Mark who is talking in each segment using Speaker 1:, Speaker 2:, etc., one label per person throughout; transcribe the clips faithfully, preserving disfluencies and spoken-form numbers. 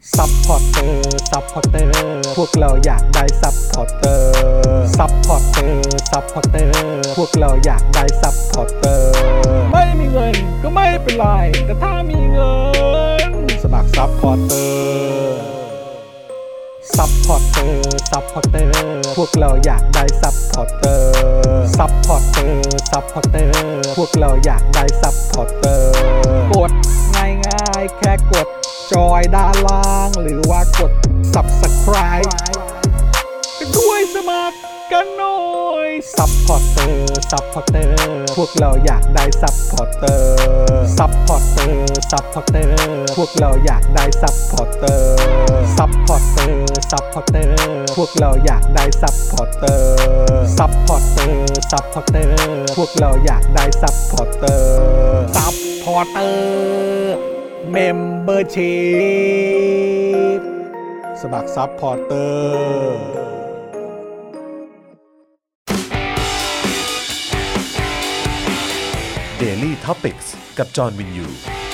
Speaker 1: ซัพพอร์เตอร์ซัพพอร์เตอร์พวกเราอยากได้ซัพพอร์เตอร์ซัพพอร์เตอร์ซัพพอร์เตอร์พวกเราอยากได้ซัพพอร์เตอร์ไม่มีเงินก็ไม่เป็นไรแต่ถ้ามีเงินสมัครซัพพอร์เตอร์ซัพพอร์เตอร์ซัพพอร์เตอร์พวกเราอยากได้ซัพพอร์เตอร์ซัพพอร์เตอร์ซัพพอร์เตอร์พวกเราอยากได้ซัพพอร์เตอร์กดง่ายๆแค่กดจอยด้านล่างหรือว่ากด ซับสไครบ์ ไปด้วยสมัครกันหน่อยซัพพอร์เตอร์ซัพพอร์เตอร์พวกเราอยากได้ซัพพอร์เตอร์ซัพพอร์เตอร์ซัพพอร์เตอร์พวกเราอยากได้ซัพพอร์เตอร์ซัพพอร์เตอร์ซัพพอร์เตอร์พวกเราอยากได้ซัพพอร์เตอร์ซัพพอร์เตอร์ซัพพอร์เตอร์พวกเราอยากได้ซัพพอร์เตอร์ซัพพอร์เตอร์เมมเบอร์ชีพสมัครซัพพอร์เตอร์
Speaker 2: Daily Topics กับจอห์นวินยู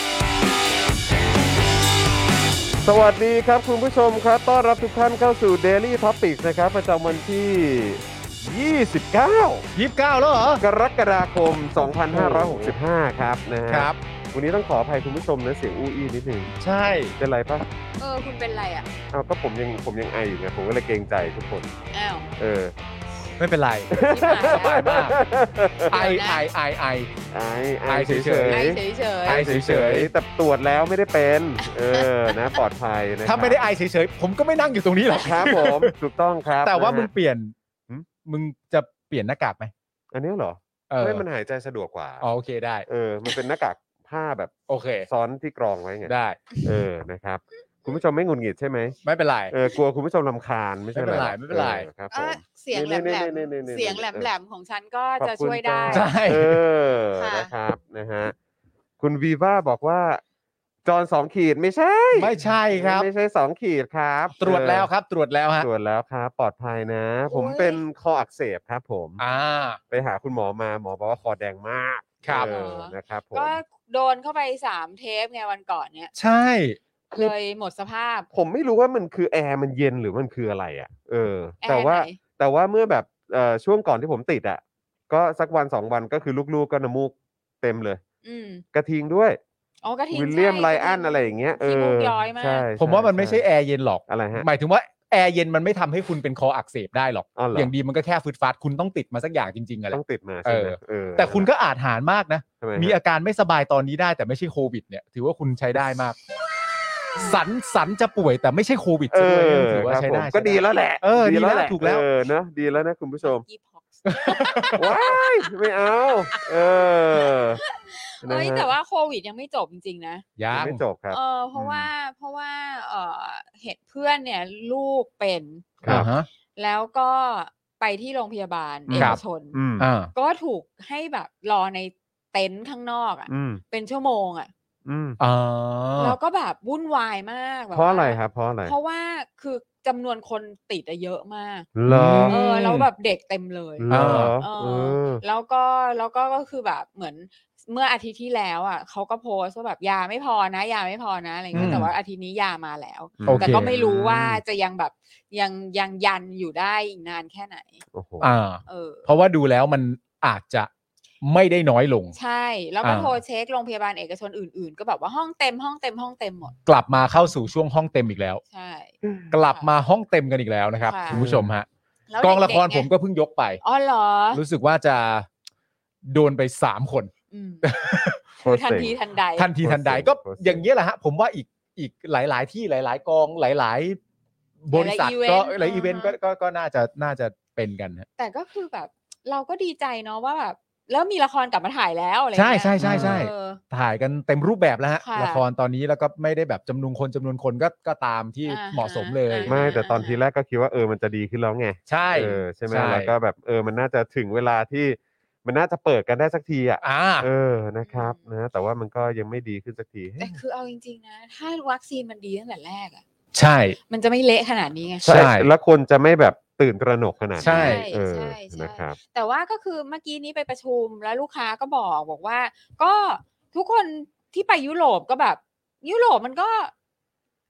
Speaker 3: สวัสดีครับคุณผู้ชมครับต้อนรับทุกท่านเข้าสู่ Daily Topics นะครับประจำวันที่ยี่สิบเก้า
Speaker 4: ยี่สิบเก้าแล้วเหรอก
Speaker 3: รกฎาคมสองพันห้าร้อยหกสิบห้าครับนะฮะ
Speaker 4: ครับ
Speaker 3: วันนี้ต้องขออภัยคุณผู้ชมนะเสียงอู้อี้นิดนึง
Speaker 4: ใช่
Speaker 3: เป็นไรปะ
Speaker 5: เออคุณเป็นไรอ่ะ
Speaker 3: อ้าวก็ผมยังผมยังไออยู่ไงผมก็เลยเกรงใจทุกคน
Speaker 5: อ้าว
Speaker 3: เออ
Speaker 4: ไม่เป็นไร สบายมาก ไอไอไอไอ
Speaker 3: ไอไอ
Speaker 4: ไอ
Speaker 3: เฉ
Speaker 4: เฉ
Speaker 3: ย
Speaker 4: ย
Speaker 5: ไอ
Speaker 3: ๆ
Speaker 5: เฉยเฉย
Speaker 4: ไอ
Speaker 3: ไอเฉยๆแต่ตรวจแล้วไม่ได้เป็นเออนะปลอดภัยนะ
Speaker 4: ถ้าไม่ได้ไอเฉยๆผมก็ไม่นั่งอยู่ตรงนี้หรอก
Speaker 3: ครับผมถูกต้องครับ
Speaker 4: แต่ว่ามึง
Speaker 3: นะฮะ
Speaker 4: เปลี่ยน
Speaker 3: หืม
Speaker 4: มึงจะเปลี่ยนหน้ากากไหม
Speaker 3: อันนี้เหรอ
Speaker 4: เออ
Speaker 3: ไม่มันหายใจสะดวกกว่า
Speaker 4: อ๋อโอเคได้
Speaker 3: เออมันเป็นหน้ากากผ้าแบบ
Speaker 4: โอเค
Speaker 3: ซ้อนที่กรองไว้ไง
Speaker 4: ได้
Speaker 3: เออ นะครับ คุณผู้ชมไม่หงุดหงิดใช่ไหม
Speaker 4: ไม่เป็นไร
Speaker 3: เออ กลัวคุณผู้ชมรำคาญไม่ใช่
Speaker 4: ไม่เป็นไร
Speaker 3: หอ
Speaker 4: ไม่เป็นไร
Speaker 3: ออครับผ
Speaker 5: เอ
Speaker 3: ม
Speaker 5: อเสียงแหลมแหลม
Speaker 3: นี่ๆๆๆๆ
Speaker 5: เสียงแหลมแหลมของฉันก็
Speaker 3: ขอบ
Speaker 5: จะ
Speaker 3: คุณ
Speaker 5: ช่วยได้
Speaker 3: จ้า
Speaker 4: ใช่
Speaker 3: เออ
Speaker 5: ค่ะ
Speaker 3: นะครับ นะฮะ คุณวีว่าบอกว่า จอนสองขีดไม่ใช่
Speaker 4: ไม่ใช่ครับ
Speaker 3: ไม่ใช่สองขีดครับ
Speaker 4: ตรวจแล้วครับ ตรวจแล้วฮะ
Speaker 3: ตรวจแล้วครับ ปลอดภัยนะ ผมเป็นคออักเสบครับผม
Speaker 4: อ่า
Speaker 3: ไปหาคุณหมอมา หมอบอกว่าคอแดงมาก
Speaker 4: ครับ
Speaker 3: เออนะครับผม
Speaker 5: ก็โดนเข้าไปสามเทปไงวันก่อนเนี่ย
Speaker 4: ใช่
Speaker 5: เลยหมดสภาพ
Speaker 3: ผมไม่รู้ว่ามันคือแอร์มันเย็นหรือมันคืออะไรอ่ะ เออ
Speaker 5: แอร์
Speaker 3: แต่ว่า
Speaker 5: ไหน
Speaker 3: แต่ว่าเมื่อแบบเอ่อช่วงก่อนที่ผมติดอ่ะ ก็สักวันสองวันก็คือลูกๆก็น้ำมูกเต็มเลย
Speaker 5: อืม
Speaker 3: กระทิงด้วย
Speaker 5: อ๋อกระทิง
Speaker 3: วิลเลียม
Speaker 5: ใช่
Speaker 3: ไลอัน
Speaker 5: กทิง
Speaker 3: อะไรอย่างเงี้ยเอ
Speaker 5: ขี้มู
Speaker 3: อก
Speaker 5: ย้อยมาก
Speaker 3: ใช่
Speaker 4: ผมว่ามันไม่ใช่แอร์เย็นหรอก
Speaker 3: อะไรฮะ
Speaker 4: หมายถึงว่าแอร์เย็นมันไม่ทำให้คุณเป็นคออักเสบได้หรอก
Speaker 3: อ๋อเหรอ
Speaker 4: อย่างดีมันก็แค่ฟืดฟัดคุณต้องติดมาสักอย่างจริงๆอะไร
Speaker 3: ต้องติดมาใช่ไหม
Speaker 4: เออ
Speaker 3: เออ
Speaker 4: แต่คุณก็อาจหารมากนะ
Speaker 3: ทำไฮะ
Speaker 4: มีอาการไม่สบายตอนนี้ได้แต่ไม่ใช่โควิดเนี่ยถือว่าคุณใช้ได้มาก สันสันจะป่วยแต่ไม่ใช่โควิด
Speaker 3: เอ
Speaker 4: ซะด้วย
Speaker 3: อ
Speaker 4: ถือว่า
Speaker 3: ครับ
Speaker 4: ใช้
Speaker 3: ผม
Speaker 4: ได้
Speaker 3: ก็ดีแล้วแหละ
Speaker 4: เออดีแล้ว
Speaker 3: หะ
Speaker 4: ถูกแล้ว
Speaker 3: เออเนอะดีแล้วนะคุณผู้ชม
Speaker 5: ยี่พ็อกซ์
Speaker 3: ว้ายไม่เอา เออนะ
Speaker 5: เฮ้ย
Speaker 3: ฮะ
Speaker 5: แต่ว่าโควิดยังไม่จบจริงๆนะ
Speaker 4: ยั
Speaker 3: ยัง
Speaker 4: ง
Speaker 3: ไม่จบครับ
Speaker 5: เออเพราะว่าเพราะว่าเออเห็นเพื่อนเนี่ยลูกเป็น
Speaker 3: ครับ
Speaker 4: อ่าฮะ
Speaker 5: แล้วก็ไปที่โรงพยาบาล
Speaker 4: อืม
Speaker 5: เอ
Speaker 4: ครั
Speaker 5: ก
Speaker 4: บ
Speaker 5: ชน
Speaker 3: อืม
Speaker 4: อ่า
Speaker 5: ก็ถูกให้แบบรอในเต็นท์ข้างนอกอ่ะ
Speaker 3: อืม
Speaker 5: เป็นชั่วโมงอ่ะ
Speaker 3: อืม
Speaker 4: อ่า
Speaker 5: แล้วก็แบบวุ่นวายมากแบบ
Speaker 3: เพราะอะไร
Speaker 5: ว่า
Speaker 3: ครับ เพราะอะไร
Speaker 5: เพราะว่าคือจำนวนคนติดอะเยอะมาก
Speaker 3: เหรอ
Speaker 4: ม
Speaker 5: เออแล้วแบบเด็กเต็มเลย
Speaker 3: เหรอ
Speaker 5: เอ
Speaker 3: เอ
Speaker 5: อ
Speaker 3: อ
Speaker 5: แล้วก็แล้วก็ก็คือแบบเหมือนเมื่ออาทิตย์ที่แล้วอ่ะเขาก็โพสต์ว่าแบบยาไม่พอนะยาไม่พอนะอะไรเงี้
Speaker 4: อื
Speaker 5: ย
Speaker 4: ม
Speaker 5: แต่ว่าอาทิตย์นี้ยามาแล้ว
Speaker 3: โอเค
Speaker 5: แต่ก็ไม่รู้ว่าจะยังแบบยังยังยันอยู่ได้อีกนานแค่ไหน
Speaker 3: โอ้โห
Speaker 4: อ่า
Speaker 5: เออ
Speaker 4: เพราะว่าดูแล้วมันอาจจะไม่ได้น้อยลง
Speaker 5: ใช่ แล้วก็
Speaker 4: อ่า
Speaker 5: โทรเช็คโรงพยาบาลเอกชนอื่นๆ ก็แบบว่าห้องเต็มห้องเต็มห้องเต็มหมด
Speaker 4: กลับมาเข้าสู่ช่วงห้องเต็มอีกแล้ว
Speaker 5: ใช่
Speaker 4: กลับมาห้องเต็มกันอีกแล้วนะครับ
Speaker 5: ค่ะ
Speaker 4: คุณผู้ชมฮะ
Speaker 5: แล้ว
Speaker 4: กองละคร
Speaker 5: เด็กๆ
Speaker 4: ผม
Speaker 5: ไง
Speaker 4: ก็เพิ่งยกไป
Speaker 5: อ๋อเหรอ
Speaker 4: รู้สึกว่าจะโดนไปสามคน
Speaker 5: อืมคือทันทีทันใด
Speaker 4: ทันทีทันใด
Speaker 3: โคตรเซ็ง
Speaker 4: ก็
Speaker 3: โคตรเซ็ง
Speaker 4: อย่างนี้ยแหละฮะผมว่าอีกอีกหลาย ๆ ที่หลาย ๆ กองหลาย ๆ บริษัทก็หลายอีเวนต์ก็ก็ก็น่าจะน่าจะเป็นกันฮะ
Speaker 5: แต่ก็คือแบบ เราก็ดีใจเนาะว่าแบบแล้วมีละครกลับมาถ่ายแล้วอะไร
Speaker 4: ใช่
Speaker 5: เงี้ย
Speaker 4: ใช่ใช่ใช่
Speaker 5: เออ
Speaker 4: ถ่ายกันเต็มรูปแบบแล้วฮะ
Speaker 5: ค่ะ
Speaker 4: ละครตอนนี้แล้วก็ไม่ได้แบบจำนวนคนจำนวนคนก็ก็ตามที่
Speaker 5: อ่าฮะ
Speaker 4: เหมาะสมเลย
Speaker 5: อ่า
Speaker 3: ไม่แต่ตอนทีแรกก็คิดว่าเออมันจะดีขึ้นแล้วไง
Speaker 4: ใช่
Speaker 3: เออใช่ไหม
Speaker 4: ใช่
Speaker 3: แล้วก็แบบเออมันน่าจะถึงเวลาที่มันน่าจะเปิดกันได้สักทีอ่ะ
Speaker 4: อ่า
Speaker 3: เออนะครับนะแต่ว่ามันก็ยังไม่ดีขึ้นสักที
Speaker 5: แต่คือเอาจริงๆนะถ้าวัคซีนมันดีตั้งแต่แรกอ่ะ
Speaker 4: ใช่
Speaker 5: มันจะไม่เละขนาดนี้ไง
Speaker 4: ใช่
Speaker 3: แล้วคนจะไม่แบบตื่นตระหนกขนาดนี้
Speaker 4: ใช่
Speaker 3: เออ
Speaker 5: ใช่ใช่
Speaker 3: นะครับ
Speaker 5: แต่ว่าก็คือเมื่อกี้นี้ไปประชุมแล้วลูกค้าก็บอกบอกว่า ก็ทุกคนที่ไปยุโรปก็แบบ ยุโรปมันก็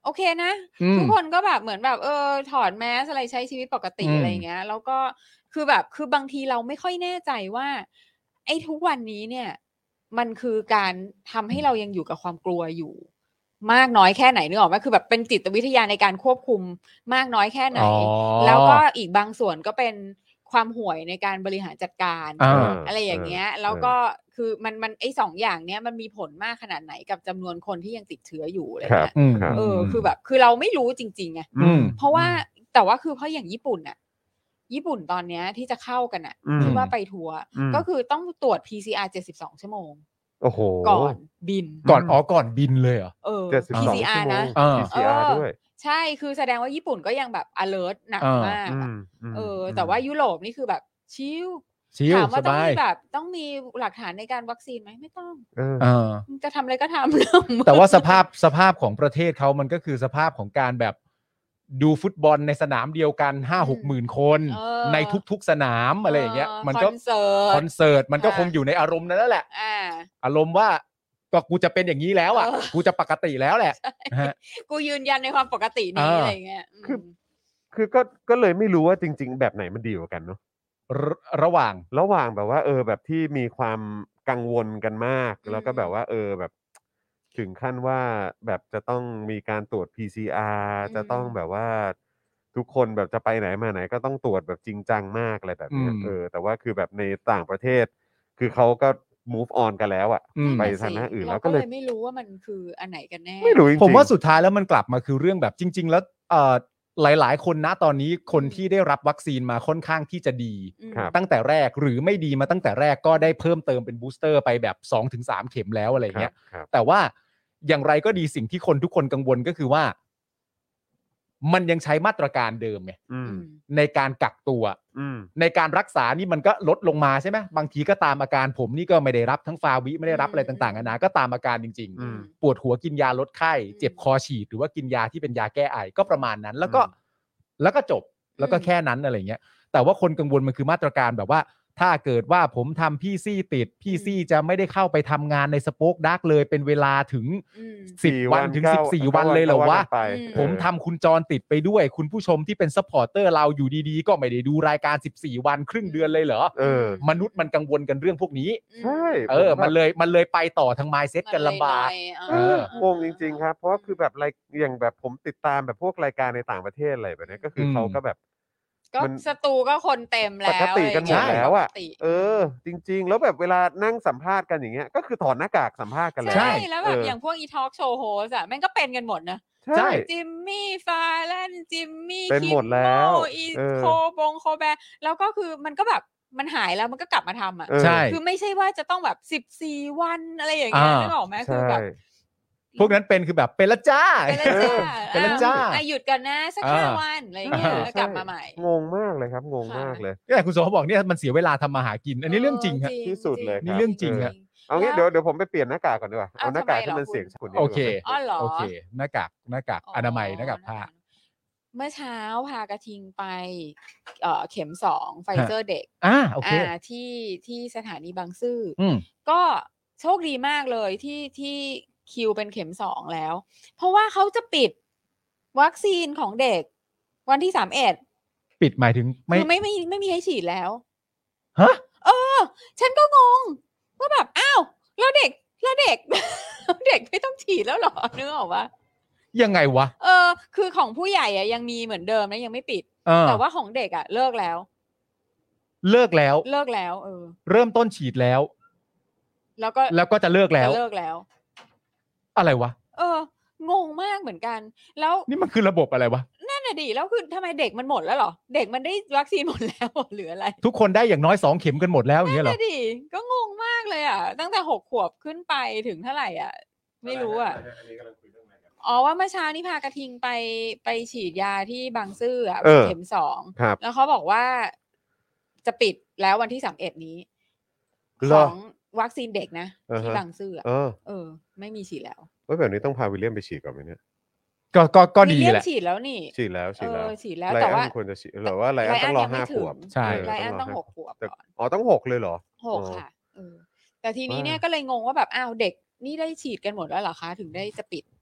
Speaker 5: โอเคนะ
Speaker 4: อืม
Speaker 5: ทุกคนก็แบบเหมือนแบบเออถอดแมสอะไรใช้ชีวิตปกติ
Speaker 4: อืม
Speaker 5: อะไรอย่างเงี้ย แล้วก็คือแบบคือบางทีเราไม่ค่อยแน่ใจว่า ไอ้ทุกวันนี้เนี่ย มันคือการทำให้เรายังอยู่กับความกลัวอยู่ มากน้อยแค่ไหนนึกออกไหมคือแบบเป็นจิตวิทยาในการควบคุมมากน้อยแค่ไหน
Speaker 4: อ๋อ
Speaker 5: แล้วก็อีกบางส่วนก็เป็นความห่วยในการบริหารจัดการ
Speaker 4: อ่า
Speaker 5: อะไรอย่างเงี้ย แล้วก็คือมันมันไอ้สองอย่างเนี้ยมันมีผลมากขนาดไหนกับจำนวนคนที่ยังติดเชื้ออยู่อะไร
Speaker 3: ครับ
Speaker 5: เงี้ย
Speaker 4: อืม
Speaker 3: ครับ
Speaker 5: เออคือแบบคือเราไม่รู้จริงๆไง
Speaker 4: อืม
Speaker 5: เพราะว่าแต่ว่าคือเพราะอย่างญี่ปุ่นน่ะญี่ปุ่นตอนเนี้ยที่จะเข้ากันน่ะ
Speaker 3: อืม
Speaker 5: ที่ว่าไปทัวร์
Speaker 3: อืม
Speaker 5: ก็คือต้องตรวจ พี ซี อาร์ เจ็ดสิบสองชั่วโมง
Speaker 3: โอ้โห
Speaker 5: ก่อนบิน
Speaker 4: ก่อนอ๋อก่อนบินเลยเหรอ
Speaker 5: เออ
Speaker 3: เจ็ดสิบสอง
Speaker 5: พี ซี อาร์
Speaker 3: ชั่วโม
Speaker 5: นะ
Speaker 3: ง
Speaker 4: อ่า
Speaker 3: พี ซี อาร์
Speaker 5: เออ
Speaker 3: ด้วย
Speaker 5: ใช่คือแสดงว่าญี่ปุ่นก็ยังแบบ alert หนัก
Speaker 4: อ่าม
Speaker 5: มาก
Speaker 3: อื
Speaker 5: อะ
Speaker 3: มอืม
Speaker 5: เออ แต่ว่ายุโรปนี่คือแบบชิล
Speaker 4: ชิล
Speaker 5: ถามว่า
Speaker 4: ส
Speaker 5: ต้อง
Speaker 4: บาย
Speaker 5: มีแบบต้องมีหลักฐานในการวัคซีนไหมไม่ต้อง
Speaker 3: เออ
Speaker 4: เออ
Speaker 5: มึงจะทำอะไรก็ทำเรื่องมึง
Speaker 4: แต่ว่าสภาพสภาพของประเทศเขามันก็คือสภาพของการแบบดูฟุตบอลในสนามเดียวกันห้าหกหมื่นคน
Speaker 5: เออ
Speaker 4: ในทุกๆสนามอะไรอย่างเงี้ย มัน
Speaker 5: ค
Speaker 4: ก็
Speaker 5: อนเสิร์
Speaker 4: ค
Speaker 5: ต
Speaker 4: อนเสิร์ตมันก็
Speaker 5: ค่ะ
Speaker 4: คงอยู่ในอารมณ์นั้นแหละ
Speaker 5: อ่า
Speaker 4: อารมณ์ว่าก็กูจะเป็นอย่างนี้แล้วอ่ะ
Speaker 5: เออ
Speaker 4: กูจะปกติแล้วแหละนะฮะ
Speaker 5: กูยืนยันในความปกติ
Speaker 4: เอ
Speaker 5: นี้
Speaker 4: ออ
Speaker 5: อะไรอย่างเงี้ย
Speaker 3: คือ
Speaker 5: ม
Speaker 3: คือก็ก็เลยไม่รู้ว่าจริง ๆ แบบไหนมันดีกว่ากันเนาะ
Speaker 4: ระระหว่าง
Speaker 3: ระหว่างแบบว่า เออ แบบที่มีความกังวลกันมาก
Speaker 5: อืม
Speaker 3: แล้วก็แบบว่า เออ แบบ ถึงขั้นว่าแบบจะต้องมีการตรวจ พี ซี อาร์
Speaker 5: อืม
Speaker 3: จะต้องแบบว่า ทุกคนแบบจะไปไหนมาไหนก็ต้องตรวจแบบจริงจังมากอะไรแบบเนี้ย
Speaker 4: อืม
Speaker 3: เออ แต่ว่าคือแบบในต่างประเทศ คือเขาก็ move on กันแล้วอะ
Speaker 4: อืม
Speaker 3: ไป
Speaker 5: นั่นน่ะ
Speaker 3: ทางหน้า
Speaker 5: สิ
Speaker 3: อื่น
Speaker 5: เรา
Speaker 3: แล้ว
Speaker 5: ก็
Speaker 3: ก็
Speaker 5: เล
Speaker 3: เลย
Speaker 5: ยไม่รู้ว่ามันคืออันไหนกันแน่
Speaker 3: ไม่รู้จริงๆ
Speaker 4: ผมว่าสุดท้ายแล้วมันกลับมาคือเรื่องแบบจริง ๆ แล้วเอ่อหลาย ๆ คนนะตอนนี้คน
Speaker 5: อืม
Speaker 4: ที่ได้รับวัคซีนมาค่อนข้างที่จะดี
Speaker 5: อืม
Speaker 3: ครับ
Speaker 4: ตั้งแต่แรกหรือไม่ดีมาตั้งแต่แรกก็ได้เพิ่มเติมเป็นบูสเตอร์ไปแบบ สองถึงสาม เข็มแล้วอะไรเงี้ย
Speaker 3: ครับ
Speaker 4: แต่ว่าอย่างไรก็ดีสิ่งที่คนทุกคนกังวลก็คือว่า มันยังใช้มาตรการเดิมไง
Speaker 3: อืม
Speaker 5: อืม
Speaker 4: ในการกักตัว
Speaker 3: อืม
Speaker 4: ในการรักษานี่มันก็ลดลงมาใช่ไหมบางทีก็ตามอาการผมนี่ก็ไม่ได้รับทั้งฟาวิไม่ได้รับอะไรต่างๆนานาก็ตามอาการจริง
Speaker 3: อืม
Speaker 4: ๆ ปวดหัวกินยาลดไข้
Speaker 5: อืม
Speaker 4: เจ็บคอฉีดหรือว่ากินยาที่เป็นยาแก้ไอก็ประมาณนั้น แล้วก็
Speaker 3: อืม
Speaker 4: แล้วก็จบแล้วก็
Speaker 5: อืม
Speaker 4: แค่นั้นอะไรเงี้ย แต่ว่าคนกังวลมันคือมาตรการแบบว่า ถ้าเกิดว่าผมทำพี่ซี่ติดพี่ซี่จะไม่ได้เข้าไปทำงานในสโป๊กดาร์กเลยเป็นเวลาถึง
Speaker 5: อืม
Speaker 4: สิบ วันถึง สิบสี่ วันเลยเหรอวะ
Speaker 3: ก็ากันไป
Speaker 5: อืม
Speaker 3: เออ
Speaker 4: ผมทำคุณจรติดไปด้วย คุณผู้ชมที่เป็นซัพพอร์เตอร์เราอยู่ดีๆ ก็ไม่ได้ดูรายการสิบสี่ วันครึ่งเดือนเลยเหรอ
Speaker 3: เออ
Speaker 4: มนุษย์มันกังวลกันเรื่องพวกนี้
Speaker 3: ใช่
Speaker 4: เออ มันเลยมันเลยไปต่อทาง mindset กันลำบาก
Speaker 5: เออ
Speaker 3: งงจริงๆครับ เพราะว่าคือแบบรายอย่างแบบผมติดตามแบบพวกรายการในต่างประเทศอะไรแบบเนี้ยก็คืออ
Speaker 4: ม
Speaker 3: เขาก็แบบ
Speaker 5: ก็
Speaker 3: มัน
Speaker 5: สตูก็คนเต็มแล้ว
Speaker 3: ปกติกันหมด
Speaker 5: อะไรอย่างเงี้ย
Speaker 3: แล้วอะ
Speaker 5: ปกติ
Speaker 3: เออ จริง ๆ แล้วแบบเวลานั่งสัมภาษณ์กันอย่างเงี้ยก็คือถอดหน้ากากสัมภาษณ์กันแล้ว
Speaker 5: ใช่แล้วแบบ
Speaker 3: เ
Speaker 5: อย่างพวกอีทอล์กโชว์โฮสอะแม่งก็เป็นกันหมดนะ
Speaker 3: ใช่
Speaker 5: จิมมี่ฟาแลนจิมมี่
Speaker 3: เป็น
Speaker 5: คิ
Speaker 3: หมดแล้ว
Speaker 5: อี
Speaker 3: เออ
Speaker 5: โคบงโคแบร์แล้วก็คือมันก็แบบมันหายแล้วมันก็กลับมาทำอ่ะ
Speaker 3: เออ
Speaker 4: ใช่
Speaker 5: คือไม่ใช่ว่าจะต้องแบบสิบสี่วันอะไรอย่างเงี้ย
Speaker 4: อ่า
Speaker 5: นึกออกไหมคือ
Speaker 3: ใช่
Speaker 5: แบบ
Speaker 4: พวกนั้นเป็นคือแบบเป็นละจ้า
Speaker 5: เป็นแล้วจ้า
Speaker 4: เป็นแล้วจ้า
Speaker 5: อ่ะหยุดกันนะสักห้า
Speaker 4: อ่า
Speaker 5: วันอะไรอย่างเงี้ย
Speaker 4: อ่า
Speaker 5: แล้วกลับมาใหม่
Speaker 3: งงมากเลยครับ งง
Speaker 5: ค่ะ
Speaker 3: มากเลย
Speaker 4: แต่คุณโสบอกเนี่ยมันเสียเวลาทำมาหากิน อันนี้เรื่องจริงฮะ
Speaker 3: ที่สุดเลย
Speaker 4: นี่เรื่องจริงฮะ
Speaker 3: เอางี้
Speaker 5: แล้ว
Speaker 3: เดี๋ยวเดี๋ยวผมไปเปลี่ยนหน้ากากก่อนดีกว่า เอา
Speaker 5: อ้าว
Speaker 3: หน้ากาก
Speaker 5: ทำไม
Speaker 3: ที่มัน
Speaker 5: เหรอ
Speaker 3: เสียง
Speaker 5: คุณ
Speaker 3: คุณ
Speaker 4: โอเค
Speaker 5: อ๋อเหรอ
Speaker 4: โอเค หน้ากากหน้ากากอนามัยหน้ากากผ้า
Speaker 5: เมื่อเช้าพากระทิงไปเอ่อเข็มสองไฟเซอร์เด็ก
Speaker 4: อ่าโอเค
Speaker 5: อ่าที่ที่สถานีบางซื่ออ
Speaker 4: อืม
Speaker 5: ก็โชคดีมากเลยที่ที่คิวเป็นเข็มสองแล้ว เพราะว่าเขาจะปิดวัคซีนของเด็กวันที่สามเอ็ด
Speaker 4: ปิดหมายถึงไม่
Speaker 5: คือไม่ไม่ไม่มีให้ฉีดแล้ว
Speaker 4: ฮะ
Speaker 5: เออ ฉันก็งงว่าแบบอ้าวแล้วเด็กแล้วเด็ก เด็กไม่ต้องฉีดแล้วเหรอนึกออกปะ
Speaker 4: ยังไงวะ
Speaker 5: เออคือของผู้ใหญ่อะยังมีเหมือนเดิมนะยังไม่ปิด
Speaker 4: เออ
Speaker 5: แต่ว่าของเด็กอะเลิกแล้ว
Speaker 4: เลิกแล้ว
Speaker 5: เลิกแล้ว เออ
Speaker 4: เริ่มต้นฉีดแล้ว
Speaker 5: แล้วก็
Speaker 4: แล้วก็จะเลิกแล้ว
Speaker 5: จะเลิกแล้ว
Speaker 4: อะไรวะ
Speaker 5: เอองงมากเหมือนกัน แล้ว
Speaker 4: นี่มันคือระบบอะไรวะ
Speaker 5: นั่นน่ะดิแล้วคือทำไมเด็กมันหมดแล้วเหรอเด็กมันได้วัคซีนหมดแล้วหรืออะไร
Speaker 4: ทุกคนได้อย่างน้อยสองเข็มกันหมดแล้วอย่างเงี้ยเหรอ
Speaker 5: นั่นน่ะดิก็งงมากเลยอ่ะ ตั้งแต่หกขวบขึ้นไปถึงเท่าไหร่อ่ะ ไม่รู้อ่ะอ๋อว่าเมื่อเช้านี้พากระทิงไปไปฉีดยาที่บางซื่ออ่ะ
Speaker 3: เออ
Speaker 5: เข็มสอง
Speaker 3: ครับ
Speaker 5: แล้วเขาบอกว่าจะปิดแล้ววันที่สามเอ็ดนี้
Speaker 3: เหร
Speaker 5: ข
Speaker 3: อ
Speaker 5: องวัคซีนเด็กนะ
Speaker 3: อ่าฮะ
Speaker 5: ที่บางซื่ออะ
Speaker 3: เออ
Speaker 5: เออ ไม่มีฉีดแล้ว
Speaker 3: เฮ้ยแบบนี้ต้องพาวิลเลียมไปฉีดก่อนไหมเนี่ย
Speaker 4: ก็ก็ก็
Speaker 5: วิ
Speaker 4: ดี
Speaker 5: ลเลียม
Speaker 4: แหละ
Speaker 5: ฉีดแล้วนี่
Speaker 3: ฉีดแล้วฉีดแล้ว
Speaker 5: เออฉีดแล้ว
Speaker 3: ไล
Speaker 5: แต่
Speaker 3: อ้
Speaker 5: ว่า
Speaker 3: อนควรจะฉีดหรือว่าไลอ้อนต้องรอ
Speaker 5: ยังไม่
Speaker 3: ห้า
Speaker 5: ถึ
Speaker 3: ข
Speaker 5: ง
Speaker 3: วบ
Speaker 4: ใช่
Speaker 3: เ
Speaker 5: ไลอ้อนต้อง
Speaker 3: ร
Speaker 5: หกขวบ
Speaker 3: แต่
Speaker 5: ก่อน
Speaker 3: อ๋อต้องหกเลยเหรอ
Speaker 5: หก
Speaker 3: อ๋อ
Speaker 5: ค่ะเออแต่ทีนี้เนี่ย
Speaker 3: ว่า
Speaker 5: ก็เลยงงว่าแบบอ้าวเด็กนี่ได้ฉีดกันหมดแล้วเหรอคะ ถึงได้จะปิด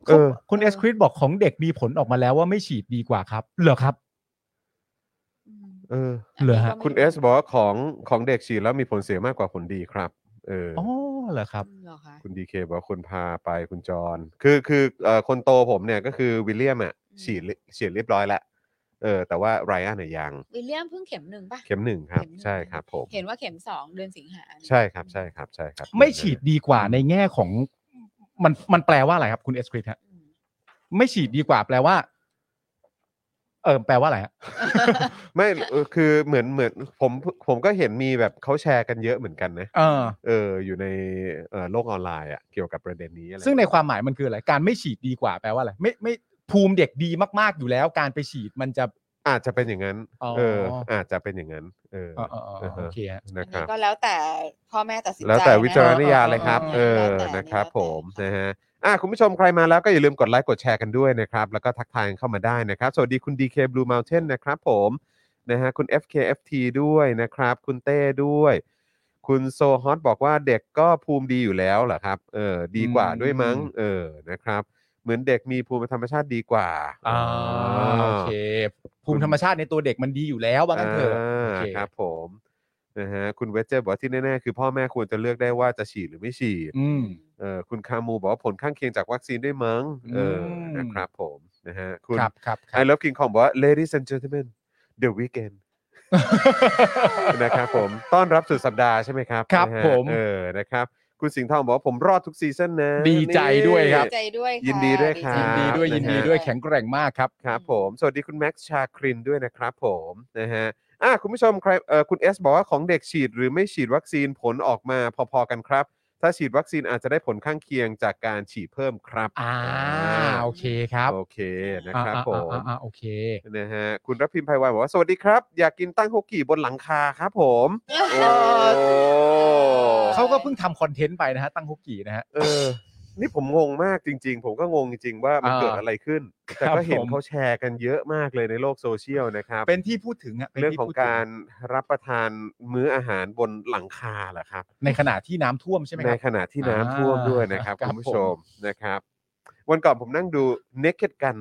Speaker 3: เออ
Speaker 4: คุณเอสคริสบอกของเด็กมีผลออกมาแล้วว่าไม่ฉีดดีกว่าครับเหรอครับ
Speaker 5: อืม
Speaker 3: เออ
Speaker 5: อันนี้
Speaker 4: เหรอฮะ
Speaker 5: ก็ไม่
Speaker 3: คุณเอสบอกว่าของของเด็กฉีดแล้วมีผลเสียมากกว่าผลดีครับเออ
Speaker 4: อ๋อเหรอครับ
Speaker 5: อืมเหรอคะ
Speaker 3: คุณดีเคบอกว่าคุณพาไปคุณจรคือคือเอ่อคนโตผมเนี่ยก็คือวิลเลียมอ่ะ
Speaker 5: อืม
Speaker 3: ฉีดเรีฉีดเรียบร้อยแล้วเออแต่ว่าไรอันเนี่ยยัง
Speaker 5: วิลเลียมเพิ่งเข็มหนึ่งป่ะ
Speaker 3: เข็มหนึ่งครับ
Speaker 5: เข็มหนึ่ง
Speaker 3: ใช่ครับผม
Speaker 5: เห็นว่าเข็มสองเดือนสิงหาเนี่ย
Speaker 3: ใช่ครับใช่ครับใช่ครับ
Speaker 4: ไม่ฉีดดีกว่าในแง่ของมันมันแปลว่าอะไรครับคุณเอสคริสฮะ
Speaker 5: อืม
Speaker 4: ไม่ฉีดดีกว่าแปลว่า เออแปลว่าอะไรฮะ
Speaker 3: ไม่เออคือเหมือนเหมือนผมผมก็เห็นมีแบบเขาแชร์กันเยอะเหมือนกันนะ
Speaker 4: เออ
Speaker 3: เอออยู่ในเอ่อโลกออนไลน์อ่ะเกี่ยวกับประเด็นนี้อะไร
Speaker 4: ซึ่งในความหมายมันคืออะไรการไม่ฉีดดีกว่าแปลว่าอะไรไม่ไม่ภูมิเด็กดีมากๆอยู่แล้ว การไปฉีดมันจะ
Speaker 3: อาจจะเป็นอย่างนั้น
Speaker 4: อ๋อ
Speaker 3: เอออาจจะเป็นอย่างนั้นเออ
Speaker 4: เออเออเออ
Speaker 3: นะฮะ
Speaker 4: โอเคฮะ
Speaker 5: อั
Speaker 3: นะ
Speaker 5: นนี้
Speaker 3: ครับ
Speaker 5: ก็แล้วแต่พ่อแม่ตัดสินใจ
Speaker 3: แล้วแต่วิจารณญาณ
Speaker 5: นะ
Speaker 3: เลยครับ
Speaker 4: เอ
Speaker 3: เอ
Speaker 4: อ
Speaker 3: อ
Speaker 5: แล้วแต่
Speaker 3: นะครับ
Speaker 5: แล้วแต่
Speaker 3: ผม
Speaker 5: ค่ะ
Speaker 3: นะฮะอ่ะคุณผู้ชมใครมาแล้วก็อย่าลืมกดไลค์กดแชร์กันด้วยนะครับ แล้วก็ทักทายกันเข้ามาได้นะครับ สวัสดีคุณ ดี เค Blue Mountain นะครับผมนะฮะคุณ เอฟ เค เอฟ ที ด้วยนะครับ คุณเต้ด้วย คุณโซฮอตบอกว่าเด็กก็ภูมิดีอยู่แล้วเหรอครับเออดีกว่าด้วยมั้งเออนะครับ เหมือนเด็กมีภูมิธรรมชาติดีกว่า
Speaker 4: อ่าโอเค ภูมิธรรมชาติในตัวเด็กมันดีอยู่แล้วว่างั้นเถอะ
Speaker 3: อ่า
Speaker 4: โอเค
Speaker 3: ครับผมนะฮะคุณเวจเจอร์บอกว่าที่แน่ๆคือพ่อแม่ควรจะเลือกได้ว่าจะฉีดหรือไม่ฉีด
Speaker 4: อืม
Speaker 3: เออคุณคามูบอกว่าผลข้างเคียงจากวัคซีนด้วยมั้งเออ
Speaker 4: ม
Speaker 3: นะครับผมนะฮะคุณ
Speaker 4: ครับครับค
Speaker 3: ไอ
Speaker 4: รับ
Speaker 3: เลิฟคิงคองบอกว่า ladies and gentlemen the weekend นะครับผมต้อนรับสุดสัปดาห์ใช่ไหมครับ
Speaker 4: ครับ
Speaker 3: นะฮะ
Speaker 4: ผม
Speaker 3: เออนะครับคุณสิงห์ทองบอกว่าผมรอดทุกซีซั่นนะ
Speaker 4: ดีใจด้วยครับ
Speaker 5: ดีใจด้วยค่ะ
Speaker 3: ยินดีด้วยครั
Speaker 4: ยินดีด้วย
Speaker 3: นะฮะ
Speaker 4: ยินดีด้วยแข็งแกร่งมากครับ
Speaker 3: ครับผมสวัสดีคุณแม็กซ์ชาครินด้วยนะครับผมนะฮะอ่ะคุณผู้ชมใครเอ่อคุณเอสบอกว่าของเด็กฉีดหรือไม่ฉีดวัคซีนผลออกมาพอๆกันครับ ถ้าฉีดวัคซีนอาจจะได้ผลข้างเคียงจากการฉีดเพิ่มครับ
Speaker 4: อ่าโอเคครับ
Speaker 3: โอเคนะครับ
Speaker 4: อ่า
Speaker 3: ผ
Speaker 4: อ่าม อ่าอ่าโอเค
Speaker 3: นะฮะคุณรพิมพ์ไพวันบอกว่าสวัสดีครับ อยากกินตั้งฮกกี่บนหลังคาครับผม โอ้
Speaker 4: เขาก็เพิ่งทำคอนเทนต์ไปนะฮะตั้งฮกกี่นะฮะ
Speaker 3: เออ นี่ผมงงมากจริง ๆ ผมก็งงจริง ๆ ว่ามัน
Speaker 4: อ่า
Speaker 3: เกิดอะไรขึ้น แต่
Speaker 4: ครับ
Speaker 3: ก็เห็น
Speaker 4: ผม
Speaker 3: เขาแชร์กันเยอะมากเลยในโลกโซเชียลนะครับ
Speaker 4: เป็นที่พูดถึงอะป็น
Speaker 3: เรื่อง
Speaker 4: ที่
Speaker 3: ของ
Speaker 4: พูดถึ
Speaker 3: การรับประทานมื้ออาหารบนหลังคาเหรอครับ
Speaker 4: ในขณะที่น้ำท่วมใช่ไหมค
Speaker 3: ใน
Speaker 4: รับ
Speaker 3: ขณะที่น้ำท่วมด้วยนะครับ
Speaker 4: อ่า
Speaker 3: คุณผู้
Speaker 4: ครับ
Speaker 3: ชมนะครับ วันก่อนผมนั่งดู Naked Gun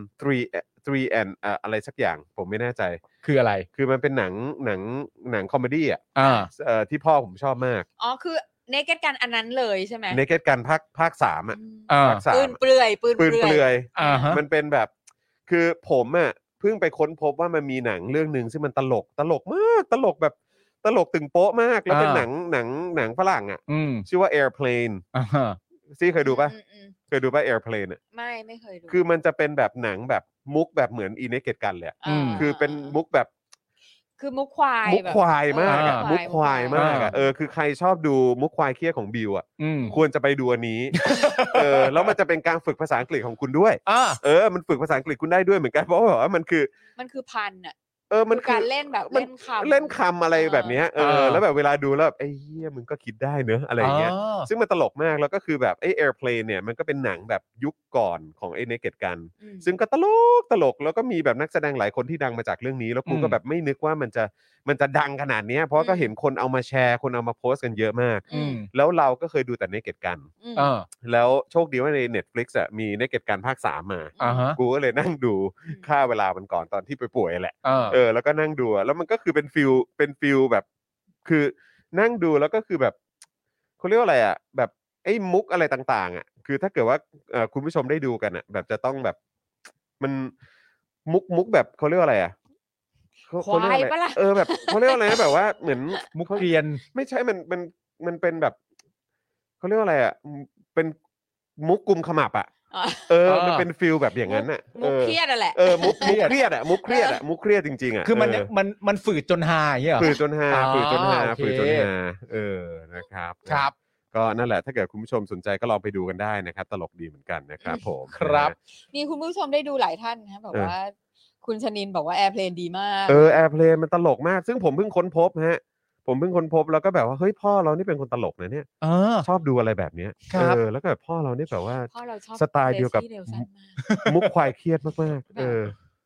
Speaker 3: 3 3 and อ่ะอะไรสักอย่างผมไม่แน่ใจ
Speaker 4: คืออะไร
Speaker 3: คือมันเป็นหนังหนังหนังคอมเมดี้อ่ะ
Speaker 4: อ่า
Speaker 3: เอ่อที่พ่อผมชอบมาก
Speaker 5: อ๋อคือเนเกตกันอันนั้นเลยใช่ไหม
Speaker 3: Naked Gun ภาคภาคสามอ่ะ
Speaker 5: อืม
Speaker 4: อ่า
Speaker 3: ภาคสา
Speaker 5: ปื
Speaker 3: ม
Speaker 5: นเปลือยปืน
Speaker 3: ปืน
Speaker 5: เปลื
Speaker 3: เปลื
Speaker 5: อ
Speaker 3: อย ย
Speaker 4: อ่าฮะ
Speaker 3: มันเป็นแบบคือผมอ่ะเพิ่งไปค้นพบว่ามันมีหนังเรื่องหนึ่งซึ่งมันตลกตลกมากตลกแบบตลกตึงโป๊ะมากแล้วเป็น
Speaker 4: อ่า
Speaker 3: หนังหนังหนังฝรั่งอ่ะ
Speaker 4: อืม
Speaker 3: ชื่อว่า Airplane
Speaker 4: อ่าฮะ
Speaker 3: ซี่เคยดูปะ
Speaker 5: อืมอืม
Speaker 3: เคยดูปะ Airplane อ่ะ
Speaker 5: ไม่ไม่เคยดู
Speaker 3: คือมันจะเป็นแบบหนังแบบมุกแบบเหมือนอีเนเกตกันเลยอะ
Speaker 5: า
Speaker 3: คือเป็นมุกแบบ
Speaker 5: คือมุกควาย
Speaker 3: มุก
Speaker 5: แบบ
Speaker 3: ควายมากอะ
Speaker 5: เออ
Speaker 3: มุกควายมากอะ
Speaker 4: อ่า
Speaker 3: เออคือใครชอบดูมุกควายเคี้ยของบิวอ่ะ
Speaker 4: อืม
Speaker 3: ควรจะไปดูอันนี้ เออแล้วมันจะเป็นการฝึกภาษาอังกฤษของคุณด้วย
Speaker 4: อ่า
Speaker 3: เออมันฝึกภาษาอังกฤษคุณได้ด้วยเหมือนกันเพราะว่าแบบว่ามันคือ
Speaker 5: มันคือพันอ่ะ
Speaker 3: เออมัน
Speaker 5: คือการเล่นแบบ
Speaker 3: มัน
Speaker 5: เล่นคำ
Speaker 3: เล่นคำอะไรแบบเนี้ยเออ
Speaker 4: อ่า
Speaker 3: แล้วแบบเวลาดูแล้วแบบไอ้เหี้ยมึงก็คิดได้เนอะอะไรอย่างเงี้ย ซึ่งมันตลกมากแล้วก็คือแบบไอ้ Airplane เนี่ยมันก็เป็นหนังแบบยุคก่อนของไอ้ Naked Gun
Speaker 5: อืม
Speaker 3: ซึ่งก็ตลกตลกแล้วก็มีแบบนักแสดงหลายคนที่ดังมาจากเรื่องนี้ แล้วกู
Speaker 4: อืม
Speaker 3: ก็แบบไม่นึกว่ามันจะมันจะดังขนาดเนี้ยเพราะก็เห็นคนเอามาแชร์คนเอามาโพสต์กันเยอะมาก
Speaker 4: อืม
Speaker 3: แล้วเราก็เคยดูแต่ Naked Gun
Speaker 5: อืม
Speaker 4: อ่า
Speaker 3: แล้วโชคดีว่าใน Netflix อ่ะมี Naked Gun ภาคสามมา
Speaker 4: อ่าฮะ
Speaker 3: กูก็เลยนั่งดู
Speaker 5: อืม
Speaker 3: ค่าเวลามันก่อนตอนที่ไปป่วยแหละ
Speaker 4: อ่า
Speaker 3: เออแล้วก็นั่งดูอะแล้วมันก็คือเป็นฟิลเป็นฟิลแบบ คือนั่งดูแล้วก็คือแบบเขาเรียกว่าอะไรอ่ะแบบไอ้มุกอะไรต่างๆอ่ะคือถ้าเกิดว่าเอ่อคุณผู้ชมได้ดูกันอ่ะแบบจะต้องแบบมันมุกมุกแบบเขาเรียกว่าอะไรอ่ะเขาเขาเรียกว่าอะไร
Speaker 5: ควายปะล่ะ
Speaker 3: เออแบบเขาเรียกว่าอะไรนะแบบว่าเหมือน
Speaker 4: มุกเกรียน
Speaker 3: ไม่ใช่มันมันมันเป็นแบบเขาเรียกว่าอะไรอ่ะเป็นมุกกุมขมับอ่ะ
Speaker 5: อ่ะ
Speaker 3: เออ
Speaker 4: อ่ามั
Speaker 3: มันเป็นฟิลแบบอย่างนั้นอ่ะ
Speaker 5: มุกเครียดอะแหละ
Speaker 3: เออมุกมุกเครียดอ่ะมุกเครียดอ่ะมุกเครียดจริงๆอ่ะ
Speaker 4: คือมัน
Speaker 3: เ
Speaker 4: มันมันฝืดจนหายอย่างเงี้ยเหรอ
Speaker 3: ฝืดจนหา
Speaker 4: อ๋อ
Speaker 3: ฝืดจนหา
Speaker 4: โอเค
Speaker 3: ฝืดจนหาเออนะครับ
Speaker 4: ครับ
Speaker 3: ก็นั่นแหละถ้าเกิดคุณผู้ชมสนใจก็ลองไปดูกันได้นะครับ ตลกดีเหมือนกันนะครับผม
Speaker 4: ครับ
Speaker 3: นะฮะ
Speaker 5: มีคุณผู้ชมได้ดูหลายท่านนะแบบ
Speaker 3: เออ
Speaker 5: ว่า คุณชนินบอกว่าแอร์เพลนดีมาก
Speaker 3: เออแอร์เพลนมันตลกมาก ซึ่งผมเพิ่งค้นพบฮะ ผมเพิ่งค้นพบแล้วก็แบบว่าเฮ้ยพ่อเรานี่เป็นคนตลกนะเนี่ย
Speaker 4: เออ
Speaker 3: ชอบดูอะไรแบบเนี้ย
Speaker 4: ครับ
Speaker 3: เออแล้วก็แบบพ่อเรานี่แบบว่า
Speaker 5: พ่อเราชอบ
Speaker 3: สไตล์เดียวกับ
Speaker 5: Leslie Nielsen มาก
Speaker 3: มุกควายเครียดมากๆเออ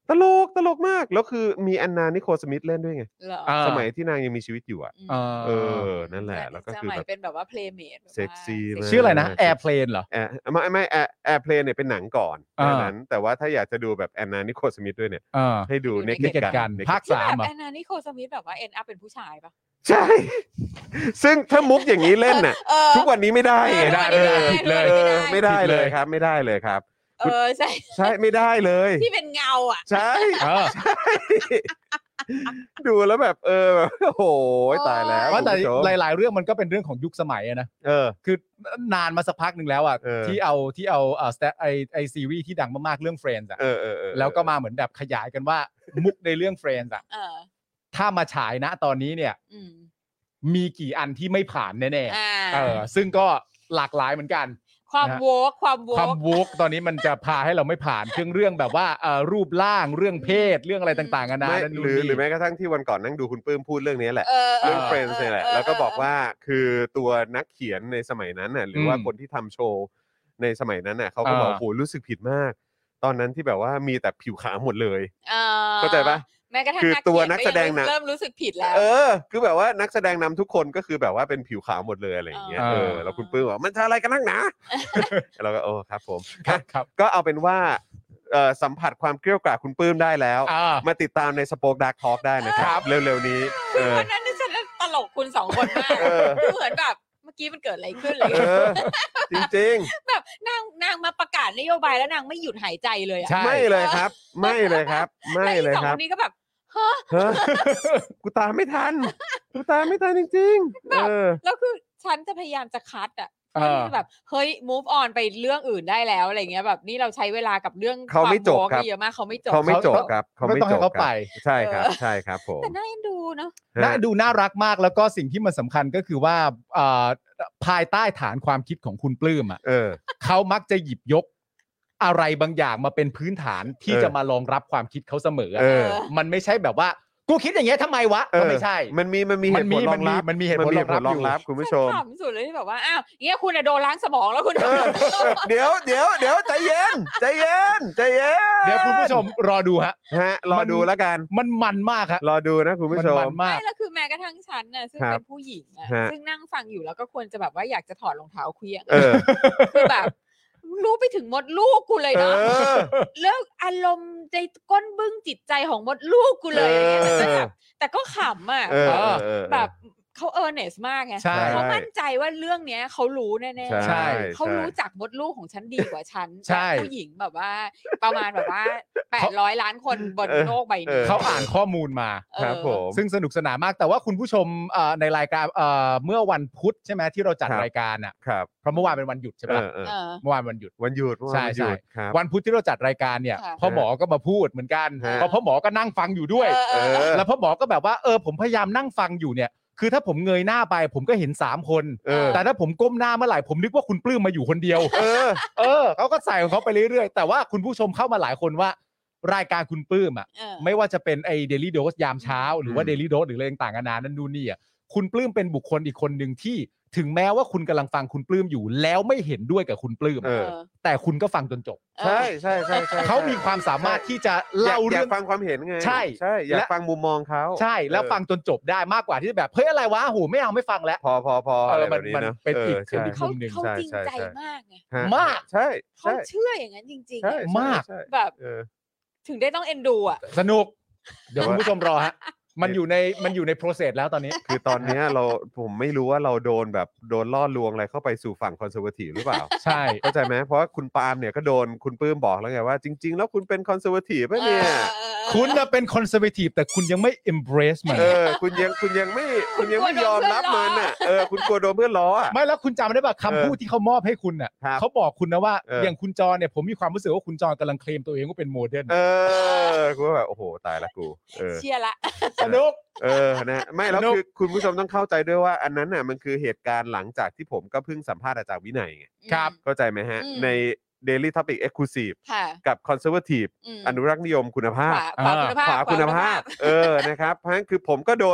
Speaker 3: ตลกตลกมากแล้วคือมีแอนนานิโคลสมิธเล่นด้วยไง
Speaker 5: เหรอ
Speaker 4: อ่า
Speaker 3: สมัยที่นางยังมีชีวิตอยู่อ่ะ
Speaker 5: อืม
Speaker 4: เออ
Speaker 3: เออนั่นแหละแล้วก็
Speaker 5: ส
Speaker 3: คือ
Speaker 5: มัย
Speaker 3: แบบ
Speaker 5: เป็นแบบว่าเพลย์เมท
Speaker 3: เซ็กซี่มาก
Speaker 4: ชื่ออะไรนะแอร์เพลนเหรอ
Speaker 3: แอร์ไม่ไม่แอร์แอร์เพลนเนี่ยเป็นหนังก่อน
Speaker 4: อ่า
Speaker 3: ดังนั้น แต่ว่าถ้าอยากจะดูแบบแอนนานิโคลสมิธด้วยเนี่ย
Speaker 4: เออ
Speaker 3: ให้ดู
Speaker 5: ให้
Speaker 3: เน
Speaker 5: ดู
Speaker 3: เกต
Speaker 4: Naked
Speaker 3: กั
Speaker 4: Gun
Speaker 3: น
Speaker 4: ภาค
Speaker 5: ที่
Speaker 4: สา
Speaker 5: แบ
Speaker 4: ม
Speaker 5: บ
Speaker 4: อ่ะ
Speaker 5: แอนนานิโคลสมิธแบบว่าเอ็นอัพเป็นผู้ชายปะ
Speaker 3: ใช่ ซึ่งถ้ามุกอย่างนี้เล่นน่ะ
Speaker 5: เออ
Speaker 3: ทุกวันนี้ไม่ได้ไง
Speaker 5: ไม่ได้
Speaker 3: เออ
Speaker 5: ไม่ได้
Speaker 3: เออ
Speaker 5: ไม่
Speaker 3: ไม่
Speaker 5: ได้
Speaker 3: ได้
Speaker 4: ผิด
Speaker 3: เล
Speaker 4: เลย ย
Speaker 3: ครับ ไม่ได้เลยครับ
Speaker 5: เออใช่
Speaker 3: ใช่ไม่ได้เลย
Speaker 5: ที่เป็นเงาอ่ะ
Speaker 3: ใช่
Speaker 4: เออ
Speaker 3: ใช่ดูแล้วแบบเออแบบโอ้โหตายแล้ว
Speaker 4: ว่าแต่
Speaker 3: คุณผู้ชม
Speaker 4: หลาย ๆ เรื่องมันก็เป็นเรื่องของยุคสมัยอะนะ
Speaker 3: เออ
Speaker 4: คือนานมาสักพักหนึ่งแล้วอ่ะ
Speaker 3: เออ
Speaker 4: ที่เอาที่เอาเอ่อ stat- ไอไอซีรีส์ที่ดังมากๆเรื่อง Friends อ่ะ
Speaker 3: เออเออเออ
Speaker 4: แล้วก็มาเหมือนแบบขยายกันว่ามุกในเรื่อง Friends อ่ะ
Speaker 5: เออ
Speaker 4: ถ้ามาฉายณตอนนี้เนี่ย
Speaker 5: อืม
Speaker 4: มีกี่อันที่ไม่ผ่านแน่
Speaker 5: อ่า
Speaker 4: ๆเออซึ่งก็หลากหลายเหมือนกัน
Speaker 5: ความ
Speaker 4: นะฮะ
Speaker 5: โวกความโว
Speaker 4: ความ
Speaker 5: ก
Speaker 4: วกตอนนี้มันจะพาให้เราไม่ผ่านเรื่องเรื่องแบบว่าเอ่อรูปร่างเรื่องเพศเรื่องอะไรต่างๆกันานา
Speaker 3: ไม่
Speaker 4: นั่นนู่
Speaker 3: ห
Speaker 4: น
Speaker 3: รือ
Speaker 4: นี่
Speaker 3: หรือแม้กระทั่งที่วันก่อนนั่งดูคุณปื้มพูดเรื่องนี้แหละ
Speaker 5: เออ
Speaker 3: เรื่อง
Speaker 5: ออ
Speaker 3: Friends เนี่ยแหละ
Speaker 5: เออ
Speaker 3: แล้วก็บอกว่าคือตัวนักเขียนในสมัยนั้นน่ะหรือว่า
Speaker 4: อืม
Speaker 3: คนที่ทำโชว์ในสมัยนั้นน่ะเขาก็
Speaker 4: เออ
Speaker 3: บอกโอ้โหรู้สึกผิดมาก ตอนนั้นที่แบบว่ามีแต่ผิวขาวหมดเลย
Speaker 5: ออ
Speaker 3: เข้าใจปะ
Speaker 5: แม้กระทั่ง
Speaker 3: คือตัว
Speaker 5: เขีย
Speaker 3: นักแสดงน่ะ
Speaker 5: เริ่มรู้สึกผิดแล้ว
Speaker 3: เออ คือแบบว่านักแสดงนำทุกคนก็คือแบบว่าเป็นผิวขาวหมดเลยอะไรอย่างเงี้ย
Speaker 4: เออ
Speaker 3: เออแล้วคุณปื้มบอกมันจะอะไรกันนักหนา เราก็โอ้ครับผม
Speaker 4: ครับครับ
Speaker 3: ก็เอาเป็นว่าเอ่อสัมผัสความเกรี้ยวกราดคุณปื้มได้แล้ว
Speaker 4: อ่า
Speaker 3: มาติดตามในสป o อ e ดาร์ k ทอ l k ได้นะค
Speaker 4: ครั
Speaker 3: รับ
Speaker 4: บ
Speaker 3: เร็วๆนี้เออ
Speaker 5: วันนั้นนี่ฉันตลกคุณสองคนมาก
Speaker 3: เออ
Speaker 5: คือเหมือนแบบเมื่อกี้มันเกิดอะไรขึ้นเลย
Speaker 3: เออ จริง
Speaker 5: แบบนางนางมาประกาศนโยบายแล้วนางไม่หยุดหายใจเลยอะ
Speaker 4: ใช่
Speaker 3: ๆ ไม่เลยครับ ไม่เลยครับ ไม่
Speaker 5: แล้วอี
Speaker 3: เลย
Speaker 5: สอง
Speaker 3: ค
Speaker 5: ครับ นนี้ก็แบบฮะ
Speaker 3: เฮ้ยกูตามไม่ทันกูตามไม่ทันจริงๆ
Speaker 5: แบบ
Speaker 3: เออ
Speaker 5: แล้วคือฉันจะพยายามจะคัดอะ
Speaker 4: เออ
Speaker 5: แบบเฮ้ย move on ไปเรื่องอื่นได้แล้วอะไรเงี้ยแบบนี่เราใช้เวลากับเรื่อง
Speaker 3: เขาไม่จบ
Speaker 5: วามโว
Speaker 3: ครับ
Speaker 5: เยอะมากเขาไม่จบ
Speaker 3: เขาไม่จบ
Speaker 4: เขา
Speaker 3: ครับเขา
Speaker 4: ไม่
Speaker 3: ไม่
Speaker 4: ต้อง
Speaker 3: จ
Speaker 4: ให้
Speaker 3: บ
Speaker 4: เขา
Speaker 3: ค
Speaker 4: ไป
Speaker 3: รับใช่ครับ
Speaker 5: เออ
Speaker 3: ใช่ครับผม
Speaker 5: แต่น่าเอ็นดูเนาะ
Speaker 4: น่าดูน่ารักมากแล้วก็สิ่งที่มันสำคัญก็คือว่าเอ่อภายใต้ฐานความคิดของคุณปลื้มอ่ะ
Speaker 3: เออ
Speaker 4: เขามักจะหยิบยกอะไรบางอย่างมาเป็นพื้นฐานที่
Speaker 3: เออ
Speaker 4: จะมารองรับความคิดเขาเสมออะ
Speaker 3: เออ
Speaker 4: มันไม่ใช่แบบว่ากูคิดอย่างเงี้ยทำไมวะก็ไม่ใช่
Speaker 3: มันมีมันมีเห
Speaker 4: มัน
Speaker 3: ตุ
Speaker 4: มี
Speaker 3: ผลรองรับ
Speaker 4: มันมีมันมีเหตุผลรองรับ
Speaker 3: รองรับ
Speaker 4: อยู่
Speaker 3: คุณผู้ชม
Speaker 5: ฉันขำสุดเลยที่แบบว่าอ้าวเงี้ยคุณอะโดนล้างสมองแล้วคุณ
Speaker 3: เออเดี๋ยวเดี๋ยวเดี๋ยวใจเย็นใจเย็นใจเย็น
Speaker 4: เดี๋ยวคุณผู้ชมรอดูฮะ
Speaker 3: ฮะรอดูแล้วกัน
Speaker 4: มันมันมากฮะ
Speaker 3: รอดูนะคุณผู้ช
Speaker 4: มั
Speaker 3: ม
Speaker 4: นมาก
Speaker 5: ไม่แล้วคือแม้กระทั่งฉันน่ะซึ่ง
Speaker 3: ครับ
Speaker 5: เป็นผู้หญิงอะ
Speaker 3: ฮะ
Speaker 5: ซึ่งนั่งฟังอยู่แล้วก็ควรจะแบบว่าอยากจะถอดรองเท้าเคลียง
Speaker 3: เออ
Speaker 5: คือแบบรู้ไปถึงมดลูกกูเลย
Speaker 3: เอ
Speaker 5: เนาะ
Speaker 3: อ
Speaker 5: เลิกอารมณ์ใจก้นบึ้งจิตใจของมดลูกกูเลยอะไรเงี้ย
Speaker 3: เออ
Speaker 5: แต่แบบแต่ก็ขำอ่ะ
Speaker 3: เออ
Speaker 5: เพราะ
Speaker 3: เออเออ
Speaker 5: แบบเขาเออเนสมากไง
Speaker 4: ใช่
Speaker 5: เขามั่นใจว่าเรื่องเนี้ยเขารู้แน่
Speaker 3: ใช่
Speaker 5: ๆเขารู้จักมดลูกของฉันดีกว่าฉัน
Speaker 4: ใช่
Speaker 5: ผู้หญิงแบบว่า ประมาณแบบว่าแปดร้อยล้านคนบน
Speaker 3: เออ
Speaker 5: โลกใบ
Speaker 3: เอ
Speaker 5: นี้
Speaker 3: อ
Speaker 4: เขาอ่านข้อมูลมา
Speaker 3: ครับผม
Speaker 4: ซึ่งสนุกสนานมากแต่ว่าคุณผู้ชมเอ่อในรายการเอ่อเมื่อวันพุธใช่ไหมที่เราจัด
Speaker 3: ครับ
Speaker 4: รายการอ่ะ
Speaker 3: ครับ
Speaker 4: เพราะเมื่อวานเป็นวันหยุดใช่
Speaker 3: เอ
Speaker 4: ปะ
Speaker 3: อเออ
Speaker 5: เออ
Speaker 4: เมื่อวานวันหยุด
Speaker 3: วันหยุดวัน
Speaker 4: ใช่
Speaker 3: หยุด
Speaker 4: ใช่
Speaker 3: ครับ
Speaker 4: วันพุธที่เราจัดรายการเนี่ย
Speaker 5: ค่ะ
Speaker 4: พ่อหมอก็มาพูดเหมือนกัน
Speaker 3: ฮะ
Speaker 4: เพราะพ่อหมอก็นั่งฟังอยู่ด้วย
Speaker 5: เออเออ
Speaker 3: เออ
Speaker 4: แล้วพ่อหมอก็แบบว่าเออผมพยายามนั่งฟังอยู่เนี่ยคือถ้าผมเงยหน้าไปผมก็เห็นสามคน
Speaker 3: เออ
Speaker 4: แต่ถ้าผมก้มหน้าเมื่อไหร่ผมนึกว่าคุณปลื้มมาอยู่คนเดียว
Speaker 3: เออ
Speaker 4: เออเขาก็ใส่ของเขาไปเรื่อยๆแต่ว่าคุณผู้ชมเข้ามาหลายคนว่า รายการคุณปลื้มอ่ะ
Speaker 5: เออ
Speaker 4: ไม่ว่าจะเป็นไอ้เดลี่โดสยามเช้า หรือว่า
Speaker 3: อืม
Speaker 4: เดลี่โดสหรืออะไรต่างๆนานานั่นนู่นนี่อ่ะคุณปลื้มเป็นบุคคลอีกคนหนึ่งที่ถึงแม้ว่าคุณกำลังฟังคุณปลื้มอยู่ แล้วไม่เห็นด้วยกับคุณปลื้ม
Speaker 3: เออ
Speaker 4: แต่คุณก็ฟังจนจบ
Speaker 3: ใช่ใช่ใช่ใช่
Speaker 4: เขามีความสามารถที่จะ
Speaker 3: อยาก
Speaker 4: เล่า
Speaker 3: อยา
Speaker 4: เรื่
Speaker 3: ก
Speaker 4: อง
Speaker 3: ฟังความเห็นไง
Speaker 4: ใช่
Speaker 3: ใช่อยาก
Speaker 4: และ
Speaker 3: ฟังมุมมองเขา
Speaker 4: ใช่แล้ว
Speaker 3: เออ
Speaker 4: ฟังจนจบได้มากกว่าที่จะแบบเฮ้ยอะไรวะโหไม่เอาไม่ฟังแล้ว
Speaker 3: พอพอพอ
Speaker 4: เออ
Speaker 3: อะไร
Speaker 4: มั
Speaker 3: แบ
Speaker 4: น
Speaker 3: บนี้
Speaker 4: มัน
Speaker 3: นะ
Speaker 4: เป็นอีก
Speaker 3: ใช่
Speaker 4: เป็นอีก
Speaker 5: เขา
Speaker 4: มุมหนึ่ง
Speaker 5: เขา
Speaker 3: ใช่
Speaker 5: จริง
Speaker 3: ใช่
Speaker 5: ใจ
Speaker 3: ใช่
Speaker 5: มากไง
Speaker 3: ฮะ
Speaker 4: มาก
Speaker 3: ใช่
Speaker 5: เขา
Speaker 3: ใช่
Speaker 5: เชื่ออย่างนั้นจริงๆ
Speaker 3: ใช่
Speaker 5: อะ
Speaker 3: ใช่
Speaker 4: มาก
Speaker 3: ใช่
Speaker 5: แบบ
Speaker 3: เออ
Speaker 5: ถึงได้ต้องเอ็นดูอ่ะ
Speaker 4: สนุก เดี๋ยวคุณผู้ชมรอฮะมันอยู่ในมันอยู่ใน process แล้วตอนนี้
Speaker 3: คือตอนเนี้ยเราผมไม่รู้ว่าเราโดนแบบโดนล่อลวงอะไรเข้าไปสู่ฝั่งคอนเซอร์วทีฟหรือเปล่า
Speaker 4: ใช่
Speaker 3: เข้าใจไหมเพราะว่าคุณปาล์มเนี่ยก็โดนคุณปื้มบอกแล้วไงว่าจริง ๆ แล้วคุณเป็นคอนเซอร์วทีฟป่ะเนี่ย
Speaker 4: คุณน่ะเป็น conservative แต่คุณยังไม่ embrace มัน
Speaker 3: เออคุณยังคุณยังไม่คุณยังไม่ยอมรับมันอ่ะเออคุณกลัวโดนเพื่อนล้ออ่ะ
Speaker 4: ไม่แล้วคุณจำได้ป่ะคำพูดที่เขามอบให้คุณน่ะ
Speaker 3: ครับ
Speaker 4: เขาบอกคุณนะว่า
Speaker 3: เออ
Speaker 4: อ
Speaker 3: อ
Speaker 4: ย่างคุณจรเนี่ยผมมีความรู้สึกว่าคุณจรกำลังเคลมตัวเองว่าเป็นโมเดิร์น
Speaker 3: เออกูก็แบบโอ้โหตายละกูเออ
Speaker 5: เชียร์ละ
Speaker 4: สนุก
Speaker 3: เออนะไม่แล้ว
Speaker 4: สนุก
Speaker 3: คือคุณผู้ชมต้องเข้าใจด้วยว่าอันนั้นน่ะมันคือเหตุการณ์หลังจากที่ผมก็เพิ่งสัมภาษณ์อาจารย์วินัยไง
Speaker 4: ครับ
Speaker 3: เข้าใจไหมฮะ
Speaker 5: อืม
Speaker 3: ใน Daily Topic Exclusive
Speaker 5: ค่ะ
Speaker 3: กับ Conservative
Speaker 5: อืม
Speaker 3: อนุรักษ์นิยมคุณภาพ
Speaker 5: ขวาขวาคุณภาพ
Speaker 3: ขวาคุณภาพ เออนะครับเพราะฉะนั้นคือผมก็โดน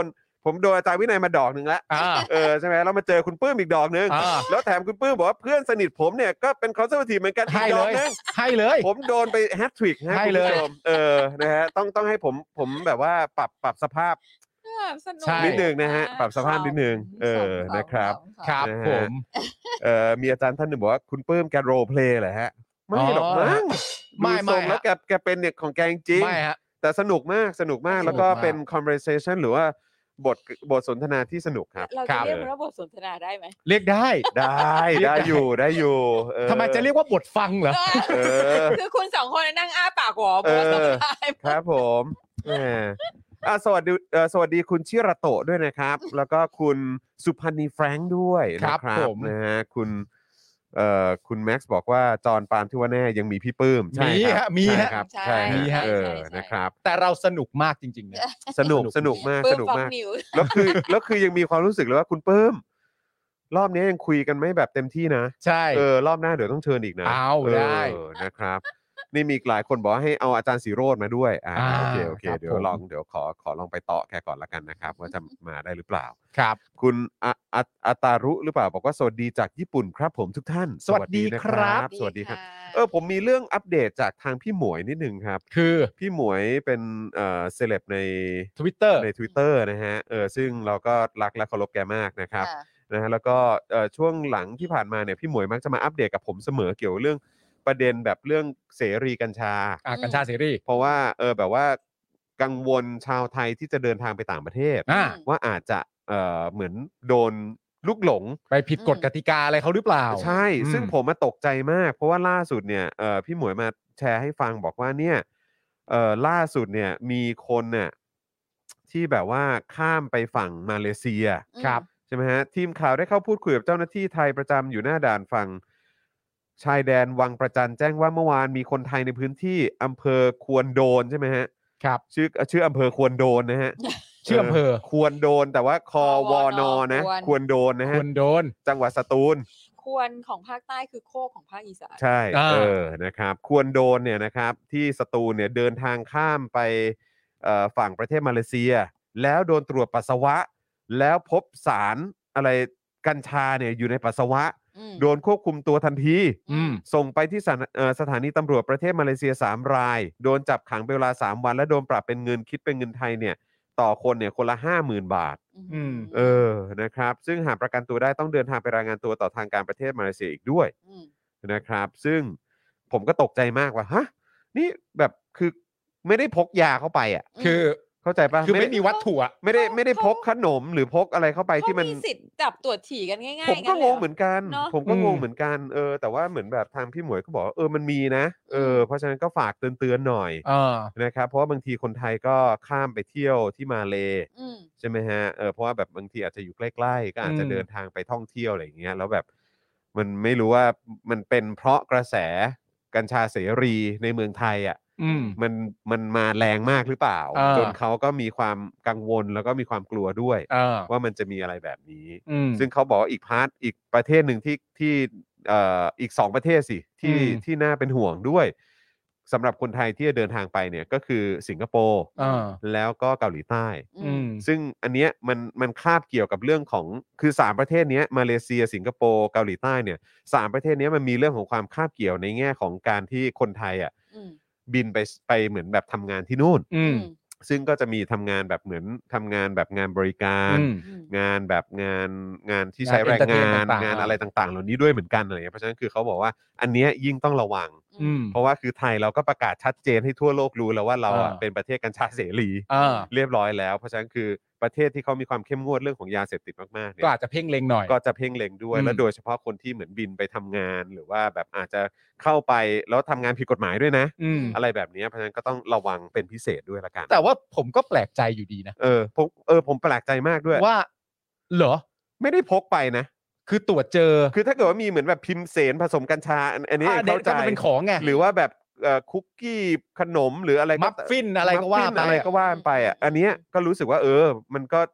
Speaker 3: ผมโดนอาจารย์วินัยมาดอกหนึ่งแล้ว
Speaker 4: อ่า
Speaker 3: เออใช่ไหมแล้วมาเจอคุณปื้มอีกดอกหนึ่ง
Speaker 4: อ่า
Speaker 3: แล้วแถมคุณปื้มบอกว่าเพื่อนสนิทผมเนี่ยก็เป็นคอนเซอร์เวทีฟเหมือนกันอี
Speaker 4: ให้
Speaker 3: กด
Speaker 4: เล
Speaker 3: อก
Speaker 4: ย
Speaker 3: หนึง
Speaker 4: ให้เลย
Speaker 3: ผมโดนไปแฮตทริกฮะ
Speaker 4: ให้
Speaker 3: คุณ
Speaker 4: เลย
Speaker 3: ผู้ชมเออนะฮะต้องต้องให้ผมผมแบบว่าปรับปรับสภาพ
Speaker 5: สนุก
Speaker 4: ใช่
Speaker 3: นิดนึงนะฮะปรับสภาพนิดนึงเออ
Speaker 5: ขำๆ
Speaker 3: นะครับ
Speaker 5: ขำๆ
Speaker 4: ครับ
Speaker 3: นะฮะ
Speaker 4: ผม
Speaker 3: เอ่อมีอาจารย์ท่านหนึ่งบอกว่าคุณปื้มแกโรลเพลย์เหรอฮะไม่หรอก
Speaker 4: อ๋อ
Speaker 3: มั้ง
Speaker 4: ไม่
Speaker 3: ดู
Speaker 4: ไม่
Speaker 3: ทรงแล้ว
Speaker 4: ฮะ
Speaker 3: แกแกเป็นเนี่ยของแกจริง
Speaker 4: ไม่ฮะ
Speaker 3: แต่สนุกมากสนุกมาก
Speaker 4: สนุก
Speaker 3: แล้วก็
Speaker 4: มาก
Speaker 3: เป็น conversation หรือว่าบทบทสนทนาที่สนุกครับ
Speaker 5: เรา
Speaker 4: ครั
Speaker 5: จะ
Speaker 4: บ
Speaker 5: เรียกมันว่าบทสนทนาได้ไหม
Speaker 4: เรียกได้
Speaker 3: ได้
Speaker 4: เรียก
Speaker 3: ได้
Speaker 4: ได้
Speaker 3: อยู่ได้อยู่เออ
Speaker 4: ทำไมจะเรียกว่าบทฟังเหรอ
Speaker 3: เออ
Speaker 5: คือคุณสองคนนั่งอ้าปากหัว
Speaker 3: เออ
Speaker 5: บทสนทนา
Speaker 3: ครับผมแหมอ่ะสวัสดีเอ่อสวัสดีคุณชิระโตะด้วยนะครับ แล้วก็คุณสุพันธ์นีแฟรงค์ด้วย
Speaker 4: ครั
Speaker 3: นะ
Speaker 4: บ
Speaker 3: ครับ
Speaker 4: ผม
Speaker 3: นะฮะคุณเอ่อคุณแม็กซ์บอกว่าจอห์นปาล์มที่ว่าแน่ยังมีพี่ปื้มใช่
Speaker 4: มี
Speaker 3: ครั
Speaker 4: ฮะ
Speaker 3: บ
Speaker 4: มี
Speaker 3: ใช่
Speaker 4: ฮะ
Speaker 3: ครับ
Speaker 5: ใช่
Speaker 3: ใช่
Speaker 4: มีฮะ
Speaker 3: เออ
Speaker 5: ใช่ใช่
Speaker 3: นะครับ
Speaker 4: แต่เราสนุกมากจริงๆนะ
Speaker 3: สนุก
Speaker 4: ส
Speaker 3: ส
Speaker 4: นุ
Speaker 3: นุ
Speaker 4: ก
Speaker 3: กมาก
Speaker 5: ปื้
Speaker 3: ส
Speaker 5: ม
Speaker 3: นุก
Speaker 5: ฟ็อก
Speaker 3: มาก
Speaker 5: นิวส์
Speaker 3: แล้วคือแล้วคือยังมีความรู้สึกเลยว่าคุณปื้ม รอบนี้ยังคุยกันไม่แบบเต็มที่นะ
Speaker 4: ใช่
Speaker 3: เออรอบหน้าเดี๋ยวต้องเชิญอีกนะ
Speaker 4: เอาได้
Speaker 3: เออนะครับ นี่มีอีกหลายคนบอกว่าให้เอาอาจารย์สีโรจน์มาด้วยอ่า
Speaker 4: อ่า
Speaker 3: โอเคโอเค
Speaker 4: ครับ
Speaker 3: เดี๋ยว
Speaker 4: ผม
Speaker 3: ลองเดี๋ยวขอขอลองไปต่อแกก่อนละกันนะครับ ว่าจะมาได้หรือเปล่า
Speaker 4: ครับ
Speaker 3: คุณอะอะอาตารุหรือเปล่าบอกว่าสวัสดีจากญี่ปุ่นครับผมทุกท่าน
Speaker 4: สวัสดี
Speaker 3: นะครับ สวัสดีครับ เออผมมีเรื่องอัปเดตจากทางพี่หมวยนิดนึงครับ
Speaker 4: คือ
Speaker 3: พี่หมวยเป็นเอ่อเซเลบใน
Speaker 4: Twitter
Speaker 3: ใน Twitter นะฮะเออซึ่งเราก็รักและเคารพแกมากนะครับ
Speaker 5: ค่ะ
Speaker 3: นะฮะแล้วก็เอ่อช่วงหลังที่ผ่านมาเนี่ยพี่หมวยมักจะมาอัปเดตกับผมเสมอเกี่ยวเรื่องประเด็นแบบเรื่องเสรีกัญชา
Speaker 4: อ่ากัญชาเสรี
Speaker 3: เพราะว่าเออแบบว่ากังวลชาวไทยที่จะเดินทางไปต่างประเทศ
Speaker 4: อ่า
Speaker 3: ว่าอาจจะเอ่อเหมือนโดนลูกหลง
Speaker 4: ไปผิดกฎกติกาอะไรเขาหรือเปล่า
Speaker 3: ใช่
Speaker 4: อืม
Speaker 3: ซึ่งผมมาตกใจมาก เพราะว่าล่าสุดเนี่ยเอ่อพี่หมวยมาแชร์ให้ฟังบอกว่าเนี่ยเอ่อล่าสุดเนี่ยมีคนเนี่ยที่แบบว่าข้ามไปฝั่งมาเลเซีย
Speaker 4: ครับ
Speaker 3: ใช่ไหมฮะทีมข่าวได้เข้าพูดคุยกับเจ้าหน้าที่ไทยประจำอยู่หน้าด่านฝั่งชายแดนวังประจันแจ้งว่าเมื่อวานมีคนไทยในพื้นที่อำเภอควนโดนใช่ไหมฮะ
Speaker 4: ครับ
Speaker 3: ชื่อชื่ออำเภอควนโดนนะฮะ
Speaker 4: ชื่ออำเภอ
Speaker 3: ควรโดนแต่ว่าคอวอนอนะ
Speaker 5: ควร
Speaker 3: ควรโดนนะ
Speaker 4: ค
Speaker 3: ฮะ
Speaker 4: วรโดน
Speaker 3: จังหวัดสตูล
Speaker 5: ควรของภาคใต้คือโคกของภาคอีสาน
Speaker 3: ใช่
Speaker 4: อ่า
Speaker 3: เออนะครับควรโดนเนี่ยนะครับที่สตูลเนี่ยเดินทางข้ามไปเอ่อฝั่งประเทศมาเลเซีย แล้วโดนตรวจปัสสาวะ แล้วพบสารอะไรกัญชาเนี่ยอยู่ในปัสสาวะ
Speaker 5: อืม
Speaker 3: โดนควบคุมตัวทันที
Speaker 4: อืม
Speaker 3: ส่งไปที่สถานเอ่อสถานีตำรวจประเทศมาเลเซียสามราย โดนจับขังเป็นเวลาสามวัน และโดนปรับเป็นเงินคิดเป็นเงินไทยเนี่ยต่อคนเนี่ยคนละ ห้าหมื่น บาท
Speaker 4: อืม
Speaker 3: เออนะครับซึ่งหากประกันตัวได้ต้องเดินทางไปรายงานตัวต่อทางการประเทศมาเลเซียอีกด้วย
Speaker 5: ม
Speaker 3: นะครับซึ่งผมก็ตกใจมากว่าฮะนี่แบบคือไม่ได้พกยาเข้าไปอ่ะ
Speaker 4: คือ
Speaker 3: เข้าใจปะ
Speaker 4: คือไม่
Speaker 3: ด้
Speaker 4: มีวัตถุอะ
Speaker 3: ไม่ได้ไม่ได้
Speaker 5: เขา
Speaker 3: พกขนมหรือพกอะไรเข้าไปที่
Speaker 5: เขา
Speaker 3: มัน
Speaker 5: มีสิทธิ์จับตรวจฉี่กันง่ายๆ
Speaker 3: ผมก็
Speaker 5: น
Speaker 3: ง
Speaker 5: เลย
Speaker 3: งเหมือนกัน
Speaker 5: เนอะ
Speaker 3: ผมก็งง
Speaker 4: อืม
Speaker 3: เหมือนกันเออแต่ว่าเหมือนแบบทางพี่หมวยก็บอกว่าเออมันมีนะเออ
Speaker 5: อืม
Speaker 3: เพราะฉะนั้นก็ฝากเตือนๆหน่อย
Speaker 4: เออ
Speaker 3: นะครับเพราะว่าบางทีคนไทยก็ข้ามไปเที่ยวที่มาเล
Speaker 5: อืม
Speaker 3: ใช่ไหมฮะเออเพราะว่าแบบบางทีอาจจะอยู่ใกล้ๆก็อาจจะ
Speaker 4: อืม
Speaker 3: เดินทางไปท่องเที่ยวอะไรอย่างเงี้ยแล้วแบบมันไม่รู้ว่ามันเป็นเพราะกระแสกัญชาเสรีในเมืองไทยอ่ะ
Speaker 4: อืม
Speaker 3: มันมันมาแรงมากหรือเปล่า
Speaker 4: เออ
Speaker 3: จนเขาก็มีความกังวลแล้วก็มีความกลัวด้วย
Speaker 4: เออ
Speaker 3: ว่ามันจะมีอะไรแบบนี้
Speaker 4: อืม
Speaker 3: ซึ่งเขาบอกว่าอีกพาร์ทอีกประเทศหนึ่งที่ที่เอ่ออีกสองประเทศสิที่
Speaker 4: อืม
Speaker 3: ที่น่าเป็นห่วงด้วยสำหรับคนไทยที่จะเดินทางไปเนี่ยก็คือสิงคโปร์
Speaker 4: เออ
Speaker 3: แล้วก็เกาหลีใต้
Speaker 4: อืม
Speaker 3: ซึ่งอันเนี้ยมันมันคาบเกี่ยวกับเรื่องของคือสามประเทศเนี้ยมาเลเซียสิงคโปร์เกาหลีใต้เนี่ยสามประเทศเนี้ยมันมีเรื่องของความคาบเกี่ยวในแง่ของการที่คนไทยอ่ะ
Speaker 5: อืม
Speaker 3: บินไปไปเหมือนแบบทำงานที่นู่น
Speaker 4: อืม
Speaker 3: ซึ่งก็จะมีทำงานแบบเหมือนทำงานแบบงานบริการ
Speaker 4: อืม
Speaker 5: อืม
Speaker 3: งานแบบงานงานที่ใช้
Speaker 4: งาน
Speaker 3: แรงงาน
Speaker 4: entertain ต่างๆ
Speaker 3: งานอะไรต่างๆ เหล่านี้ด้วยเหมือนกันอะไรเงี้ยเพราะฉะนั้นคือเขาบอกว่าอันเนี้ยยิ่งต้องระวัง
Speaker 4: อืม
Speaker 3: เพราะว่าคือไทยเราก็ประกาศชัดเจนให้ทั่วโลกรู้แล้วว่าเราอ่ะ
Speaker 4: อ่า
Speaker 3: เป็นประเทศกัญชาเสรี
Speaker 4: เออ
Speaker 3: เรียบร้อยแล้ว เพราะฉะนั้นคือประเทศที่เขามีความเข้มงวดเรื่องของยาเสพติดมากๆเนี่
Speaker 4: ก็
Speaker 3: ย
Speaker 4: อาจจะเพ่งเล็งหน่อย
Speaker 3: ก็จะเพ่งเล็งด้วย
Speaker 4: อืม
Speaker 3: และโดยเฉพาะคนที่เหมือนบินไปทำงาน หรือว่าแบบอาจจะเข้าไปแล้วทำงานผิดกฎหมายด้วยนะ
Speaker 4: อืม
Speaker 3: อะไรแบบนี้เพราะฉะนั้นก็ต้องระวังเป็นพิเศษด้วยละกัน
Speaker 4: แต่ว่าผมก็แปลกใจอยู่ดีนะ
Speaker 3: เออผมเออผมแปลกใจมากด้วย
Speaker 4: ว่า เหรอ
Speaker 3: ไม่ได้พกไปนะ
Speaker 4: คือตรวจเจอ
Speaker 3: คือถ้าเกิดว่ามีเหมือนแบบพิมพ์เสนผสมกัญชาอันอันนี้
Speaker 4: อ่าเด็
Speaker 3: เข้าก ใจ
Speaker 4: ก็มันเป็นของไง
Speaker 3: หรือว่าแบบเอ่อคุกกี้ขนมหรืออะไร
Speaker 4: มัฟฟินอะไรก็ว่า
Speaker 3: มัฟฟิน
Speaker 4: ไป
Speaker 3: อะไรก็ว่าไปอ่ะอันเนี้ยก็รู้สึกว่าเออ มันก็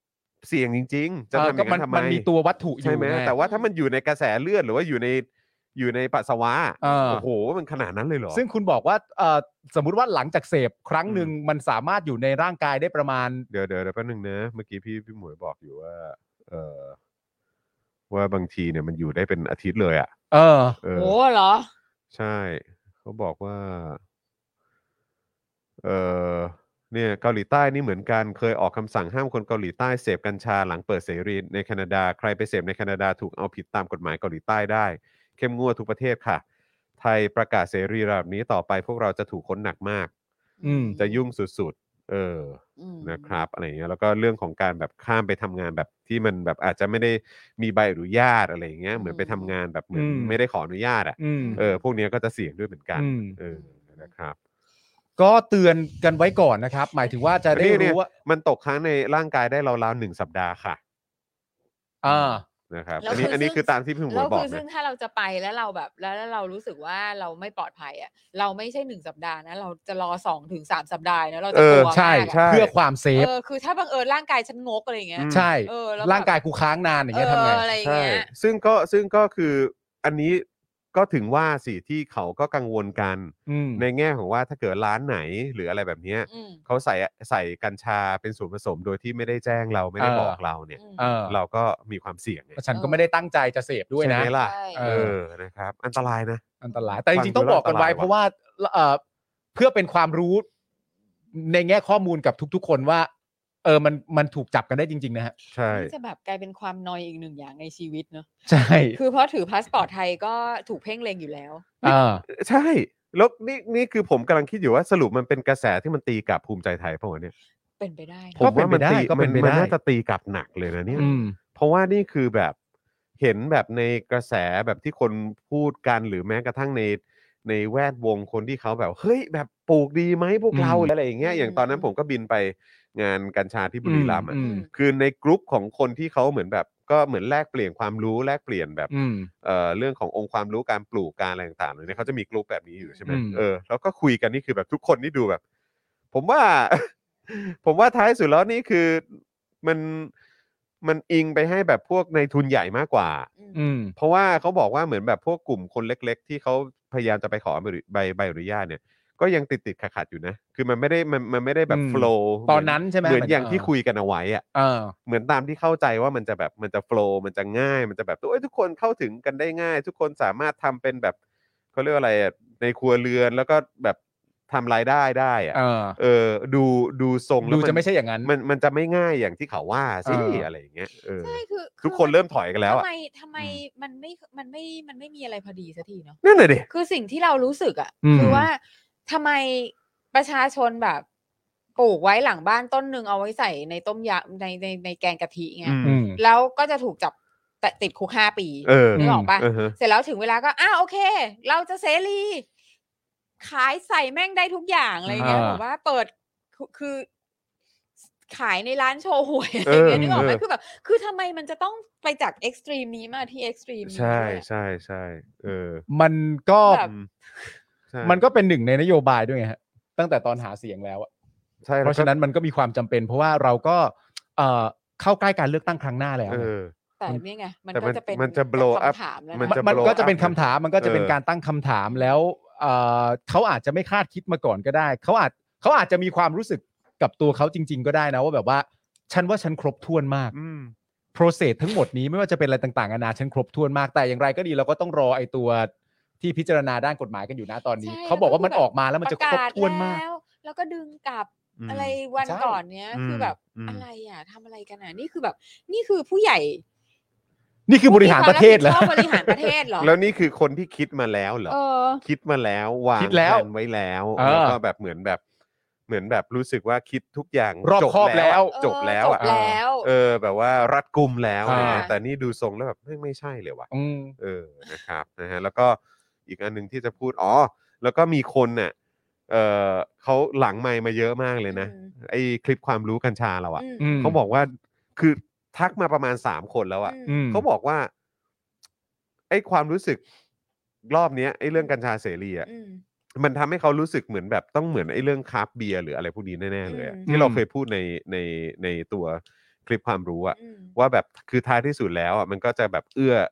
Speaker 3: เสี่ยงจริง ๆ จะ
Speaker 4: เออ
Speaker 3: ทำอย่าง
Speaker 4: ก็มั
Speaker 3: นั้น นทำไม
Speaker 4: มันมีตัววัตถุอยู่
Speaker 3: ใช่ไหม
Speaker 4: ง
Speaker 3: แต่ว่าถ้ามันอยู่ในกระแสเลือดหรือว่าอยู่ในอยู่ในปัสสาวะ
Speaker 4: เออ
Speaker 3: โอ้โหมันขนาดนั้นเลยเหรอ
Speaker 4: ซึ่งคุณบอกว่าเอ่อสมมุติว่าหลังจากเสพครั้งหนึ่งมันสามารถอยู่ในร่างกายได้ประมาณ
Speaker 3: เดี๋ยวเดี๋ยวเดี๋ยวแป๊บนึงนะเมื่อกี้พี่พี่หมวยบอกอยู่ว่าเออว่าบางทีเนี่ยมันอยู่ได้เป็นอาทิตย์เลยอ่ะ
Speaker 4: เออ
Speaker 3: เออ
Speaker 5: โอ้เหรอ
Speaker 3: ใช่เขาบอกว่าเออเนี่ยเกาหลีใต้นี่เหมือนกันเคยออกคำสั่งห้ามคนเกาหลีใต้เสพกัญชาหลังเปิดเสรีในแคนาดาใครไปเสพในแคนาดาถูกเอาผิดตามกฎหมายเกาหลีใต้ได้เข้มงวดทุกประเทศค่ะไทยประกาศเสรีระดับนี้ต่อไปพวกเราจะถูกค้นหนักมาก
Speaker 4: อืม
Speaker 3: จะยุ่งสุดๆเออ
Speaker 5: อืม
Speaker 3: นะครับอะไรอย่างเงี้ยแล้วก็เรื่องของการแบบข้ามไปทำงานแบบที่มันแบบอาจจะไม่ได้มีใบอนุญาตอะไรอย่างเงี้ยเหมือนไปทำงานแบบเหมือน
Speaker 4: อืม
Speaker 3: ไม่ได้ขออนุญาตอ่ะ
Speaker 4: อืม
Speaker 3: เออพวกเนี้ยก็จะเสี่ยงด้วยเหมือนกัน
Speaker 4: อืม
Speaker 3: เออนะครับ
Speaker 4: ก็เตือนกันไว้ก่อนนะครับ หมายถึงว่าจะได้
Speaker 3: นี่เนี่ย
Speaker 4: รู้ว่า
Speaker 3: มันตกค้างในร่างกายได้ราวๆหนึ่งสัปดาห์ค่ะ
Speaker 4: อ่า
Speaker 3: นะครับ
Speaker 5: แล้ว
Speaker 3: อันนี้
Speaker 5: คือ
Speaker 3: อันนี้
Speaker 5: ซึ่ง
Speaker 3: คือตามที่พี่หม
Speaker 5: แล้ว วย
Speaker 3: บอ
Speaker 5: คื
Speaker 3: ก
Speaker 5: อซึ่ง
Speaker 3: นะ
Speaker 5: ถ้าเราจะไปแล้วเราแบบแล้วแล้วเรารู้สึกว่าเราไม่ปลอดภัยอ่ะเราไม่ใช่หนึ่งสัปดาห์นะเราจะรอสองถึงสามสัปดาห์นะเราจะ
Speaker 3: เออก
Speaker 5: ลัว
Speaker 4: ใช่
Speaker 5: มากอะ
Speaker 3: ใช่
Speaker 4: เพื่อความเซฟ
Speaker 5: เออคือถ้าบังเอิญร่างกายฉันงกอะไรอย่างเงี้ย
Speaker 3: อืม
Speaker 4: ใช่
Speaker 5: เออแล้วแบบ
Speaker 4: ร่างกายกูค้างนานอย่างเงี้ยทำไง
Speaker 5: เอออะไรอย่าง
Speaker 3: ใช่
Speaker 5: เงี้ย
Speaker 3: ซึ่งก็ซึ่งก็คืออันนี้ก็ถึงว่าสิที่เขาก็กังวลกัน
Speaker 4: อืม
Speaker 3: ในแง่ของว่าถ้าเกิดร้านไหนหรืออะไรแบบเนี้ย
Speaker 5: อืม
Speaker 3: เขาใส่ใส่กัญชาเป็นส่วนผสมโดยที่ไม่ได้แจ้งเราไม่ได้
Speaker 4: เออ
Speaker 3: บอกเราเนี่ย
Speaker 5: อืม
Speaker 4: เออ
Speaker 3: เราก็มีความเสี่ยงไง
Speaker 4: ฉันก็ไม่ได้ตั้งใจจะเสพด้วย
Speaker 3: ใช่
Speaker 4: นะ
Speaker 3: ไหมล่ะ
Speaker 5: ใช่
Speaker 3: เออนะครับ อันตรายนะ
Speaker 4: อันตราย แต่จริงๆ
Speaker 3: ฟั
Speaker 4: ต้อง ง
Speaker 3: ดู
Speaker 4: บอกกันไว้
Speaker 3: แล้วอันตรายว่ะ
Speaker 4: เพราะว่าเอ่อเพื่อเป็นความรู้ในแง่ข้อมูลกับทุกๆ คนว่า เออมันมันถูกจับกันได้จริง ๆ นะฮะ
Speaker 3: ใช่
Speaker 5: นี่จะแบบกลายเป็นความนอยอีกหนึ่งอย่างในชีวิตเนอะ
Speaker 4: ใช่
Speaker 5: คือเพราะถือพาสปอร์ตไทยก็ถูกเพ่งเล็งอยู่แล้ว
Speaker 4: อ่า
Speaker 3: ใช่ แล้วนี่นี่คือผมกำลังคิดอยู่ว่าสรุปมันเป็นกระแสที่มันตีกลับภูมิใจไทยเปล่าวะเนี่ย
Speaker 5: เป็นไปได้
Speaker 3: ผมว่ามันตี
Speaker 4: ก็
Speaker 3: มั
Speaker 4: เป็น นไปได้
Speaker 3: มันน่าจะตีกลับหนักเลยนะเนี่ย
Speaker 4: อืม
Speaker 3: เพราะว่านี่คือแบบเห็นแบบในกระแสแบบที่คนพูดกันหรือแม้กระทั่งในในแวดวงคนที่เขาแบบเฮ้ยแบบปลูกดีไหมพวกเรา
Speaker 4: อืม
Speaker 3: อะไรอย่างเงี้ย
Speaker 5: อืม
Speaker 3: อย่างตอนนั้นผมก็บินไปงานกัญชาที่บุรีรัมย์อะ
Speaker 4: อืม
Speaker 3: คือในกลุ่มของคนที่เขาเหมือนแบบก็เหมือนแลกเปลี่ยนความรู้แลกเปลี่ยนแบบ
Speaker 4: อืม
Speaker 3: เอ่อเรื่องขององค์ความรู้การปลูกการอะไรต่างๆเลยเนี่ยเขาจะมีกลุ่มแบบนี้อยู่ใช่ไหม
Speaker 4: อืม
Speaker 3: เออแล้วก็คุยกันนี่คือแบบทุกคนนี่ดูแบบ ผมว่า ผมว่าท้ายสุดแล้วนี่คือมันมันอิงไปให้แบบพวกในทุนใหญ่มากกว่า
Speaker 4: อืม
Speaker 3: เพราะว่าเขาบอกว่าเหมือนแบบพวกกลุ่มคนเล็ก ๆ ที่เขาพยายามจะไปขอใบใบใบอนุญาตเนี่ย ก็ยังติดติดขัดขัดๆอยู่นะ คือมันไม่ได้มันมันไม่ได้แบบ
Speaker 4: อืม
Speaker 3: โฟล์
Speaker 4: ตอนนั้นใช่ไหม
Speaker 3: เหมือน
Speaker 4: เหมือน
Speaker 3: อย่างที่
Speaker 4: เออ
Speaker 3: คุยกันเอาไว้อะ
Speaker 4: เออ
Speaker 3: เหมือนตามที่เข้าใจว่ามันจะแบบมันจะโฟล์มันจะง่าย มันจะแบบโอ้ยทุกคนเข้าถึงกันได้ง่าย ทุกคนสามารถทำเป็นแบบเขาเรียกว่าอะไรอะในครัวเรือนแล้วก็แบบทำรายได้ได้อะ
Speaker 4: เออ
Speaker 3: เออดูดูทรงแล้
Speaker 4: ดู
Speaker 3: ว
Speaker 4: จะไม่ใช่อย่างนั้น
Speaker 3: มันมันจะไม่ง่ายอย่างที่เขาว่าสิ
Speaker 4: เอออ
Speaker 3: อะไรอย่างเงี้ยเออ
Speaker 5: ใช่คือ
Speaker 3: ทุกคนเริ่มถอยกันแล้ว
Speaker 5: ทำ
Speaker 3: อะ
Speaker 5: ไมทำไมมันไม่มันไม่มันไม่มีอะไรพอดีสักทีเนาะ
Speaker 3: นั่นแหละดิ
Speaker 5: คือสิ่งที่เรารู้สึกอ่ะ
Speaker 4: อืม
Speaker 5: คือว่าทำไมประชาชนแบบปลูกไว้หลังบ้านต้นหนึ่งเอาไว้ใส่ในต้มยำในในในแกงกะทิไง
Speaker 3: อืม
Speaker 4: อืม
Speaker 5: แล้วก็จะถูกจับแต่ติดคุกห้าปี
Speaker 3: เออ
Speaker 5: นึกออกปะ
Speaker 3: เออฮะ
Speaker 5: เสร็จแล้วถึงเวลาก็อ้าวโอเค เราจะเสรี ขายใส่แม่งได้ทุกอย่างอะไรเงี้ย
Speaker 4: อ่า
Speaker 5: ผมว่าเปิดคือคือ ขายในร้านโชว์หวยอะไรเงี้ย
Speaker 3: เออ
Speaker 5: นึกออกไหม
Speaker 3: เออ
Speaker 5: คือแบบ คือทำไมมันจะต้องไปจากเอ็กซ์ตรีมนี้มาที่เอ็กซ์ตรีมนี้
Speaker 3: ใช่
Speaker 5: ด้วยอะ
Speaker 3: ใช่ใช่เออ
Speaker 4: มันก็
Speaker 5: แบบ
Speaker 3: อืมใช่
Speaker 4: มันก็เป็นหนึ่งในนโยบายด้วยไงฮะ ตั้งแต่ตอนหาเสียงแล้วอะ
Speaker 3: ใช่
Speaker 4: เพราะฉะนั้นมันก็มีความจำเป็น เพราะว่าเราก็เอ่อเข้าใกล้การเลือกตั้งครั้งหน้าแล้ว
Speaker 3: เอ
Speaker 4: ไง
Speaker 3: อ
Speaker 5: แต่นี่ไง มัน
Speaker 3: แต่
Speaker 5: ก็
Speaker 3: มัน
Speaker 5: จะเป็น
Speaker 3: มันจะ blow up
Speaker 5: คำถามแล้ว
Speaker 3: มัน
Speaker 5: นะ
Speaker 3: จะ
Speaker 4: มัน
Speaker 3: blow
Speaker 4: ก็จะ
Speaker 3: up
Speaker 4: เป็นคำถามมันก็จะเป็น
Speaker 3: เออ
Speaker 4: การตั้งคำถามแล้วเอ่อเขาอาจจะไม่คาดคิดมาก่อนก็ได้เขาอาจเขาอาจจะมีความรู้สึกกับตัวเขาจริง ๆ ก็ได้นะว่าแบบว่าฉันว่าฉันครบถ้วนมาก
Speaker 3: อืม
Speaker 4: process ทั้งหมดนี้ไม่ว่าจะเป็นอะไรต่างๆนานาฉันครบถ้วนมากแต่อย่างไรก็ดีเราก็ต้องรอไอ้ตัวที่พิจารณาด้านกฎหมายกันอยู่นะตอนนี้
Speaker 5: ใช่
Speaker 4: เขาบอกว่ามัน
Speaker 5: แล้วก็คือ
Speaker 4: ออกมาแล้วมันจะครบถ้วนมาก
Speaker 5: ประกศแล้วแล้วก็ดึงกลับ
Speaker 3: อืม
Speaker 5: อะไรวัน
Speaker 4: ใช่
Speaker 5: ก่อนเนี้ย
Speaker 3: อืม
Speaker 5: คือแบบ
Speaker 3: อืม
Speaker 5: อะไรอ่ะทำอะไรกันอ่ะ นี่คือแบบ นี่คือผู้ใหญ่
Speaker 4: นี่คือบริหารประเทศ
Speaker 5: แล้
Speaker 4: แล้ว ว
Speaker 5: บริหารประเทศเหรอ
Speaker 3: แล้วนี่คือคนที่คิดมาแล้วเหรอ
Speaker 5: เออ
Speaker 3: คิดมาแล้ววาง
Speaker 4: คิดแล้ว
Speaker 3: ผนไว้แล้ว
Speaker 4: เออ
Speaker 3: แล้วก็แบบเหมือนแบบเหมือนแบบรู้สึกว่าคิดทุกอย่าง
Speaker 4: รอบ
Speaker 3: จบ
Speaker 4: คอบแล้ว
Speaker 3: อะจบแล้ว
Speaker 5: จ
Speaker 3: อ่ะ
Speaker 5: บแล้ว
Speaker 3: เออแบบว่ารัดกุมแล้ว
Speaker 4: อ่า
Speaker 3: อะไรเงี้ยแต่นี่ดูทรงแล้วแบบไม่ไม่ใช่เลยว่ะ
Speaker 4: อืม
Speaker 3: เออนะครับนะฮะแล้วก็อีกอันหนึงที่จะพูดอ๋อแล้วก็มีคนน่ะเออเขาหลังไมค์มาเยอะมากเลยนะ
Speaker 5: อืม
Speaker 3: ไอ้คลิปความรู้กัญชาเราอ่ะ
Speaker 5: อืม
Speaker 4: อืม
Speaker 3: เขาบอกว่าคือทักมาประมาณสามคนแล้วอ่ะ
Speaker 5: อืม
Speaker 4: ม
Speaker 3: เขาบอกว่าไอ้ความรู้สึกรอบเนี้ยไอ้เรื่องกัญชาเสรีอ่ะ
Speaker 5: อืม
Speaker 3: มันทำให้เขารู้สึกเหมือนแบบต้องเหมือนไอ้เรื่องคราฟต์เบียร์หรืออะไรพวกนี้แน่ๆเลยอะ
Speaker 5: อืม
Speaker 3: ที่เราเคยพูดในในในตัวคลิปความรู้อะ
Speaker 5: อืม
Speaker 3: ว่าแบบคือท้ายที่สุดแล้วอะมันก็จะแบบเอื้อ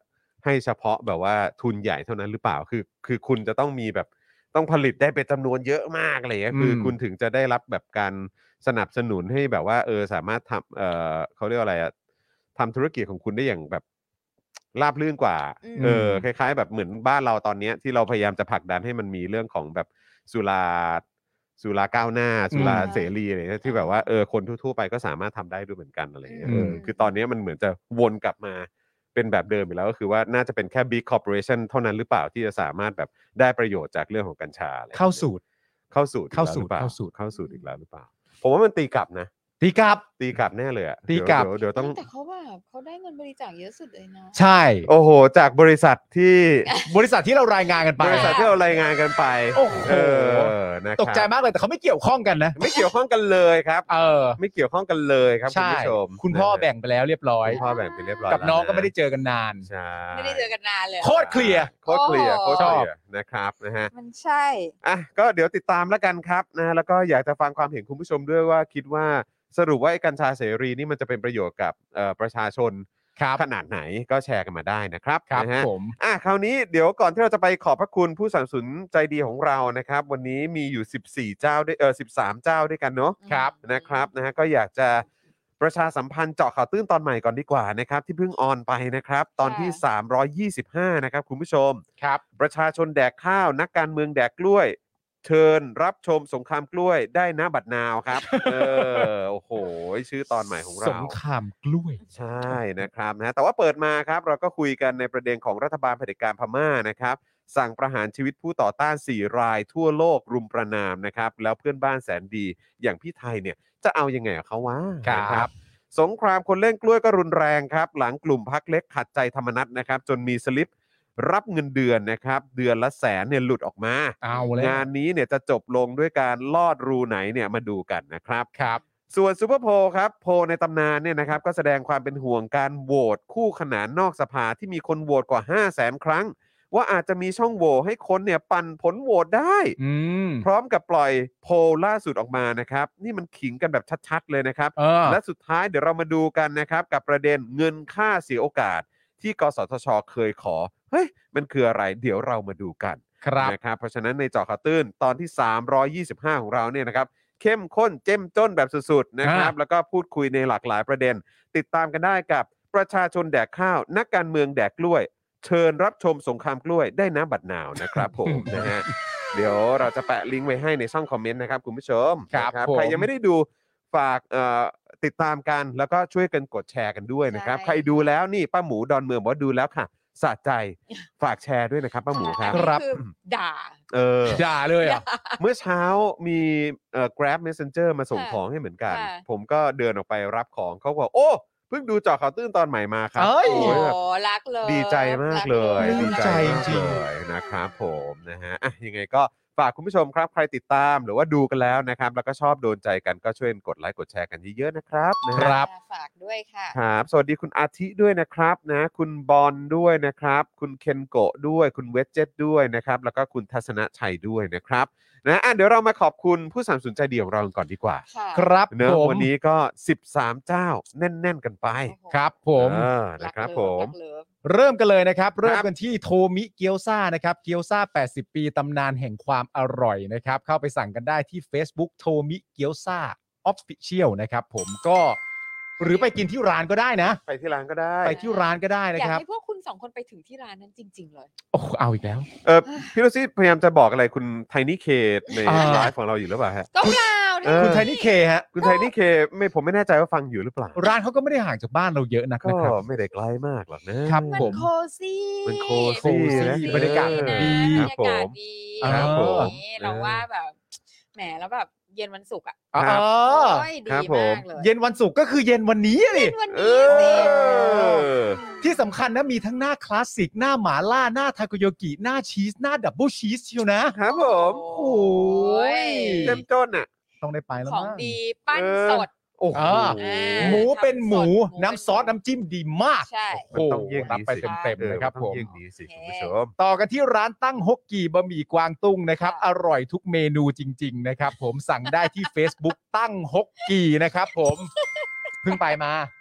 Speaker 3: ให้เฉพาะแบบว่าทุนใหญ่เท่านั้นหรือเปล่าคือคือคุณจะต้องมีแบบต้องผลิตได้เป็นจำนวนเยอะมากอะไรเงี้ยคือ
Speaker 4: อืม
Speaker 3: คุณถึงจะได้รับแบบการสนับสนุนให้แบบว่าเออสามารถทำเออเขาเรียกว่าอะไรอะทำธุรกิจของคุณได้อย่างแบบราบรื่นกว่า
Speaker 5: อืม
Speaker 3: เออคล้ายๆ แบบเหมือนบ้านเราตอนเนี้ยที่เราพยายามจะผลักดันให้มันมีเรื่องของแบบสุราสุราก้าวหน้าสุรา
Speaker 5: อืม
Speaker 3: เสรีอะไรเงี้ยที่แบบว่าเออคนทั่วๆไปก็สามารถทำได้ด้วยเหมือนกันอะไรเงี้ย
Speaker 4: อืม
Speaker 3: เออคือตอนเนี้ยมันเหมือนจะวนกลับมาเป็นแบบเดิมอีกแล้วก็คือว่าน่าจะเป็นแค่ Big Corporation เท่านั้นหรือเปล่าที่จะสามารถแบบได้ประโยชน์จากเรื่องของกัญชาอะไร
Speaker 4: เข้าสูตร
Speaker 3: เข้าสูตรอีก
Speaker 4: เข้า
Speaker 3: แล้ว
Speaker 4: สู
Speaker 3: ห
Speaker 4: ต
Speaker 3: รือ เปล่า
Speaker 4: เข้าสูตร
Speaker 3: เข้าสูตรอีกแล้วหรือเปล่าผมว่ามันตีกลับนะ
Speaker 4: ตีกลับ
Speaker 3: ตีกลับแน่เลยอะ
Speaker 4: ตีกลับ
Speaker 3: เดี๋ยวเดี๋ยวเดี๋ยวต้อง
Speaker 5: แต่เขาแบบเขาได้เงินบริจาคเยอะสุดเลยนะ
Speaker 4: ใช่
Speaker 3: โอ้โห จากบริษัทที่
Speaker 4: บริษัทที่เรารายงานกันไป
Speaker 3: บริษัทที่เรารายงานกันไป
Speaker 4: โอ้โห
Speaker 3: เออนะครับ
Speaker 4: ตกใจมากเลยแต่เขาไม่เกี่ยวข้องกันนะ
Speaker 3: ไม่เกี่ยวข้องกันเลยครับ
Speaker 4: เออ
Speaker 3: ไม่เกี่ยวข้องกันเลยครับคุณ
Speaker 4: ใช่
Speaker 3: ผู้ชม
Speaker 4: คุณพ่อ
Speaker 3: นะฮะ
Speaker 4: แบ่งไปแล้วเรียบร้อย
Speaker 3: คุณพ่อแบ่งไปเรียบร้อย
Speaker 4: กับ
Speaker 3: แล้ว
Speaker 4: น้องก็
Speaker 3: ะ
Speaker 4: ไม่ได้เจอกันนาน
Speaker 3: ใช่
Speaker 5: ไม่ได้เจอกันนานเลย
Speaker 4: โคตรเคลียร์
Speaker 3: โคตรเคลียร์
Speaker 5: โอ้
Speaker 3: โคตรเคลียร์นะครับนะฮะ
Speaker 5: มันใช่
Speaker 3: อ่ะก็เดี๋ยวติดตามแล้วกันครับนะแล้วก็อยากจะฟังความเห็นคุณผู้ชมด้วยว่าคิดว่าสรุปว่าไอ้กัญชาเสรีนี่มันจะเป็นประโยชน์กับเอ่อประชาชน
Speaker 4: ครับ
Speaker 3: ขนาดไหนก็แชร์กันมาได้นะครับ
Speaker 4: ครับ
Speaker 3: นะฮะ
Speaker 4: ผม
Speaker 3: อ่ะคราวนี้เดี๋ยวก่อนที่เราจะไปขอบพระคุณผู้สนับสนุนใจดีของเรานะครับ วันนี้มีอยู่สิบสี่เจ้าด้วยเออสิบสามเจ้าด้วยกันเนาะ
Speaker 4: ครับ
Speaker 3: นะครับนะฮะก็อยากจะประชาสัมพันธ์เจาะข่าวตื้นตอนใหม่ก่อนดีกว่านะครับที่เพิ่งออนไปนะครับตอนที่
Speaker 5: ค่ะ
Speaker 3: สามร้อยยี่สิบห้านะครับคุณผู้ชม
Speaker 4: ครับ
Speaker 3: ประชาชนแดกข้าวนักการเมืองแดกกล้วย เชิญรับชมสงครามกล้วยได้นะบัดนาวครับ เออโอ้โหชื่อตอนใหม่ของเรา
Speaker 4: สงครามกล้วย
Speaker 3: ใช่นะครับนะแต่ว่าเปิดมาครับเราก็คุยกันในประเด็นของรัฐบาลเผด็จการพม่านะครับสั่งประหารชีวิตผู้ต่อต้านสี่รายทั่วโลกรุมประณามนะครับแล้วเพื่อนบ้านแสนดีอย่างพี่ไทยเนี่ยจะเอายังไงกับเขาวะ
Speaker 4: ครับ
Speaker 3: นะสงครามคนเล่นกล้วยก็รุนแรงครับหลังกลุ่มพักเล็กขัดใจธรรมนัตนะครับจนมีสลิปรับเงินเดือนนะครับเดือนละแสนเนี่ยหลุดออกมา
Speaker 4: เอาแล้ว
Speaker 3: งานนี้เนี่ยจะจบลงด้วยการลอดรูไหนเนี่ยมาดูกันนะครับ
Speaker 4: ครับ
Speaker 3: ส่วนซูเปอร์โพลครับโพลในตำนานเนี่ยนะครับก็แสดงความเป็นห่วงการโหวตคู่ขนานนอกสภาที่มีคนโหวตกว่า ห้าแสน ครั้ง ว่าอาจจะมีช่องโหว่ให้คนเนี่ยปั่นผลโหวตได้
Speaker 4: อืม
Speaker 3: พร้อมกับปล่อยโพลล่าสุดออกมานะครับนี่มันขิงกันแบบชัดๆเลยนะครับ
Speaker 4: เออ
Speaker 3: และสุดท้ายเดี๋ยวเรามาดูกันนะครับกับประเด็นเงินค่าเสียโอกาสที่กสทชเคยขอเฮ้ยมันคืออะไรเดี๋ยวเรามาดูกัน
Speaker 4: ครับ
Speaker 3: นะครับเพราะฉะนั้นในเจาะข่าวตื้นตอนที่สามร้อยยี่สิบห้าของเราเนี่ยนะครับเข้มข้นเจ้มจ้นแบบสุดๆนะครับ
Speaker 4: อ่า
Speaker 3: แล้วก็พูดคุยในหลากหลายประเด็น ติดตามกันได้กับประชาชนแดกข้าว นักการเมืองแดกกล้วย เชิญรับชมสงครามกล้วยได้น้ำบัดนาวนะครับผม นะฮะเดี๋ยวเราจะแปะลิงก์ไว้ให้ในช่องคอมเมนต์นะครับคุณผู้ชม
Speaker 4: ครับ
Speaker 3: นะ
Speaker 4: ผม
Speaker 3: ใครยังไม่ได้ดูฝากเอ่อติดตามกันแล้วก็ช่วยกันกดแชร์กันด้วยนะครับ
Speaker 5: ใช่
Speaker 3: ใครดูแล้วนี่ป้าหมูดอนเมืองบอกว่าดูแล้วค่ะสะใจฝากแชร์ด้วยนะครับป้าหมูครับ
Speaker 5: อันนี้คือด่า
Speaker 3: เออ
Speaker 4: ด่าเลยอ่ะ
Speaker 3: เมื่อเช้ามีเอ่อ Grab Messenger มาส่ง
Speaker 5: ค่ะ
Speaker 3: ของให้เหมือนกัน
Speaker 5: ค่ะ
Speaker 3: ผมก็เดินออกไปรับของเขาบอกโอ้เพิ่งดูเจาะข่าวตื้นตอนใหม่มาครับ
Speaker 4: เอ้ย
Speaker 3: โอ้
Speaker 5: โอ้
Speaker 3: ยแบบ
Speaker 5: รักเลย
Speaker 3: ดีใจมากเลย
Speaker 5: รัก
Speaker 4: ดีใจ
Speaker 3: มาก
Speaker 4: จริง
Speaker 3: เลยนะครับผมนะฮะอ่ะยังไงก็ฝากคุณผู้ชมครับใครติดตามหรือว่าดูกันแล้วนะครับ แล้วก็ชอบโดนใจกันก็ช่วยกดไลค์กดแชร์กันเยอะๆนะครับนะ
Speaker 4: ค
Speaker 3: ฮะ
Speaker 4: รับ
Speaker 5: ฝากด้วยค่ะ
Speaker 3: ครับสวัสดีคุณอาทิด้วยนะครับนะคุณบอลด้วยนะครับ คุณเคนโกะด้วยคุณเวจเจตด้วยนะครับแล้วก็คุณทัศนชัยด้วยนะครับนะอ่ะเดี๋ยวเรามาขอบคุณผู้สนับสนุนใจดีของเราก่อนดีกว่า
Speaker 5: ค่ะ
Speaker 4: ครับ
Speaker 3: เนอะ
Speaker 4: ผม
Speaker 3: วันนี้ก็สิบสามเจ้าแน่น ๆ กันไป
Speaker 5: โอ้โห
Speaker 4: ครับผม
Speaker 3: เออ
Speaker 5: รั
Speaker 3: นะ
Speaker 5: ก
Speaker 3: ครับ
Speaker 5: เลิฟ
Speaker 3: ผม
Speaker 5: รักเลิฟ
Speaker 4: เริ่มกันเลยนะครับ เริ่มกันที่โทมิเกียวซ่านะครับเกียวซ่าแปดสิบปีตำนานแห่งความอร่อยนะครับเข้าไปสั่งกันได้ที่ Facebook โทมิเกียวซ่า Official นะครับผมก็หรือไปกินที่ร้านก็ได้นะ
Speaker 3: ไปที่ร้านก็ได้
Speaker 4: ไปที่ร้านก็ได้
Speaker 5: อ
Speaker 4: นะ
Speaker 5: ยาก
Speaker 4: ครับ
Speaker 5: ให้พวกคุณสองคนไปถึงที่ร้านนั้นจริง ๆ เลย
Speaker 4: โอ้เอาอีกแล้ว
Speaker 3: เออพี่โรซี่พยายามจะบอกอะไรคุณไทนี่เคใน
Speaker 4: อ่า
Speaker 3: ไลฟ์ของเราอยู่หรือเปล่าฮะ
Speaker 5: ก็เปล่า
Speaker 3: เออ
Speaker 4: คุณไทนี่เคฮะ
Speaker 3: คุณไทนี่เคไม่ผมไม่แน่ใจว่าฟังอยู่หรือเปล่า
Speaker 4: ร้านเขาก็ไม่ได้ห่างจากบ้านเราเยอะนัก
Speaker 3: ก็
Speaker 4: นะครับ
Speaker 3: ไม่ได้ไกลมากหรอกนะครับ
Speaker 5: มัน
Speaker 4: ผม
Speaker 5: โคซี่
Speaker 3: มันโค
Speaker 4: โค
Speaker 3: ซี่
Speaker 4: ซี่
Speaker 3: นะ
Speaker 4: บรรยากาศ
Speaker 5: นะ
Speaker 4: ดี
Speaker 5: บรรยากาศดี
Speaker 3: ครับผม
Speaker 5: อย่างนี้เราว่าแบบแหมแล้วแบบเย็นวันศุกร์อ่ะ
Speaker 4: อ๋อ
Speaker 3: ครับ
Speaker 5: โอ้ยดี
Speaker 3: ครับผม
Speaker 5: มากเลย
Speaker 4: เย็นวันศุกร์ก็คือเย็นวันนี้อะดิ
Speaker 5: เย็นวัน
Speaker 3: เอ
Speaker 5: นี้สิ
Speaker 3: อ
Speaker 4: ที่สำคัญนะมีทั้งหน้าคลาสสิกหน้าหมาล่าหน้าทาโกโยกิหน้าชีสหน้าดับเบิลชีสเชียวนะครับ
Speaker 3: ผม
Speaker 5: โอ้ย
Speaker 3: เต็มจนอ่ะ
Speaker 4: ต้องได้ไปแล้ว
Speaker 5: ของ
Speaker 4: มั้ง
Speaker 5: ดีปั้น
Speaker 3: เออ
Speaker 5: สด
Speaker 3: โอ้โห
Speaker 4: อ่า
Speaker 5: อ่า
Speaker 4: หมูเป็นหมู
Speaker 5: ทำสดหมู
Speaker 4: น้ำซอสน้ำจิ้มดีมาก
Speaker 5: ใช่
Speaker 3: มันต้องเยี่ยง
Speaker 4: รับ
Speaker 3: นี้
Speaker 4: ไป
Speaker 3: สิ
Speaker 4: เต็มๆนะครับ
Speaker 3: ออ
Speaker 4: ผม
Speaker 3: นต้องเยี่ยงนี้สิคุณผู้ชม
Speaker 4: ต่อกันที่ร้านตั้งฮกกี่บะหมี่กวางตุ้งนะครับ
Speaker 5: ค่ะ
Speaker 4: อร่อยทุกเมนูจริง ๆ นะครับ ผมสั่งได้ที่ Facebook ตั้งฮกกี่นะครับผมเพิ่งไปมา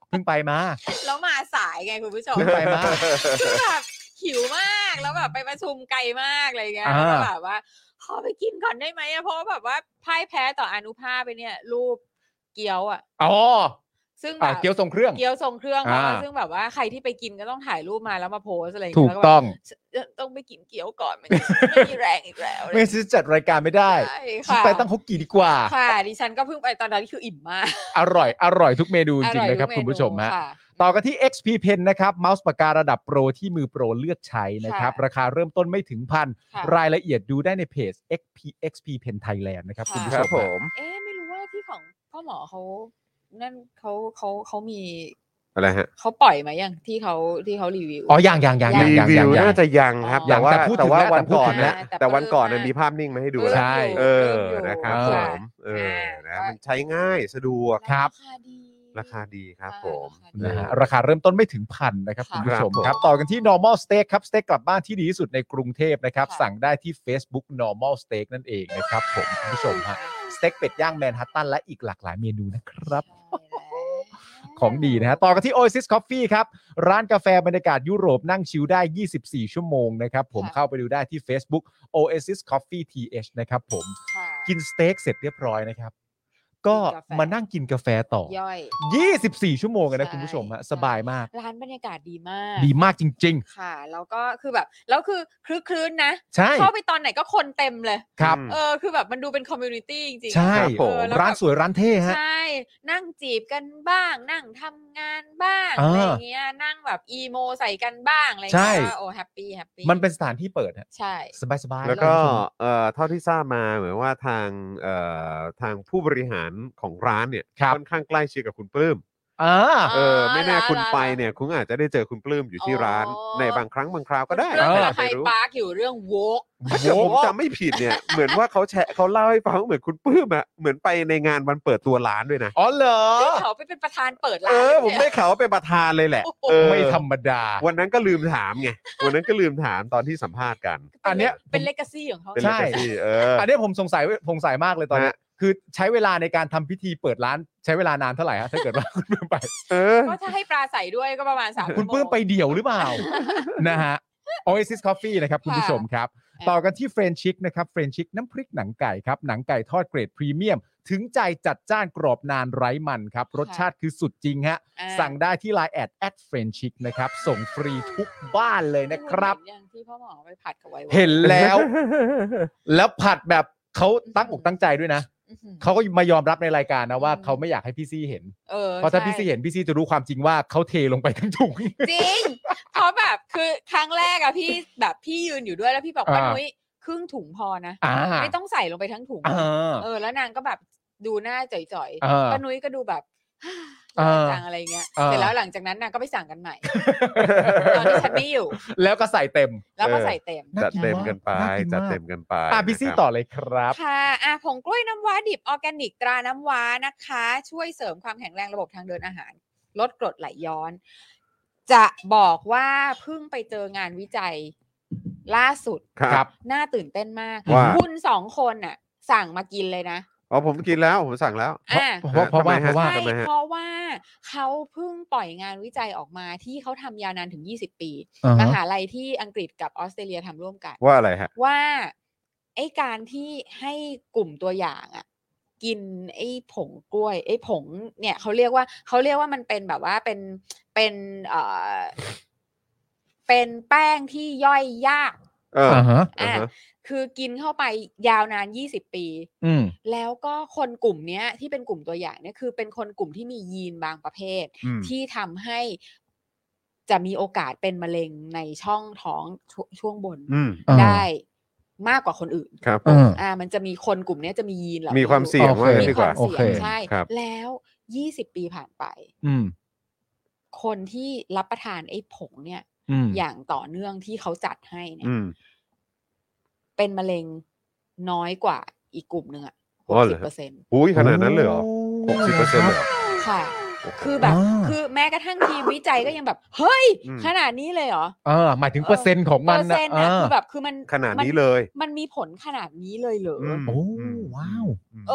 Speaker 4: เพิ่งไปมา
Speaker 5: แล้วมาสายไงคุณผู้ชม
Speaker 4: เพิ่งไปมา
Speaker 5: คือแบบหิวมากแล้วแบบไปประชุมไกลมากอะไรเงี้ย
Speaker 4: อ่า
Speaker 5: แล้วก็แบบว่าขอไปกินก่อนได้ไหมอะเพราะว่าแบบว่าพ่ายแพ้ต่ออานุภาพไปเนี่ย รูปเกี๊ยวอะ
Speaker 4: อ๋อ
Speaker 5: ซึ่งแบ
Speaker 4: อ่า
Speaker 5: บ
Speaker 4: เกี๊ยวทรงเครื่อง
Speaker 5: เกี๊ยวทรงเครื่องเพราะว่า
Speaker 4: อ่า
Speaker 5: ซึ่งแบบว่าใครที่ไปกินก็ต้องถ่ายรูปมาแล้วมาโพสอะไรอย่าง
Speaker 4: ถู
Speaker 5: เงี้ย
Speaker 4: ก
Speaker 5: แล้ว
Speaker 4: ต้อง
Speaker 5: แบบต้องไปกินเกี๊ยวก่อนไม่งั้นไม่มีแรงอีกแล้ว
Speaker 4: ไม่ซื้อจัดรายการไม่ได้
Speaker 5: ใช่
Speaker 4: ฉัน
Speaker 5: ค่ะ
Speaker 4: ไปตั้งฮกกี่ดีกว่า
Speaker 5: ค่ะดิฉันก็เพิ่งไปตอนนั้นคืออิ่มมาก
Speaker 4: อร่อย อร่อยทุกเมนูจริง
Speaker 5: อ
Speaker 4: ๆ
Speaker 5: อย
Speaker 4: นะครับ
Speaker 5: ทุก
Speaker 4: คุณผู้ชมฮะ
Speaker 5: เนูค่ะ
Speaker 4: ต่อกันที่ เอ็กซ์ พี Pen นะครับเมาส์ปากการะดับโปรที่มือโปรเลือกใช้นะครับ
Speaker 5: ค่ะ
Speaker 4: ราคาเริ่มต้นไม่ถึงพัน
Speaker 5: ค่ะ
Speaker 4: รายละเอียดดูได้ในเพจ เอ็กซ์ พี เอ็กซ์ พี Pen Thailand นะครับ
Speaker 5: ค่ะ
Speaker 4: คุณผู้
Speaker 3: ค
Speaker 4: ช
Speaker 3: รับ
Speaker 4: ม
Speaker 3: ผ
Speaker 4: ฮะ
Speaker 3: ม
Speaker 5: เอ๊ะไม่รู้ว่าที่ของพ่อหมอเขานั่นเขาเขาเขามี
Speaker 3: อะไรฮะ
Speaker 5: เขาปล่อยมายังที่เขาที่เขารีวิว
Speaker 4: อ๋อยังยังยัง
Speaker 5: ยั
Speaker 3: รี
Speaker 4: ยัง
Speaker 3: วิ
Speaker 4: ยั
Speaker 3: ว
Speaker 4: ง
Speaker 3: น่าจะยังครับ
Speaker 5: อ๋อ
Speaker 3: แต่ว่า
Speaker 4: แต่พูดถึ
Speaker 3: แต่
Speaker 4: ง
Speaker 3: ว่า
Speaker 4: แล้ว
Speaker 3: วันก่อน
Speaker 4: แต่พูดถึงแล้ว
Speaker 3: นะ
Speaker 5: แต่
Speaker 3: แต่วันก่อนนะ
Speaker 5: ปลื้ม
Speaker 3: มีภาพนิ่งมาให้ดู
Speaker 5: ปลื้ม
Speaker 3: แล้ว
Speaker 4: ใช่
Speaker 3: เออ
Speaker 5: ปลื้มอยู่
Speaker 3: นะครับผ
Speaker 5: ค่ะ
Speaker 3: มเออ
Speaker 5: อ่า
Speaker 3: นะมันใช้ง่ายสะดวก
Speaker 4: ครับ
Speaker 5: ราคาดี
Speaker 3: ราคาดีครับ
Speaker 5: ใช่
Speaker 3: ผม
Speaker 5: ราคาดี
Speaker 4: นะฮะราคาเริ่มต้นไม่ถึงพันนะครับ
Speaker 5: ค่ะ
Speaker 4: คุณผู้ชม
Speaker 3: ครับผม
Speaker 4: ครับต่อกันที่ normal steak ครับสเต็กกลับบ้านที่ดีที่สุดในกรุงเทพนะครับ
Speaker 5: ค่ะ
Speaker 4: สั่งได้ที่ Facebook normal steak นั่นเองนะครับผมคุณผู้ชมฮะสเต็กเป็ดย่างแมนฮัตตันและอีกหลากหลายเมนูนะครับ
Speaker 5: ใช่แล้ว
Speaker 4: ของดีนะฮะต่อกันที่ Oasis Coffee ครับร้านกาแฟบรรยากาศยุโรปนั่งชิลได้ยี่สิบสี่ชั่วโมงนะครับผม
Speaker 5: ค่ะ
Speaker 4: เข้าไปดูได้ที่ Facebook Oasis Coffee ที เอช นะครับผม
Speaker 5: ค่ะ
Speaker 4: กินสเต็กเสร็จเรียบร้อยนะครับก็
Speaker 5: กินกาแฟ
Speaker 4: มานั่งกินกาแฟต่อ
Speaker 5: ย่อย
Speaker 4: ยี่สิบสี่ชั่วโมงเลยนะ
Speaker 5: ใช่
Speaker 4: คุณผู้ชมฮะ
Speaker 5: ใช่
Speaker 4: สบายมาก
Speaker 5: ร้านบรรยากาศดีมาก
Speaker 4: ดีมากจริง
Speaker 5: ค่ะ แล้วก็คือแบบแล้วคือคลึกคลื้นนะ
Speaker 4: ๆ ใช่
Speaker 5: เข้าไปตอนไหนก็คนเต็มเลย
Speaker 4: ครับ
Speaker 5: เออคือแบบมันดูเป็นคอมมูนิตี้จริงๆ
Speaker 4: ใช่
Speaker 3: ครับผม
Speaker 5: เออแล้ว
Speaker 4: ร้าน
Speaker 5: แบบ
Speaker 4: สวยร้านเท่ฮะ
Speaker 5: ใช่ นั่งจีบกันบ้าง นั่งทำงานบ้าง
Speaker 4: อ่า
Speaker 5: อะไรเงี้ย นั่งแบบอีโมใส่กันบ้างอะไร
Speaker 4: ใช่
Speaker 5: เงี้ยว่าโอ้แฮปปี้แฮปปี้
Speaker 4: มันเป็นสถานที่เปิดฮะ
Speaker 5: ใช่
Speaker 4: สบายๆ
Speaker 3: แล้วก็
Speaker 4: คุณผู้ชม
Speaker 3: เอ่อเท่าที่ทราบมาเหมือนว่าทางเอ่อทางผู้บริหารของร้านเนี่ย
Speaker 4: ครับ
Speaker 3: ค่อนข้างใกล้ชิดกับคุณปลื้ม
Speaker 4: อ่า
Speaker 3: เออไม่แน่
Speaker 5: อ๋อ
Speaker 3: คุณ
Speaker 5: แล้ว
Speaker 3: ไป
Speaker 5: แล้ว
Speaker 3: เนี่ยคุณอาจจะได้เจอคุณปลื้มอยู่ที่ร้าน
Speaker 5: อ๋อ
Speaker 3: ในบางครั้งบางคราวก็ได้
Speaker 5: เรื่อง
Speaker 4: เออ
Speaker 5: กับไฮ
Speaker 3: ไม่รู้
Speaker 5: ปาร์คอยู่เรื่องโวก
Speaker 3: ถ้าเกิดผมจำไม่ผิดเนี่ย เหมือนว่าเขาแชร์เขาเล่าให้ฟังว่าเหมือนคุณปลื้มอะเหมือนไปในงานวันเปิดตัวร้านด้วยนะ
Speaker 4: อ๋อเหรอ
Speaker 5: ได้เขาไปเป็นประธานเปิดร้า
Speaker 3: เอน อ
Speaker 5: นี่ย
Speaker 3: ผมได้ข่าวว่าเป็นประธานเลยแหละ
Speaker 5: โอ้โห
Speaker 3: เออ
Speaker 4: ไม่ธรรมดา
Speaker 3: วันนั้นก็ลืมถามไงวันนั้นก็ลืมถามตอนที่สัมภาษณ์กัน
Speaker 4: อันเนี้ย
Speaker 5: เป็นเลกาซี่ของเขา
Speaker 3: เป็น
Speaker 4: ใช่
Speaker 3: เลกาซี่เออ
Speaker 4: อันนี้ผมสงสัยสงสัยมากเลยตอนเนี้ย
Speaker 3: ฮะ
Speaker 4: คือใช้เวลาในการทำพิธีเปิดร้านใช้เวลานานเท่าไหร่ฮะถ้าเกิดว่า คุณปลื้มไป
Speaker 3: เออ
Speaker 5: ก็ถ้าให้ปลาใส่ด้วยก็ประมาณสาม
Speaker 4: คุณปลื้มไปเดี่ยวหรือเปล่า นะฮะ Oasis Coffee นะครับคุณผู้ชมครับ ต่อกันที่เฟรนชิกนะครับเฟรนชิกน้ำพริกหนังไก่ครับหนังไก่ทอดเกรดพรีเมียม ถึงใจจัดจ้านกรอบนานไร้มันครับรสชาติคือสุดจริงฮะ
Speaker 5: อ่า
Speaker 4: สั่งได้ที่ ไลน์ แอดแอดเฟรนชิกนะครับส่งฟรีทุกบ้านเลยนะครับ
Speaker 5: เห็อย่างที่พ่อหมอไปผัดกับไว
Speaker 4: เห็นแล้ว แล้วผัดแบบเขาตั้งอกตั้งใจด้วยนะ
Speaker 5: อื้อหือ
Speaker 4: เขาก็มายอมรับในรายการนะว่า
Speaker 5: อืม
Speaker 4: เขาไม่อยากให้พี่ซี่เห็น
Speaker 5: เออ
Speaker 4: เพราะถ้า
Speaker 5: ใช่
Speaker 4: พี่ซี่เห็นพี่ซี่จะรู้ความจริงว่าเขาเทลงไปทั้งถุง
Speaker 5: จริง เพราะแบบคือครั้งแรกอะพี่แบบพี่ยืนอยู่ด้วยแล้วพี่บอกว่า
Speaker 4: อ่า
Speaker 5: นุ้ยครึ่งถุงพอนะ
Speaker 4: อ่า
Speaker 5: ไม่ต้องใส่ลงไปทั้งถุง
Speaker 4: อ่า
Speaker 5: เออแล้วนางก็แบบดูหน้าจ่อย
Speaker 4: อ่า
Speaker 5: ๆป้านุ้ยก็ดูแบบ
Speaker 4: อ่า
Speaker 5: จังอะไรเงี้ย
Speaker 4: อ่า
Speaker 5: เสร็จแล้วหลังจากนั้นนางก็ไปสั่งกันใหม่ ตอนที่ฉันไม่อยู่
Speaker 4: แล้วก็ใส่เต็ม
Speaker 5: แล้วก็
Speaker 3: เออ
Speaker 5: ใส่เต็ม
Speaker 3: จัดเต็มกันไป
Speaker 4: น่ากินมาก
Speaker 3: จัดเต็มกันไป
Speaker 4: อ่ะพี่ซี่
Speaker 3: นะครับ
Speaker 4: ต่อเลยครับ
Speaker 5: ค่ะอ่ะผงกล้วยน้ำว้าดิบออร์แกนิกตราน้ำว้านะคะ ช่วยเสริมความแข็งแรงระบบทางเดินอาหาร ลดกรดไหลย้อน จะบอกว่าเพิ่งไปเจองานวิจัยล่าสุด
Speaker 3: ครับ
Speaker 5: น่าตื่นเต้นมาก
Speaker 3: ว่า
Speaker 5: คุณสองคนน่ะ สั่งมากินเลยนะ
Speaker 3: อ๋อผมกินแล้วผมสั่งแล้ว
Speaker 5: อ่ะ
Speaker 4: เพราะเพราะว่า
Speaker 3: ทำไมฮะ
Speaker 4: เพราะว่า
Speaker 5: ใช่
Speaker 3: ทำไมฮะ
Speaker 5: เพราะว่าเขาเพิ่งปล่อยงานวิจัยออกมาที่เขาทำยาวนานถึงยี่สิบปี
Speaker 4: อ่าฮะ
Speaker 5: มหาลัยที่อังกฤษกับออสเตรเลียทำร่วมกัน
Speaker 3: ว่าอะไรฮะ
Speaker 5: ว่าไอ้การที่ให้กลุ่มตัวอย่างอ่ะ กินไอ้ผงกล้วย ไอ้ผงเนี่ยเขาเรียกว่าเขาเรียกว่ามันเป็นแบบว่าเป็นเป็นเอ่อเป็นแป้งที่ย่อยยาก
Speaker 3: เออ
Speaker 4: อ่าฮะ
Speaker 3: อ่า
Speaker 5: อ่ะ
Speaker 3: ฮะ
Speaker 5: คือกินเข้าไปยาวนานยี่สิบปี
Speaker 4: อืม
Speaker 5: แล้วก็คนกลุ่มเนี้ยที่เป็นกลุ่มตัวอย่างเนี่ยคือเป็นคนกลุ่มที่มียีนบางประเภท
Speaker 3: อืม
Speaker 5: ที่ทำให้จะมีโอกาสเป็นมะเร็งในช่องท้องชช่วงบน
Speaker 3: อืม
Speaker 4: อ่า
Speaker 5: ได้มากกว่าคนอื่น
Speaker 3: ครับผ
Speaker 4: อื
Speaker 3: ม
Speaker 4: ม
Speaker 5: อ่า มันจะมีคนกลุ่มเนี้ยจะมียีนเหล่า
Speaker 3: มี
Speaker 5: นี้
Speaker 3: ความ
Speaker 5: อยู่
Speaker 3: เสี่ยง
Speaker 4: โอเค
Speaker 3: ว่างั้น
Speaker 5: มี
Speaker 3: ดี
Speaker 5: ค
Speaker 3: ก
Speaker 5: วา
Speaker 3: ว่า
Speaker 5: มเสี่ยง
Speaker 4: โอเค
Speaker 5: ใช่
Speaker 3: ครับ
Speaker 5: แล้วยี่สิบปีผ่านไป
Speaker 4: อืม
Speaker 5: คนที่รับประทานไอ้ผงเนี่ย
Speaker 4: อืม
Speaker 5: อย่างต่อเนื่องที่เขาจัดให้เนี่ย
Speaker 3: อืม
Speaker 5: เป็นมะเร็งน้อยกว่าอีกกลุ่มหนึ่งอะห
Speaker 3: อ๋
Speaker 5: ก
Speaker 3: อเหร
Speaker 5: สิ
Speaker 3: อ
Speaker 5: บเปอร์เซ็นต์
Speaker 3: อุ้ยขนาดนั้นเลยเหรอหกสิบเปอร์เซ็นต์เลยเหรอ
Speaker 5: ค่ะ คือแบบ
Speaker 4: อ่า
Speaker 5: คือแม้กระทั่งทีมวิจัยก็ยังแบบ เฮ้ย
Speaker 3: อืม
Speaker 5: ขนาดนี้เลยเหรอ
Speaker 4: เออหมายถึงเปอร์เซ็นต์ของมัน
Speaker 5: เปอร์เซ็นต์อะ
Speaker 4: า
Speaker 5: คือแบบคือมัน
Speaker 3: ขนาดนี้
Speaker 5: มั
Speaker 3: เลย
Speaker 5: มันมีผลขนาดนี้เลยเหรออ
Speaker 3: ม
Speaker 4: โอ้
Speaker 3: อืม
Speaker 4: ว้าว
Speaker 3: อืม
Speaker 5: เอ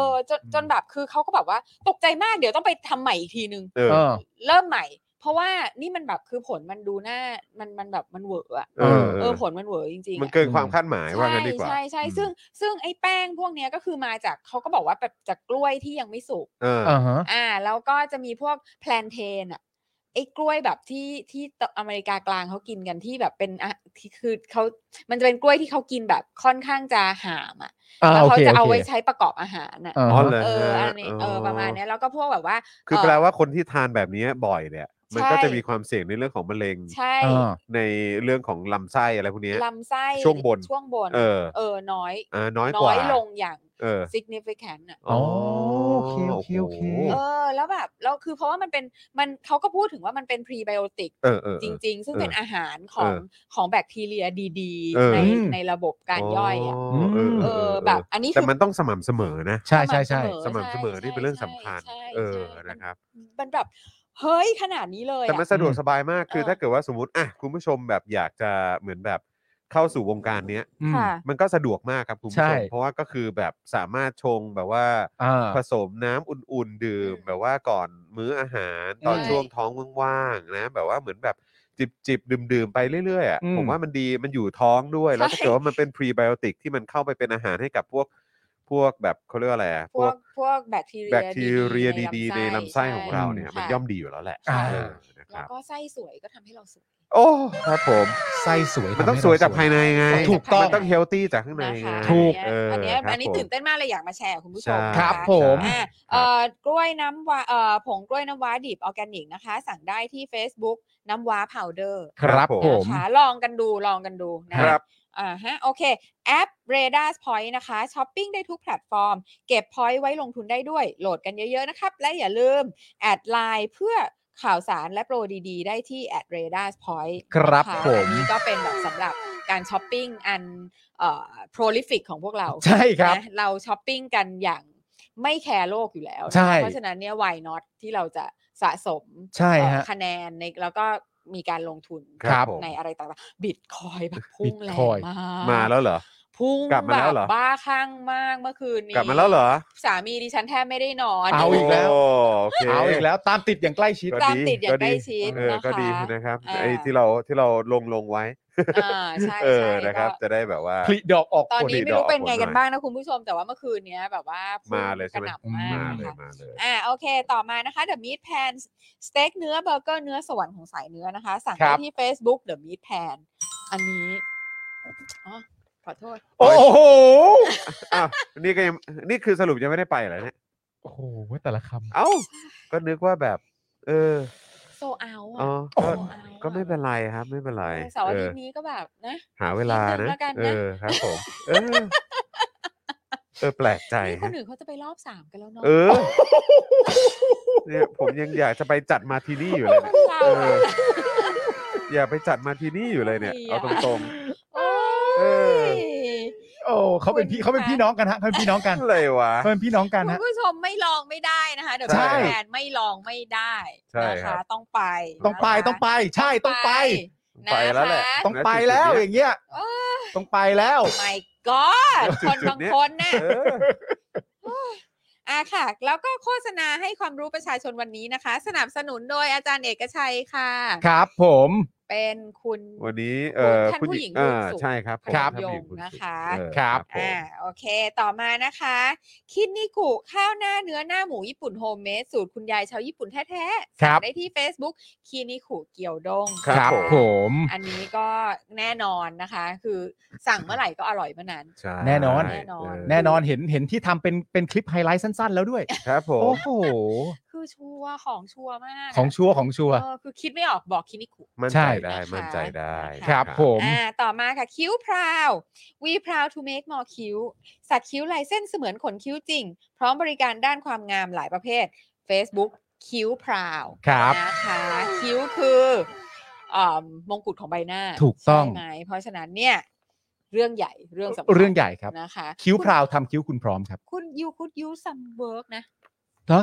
Speaker 5: เออจนจนแบบคือเขาก็แบบว่าตกใจมากเดี๋ยวต้องไปทำใหม่อีกทีนึง
Speaker 3: เออ
Speaker 4: เออ
Speaker 5: เริ่มใหม่ เพราะว่านี่มันแบบคือผลมันดูหน้ามันมันแบบมันเหวออะ
Speaker 3: เออ
Speaker 5: เออผลมันเหวอจริงๆ
Speaker 3: มัน
Speaker 5: อะ
Speaker 3: เกินความคาดหมายว่า
Speaker 5: ใช่
Speaker 3: งั้นดีกว่า
Speaker 5: ใช่ใช่
Speaker 3: อืม
Speaker 5: ซึ่งซึ่งไอ้แป้งพวกเนี้ยก็คือมาจากเขาก็บอกว่าแบบจากกล้วยที่ยังไม่สุก
Speaker 3: เออ
Speaker 4: อ่าฮะ
Speaker 5: อ่าแล้วก็จะมีพวกแพลนเทนอะไอ้กล้วยแบบที่ที่อเมริกากลางเขากินกันที่แบบเป็นอะที่คือเขามันจะเป็นกล้วยที่เขากินแบบค่อนข้างจะหามอะ
Speaker 4: อ่า
Speaker 5: แล้วเขา
Speaker 4: โอเค
Speaker 5: จะเอา
Speaker 4: โอเค
Speaker 5: ไว้ใช้ประกอบอาหารน่ะ
Speaker 4: อ่า
Speaker 3: อ๋อ
Speaker 4: ฮะ
Speaker 3: เหรอ
Speaker 5: เออ
Speaker 3: ฮะ
Speaker 5: อันนี้เออประมาณเนี้ยแล้วก็พวกแบบว่า
Speaker 3: คือ
Speaker 5: เ
Speaker 3: แปลว่าคนที่ทานแบบนี้บ่อยเนี่ย มันก็
Speaker 5: ใช่
Speaker 3: จะมีความเสี่ยงในเรื่องของมะเร็ง
Speaker 5: ใช่
Speaker 4: อ่า
Speaker 3: ในเรื่องของลำไส้อะไรพวกเนี้ย
Speaker 5: ลำไส้
Speaker 3: ช่วงบน
Speaker 5: ช่วงบน
Speaker 3: เออ
Speaker 5: เออน้อย
Speaker 3: อ่าน้อยก
Speaker 5: น้อ
Speaker 3: ว่า
Speaker 5: ยลงอย่าง
Speaker 3: เออ
Speaker 5: significant อ่ะ
Speaker 4: อ๋อโอเคโอเคโอเค
Speaker 5: เออแล้วแบบแล้วคือเพราะว่ามันเป็นมันเขาก็พูดถึงว่ามันเป็นพรีไบโอติก
Speaker 3: เออเออ
Speaker 5: จริง ๆ ซึ่ง
Speaker 3: เออ
Speaker 5: เป็นอาหารของ
Speaker 3: เออ
Speaker 5: ของแบคทีเรียดี
Speaker 3: เออ
Speaker 5: ๆ ใน
Speaker 4: อืม
Speaker 5: ในระบบการย่อยอ่ะ
Speaker 3: เออเออ
Speaker 5: เอ
Speaker 3: เอ
Speaker 5: อ
Speaker 3: อ
Speaker 5: แบบอันนี้
Speaker 3: แต่
Speaker 5: คือ
Speaker 3: มันต้องสม่ำเสมอนะ
Speaker 4: ใช่ใช่ใช่
Speaker 3: สม่ำเสมอนี่เป็นเรื่องสำคัญ
Speaker 5: ใช่
Speaker 3: เออ
Speaker 5: ใช่
Speaker 3: นะครับ
Speaker 5: มันแบบเฮ้ยขนาดนี้เลย
Speaker 3: แต่มัน
Speaker 5: อะ
Speaker 3: สะดวกสบายมาก คือ
Speaker 5: เออ
Speaker 3: ถ้าเกิดว่าสมมติอ่ะคุณผู้ชมแบบอยากจะเหมือนแบบเข้าสู่วงการเนี้ย
Speaker 4: อืม
Speaker 5: ค่ะ
Speaker 3: มันก็สะดวกมากครับคุณผู้ช
Speaker 4: ใช่
Speaker 3: ม เพราะว่าก็คือแบบสามารถชงแบบว่า
Speaker 4: อ่า
Speaker 3: ผสมน้ำอุ่นๆ ดื่ม
Speaker 5: อืม
Speaker 3: แบบว่าก่อนมื้ออาหาร ตอน
Speaker 5: ใช่
Speaker 3: ช่วงท้องว่างๆนะแบบว่าเหมือนแบบจิบๆ ดื่มๆ ไปเรื่อยๆอ่ะ
Speaker 4: อืม
Speaker 3: ผมว่ามันดีมันอยู่ท้องด้วย แล้ว
Speaker 5: ใช่
Speaker 3: ถ้าเกิดว่ามันเป็นพรีไบโอติกที่มันเข้าไปเป็นอาหารให้กับพวกพวกแบบเขาเรียกว่าอะไรอ่ะ
Speaker 5: พวกพวกแบคทีเรีย
Speaker 3: แบคทีเรีย
Speaker 5: ดี
Speaker 3: ดี
Speaker 5: ๆ
Speaker 3: ๆ ในลำไส้ของเราเนี่ย
Speaker 5: ใช่
Speaker 3: มันย่อมดีอยู่แล้วแหละ
Speaker 4: อ่า
Speaker 3: เออนะค
Speaker 5: แล้ว
Speaker 3: รับ
Speaker 5: ก็ไส้สวยก็ทำให้เราสวย
Speaker 3: โอ้ครับผม
Speaker 4: ไส้สวย
Speaker 3: มันต้อง
Speaker 4: ทำให้
Speaker 3: สวย
Speaker 4: เร
Speaker 3: จากภายในไง
Speaker 4: ถูกต้อง
Speaker 3: มันต้องเฮลตี้จากข้างใน
Speaker 5: นะ
Speaker 3: ไง
Speaker 5: คะ
Speaker 4: ถูก
Speaker 3: เออ
Speaker 5: อันเนี้ย
Speaker 3: ครับ
Speaker 5: อันนี้
Speaker 3: ผม
Speaker 5: ตื่นเต้นมากเลยอยากมาแชร์กับคุณผู้ชม
Speaker 3: ใช่
Speaker 5: นะะ
Speaker 4: ครับผม
Speaker 5: อ่าเอ่อกล้วยน้ำว้าเอ่อผงกล้วยน้ำว้าดิบออร์แกนิกนะคะ สั่งได้ที่ Facebook น้ำว้าพาวเดอร์
Speaker 4: ครับผม
Speaker 5: นะคะลองกันดูลองกันดูนะครับ อ่าฮะโอเคแอป Radar Point นะคะช้อปปิ้งได้ทุกแพลตฟอร์ม เก็บ point ไว้ลงทุนได้ด้วยโหลดกันเยอะๆนะครับ และอย่าลืม แอดไลน์เพื่อข่าวสารและโปรดีๆ ได้ที่ แอด Radar Point
Speaker 4: ครับ
Speaker 5: นะะ
Speaker 4: ผม
Speaker 5: อันนี้ก็เป็นแบบสำหรับการช้อปปิ้งอันเอ่อ prolific ของพวกเรา
Speaker 4: ใช่ครับ
Speaker 5: นะเราช้อปปิ้งกันอย่างไม่แคร์โลกอยู่แล้วนะ
Speaker 4: ใช่
Speaker 5: เพราะฉะนั้นเนี่ย why not ที่เราจะสะสม
Speaker 4: ใช่
Speaker 5: เอ่อ
Speaker 4: ฮะ
Speaker 5: คะแนนในแล้วก็มีการลงทุน
Speaker 3: ครับผม
Speaker 5: ในอะไรต่างๆบิตคอยแบบพุ่งแรง
Speaker 4: Bitcoin
Speaker 5: มาก
Speaker 3: มาแล้วเหรอ
Speaker 5: พุ่ง
Speaker 3: กลับมาแล้วเหรอ
Speaker 5: บบบ้าคลั่งมากเมื่อคืนนี้
Speaker 3: กลับมาแล้วเหรอ
Speaker 5: สามีดิฉันแทบไม่ได้นอน
Speaker 4: เอาอีกแล้ว
Speaker 3: โโอเค
Speaker 4: เอาอีกแล้วตามติดอย่างใกล้ชิด
Speaker 3: ก็
Speaker 5: ตามติดอย่างใกล้ชิด
Speaker 3: เออ
Speaker 5: นะคะ
Speaker 3: ก็ดีนะครับ
Speaker 5: อ่า
Speaker 3: ไอ้ที่เราที่เราลงลงไว้
Speaker 5: อ่าใช่
Speaker 3: เออ
Speaker 5: ใช่
Speaker 3: นะครับ
Speaker 5: ก็
Speaker 3: จะได้แบบว่า
Speaker 4: ผลิดอกออก
Speaker 5: ตอน
Speaker 4: ผล
Speaker 5: นี้
Speaker 3: ผล
Speaker 5: ไม่รู้เป็นไง
Speaker 3: ดอกผล
Speaker 5: กัน
Speaker 3: หน่อย
Speaker 5: บ้างนะคุณผู้ชม แต่ว่าเมื่อคืนเนี้ยแบบว่าพุ่ง
Speaker 3: มาเลยใช่ไหม
Speaker 5: กระหน่ำมาก
Speaker 3: มาเลย
Speaker 5: ค่ะ
Speaker 3: มาเลย
Speaker 5: อ่าโอเค ต่อมานะคะ The Meat Pan สเต็กเนื้อเบอร์เกอร์เนื้อสวรรค์ของสายเนื้อนะคะ สั่ง
Speaker 4: ครั
Speaker 5: ได้
Speaker 4: บ
Speaker 5: ที่ Facebook The Meat Pan อันนี้อ๋อขอโทษ
Speaker 4: โอ้โห
Speaker 3: อ้าวนี่ก็ยังนี่คือสรุปยังไม่ได้ไปเหรอเนี่ย
Speaker 4: โอ้โหแต่ละค
Speaker 3: เอ้า ก็นึกว่าแบบ เออ
Speaker 5: โซเอา
Speaker 3: อ๋อ
Speaker 5: อ่ะ
Speaker 3: ก็
Speaker 5: โซเอา
Speaker 3: ก็ไม่เป็นไรครับ ไม่เป็นไร
Speaker 5: เออเสาร์อา
Speaker 3: เอ
Speaker 5: ทิ
Speaker 3: อ
Speaker 5: ตย์นี้ก็แบบนะ
Speaker 3: หาเวลา
Speaker 5: นิดนึ
Speaker 3: นะ
Speaker 5: งแล้วกัน
Speaker 3: เอ
Speaker 5: นะ
Speaker 3: อครับผม เออ เออแปลกใจ
Speaker 5: นี่คน
Speaker 3: ฮะ
Speaker 5: อื่นเขาจะไปรอบสามกันแล้วเนาะ
Speaker 3: เออ เนี่ยผมยังอยากจะไปจัดมาทีนี่อยู่เลยเนี่ย
Speaker 5: เรา
Speaker 3: เออ
Speaker 5: อะ
Speaker 3: อยากไปจัดมาทีนี่อยู่เลยเนี่ย
Speaker 5: ดี
Speaker 3: เอา
Speaker 5: อะ
Speaker 3: ตรง
Speaker 5: โอ้
Speaker 3: เออ
Speaker 5: ย
Speaker 4: โอ้เขาเป็นพี่เขาเป็นพี่น้องกันฮะเขาเป็นพี่น้องกัน
Speaker 3: ๆอะไรวะ
Speaker 4: เขาเป็นพี่น้องกัน
Speaker 5: คุณ
Speaker 4: ฮะ
Speaker 5: ผู้ชมไม่ลองไม่ได้นะคะเดี๋ยว
Speaker 3: ใช่
Speaker 5: แฟนไม่ลองไม่ได้
Speaker 3: ใช่
Speaker 5: นะ
Speaker 3: ครั
Speaker 5: คะ
Speaker 3: บ
Speaker 5: ต้องไป
Speaker 4: ต้องไป
Speaker 5: นะคะ
Speaker 4: ต้องไป ใช่ต้องไป
Speaker 3: ไปแล้วแหละ
Speaker 5: นะคะ
Speaker 4: ต้องไปแล้ว
Speaker 3: ณจุดๆเนี้ย
Speaker 4: อย่างเงี้ย
Speaker 5: โอ้ย
Speaker 4: ต้องไปแล้ว
Speaker 5: my god
Speaker 3: จุ
Speaker 5: ค
Speaker 3: ด
Speaker 5: น
Speaker 3: ๆ
Speaker 5: บาง
Speaker 3: เนี้ย
Speaker 5: คนน่ะ
Speaker 3: เออ
Speaker 5: อ่ะค่ะ แล้วก็โฆษณาให้ความรู้ประชาชนวันนี้นะคะ สนับสนุนโดยอาจารย์เอกชัยค่ะ
Speaker 4: ครับผม
Speaker 5: เป็นคุณ
Speaker 3: วันนี้เออ
Speaker 5: ท่านผู้หญิง
Speaker 3: อ่า
Speaker 5: บุญสุข
Speaker 3: ใช่ครับผม
Speaker 4: ครับ
Speaker 3: ท่านผู้หญิงญสุข
Speaker 5: นะคะ
Speaker 3: เออ
Speaker 4: ครับ
Speaker 3: ผม
Speaker 5: อ่าโอเค ต่อมานะคะ คินิกุข้าวหน้าเนื้อหน้าหมูญี่ปุ่นโฮมเมดสูตรคุณยายชาวญี่ปุ่นแท้ๆ
Speaker 4: ครั
Speaker 5: สั่
Speaker 4: บ
Speaker 5: งได้ที่ Facebook คินิกุเกียวด้ง
Speaker 3: ครับ
Speaker 4: ผม
Speaker 5: อันนี้ก็แน่นอนนะคะ คือสั่งเมื่อไหร่ก็อร่อยเมื่อนั้น
Speaker 3: ใช่
Speaker 4: แน่นอน
Speaker 5: แน่นอน
Speaker 3: เ
Speaker 4: แน่นอนเห็นเห็นที่ทำเป็นเป็นคลิปไฮไลท์สั้นๆ แล้วด้วย
Speaker 3: ครับผม
Speaker 4: โอ้โห
Speaker 5: คือชัวร์ของชัวร์มากะ
Speaker 4: ของชัวร์ของชัวร์
Speaker 5: เออคือคิดไม่ออกบอกคินิกุ
Speaker 3: มั่น
Speaker 4: ใช่
Speaker 3: ใจได้
Speaker 5: นะคะ
Speaker 3: มั่นใจได้
Speaker 5: นะคะ
Speaker 4: ครับผม
Speaker 5: อ่าต่อมาค่ะคิ้วพราว we proud to make more คิ้ว สักคิ้วลายเส้นเสมือนขนคิ้วจริง พร้อมบริการด้านความงามหลายประเภท Facebook คิ้วพราว
Speaker 4: ครับ
Speaker 5: นะคะคิ้วคืออ่ามงกุฎของใบหน้า
Speaker 4: ถูกต้อง
Speaker 5: ใช่ไหมเพราะฉะนั้นเนี่ยเรื่องใหญ่เรื่องสำคัญ
Speaker 4: เรื่องใหญ่ครับ
Speaker 5: นะคะ
Speaker 4: คิ้ว
Speaker 5: ณ
Speaker 4: พราวทำคิ้วคุณพร้อมครับ
Speaker 5: คุณ you could use some work นะ
Speaker 4: แล้ว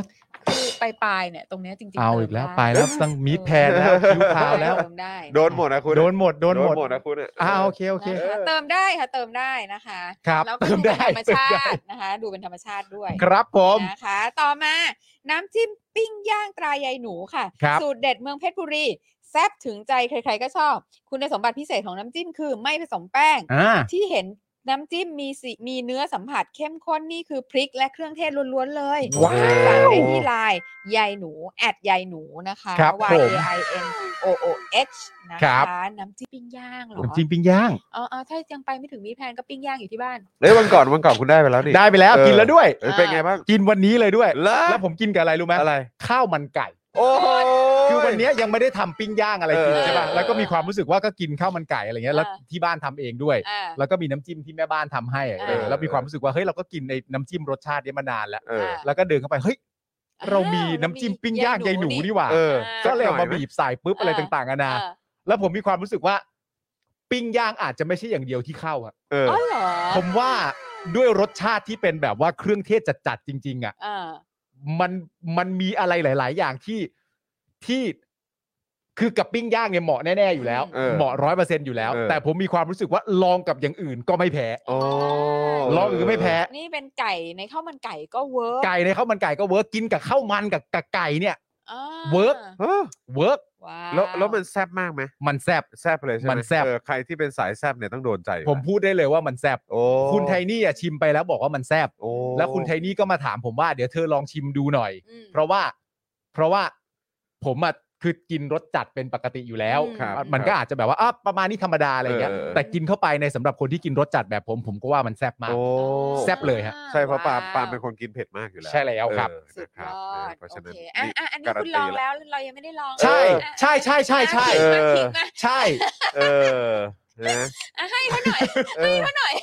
Speaker 5: คือปลายๆเนี่ยตรงเนี้ยจริงๆ
Speaker 4: เอา
Speaker 5: ติม
Speaker 4: อีกแล้ว
Speaker 5: ด้
Speaker 4: ไปแล้วตั้งมีดแพนแล้วคิ้วขาวแล้ว
Speaker 5: เติมได้
Speaker 3: โดนหมดนะคุณ
Speaker 4: โดนหมดโดนหมด
Speaker 3: หมดนะคุณะ
Speaker 4: อ่าโอเคโอเค
Speaker 5: นะคะเติมได้ค่ะเติมได้นะคะ
Speaker 4: ครับ
Speaker 5: แล้วก็
Speaker 4: เติ
Speaker 5: ดู
Speaker 4: ม
Speaker 5: เป็
Speaker 4: ได้
Speaker 5: นธรรมชาตินะคะ ดูเป็นธรรมชาติด้วย
Speaker 4: ครับผม
Speaker 5: นะคะ ต่อมาน้ำจิ้มปิ้งย่างตรายายหนูค่ะ
Speaker 4: ครับ
Speaker 5: สูตรเด็ดเมืองเพชรบุรีแซ่บถึงใจใครๆก็ชอบ คุณสมบัติพิเศษของน้ำจิ้มคือไม่ผสมแป้ง
Speaker 4: อ่า
Speaker 5: ที่เห็นน้ำจิ้มมีสีมีเนื้อสัมผัสเข้มข้นนี่คือพริกและเครื่องเทศล้วนๆเลย
Speaker 4: ว้าว
Speaker 5: สั่งได้ที่ไลน์ยายหนูแอดยายหนูนะคะ
Speaker 4: ครับ
Speaker 5: Y
Speaker 4: ผม
Speaker 5: A I N O O H นะ
Speaker 4: ครั
Speaker 5: คะ
Speaker 4: บ
Speaker 5: น้ำจิ้มปิ้งย่างเหรอ
Speaker 4: น้ำจิ้มปิ้งย่าง
Speaker 5: เอาเอาถ้ายังไปไม่ถึงมีแพนก็ปิ้งย่างอยู่ที่บ้าน
Speaker 3: เฮ้ยวันก่อนวันก่อนคุณได้ไปแล้วนี่
Speaker 4: ได้ไปแล้ว
Speaker 3: เออ
Speaker 4: กินแล้วด้วย
Speaker 3: เออเป็นไงบ้าง
Speaker 4: กินวันนี้เลยด้วย
Speaker 3: แล้ว
Speaker 4: แล้วผมกินกับอะไรรู้ไหม
Speaker 3: อะไร
Speaker 4: ข้าวมันไก่
Speaker 3: โอ้โห
Speaker 4: คือวันนี้ยังไม่ได้ทำปิ้งย่างอะไรกิน
Speaker 3: เออ
Speaker 4: ใช่ป่ะแล้วก็มีความรู้สึกว่าก็กินข้าวมันไก่อะไรเงี้ยแล้ว
Speaker 5: อ่า
Speaker 4: ที่บ้านทำเองด้วย
Speaker 5: อ่า
Speaker 4: แล้วก็มีน้ำจิ้มที่แม่บ้านทำให้อะ
Speaker 5: เออ
Speaker 4: เออแล้วมีความรู้สึกว่าเฮ้ยเราก็กินในน้ำจิ้มรสชาตินี้มานานแล้ว
Speaker 3: เออ
Speaker 4: แล้วก็เดินเข้าไปเฮ้ยเรามี
Speaker 5: อ้าว
Speaker 4: น้ำจิ้มปิ้งย่างยายหนูนี่หว่า
Speaker 3: เออ
Speaker 4: ก็เลยเอา
Speaker 3: สั
Speaker 4: มา
Speaker 3: หน่อไห
Speaker 4: บีบใส่ปุ๊บอะไรต่างๆนานา
Speaker 5: เออ
Speaker 4: แล้วผมมีความรู้สึกว่า ปิ้งย่างอาจจะไม่ใช่อย่างเดียวที่เข้าอะ
Speaker 3: เออ
Speaker 5: อ๋อเหรอ
Speaker 4: ผมว่าด้วยรสชาติที่เป็นแบบว่าเครื่องเทศจัดๆจริงๆอ่ะ
Speaker 5: อ่า
Speaker 4: มันมันมีอะไรหลาย ๆ อย่างที่ที่คือกับปิ้งย่างเนี่ยเหมาะแน่ๆอยู่แล้ว
Speaker 3: เออ
Speaker 4: เหมาะร้อยเปอร์เซ็นต์อยู่แล้ว
Speaker 3: เออ
Speaker 4: แต่ผมมีความรู้สึกว่าลองกับอย่างอื่นก็ไม่แพ้
Speaker 3: โอ้
Speaker 4: ลองอื่นไม่แพ้
Speaker 5: นี่เป็นไก่ในข้าวมันไก่ก็เวิร์ก
Speaker 4: ไก่ในข้าวมันไก่ก็เวิร์กกินกับข้าวมันกับกับไก่เนี่ย
Speaker 5: อ่า
Speaker 4: เวิร์ก
Speaker 3: เออ
Speaker 4: เวิร์ก
Speaker 5: ว้าว
Speaker 3: แล้วแล้วมันแซ่บมากไหม
Speaker 4: มันแซ่บ
Speaker 3: แซ่บเลยใช่ไหม
Speaker 4: มันแซ่บ
Speaker 3: เออใครที่เป็นสายแซ่บเนี่ยต้องโดนใจอยู่
Speaker 4: ผมพูดได้เลยว่ามันแซ่บ
Speaker 3: โอ้
Speaker 4: คุณไทนี่อ่ะชิมไปแล้วบอกว่ามันแซ่บ
Speaker 3: โอ้
Speaker 4: แล้วคุณไทนี่ก็มาถามผมว่าเดี๋ยวเธอลองชิมดูหน่อย
Speaker 5: อืม
Speaker 4: เพราะว่าเพราะว่าผมอ่ะคือกินรสจัดเป็นปกติอยู่แล้ว
Speaker 5: อืมครับ
Speaker 4: มันก็อาจจะแบบว่าอ่ะประมาณนี้ธรรมดาอะไรเงี้ย
Speaker 3: เออ
Speaker 4: แต่กินเข้าไปในสำหรับคนที่กินรสจัดแบบผมผมก็ว่ามันแซ่บมาก
Speaker 3: โอ้
Speaker 4: แซ่บเลยฮะ
Speaker 3: ใช่เพราะปาล์ม
Speaker 5: ว้ว
Speaker 3: ปาล์มเป็นคนกินเผ็ดมากอยู่แล้ว
Speaker 4: ใช่แล้วครับ
Speaker 3: เออ
Speaker 5: สุด
Speaker 3: นะค
Speaker 5: ย
Speaker 3: รับ
Speaker 5: อ
Speaker 3: เออ
Speaker 5: ด
Speaker 3: เพราะ
Speaker 5: โอ
Speaker 3: ฉะนั้น
Speaker 5: เคอ่ะอ่ะอันนี้
Speaker 3: การั
Speaker 5: คุณ
Speaker 3: ตี
Speaker 5: ลองแล้วเรายังไม่ได้ลอง
Speaker 4: ใช่
Speaker 5: อ่ะ
Speaker 4: ใช่ใช่ใช่ใช่
Speaker 5: อ่ะขิงมาขิงมา
Speaker 4: ใช่
Speaker 3: เออนะ
Speaker 5: อ่ะให้เขาหน่อย
Speaker 3: เออ
Speaker 5: เขาหน่อย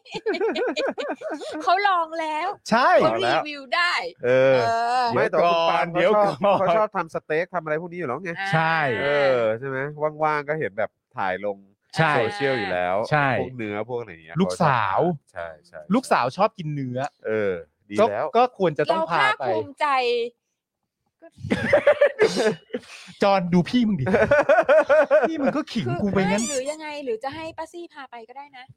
Speaker 5: เขาลองแล้ว
Speaker 4: ใช่
Speaker 5: เขา
Speaker 3: ลองแล้
Speaker 5: รี
Speaker 3: ว
Speaker 5: วิวได้
Speaker 3: เอ
Speaker 5: เอ
Speaker 3: อ
Speaker 5: อ
Speaker 3: ไม่แต่ว่าคุณปาล์ม
Speaker 4: เดี๋ยว
Speaker 3: เขาชอบ
Speaker 4: ก่อน
Speaker 3: เขาชอบทำสเต็กทำอะไรพวกนี้อยู่แล้วไง
Speaker 4: ใช่
Speaker 3: เออใช่ไหมว่างๆก็เห็นแบบถ่ายลง
Speaker 4: ใช่
Speaker 3: โซเชียลอยู่แล้ว
Speaker 4: ใช่
Speaker 3: พวกเนื้อพวกอะไรอย่างเงี้ย
Speaker 4: ลูกสาว
Speaker 3: ใช่ใช่
Speaker 4: ลูกสาวชอบกินเนื้อ
Speaker 3: เออ ดี
Speaker 4: ก็
Speaker 3: แล้ว
Speaker 4: ก็ควรจะต้อง
Speaker 5: เรา
Speaker 4: พา
Speaker 5: ภาค
Speaker 4: ไป
Speaker 5: ภูมิใจ
Speaker 4: จอนดูพี่มึงดิ พี่มึงก็ขิง
Speaker 5: คือ
Speaker 4: กูไปงั้น
Speaker 5: ม่หรือยังไงหรือจะให้ป้าซี่พาไปก็ได้นะ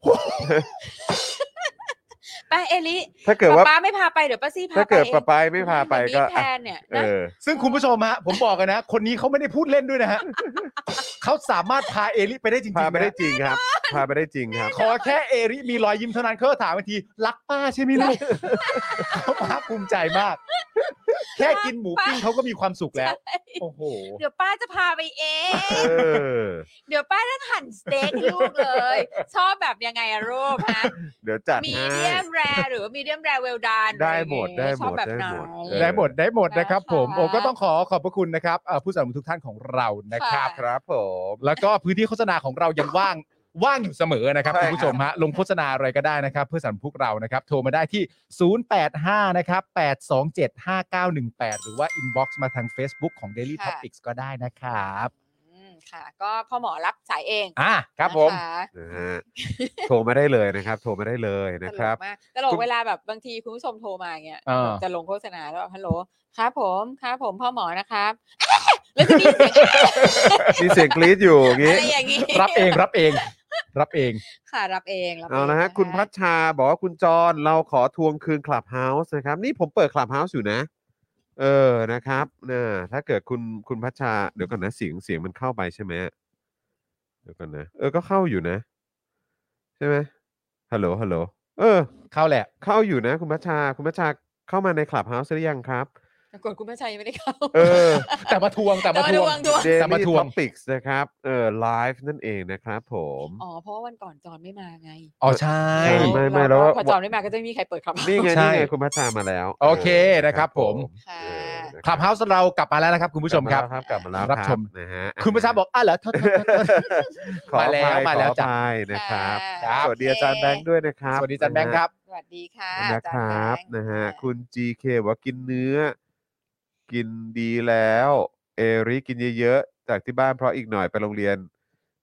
Speaker 5: ป้าเอลิ
Speaker 3: ถ้าเกิดว่า
Speaker 5: ป้าไม่พาไปเดี๋ยวป้าซี่พาไป
Speaker 3: ถ้าเกิด
Speaker 5: อง
Speaker 3: ปะปายไม่พาไปก็
Speaker 5: มีแพนเนี่ย
Speaker 3: เอ
Speaker 5: นะ
Speaker 3: อ
Speaker 4: ซึ่งคุณผู้ชมฮะผมบอกกันนะ คนนี้เขาไม่ได้พูดเล่นด้วยนะฮะ เขาสามารถพาเอริไปได้จริงๆ
Speaker 3: พาไปได้
Speaker 4: นะ
Speaker 3: จริงครับ พาไปได้จริงครับ
Speaker 4: ขอแค่เอริมีรอยยิ้มเท่านั้นเขาก็ถามทันทีรักป้าใช่ไหมลูก เขาภาคภูมิใจมาก แค่กินหมูปิ้งเขาก็มีความสุขแล้ว โอ้โห
Speaker 5: เดี๋ยวป้าจะพาไปเอง
Speaker 3: เออ
Speaker 5: เดี๋ยวป้าจะหั่นสเต็กให้ลูกเลย ชอบแบบยังไงอะรูปฮะ
Speaker 3: เดี๋ยวจัด
Speaker 5: มี
Speaker 3: ให้
Speaker 5: เดียมแรหรือมีเดียมแรเวลดาน
Speaker 3: ได้หมดได้หมด
Speaker 5: ชอบแบบ
Speaker 3: ได้
Speaker 5: ไหน
Speaker 3: หมดเออ
Speaker 4: ได้หมดได้หมดนะครับ ผม
Speaker 5: นะคะ
Speaker 4: โอ้ก็ต้องขอขอบพระคุณนะครับเอ่อผู้สนับสนุนทุกท่านของเรานะครับ
Speaker 5: ค่ะ
Speaker 3: ครับผม
Speaker 4: แล้วก็พื้นที่โฆษณาของเรายังว่างว่างอยู่เสมอนะครับ
Speaker 3: ใช่
Speaker 4: คุณผู้ชมฮะลงโฆษณาอะไรก็ได้นะครับ เพื่อสนับสนุนพวกเรานะครับ โทรมาได้ที่ ศูนย์ แปด ห้า นะครับ แปด สอง เจ็ด ห้า เก้า หนึ่ง แปด หรือว่า inbox มาทาง Facebook ของ Daily
Speaker 5: ค่ะ
Speaker 4: Topics ก็ได้นะครับ
Speaker 5: อืมค่ะ ก็พ่อหมอรับสายเอง
Speaker 4: อ่ะครับผม
Speaker 5: นะคะ
Speaker 3: นะฮะโทรมาได้เลยนะครับ โทรมาได้เลยนะครับ
Speaker 5: ตลกมากตลก
Speaker 3: คุณ
Speaker 5: เวลาแบบบางทีคุณผู้ชมโทรมาอย่างเงี้ย
Speaker 4: เออ
Speaker 5: จะลงโฆษณาแล้วแบบฮัลโหลครับผมครับผมพ่อหมอนะครับ แล้วจะมีเสียง
Speaker 3: มีเสียงกรี๊ดอยู่อย่าง
Speaker 5: อะ
Speaker 3: งี้
Speaker 5: ไรอย่างงี้
Speaker 4: รับเองรับเอง รับเอง
Speaker 5: ค่ะรับเองรับ
Speaker 3: เอาละฮะ
Speaker 5: ง
Speaker 3: คุณพัชชาบอกว่าคุณจรเราขอทวงคืนคลับเฮาส์นะครับ นี่ผมเปิดคลับเฮาส์อยู่นะ เออนะครับนะถ้าเกิดคุณคุณพัชชาเดี๋ยวก่อนนะเสียงเสียงมันเข้าไปใช่ไหมเดี๋ยวก่อนนะเออก็เข้าอยู่นะ ใช่ไหมฮัลโหลฮัลโหลเออ
Speaker 4: เข้าแหละ
Speaker 3: เข้าอยู่นะ คุณพัชชา คุณพัชชาเข้ามาในคลับเฮาส์หรือยังครับ
Speaker 5: ปรากฏคุณพัชชัยยังไม่ได้เข้า
Speaker 3: เออ
Speaker 4: แต่มาทวงแต่มาทวง
Speaker 5: แต่มาทวง
Speaker 4: แต่มา
Speaker 3: Daily
Speaker 4: ทวง
Speaker 3: Topics นะครับเออไลฟ์นั่นเองนะครับผม
Speaker 5: อ๋อเพราะว่าวันก่อนจอนไม่มาไง
Speaker 4: อ๋อใช่
Speaker 3: ไม่ไม่แล้วว่า
Speaker 5: พอจอนไม่มาก็จะไม่มีใครเปิดครับ
Speaker 3: นี่ไง
Speaker 4: ใช่
Speaker 3: นี่ไงคุณพัชชามาแล้ว
Speaker 4: โอเคนะครับผม
Speaker 5: ค่ะ
Speaker 3: เออนะ
Speaker 4: คลับเฮาส์เรากลับมาแล้วนะครับ คุณผู้ชมครับ
Speaker 3: กลับมาแล้ว
Speaker 4: รับชม
Speaker 3: นะฮะ
Speaker 4: คุณประชาบอกอ่ะเหรอโทษโทษโทษโทษ
Speaker 3: ขออภัย
Speaker 4: มาแล้ว
Speaker 3: ขออ
Speaker 4: จ้ะ
Speaker 3: ภัยนะครับ
Speaker 5: ค่ะ
Speaker 3: สวัสดีอาจารย์แบงค์ด้วยนะครับ
Speaker 4: สวัสดีอาจารย์แบงค์ครับ
Speaker 5: สวัสดีค่ะ
Speaker 3: นะ
Speaker 5: อา
Speaker 3: ค
Speaker 5: จา
Speaker 3: รั
Speaker 5: ย์
Speaker 3: บ
Speaker 5: แบงค์
Speaker 3: นะฮะ
Speaker 5: ค่ะ
Speaker 3: คุณ จี เค ว่ากินเนื้อ กินดีแล้ว เอริกินเยอะๆจากที่บ้านเพราะอีกหน่อยไปโรงเรียน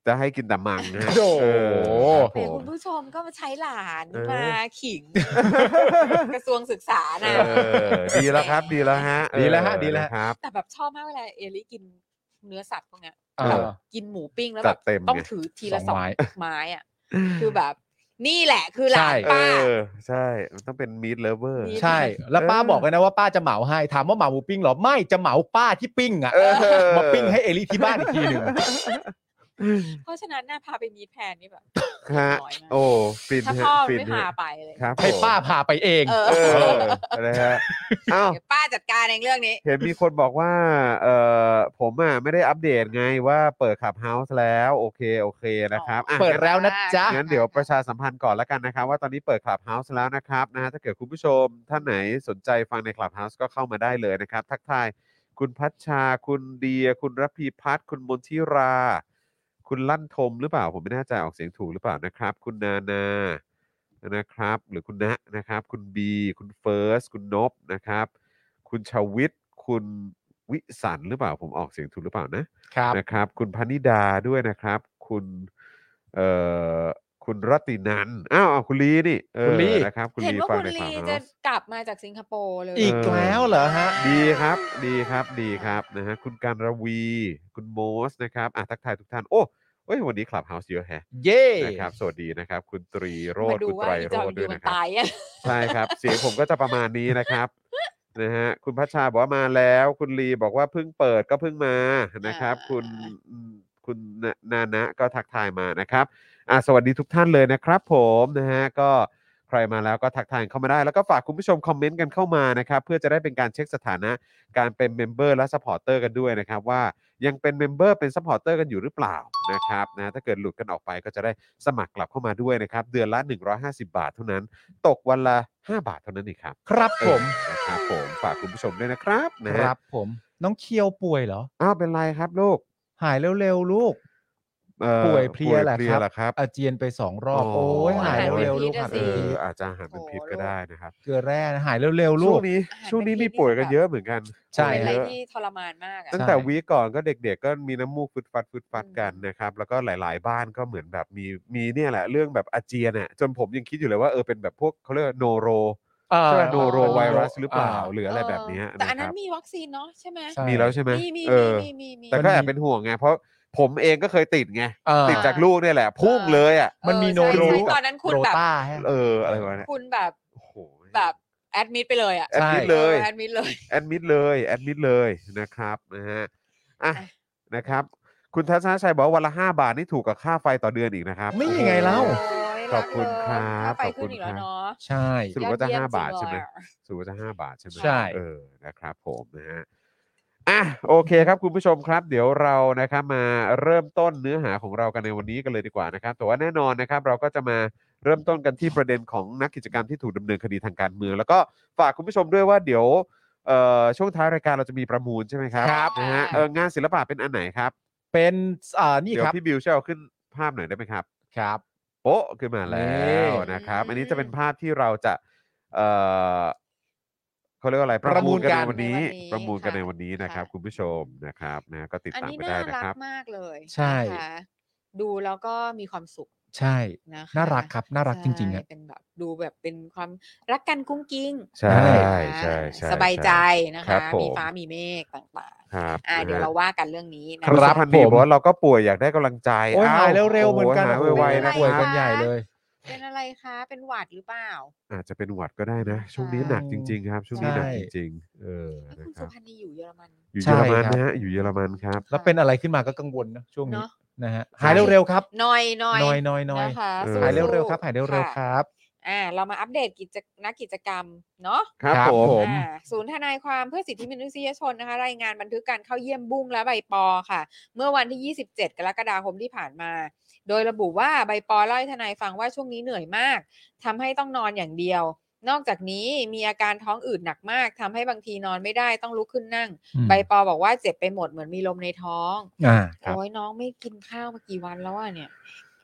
Speaker 3: จะให้กินแต่มังนะ
Speaker 4: โอ้โห
Speaker 3: เออครับ
Speaker 5: แต่
Speaker 3: ผม
Speaker 5: คุณผู้ชมก็มาใช้หลาน
Speaker 3: เออ
Speaker 5: มาขิง กระทรวงศึกษานะ
Speaker 3: เออดีแล้วครับดีแล้วฮะ
Speaker 4: ดีแล้วฮะ
Speaker 3: เออ
Speaker 4: ดีแล้วฮะ
Speaker 3: นะครับ
Speaker 5: แต่แบบชอบมากเวลาเอลิกินเนื้อสัตว์พวกเนี้ย
Speaker 4: เออ
Speaker 5: แบบกินหมูปิ้งแล้ว
Speaker 3: จั
Speaker 5: แบ
Speaker 3: ด
Speaker 5: บ
Speaker 3: เต็ม
Speaker 5: ต้อง
Speaker 3: ไง
Speaker 5: ถือทีละ
Speaker 4: ส
Speaker 5: ส
Speaker 4: อ
Speaker 5: อง ง
Speaker 4: ไม้
Speaker 5: ไม้อ่ะคือแบบ นี่แหละคือหลาน
Speaker 4: ใช่
Speaker 3: เอ
Speaker 5: ป้า
Speaker 3: อใช่มันต้องเป็นมีดเลเวอร์
Speaker 5: meat
Speaker 4: ใช่ แล้วป้า
Speaker 3: เออ
Speaker 4: บอกเลยนะว่าป้าจะเหมาให้ถามว่าเหมาหมูปิ้งเหรอไม่จะเหมาป้าที่ปิ้งอ่ะ
Speaker 3: เออ
Speaker 4: มาปิ้งให้เอลิที่บ้านอีกทีหนึ่ง
Speaker 5: เพราะฉะนั้นน่าพาไปมีดแพนนี่แบบ
Speaker 3: ฮะ
Speaker 5: น้อยมาก
Speaker 3: โอ้ฟิน
Speaker 5: ถ้า
Speaker 3: ฮะ
Speaker 5: พ่อ
Speaker 3: ฟิน
Speaker 5: ไม่
Speaker 3: ฮะ
Speaker 5: พาไปเลย
Speaker 3: ครับ
Speaker 4: ให้
Speaker 3: ผม
Speaker 4: ป้าพาไปเอง
Speaker 5: เออ
Speaker 3: เออนะฮะอ้าว
Speaker 5: เดี๋ยวป้าจัดการเองเรื่องนี้
Speaker 3: เห็นมีคนบอกว่าเอ่อผมอ่ะไม่ได้อัปเดตไงว่าเปิดขับเฮาส์แล้วโอเคโอเคนะครับอ่ะ
Speaker 4: เปิดแล้วนะจ๊ะ
Speaker 3: งั้นเดี๋ยวประชาสัมพันธ์ก่อนแล้วกันนะครับว่าตอนนี้เปิด Clubhouse แล้วนะครับนะฮะถ้าเกิดคุณผู้ชมท่านไหนสนใจฟังใน Clubhouse ก็เข้ามาได้เลยนะครับทักทายคุณพัชชาคุณเดียคุณรพีพัฒน์คุณมนทิรา คุณลั่นทมหรือเปล่าผมไม่แน่ใจออกเสียงถูกหรือเปล่านะครับ คุณนานานะครับหรือคุณณะนะครับคุณบีคุณเฟิร์สคุณนบนะครับคุณชวิทย์คุณวิสันหรือเปล่าผมออกเสียงถูกหรือเปล่านะ
Speaker 4: ครับ
Speaker 3: นะครับคุณพนิดาด้วยนะครับ คุณเอ่อคุณรัตินันท์อ้าวอ้าวคุณลีนี่เออ
Speaker 4: คุณลี
Speaker 3: นะครับคุณ
Speaker 5: เห็น
Speaker 3: ลี
Speaker 5: ว่า
Speaker 3: ฟัง
Speaker 5: คุณ
Speaker 3: ใน
Speaker 5: ลี
Speaker 3: Clubhouse
Speaker 5: จะกลับมาจากสิงคโปร์เลย
Speaker 4: อีกแล้วเหรอฮะ
Speaker 3: ดีครับดีครับดีครับนะฮะคุณการรวี คุณโมสนะครับอ่ะทักทายทุกท่านโอ้เฮ้ยวันนี้ Clubhouse เยอะแฮะ
Speaker 4: เย่
Speaker 3: นะครับสวัสดีนะครับ คุณตรีโร
Speaker 5: มา
Speaker 3: จน์
Speaker 5: ดู
Speaker 3: คุณ
Speaker 5: ว่า
Speaker 3: ไตร
Speaker 5: อี
Speaker 3: โร
Speaker 5: จอ
Speaker 3: จ
Speaker 5: ม
Speaker 3: น์ด้
Speaker 5: ยู
Speaker 3: วย
Speaker 5: มัน
Speaker 3: นะครับ
Speaker 5: ตายอ่ะ
Speaker 3: ใช่ครับ เสียงผมก็จะประมาณนี้นะครับ นะฮะคุณพัชชาบอกว่ามาแล้ว คุณลีบอกว่าเพิ่งเปิดก็เพิ่งมานะครับ
Speaker 5: อ่า
Speaker 3: คุณอืมคุณนานานะก็ทักทายมานะครับอ่ะสวัสดีทุกท่านเลยนะครับผมนะฮะก็ใครมาแล้วก็ทักทายเข้ามาได้ แล้วก็ฝากคุณผู้ชมคอมเมนต์กันเข้ามานะครับ เพื่อจะได้เป็นการเช็คสถานะการเป็นเมมเบอร์และซัพพอร์เตอร์กันด้วยนะครับว่ายังเป็นเมมเบอร์เป็นซัพพอร์เตอร์กันอยู่หรือเปล่านะครับนะถ้าเกิดหลุดกันออกไปก็จะได้สมัครกลับเข้ามาด้วยนะครับเดือนละหนึ่งร้อยห้าสิบบาทเท่านั้น ตกวันละห้าบาทเท่านั้นเองครับ
Speaker 4: ครับผม
Speaker 3: เออนะครับผมฝากคุณผู้ชมด้วยนะครับนะ
Speaker 4: ค
Speaker 3: ฮะ
Speaker 4: รับผม น้องเคียวป่วยเหรอ
Speaker 3: อ้าวเป็นไรครับลูก
Speaker 4: หายเร็วๆลูก
Speaker 3: เอ่อ
Speaker 4: ป่วยเพลียแหละ
Speaker 3: ป่ว
Speaker 4: ครับ
Speaker 3: เหรอครับ
Speaker 4: อาเจียนไปสองรอบ
Speaker 3: อ๋อ
Speaker 4: โอ้ยหาย
Speaker 5: อาหาร
Speaker 4: เร็วๆ
Speaker 5: เป็นพิ
Speaker 4: ลู
Speaker 5: ษ
Speaker 4: ก
Speaker 5: อะ
Speaker 4: หาย
Speaker 5: สิ
Speaker 4: เป็น
Speaker 3: เอ
Speaker 4: พิษ
Speaker 3: ออาจจะอาหารเป็นพิษก็ได้นะครับ
Speaker 4: เกลือแร่นะหายเร็วๆลู
Speaker 3: ช่ว
Speaker 4: ก
Speaker 3: งนี้
Speaker 5: อาหาร
Speaker 3: ช่วงนี้
Speaker 5: เป็นพิ
Speaker 3: มี
Speaker 5: ษ
Speaker 3: ป่วยกัน
Speaker 5: นี่แบบ
Speaker 3: เยอะเหมือนกัน
Speaker 4: ใช่
Speaker 5: เป็นอะไร
Speaker 3: เยอะ
Speaker 5: ที่ทรมานมากอะ
Speaker 3: ตั้งแต่
Speaker 4: ใช่
Speaker 3: วีคก่อนก็เด็กๆ ก็มีน้ำมูกฟึดฟัดฟึดฟัด
Speaker 5: อืม
Speaker 3: กันนะครับแล้วก็หลายๆ บ้านก็เหมือนแบบมีมีเนี่ยแหละเรื่องแบบอาเจียนอ่ะจนผมยังคิดอยู่เลยว่าเออเป็นแบบพวกเขาเรียกโนโร
Speaker 4: เอ่อ
Speaker 3: ใช่ไหมโนโร
Speaker 5: อ๋อ
Speaker 3: ไวรัสหรือเปล่า
Speaker 4: อ่า
Speaker 3: หรืออะไรแบบเนี้ย
Speaker 5: แต่อัน
Speaker 3: นะค
Speaker 5: นั้
Speaker 3: รั
Speaker 5: น
Speaker 3: บ
Speaker 5: มีวัคซีนเนาะใช่ไหม
Speaker 4: ใช่
Speaker 3: มีแล้วใช่ไหม
Speaker 5: มีมี
Speaker 3: เออ
Speaker 5: มีมีมี
Speaker 3: แต่ก็แอบเป็นห่วงไงเพราะผมเองก็เคยติดไง
Speaker 4: เออ
Speaker 3: ติดจากลูกเนี่ยแหละ พุ่งเลยอ่ะ
Speaker 4: มันมี
Speaker 5: เออ
Speaker 4: โนโร
Speaker 5: ใช่
Speaker 4: กับ
Speaker 5: ตอนนั้นคุณ
Speaker 4: โร
Speaker 5: แบบ
Speaker 4: ต้าฮะ
Speaker 3: เอออะไรวะเนี่ย
Speaker 5: คุณแบบ
Speaker 3: โอ้โห
Speaker 5: แบบแอดมิดไปเลยอ่ะ
Speaker 3: แอดมิดเลย
Speaker 5: แอดมิดเลย
Speaker 3: แอดมิดเลยแอดมิดเลยนะครับนะฮะอ่ะ
Speaker 5: อ่ะ
Speaker 3: นะครับ คุณทัศนชัยบอกว่าวันละห้าบาทนี่ถูกกับค่าไฟต่อเดือนอีกนะครับ
Speaker 4: ไม่ยังไงเล่า
Speaker 5: โอ้ย
Speaker 3: ขอบคุณครับ
Speaker 5: รักเลย
Speaker 3: ขอบคุณ
Speaker 5: ค่าไฟขึ้นอีกแล้ว
Speaker 3: ครับ
Speaker 5: เนาะ
Speaker 4: ใช่
Speaker 3: สรุปว่าจะ
Speaker 5: ยอดเยี่ยม
Speaker 3: ห้าบาท
Speaker 5: จริง
Speaker 3: ใช่ไหม
Speaker 5: เลยอะ
Speaker 3: สรุปว่าจะห้าบาทใช่ไหม
Speaker 4: ใช่
Speaker 3: เออนะครับผมนะฮะอ่ะโอเคครับคุณผู้ชมครับ เดี๋ยวเรานะครับมาเริ่มต้นเนื้อหาของเรากันในวันนี้กันเลยดีกว่านะครับแต่ว่าแน่นอนนะครับเราก็จะมาเริ่มต้นกันที่ประเด็นของนักกิจกรรมที่ถูกดำเนินคดีทางการเมืองแล้วก็ฝากคุณผู้ชมด้วยว่าเดี๋ยวเอ่อช่วงท้ายรายการเราจะมีประมูลใช่ไหมครับ
Speaker 4: ครับ
Speaker 3: นะฮะเอองานศิลปะเป็นอันไหนครับ
Speaker 4: เป็นอ่านี่
Speaker 3: เดี๋ย
Speaker 4: ครั
Speaker 3: ว
Speaker 4: บ
Speaker 3: พี่บิวช่วยเอาขึ้นภาพหน่อยได้ไหมครับ
Speaker 4: ครับ
Speaker 3: โป๊ะขึ้นมาแล้
Speaker 4: นี่
Speaker 3: วนะครับ อันนี้จะเป็นภาพที่เราจะเอ่อเขาเรียกว่าอะไรประมูลกันในวันนี้
Speaker 5: ประมูลกัน
Speaker 3: ประมูลกันในวันนี้
Speaker 5: ค่ะ
Speaker 3: นะครับ คุณผู้ชมนะครับนะก็ติด
Speaker 5: อัน
Speaker 3: ตาม
Speaker 5: นี้
Speaker 3: ไป
Speaker 5: น่า
Speaker 3: ได้นะ
Speaker 5: รัก
Speaker 3: ครับ
Speaker 5: มากเลย
Speaker 4: ใช่
Speaker 5: นะคะดูแล้วก็มีความสุข
Speaker 4: ใช่
Speaker 5: นะคะ
Speaker 4: น่ารักครับ น่ารักจริงๆ
Speaker 5: ใช่
Speaker 4: ฮะ
Speaker 5: เป็นแบบดูแบบเป็นความรักกันกุ้งกิ้ง
Speaker 3: ใช่
Speaker 5: นะคะ
Speaker 3: ใช่ใช่
Speaker 5: สบายใจนะ
Speaker 3: ครั
Speaker 5: คะ
Speaker 3: บผม
Speaker 5: มีฟ้ามีเมฆต่าง
Speaker 3: ครับ
Speaker 5: ๆอ่าเดี๋ยว
Speaker 3: นะฮะ
Speaker 5: เราว่ากันเรื่องนี้นะ
Speaker 3: คุณ
Speaker 4: ครั
Speaker 3: สุ
Speaker 4: บ
Speaker 3: พันธ์นี
Speaker 4: ผม
Speaker 3: บอกว่าเราก็ป่วยอยากได้กำลังใจ
Speaker 4: โอ้ย
Speaker 3: อ้
Speaker 4: หายเร็วๆเหมือนกัน
Speaker 3: โยหาย
Speaker 4: โอ้โห
Speaker 3: ไวๆนะ
Speaker 4: ป่วย
Speaker 3: ค
Speaker 4: กั
Speaker 3: รับ
Speaker 4: นใหญ่เลย
Speaker 5: เป็นอะไรคะเป็นหวัดหรือเปล่า
Speaker 3: อาจจะเป็นหวัดก็ได้นะ ช่วงนี้หนักจริง ๆ ครับ ช่วงนี้หนัก
Speaker 4: ใช่
Speaker 3: จริง ๆ เออ
Speaker 5: แล้ว
Speaker 3: นะ
Speaker 5: คุณ
Speaker 3: ค
Speaker 5: สุ
Speaker 3: รับ
Speaker 5: พันธ์นี่อยู่เยอรมัน
Speaker 3: อยู่
Speaker 4: ใช่
Speaker 3: เยอรมัน
Speaker 4: ครับ
Speaker 3: นะฮะอยู่เยอรมันครับ
Speaker 4: แล้วเป็นอะไรขึ้นมาก็กังวลนะช่วงนี้
Speaker 5: เนาะ
Speaker 4: นะฮะหายเร็วๆครับ
Speaker 5: หน่อยหน่อย
Speaker 4: หน่อยหน่อยหน่อย
Speaker 5: นะคะ
Speaker 3: เออ
Speaker 5: สู้
Speaker 4: หาย
Speaker 5: ๆ
Speaker 4: เร็วๆครับหายเร็วๆครับ
Speaker 5: อ่าเรามาอัปเดตกิจนักกิจกรรมเนาะ
Speaker 3: ครับ
Speaker 4: ครับ
Speaker 3: ผม
Speaker 4: ผม
Speaker 5: อ่าศูนย์ทนายความเพื่อสิทธิมนุษยชนนะคะรายงานบันทึกการเข้าเยี่ยมบุ้งและใบปอค่ะ เมื่อวันที่ยี่สิบเจ็ดกรกฎาคมที่ผ่านมา โดยระบุว่าใบปอเล่าให้ทนายฟังว่าช่วงนี้เหนื่อยมากทำให้ต้องนอนอย่างเดียว นอกจากนี้มีอาการท้องอืดหนักมากทำให้บางทีนอนไม่ได้ต้องลุกขึ้นนั่ง
Speaker 4: อืม
Speaker 5: ใบปอบอกว่าเจ็บไปหมดเหมือนมีลมในท้อง
Speaker 4: อ่าครับ
Speaker 5: โอ้ยน้องไม่กินข้าวมากี่วันแล้วอ่ะเนี่ย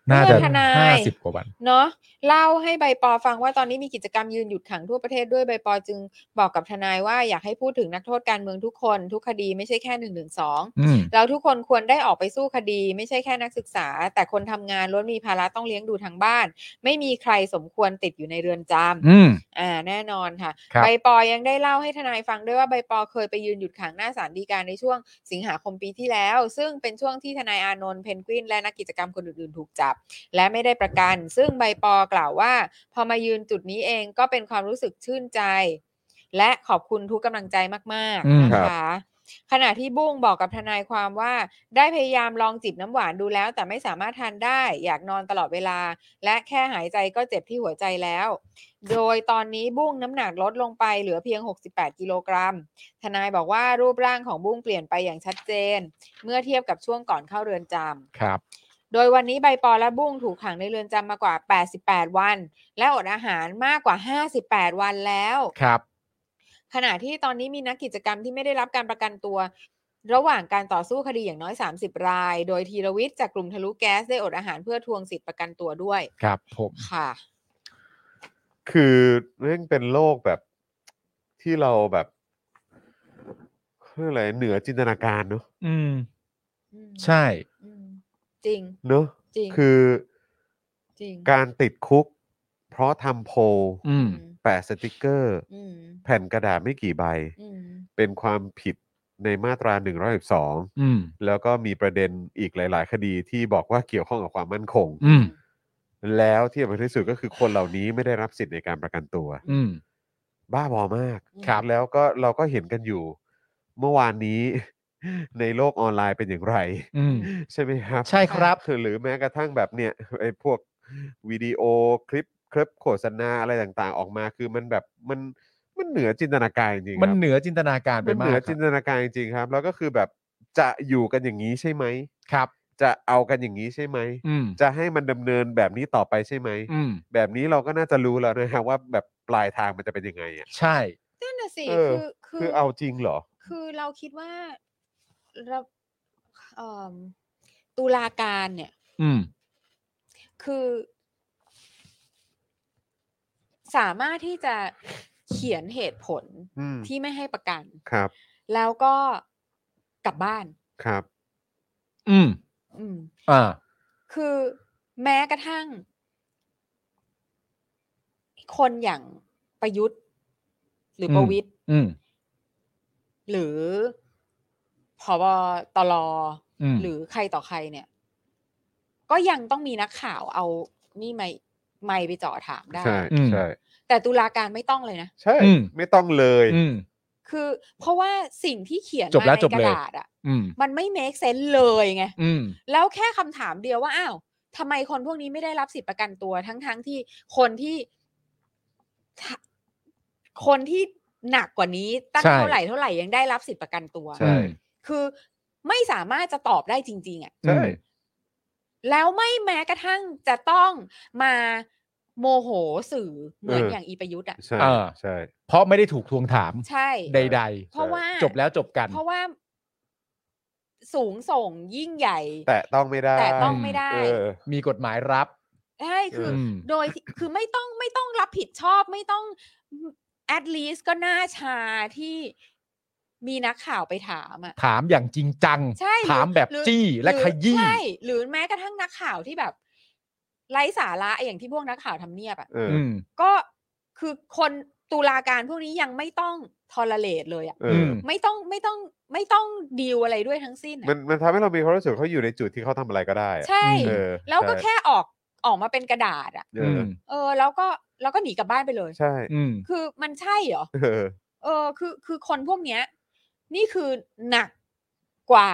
Speaker 4: น่าจะ
Speaker 5: ทนาย
Speaker 4: ห้าสิบกว่าวัน
Speaker 5: เนาะเล่าให้ใบปอฟังว่าตอนนี้มีกิจกรรมยืนหยุดขังทั่วประเทศด้วยใบปอจึงบอกกับทนายว่าอยากให้พูดถึงนักโทษการเมืองทุกคนทุกคดีไม่ใช่แค่หนึ่งหนึ่งสอง
Speaker 4: อืม
Speaker 5: แล้วทุกคนควรได้ออกไปสู้คดีไม่ใช่แค่นักศึกษาแต่คนทำงานล้วนมีภาระต้องเลี้ยงดูทางบ้านไม่มีใครสมควรติดอยู่ในเรือนจำ
Speaker 4: อืม
Speaker 5: อ่าแน่นอนค่ะ
Speaker 4: ครับ
Speaker 5: ใบปอยังได้เล่าให้ทนายฟังด้วยว่าใบปอเคยไปยืนหยุดขังหน้าศาลฎีกาในช่วงสิงหาคมปีที่แล้วซึ่งเป็นช่วงที่ทนายอานนท์เพนกวินและนักกิจกรรมคนอื่นๆถูกจับและไม่ได้ประกันซึ่งใบปอกล่าวว่าพอมายืนจุดนี้เองก็เป็นความรู้สึกชื่นใจและขอบคุณทุกกำลังใจมาก
Speaker 4: อืม
Speaker 5: ๆนะคะขณะที่บุ้งบอกกับทนายความว่าได้พยายามลองจิบน้ำหวานดูแล้วแต่ไม่สามารถทานได้อยากนอนตลอดเวลาและแค่หายใจก็เจ็บที่หัวใจแล้วโดยตอนนี้บุ้งน้ำหนักลดลงไปเหลือเพียงหกสิบแปดกิโลกรัมทนายบอกว่ารูปร่างของบุ้งเปลี่ยนไปอย่างชัดเจนเมื่อเทียบกับช่วงก่อนเข้าเรือนจำ
Speaker 4: ครับ
Speaker 5: โดยวันนี้ใบปอและบุ้งถูกขังในเรือนจำมากว่าแปดสิบแปดวันและอดอาหารมากกว่าห้าสิบแปดวันแล้ว
Speaker 4: ครับ
Speaker 5: ขณะที่ตอนนี้มีนักกิจกรรมที่ไม่ได้รับการประกันตัวระหว่างการต่อสู้คดีอย่างน้อยสามสิบรายโดยธีรวิทย์จากกลุ่มทะลุแก๊สได้อดอาหารเพื่อทวงสิทธิประกันตัวด้วย
Speaker 4: ครับผม
Speaker 5: ค่ะ
Speaker 3: คือเรื่องเป็นโลกแบบที่เราแบบเรื่องอะไรเหนือจินตนาการเนอะ
Speaker 4: อืม
Speaker 5: อืม
Speaker 4: ใช่
Speaker 5: อืมจริง
Speaker 3: เนอะ
Speaker 5: จริง
Speaker 3: คือ
Speaker 5: จริง
Speaker 3: การติดคุก เพราะทำโพล
Speaker 4: อืม
Speaker 3: แปะสติกเกอร์
Speaker 5: อืม
Speaker 3: แผ่นกระดาษไม่กี่ใบ
Speaker 5: อืม
Speaker 3: เป็นความผิดในมาตราหนึ่งร้อยสิบสอง
Speaker 4: อืม
Speaker 3: แล้วก็มีประเด็นอีกหลาย ๆ คดีที่บอกว่าเกี่ยวข้องกับความมั่นคง
Speaker 4: อืม
Speaker 3: แล้วที่สำคัญที่สุดก็คือคนเหล่านี้ไม่ได้รับสิทธิ์ในการประกันตัว
Speaker 4: อืม
Speaker 3: บ้าบอมาก
Speaker 4: ครับ
Speaker 3: แล้วก็เราก็เห็นกันอยู่ เมื่อวานนี้ ในโลกออนไลน์เป็นอย่างไร
Speaker 4: อืม
Speaker 3: ใช่ไหมครับ
Speaker 4: ใช่ครับ
Speaker 3: คือหรือแม้กระทั่งแบบเนี่ยไอ้พวกวิดีโอคลิปคลิปโฆษณาอะไรต่างๆ ออกมาคือมันแบบมันมันเหนือจินตนาการจริงๆ
Speaker 4: มัน
Speaker 3: ครับ
Speaker 4: เหนือจินตนาการไป
Speaker 3: มันเห
Speaker 4: มา
Speaker 3: นือก
Speaker 4: ค
Speaker 3: จิ
Speaker 4: รับ
Speaker 3: นตนาการจริงๆครับ แล้วก็คือแบบจะอยู่กันอย่างนี้ใช่ไหม
Speaker 4: ครับ
Speaker 3: จะเอากันอย่างนี้ใช่ไหม
Speaker 4: อืม
Speaker 3: จะให้มันดำเนินแบบนี้ต่อไปใช่ไหม
Speaker 4: อืม
Speaker 3: แบบนี้เราก็น่าจะรู้แล้วนะครับว่าแบบปลายทางมันจะเป็นยังไงอ่ะ
Speaker 4: ใช่
Speaker 5: นั่นน่ะสิ
Speaker 3: เออ
Speaker 5: คือคื
Speaker 3: คือเอาจริงเหรอ
Speaker 5: คือเราคิดว่าเราเอ่อตุลาการเนี่ย
Speaker 4: อืม
Speaker 5: คือ สามารถที่จะเขียนเหตุผล
Speaker 3: อืม
Speaker 5: ที่ไม่ให้ประกัน
Speaker 3: ครับ
Speaker 5: แล้วก็กลับบ้าน
Speaker 3: ครับ
Speaker 4: อืม
Speaker 5: อืม
Speaker 4: อ่า
Speaker 5: คือแม้กระทั่ง คนอย่างประยุทธ์ หรืออ
Speaker 4: ม
Speaker 5: ประวิตร
Speaker 4: อืม
Speaker 5: หรือผบตร
Speaker 4: อืม
Speaker 5: หรือใครต่อใครเนี่ย ก็ยังต้องมีนักข่าวเอานี่ไมค์ไมค์ไปเจาะถามได้
Speaker 3: ใช่
Speaker 4: อืม
Speaker 3: ใช่
Speaker 5: แต่ตุลาการไม่ต้องเลยนะ
Speaker 3: ใช่
Speaker 4: อืม
Speaker 3: ไม่ต้องเลย
Speaker 4: อืม
Speaker 5: คือเพราะว่าสิ่งที่เขียน
Speaker 4: จบ
Speaker 5: มา
Speaker 4: แล้ว
Speaker 5: ใน
Speaker 4: จบ
Speaker 5: กระ
Speaker 4: เลย
Speaker 5: ดาษอ่ะ
Speaker 4: อืม
Speaker 5: มันไม่ make sense เลยไง
Speaker 4: อืม
Speaker 5: แล้วแค่คำถามเดียวว่าอ้าวทำไมคนพวกนี้ไม่ได้รับสิทธิประกันตัวทั้งๆทที่คนที่ถ้าคนที่หนักกว่านี้ตั้ง
Speaker 4: ใช่
Speaker 5: เท่าไหร่เท่าไหร่ยังได้รับสิทธิประกันตัว
Speaker 3: ใช่
Speaker 5: คือไม่สามารถจะตอบได้จริง ๆอ่ะ
Speaker 3: ใช่
Speaker 5: แล้วไม่แม้กระทั่งจะต้องมาโมโหสื่อเหมือน
Speaker 3: เออ
Speaker 5: อ
Speaker 3: อ
Speaker 5: ย่างอีประยุทธ์อ่ะ
Speaker 3: ใช่
Speaker 4: เออ
Speaker 3: ใช่
Speaker 4: เพราะไม่ได้ถูกทวงถาม
Speaker 5: ใช่
Speaker 4: ใด
Speaker 5: เพราะว่า
Speaker 4: ๆ จบแล้วจบกัน
Speaker 5: เพราะว่าสูงส่งยิ่งใหญ่
Speaker 3: แต่ต้องไม่ได้
Speaker 5: แต่ต้องไม่ได้
Speaker 3: เออ
Speaker 4: มีกฎหมายรับ
Speaker 5: ใช่คือ
Speaker 4: อืม
Speaker 5: โดยที่คือไม่ต้องไม่ต้องรับผิดชอบไม่ต้อง at least ก็น่าชาที่มีนักข่าวไปถามอ่ะ
Speaker 4: ถามอย่างจริงจัง
Speaker 5: ใช่หรือ
Speaker 4: ถามแบบ
Speaker 5: หรือ
Speaker 4: จี้และ
Speaker 5: หรือ
Speaker 4: ขยี้
Speaker 5: ใช่ หรือแม้กระทั่งนักข่าวที่แบบไร้สาระอย่างที่พวกนักข่าวทำเนียบอ่ะ
Speaker 3: เออ
Speaker 4: อืม
Speaker 5: ก็คือคนตุลาการพวกนี้ยังไม่ต้องทอลเลตเลยอ่ะ
Speaker 3: เอ
Speaker 4: อื
Speaker 3: อ
Speaker 4: ม
Speaker 5: ไม่ต้องไม่ต้องไม่ต้องดีลอะไรด้วยทั้งสิ้นอะ
Speaker 3: มันมันทำให้เรามีความรู้สึกเขาอยู่ในจุดที่เขาทำอะไรก็ได้อะ
Speaker 5: ใช่
Speaker 3: เออ
Speaker 5: แล้วก็
Speaker 3: ใช่
Speaker 5: แค่ออกออกมาเป็นกระดาษอ่ะ
Speaker 3: เอ
Speaker 4: อื
Speaker 3: อ
Speaker 4: ม
Speaker 5: เออ แล้วก็แล้วก็หนีกลับบ้านไปเลย
Speaker 3: ใช่
Speaker 4: อืม
Speaker 5: คือมันใช่เหรอ
Speaker 3: เออ
Speaker 5: เออคือคือคนพวกเนี้ย นี่คือหนักกว่า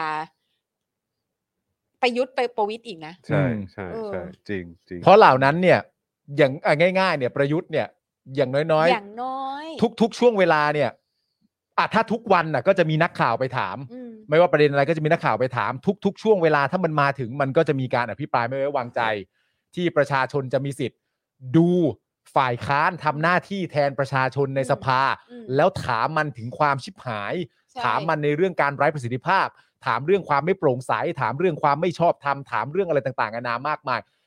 Speaker 5: ประยุทธ์ไปประวิตรอีกนะ
Speaker 3: ใช่
Speaker 4: อืม
Speaker 3: ใช่
Speaker 5: เออ
Speaker 3: ใช่จริงจริง
Speaker 4: เพราะเหล่านั้นเนี่ย อย่างอ่ะง่าย ๆ เนี่ย ประยุทธ์เนี่ย อย่างน้อย
Speaker 5: อย่างน้อย
Speaker 4: ๆ ทุก ๆ ช่วงเวลาเนี่ยอ่ะถ้าทุกวันน่ะ ก็จะมีนักข่าวไปถาม
Speaker 5: อืม
Speaker 4: ไม่ว่าประเด็นอะไรก็จะมีนักข่าวไปถาม ทุก ๆ ช่วงเวลาถ้ามันมาถึงมันก็จะมีการอภิปรายไม่ไว้วางใจ ที่ประชาชนจะมีสิทธิ์ ดูฝ่ายค้านทำหน้าที่แทนประชาชนในสภา
Speaker 5: อืม
Speaker 4: แล้วถามมันถึงความชิบหาย
Speaker 5: ใช่
Speaker 4: ถามมันในเรื่องการไร้ประสิทธิภาพ ถามเรื่องความไม่โปร่งใส ถามเรื่องความไม่ชอบธรรมถามเรื่องอะไรต่างๆนานามากมาย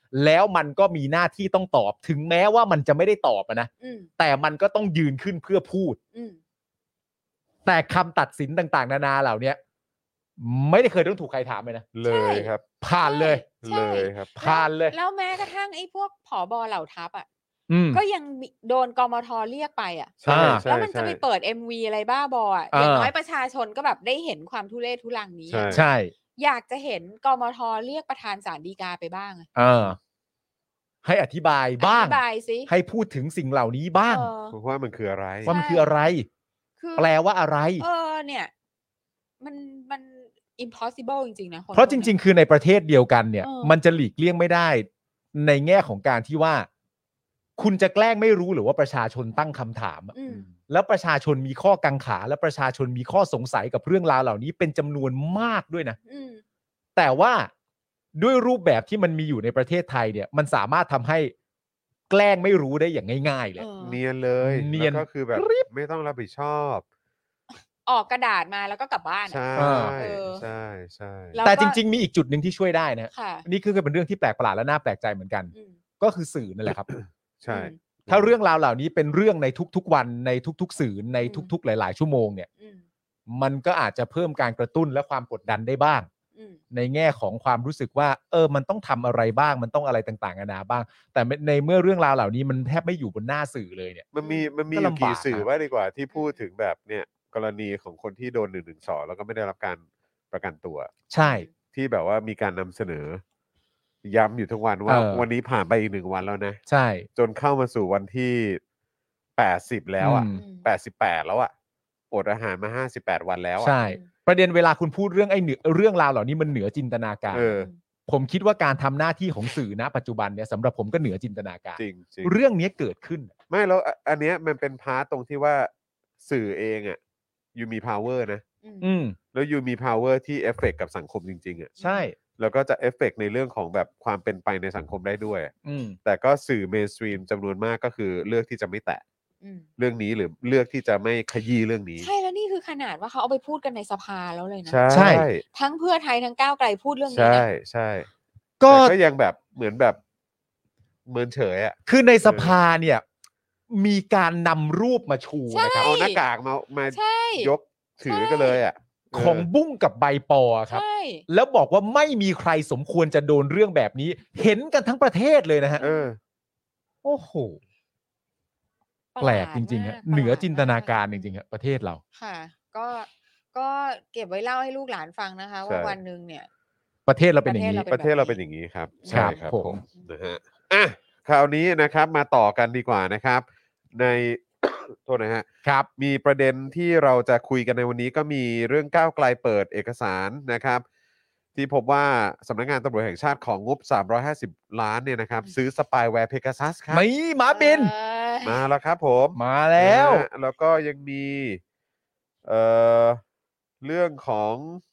Speaker 4: แล้วมันก็มีหน้าที่ต้องตอบถึงแม้ว่ามันจะไม่ได้ตอบอะนะ
Speaker 5: อืม
Speaker 4: แต่มันก็ต้องยืนขึ้นเพื่อพูด
Speaker 5: อืม
Speaker 4: แต่คำตัดสินต่างๆนานาเหล่านี้ไม่ได้เคยต้องถูกใครถามเลยนะ
Speaker 3: เลยครับ
Speaker 4: ผ่านเลย
Speaker 5: ใช่
Speaker 3: เลยครับ
Speaker 4: ผ่านเลย
Speaker 5: แล้วแม้กระทั่งไอ้พวกผบเหล่าทัพอ่ะ
Speaker 4: อืม
Speaker 5: ก็ยังมีโดนกมทเรียกไปอ่ะ
Speaker 3: ใช่
Speaker 4: อ่า
Speaker 3: ใช่
Speaker 5: แล้วมันจะ
Speaker 3: ใช่
Speaker 5: ไปเปิด เอ็ม วี อะไรบ้าบออ่ะ
Speaker 4: อ่า
Speaker 5: อย่างน้อยประชาชนก็แบบได้เห็นความทุเรศทุลังนี้
Speaker 3: ใช่
Speaker 5: อะ
Speaker 4: ใช่
Speaker 5: อยากจะเห็นกมทเรียกประธานศาลฎีกาไปบ้างอะ
Speaker 4: เออให้อธิบายบ้าง
Speaker 5: อธิบายสิ
Speaker 4: ให้พูดถึงสิ่งเหล่านี้บ้าง
Speaker 5: เออ
Speaker 3: ผมว่ามันคืออะไร
Speaker 4: ว่ามันคืออะไร
Speaker 5: คือ
Speaker 4: แปลว่าอะไร
Speaker 5: เออเนี่ย มันมัน impossible จริงๆนะคน
Speaker 4: เพราะจริง ๆ คือในประเทศเดียวกันเนี่ย
Speaker 5: เออ
Speaker 4: มันจะหลีกเลี่ยงไม่ได้ ในแง่ของการที่ว่า คุณจะแกล้งไม่รู้หรือว่าประชาชนตั้งคำถามอะ
Speaker 5: อืม
Speaker 4: แล้วประชาชนมีข้อกังขา และประชาชนมีข้อสงสัยกับเรื่องราวเหล่านี้เป็นจำนวนมากด้วยนะ
Speaker 5: อืม
Speaker 4: แต่ว่าด้วยรูปแบบที่มันมีอยู่ในประเทศไทยเนี่ย มันสามารถทำให้แกล้งไม่รู้ได้อย่างง่ายๆเลย
Speaker 5: เออ
Speaker 3: เนียนเลย
Speaker 4: เนียน
Speaker 3: แล้วก็คือแบบไม่ต้องรับผิดชอบ
Speaker 5: ออกกระดาษมาแล้วก็กลับบ้านอะ
Speaker 3: ใช่
Speaker 5: เออ
Speaker 3: ใช่ใช่
Speaker 5: แล้ว
Speaker 4: แต่
Speaker 5: ก็
Speaker 4: จริง ๆ มีอีกจุดหนึ่งที่ช่วยได้นะ
Speaker 5: ค่ะ
Speaker 4: นี่คือเป็นเรื่องที่แปลกประหลาดและน่าแปลกใจเหมือนกัน
Speaker 5: อืม
Speaker 4: ก็คือสื่อนั่นแหละครับ
Speaker 3: ใช่
Speaker 5: อืม
Speaker 4: ถ้าเรื่องราวเหล่านี้เป็นเรื่องในทุกๆวันในทุกๆ สื่อใน
Speaker 5: อืม
Speaker 4: ทุก ๆ หลาย ๆ ชั่วโมงเนี่ย
Speaker 5: อืม
Speaker 4: มันก็อาจจะเพิ่มการกระตุ้นและความกดดันได้บ้าง
Speaker 5: อืม
Speaker 4: ในแง่ของความรู้สึกว่าเออมันต้องทำอะไรบ้างมันต้องอะไรต่างๆนานาบ้าง แต่ในเมื่อเรื่องราวเหล่านี้มันแทบไม่อยู่บนหน้าสื่อเลยเนี่ย
Speaker 3: มันมีมันมี
Speaker 4: ก็
Speaker 3: อยู่
Speaker 4: ลำบาก
Speaker 3: กี่สื่อ
Speaker 4: นะ
Speaker 3: ว่าดีกว่าที่พูดถึงแบบเนี่ยกรณีของคนที่โดนหนึ่งหนึ่งสองแล้วก็ไม่ได้รับการประกันตัว
Speaker 4: ใช่
Speaker 3: ที่แบบว่ามีการนำเสนอ ย้ำอยู่ทุกวันว่า
Speaker 4: เออ
Speaker 3: วันนี้ผ่านไปอีกหนึ่งวันแล้วนะ
Speaker 4: ใช่
Speaker 3: จนเข้ามาสู่วันที่แปดสิบแล้วอ่ะ
Speaker 4: อืม
Speaker 3: แปดสิบแปดแล้วอ่ะอดอาหารมาห้าสิบแปดวันแล้วอ่ะ
Speaker 4: ใช่ ประเด็นเวลาคุณพูดเรื่องไอ้เหนือเรื่องราวเหล่านี้มันเหนือจินตนาการ
Speaker 3: เออ
Speaker 4: ผมคิดว่าการทำหน้าที่ของสื่อณปัจจุบันเนี่ยสำหรับผมก็เหนือจินตนาการ
Speaker 3: จริงจริง
Speaker 4: เรื่องนี้เกิดขึ้น
Speaker 3: ไม่แล้วอ่ะอันเนี้ยมันเป็นพาร์ตตรงที่ว่าสื่อเองอ่ะยูมี power นะ
Speaker 5: อืม
Speaker 4: อืม
Speaker 3: แล้วยูมี power ที่เอฟเฟกกับสังคมจริงๆอ่ะ
Speaker 4: ใช่
Speaker 3: แล้วก็จะเอฟเฟกในเรื่องของแบบความเป็นไปในสังคมได้ด้วย
Speaker 4: อืม
Speaker 3: แต่ก็สื่อเมนสตรีมจำนวนมากก็คือเลือกที่จะไม่แตะ
Speaker 5: อืม
Speaker 3: เรื่องนี้หรือเลือกที่จะไม่ขยี้เรื่องนี้
Speaker 5: ใช่แล้วนี่คือขนาดว่าเขาเอาไปพูดกันในสภาแล้วเลยนะ
Speaker 3: ใช่
Speaker 4: ใช่
Speaker 5: ทั้งเพื่อไทยทั้งก้าวไกลพูดเรื่องนี้
Speaker 3: ใช่
Speaker 5: นะ
Speaker 3: ใช่
Speaker 4: ก็
Speaker 3: แต่ก็ยังแบบเหมือนแบบเมินเฉยอ่ะ
Speaker 4: คือในสภาเนี่ย มีการนำรูปมาชูนะครับ
Speaker 3: เอาหน้ากากมามา
Speaker 5: ใช่
Speaker 3: ยกถือกันเลยอ่ะเ
Speaker 4: ของบุ้งกับใบปอครับ
Speaker 5: ใช่
Speaker 4: แล้วบอกว่าไม่มีใครสมควรจะโดนเรื่องแบบนี้ เห็นกันทั้งประเทศเลยนะฮะ
Speaker 3: เออ
Speaker 4: โอ้โห
Speaker 5: ประ
Speaker 4: แป
Speaker 5: ห
Speaker 4: ล
Speaker 5: ลาด
Speaker 4: กจริงๆฮะ
Speaker 5: มาก
Speaker 4: เหนือ
Speaker 5: ประลด
Speaker 4: จินตนาการ
Speaker 5: ม
Speaker 4: จริงๆฮะประเทศเรา
Speaker 5: ค่ะ ก็ก็เก็บไว้เล่าให้ลูกหลานฟังนะคะ ว่า
Speaker 3: ใช่
Speaker 5: วันหนึ่งเนี่ย
Speaker 4: ประเทศเราเป็นอย่างนี้
Speaker 5: ประเทศเรา
Speaker 3: ประเทศเราเป็นอย่างนี้ครับ
Speaker 4: ค
Speaker 3: ใช่
Speaker 4: รับ
Speaker 3: ครับ
Speaker 4: ผม
Speaker 3: ผมนะฮะอ่ะคราวนี้นะครับมาต่อกันดีกว่านะครับ ใน โทษนะฮะ
Speaker 4: ครับ
Speaker 3: มีประเด็นที่เราจะคุยกันในวันนี้ก็มีเรื่องก้าวไกลเปิดเอกสารนะครับ ที่พบว่าสำนักงานตำรวจแห่งชาติของงบ สามร้อยห้าสิบ ล้านเนี่ยนะครับ ซื้อสปายแวร์เพกาซัสครับ
Speaker 4: ไม่หมาบิน
Speaker 5: เอ้ย
Speaker 3: มาแล้วครับผม
Speaker 4: มาแล้ว
Speaker 3: นะฮะแล้วก็ยังมีเอ่อเรื่องของ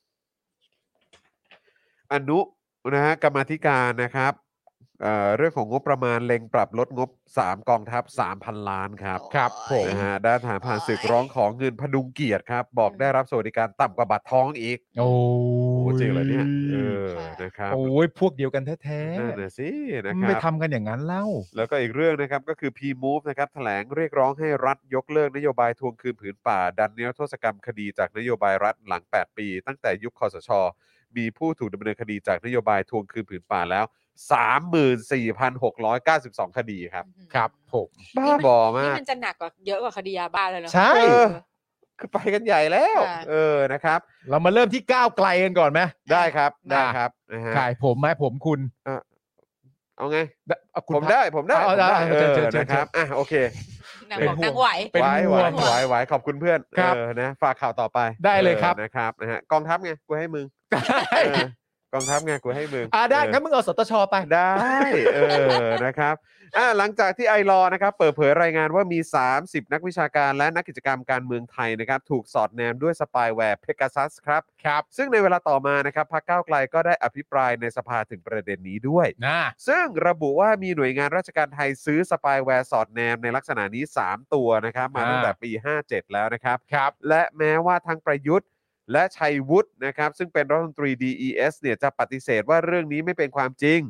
Speaker 3: อนุนะฮะกรรมาธิการนะครับเอ่อเรื่องของงบประมาณเล็งปรับลดงบสามกองทัพ สามพัน ล้านครับ
Speaker 4: ครับผม
Speaker 3: นะฮะด้านทหารผ่านศึกร้องของเงินพดุงเกียรติครับ บอกได้รับสวัสดิการต่ำกว่าบัตรทองอีก
Speaker 4: โอ้
Speaker 3: โอ้จริงเหรอเนี่ยเออ
Speaker 5: ค่ะ
Speaker 3: นะครับ
Speaker 4: โอ้ยพวกเดียวกันแท้
Speaker 3: นั่นน่ะสินะ
Speaker 4: ๆ
Speaker 3: ค
Speaker 4: ไม่
Speaker 3: รับ
Speaker 4: ทำกันอย่างนั้นเล่า
Speaker 3: แล้วก็อีกเรื่องนะครับก็คือ P-Move นะครับแถลงเรียกร้องให้รัฐยกเลิกนโยบายทวงคืนผืนป่า ดันนิรโทษกรรมคดีจากนโยบายรัฐหลัง แปด ปี ตั้งแต่ยุคคสช มีผู้ถูกดำเนินคดีจากนโยบายทวงคืนผืนป่าแล้ว สามหมื่นสี่พันหกร้อยเก้าสิบสอง คดีครับ
Speaker 4: ครับผม
Speaker 3: บ้าบอมา
Speaker 5: นี่
Speaker 3: ก
Speaker 5: มันจะหนักกว่าเยอะกว่าคดียาบ้าเลยเนาะ
Speaker 4: ใช่
Speaker 3: เออ คือไปกันใหญ่แล้ว
Speaker 5: ค่ะ
Speaker 3: เออนะครับ
Speaker 4: เรามาเริ่มที่ก้าวไกลกันก่อนไหม
Speaker 3: ได้ครับได้
Speaker 4: อ่ะ
Speaker 3: ครับนะฮะ
Speaker 4: ใช่ผมไหมผมคุณ
Speaker 3: เอาไง
Speaker 4: เอาคุณ
Speaker 3: ผม
Speaker 4: พัก
Speaker 3: ได้ผมได้
Speaker 4: เอา
Speaker 3: ผมได้
Speaker 4: เอา
Speaker 3: เอ
Speaker 4: เชิญ
Speaker 3: อ
Speaker 4: เชิญเชิญ
Speaker 3: นะครับอ่ะโอเค
Speaker 5: นาง
Speaker 4: เป็น
Speaker 5: บอก
Speaker 4: ห่วง
Speaker 5: นางไหว
Speaker 4: เป็น
Speaker 3: ไหวไหว
Speaker 4: ห่วง
Speaker 3: ไหวไหวขอบคุณเพื่อน
Speaker 4: ครับ
Speaker 3: เออนะฝากข่าวต่อไป
Speaker 4: ได้เลยครับ
Speaker 3: ออนะครับนะฮะกองทัพไงกูให้มึง
Speaker 4: ได้
Speaker 3: เออกองทัพไงกูให้มึง
Speaker 4: อ่าได้
Speaker 3: เออ
Speaker 4: งั้นมึงเอาสตชไป
Speaker 3: ได้เออนะครับอ่ะหลังจากที่ไอรอนะครับเปิดเผยรายงานว่ามี สามสิบ นักวิชาการและนักกิจกรรมการเมืองไทยนะครับถูกสอดแนมด้วยสปายแวร์เพกาซัสครับ
Speaker 4: ครับ
Speaker 3: ซึ่งในเวลาต่อมานะครับพรรคก้าวไกลก็ได้อภิปรายในสภาถึงประเด็นนี้ด้วย
Speaker 4: นะ
Speaker 3: ซึ่งระบุว่ามีหน่วยงานราชการไทยซื้อสปายแวร์สอดแนมในลักษณะนี้ สาม ตัวนะครับมาตั้งแต่ปี ห้าเจ็ด แล้วนะครับ
Speaker 4: ครับ
Speaker 3: และแม้ว่าทั้งประยุทธ์และชัยวุฒินะครับซึ่งเป็นรัฐมนตรี ดี อี เอส เนี่ยจะปฏิเสธว่าเรื่องนี้ไม่เป็นความจริง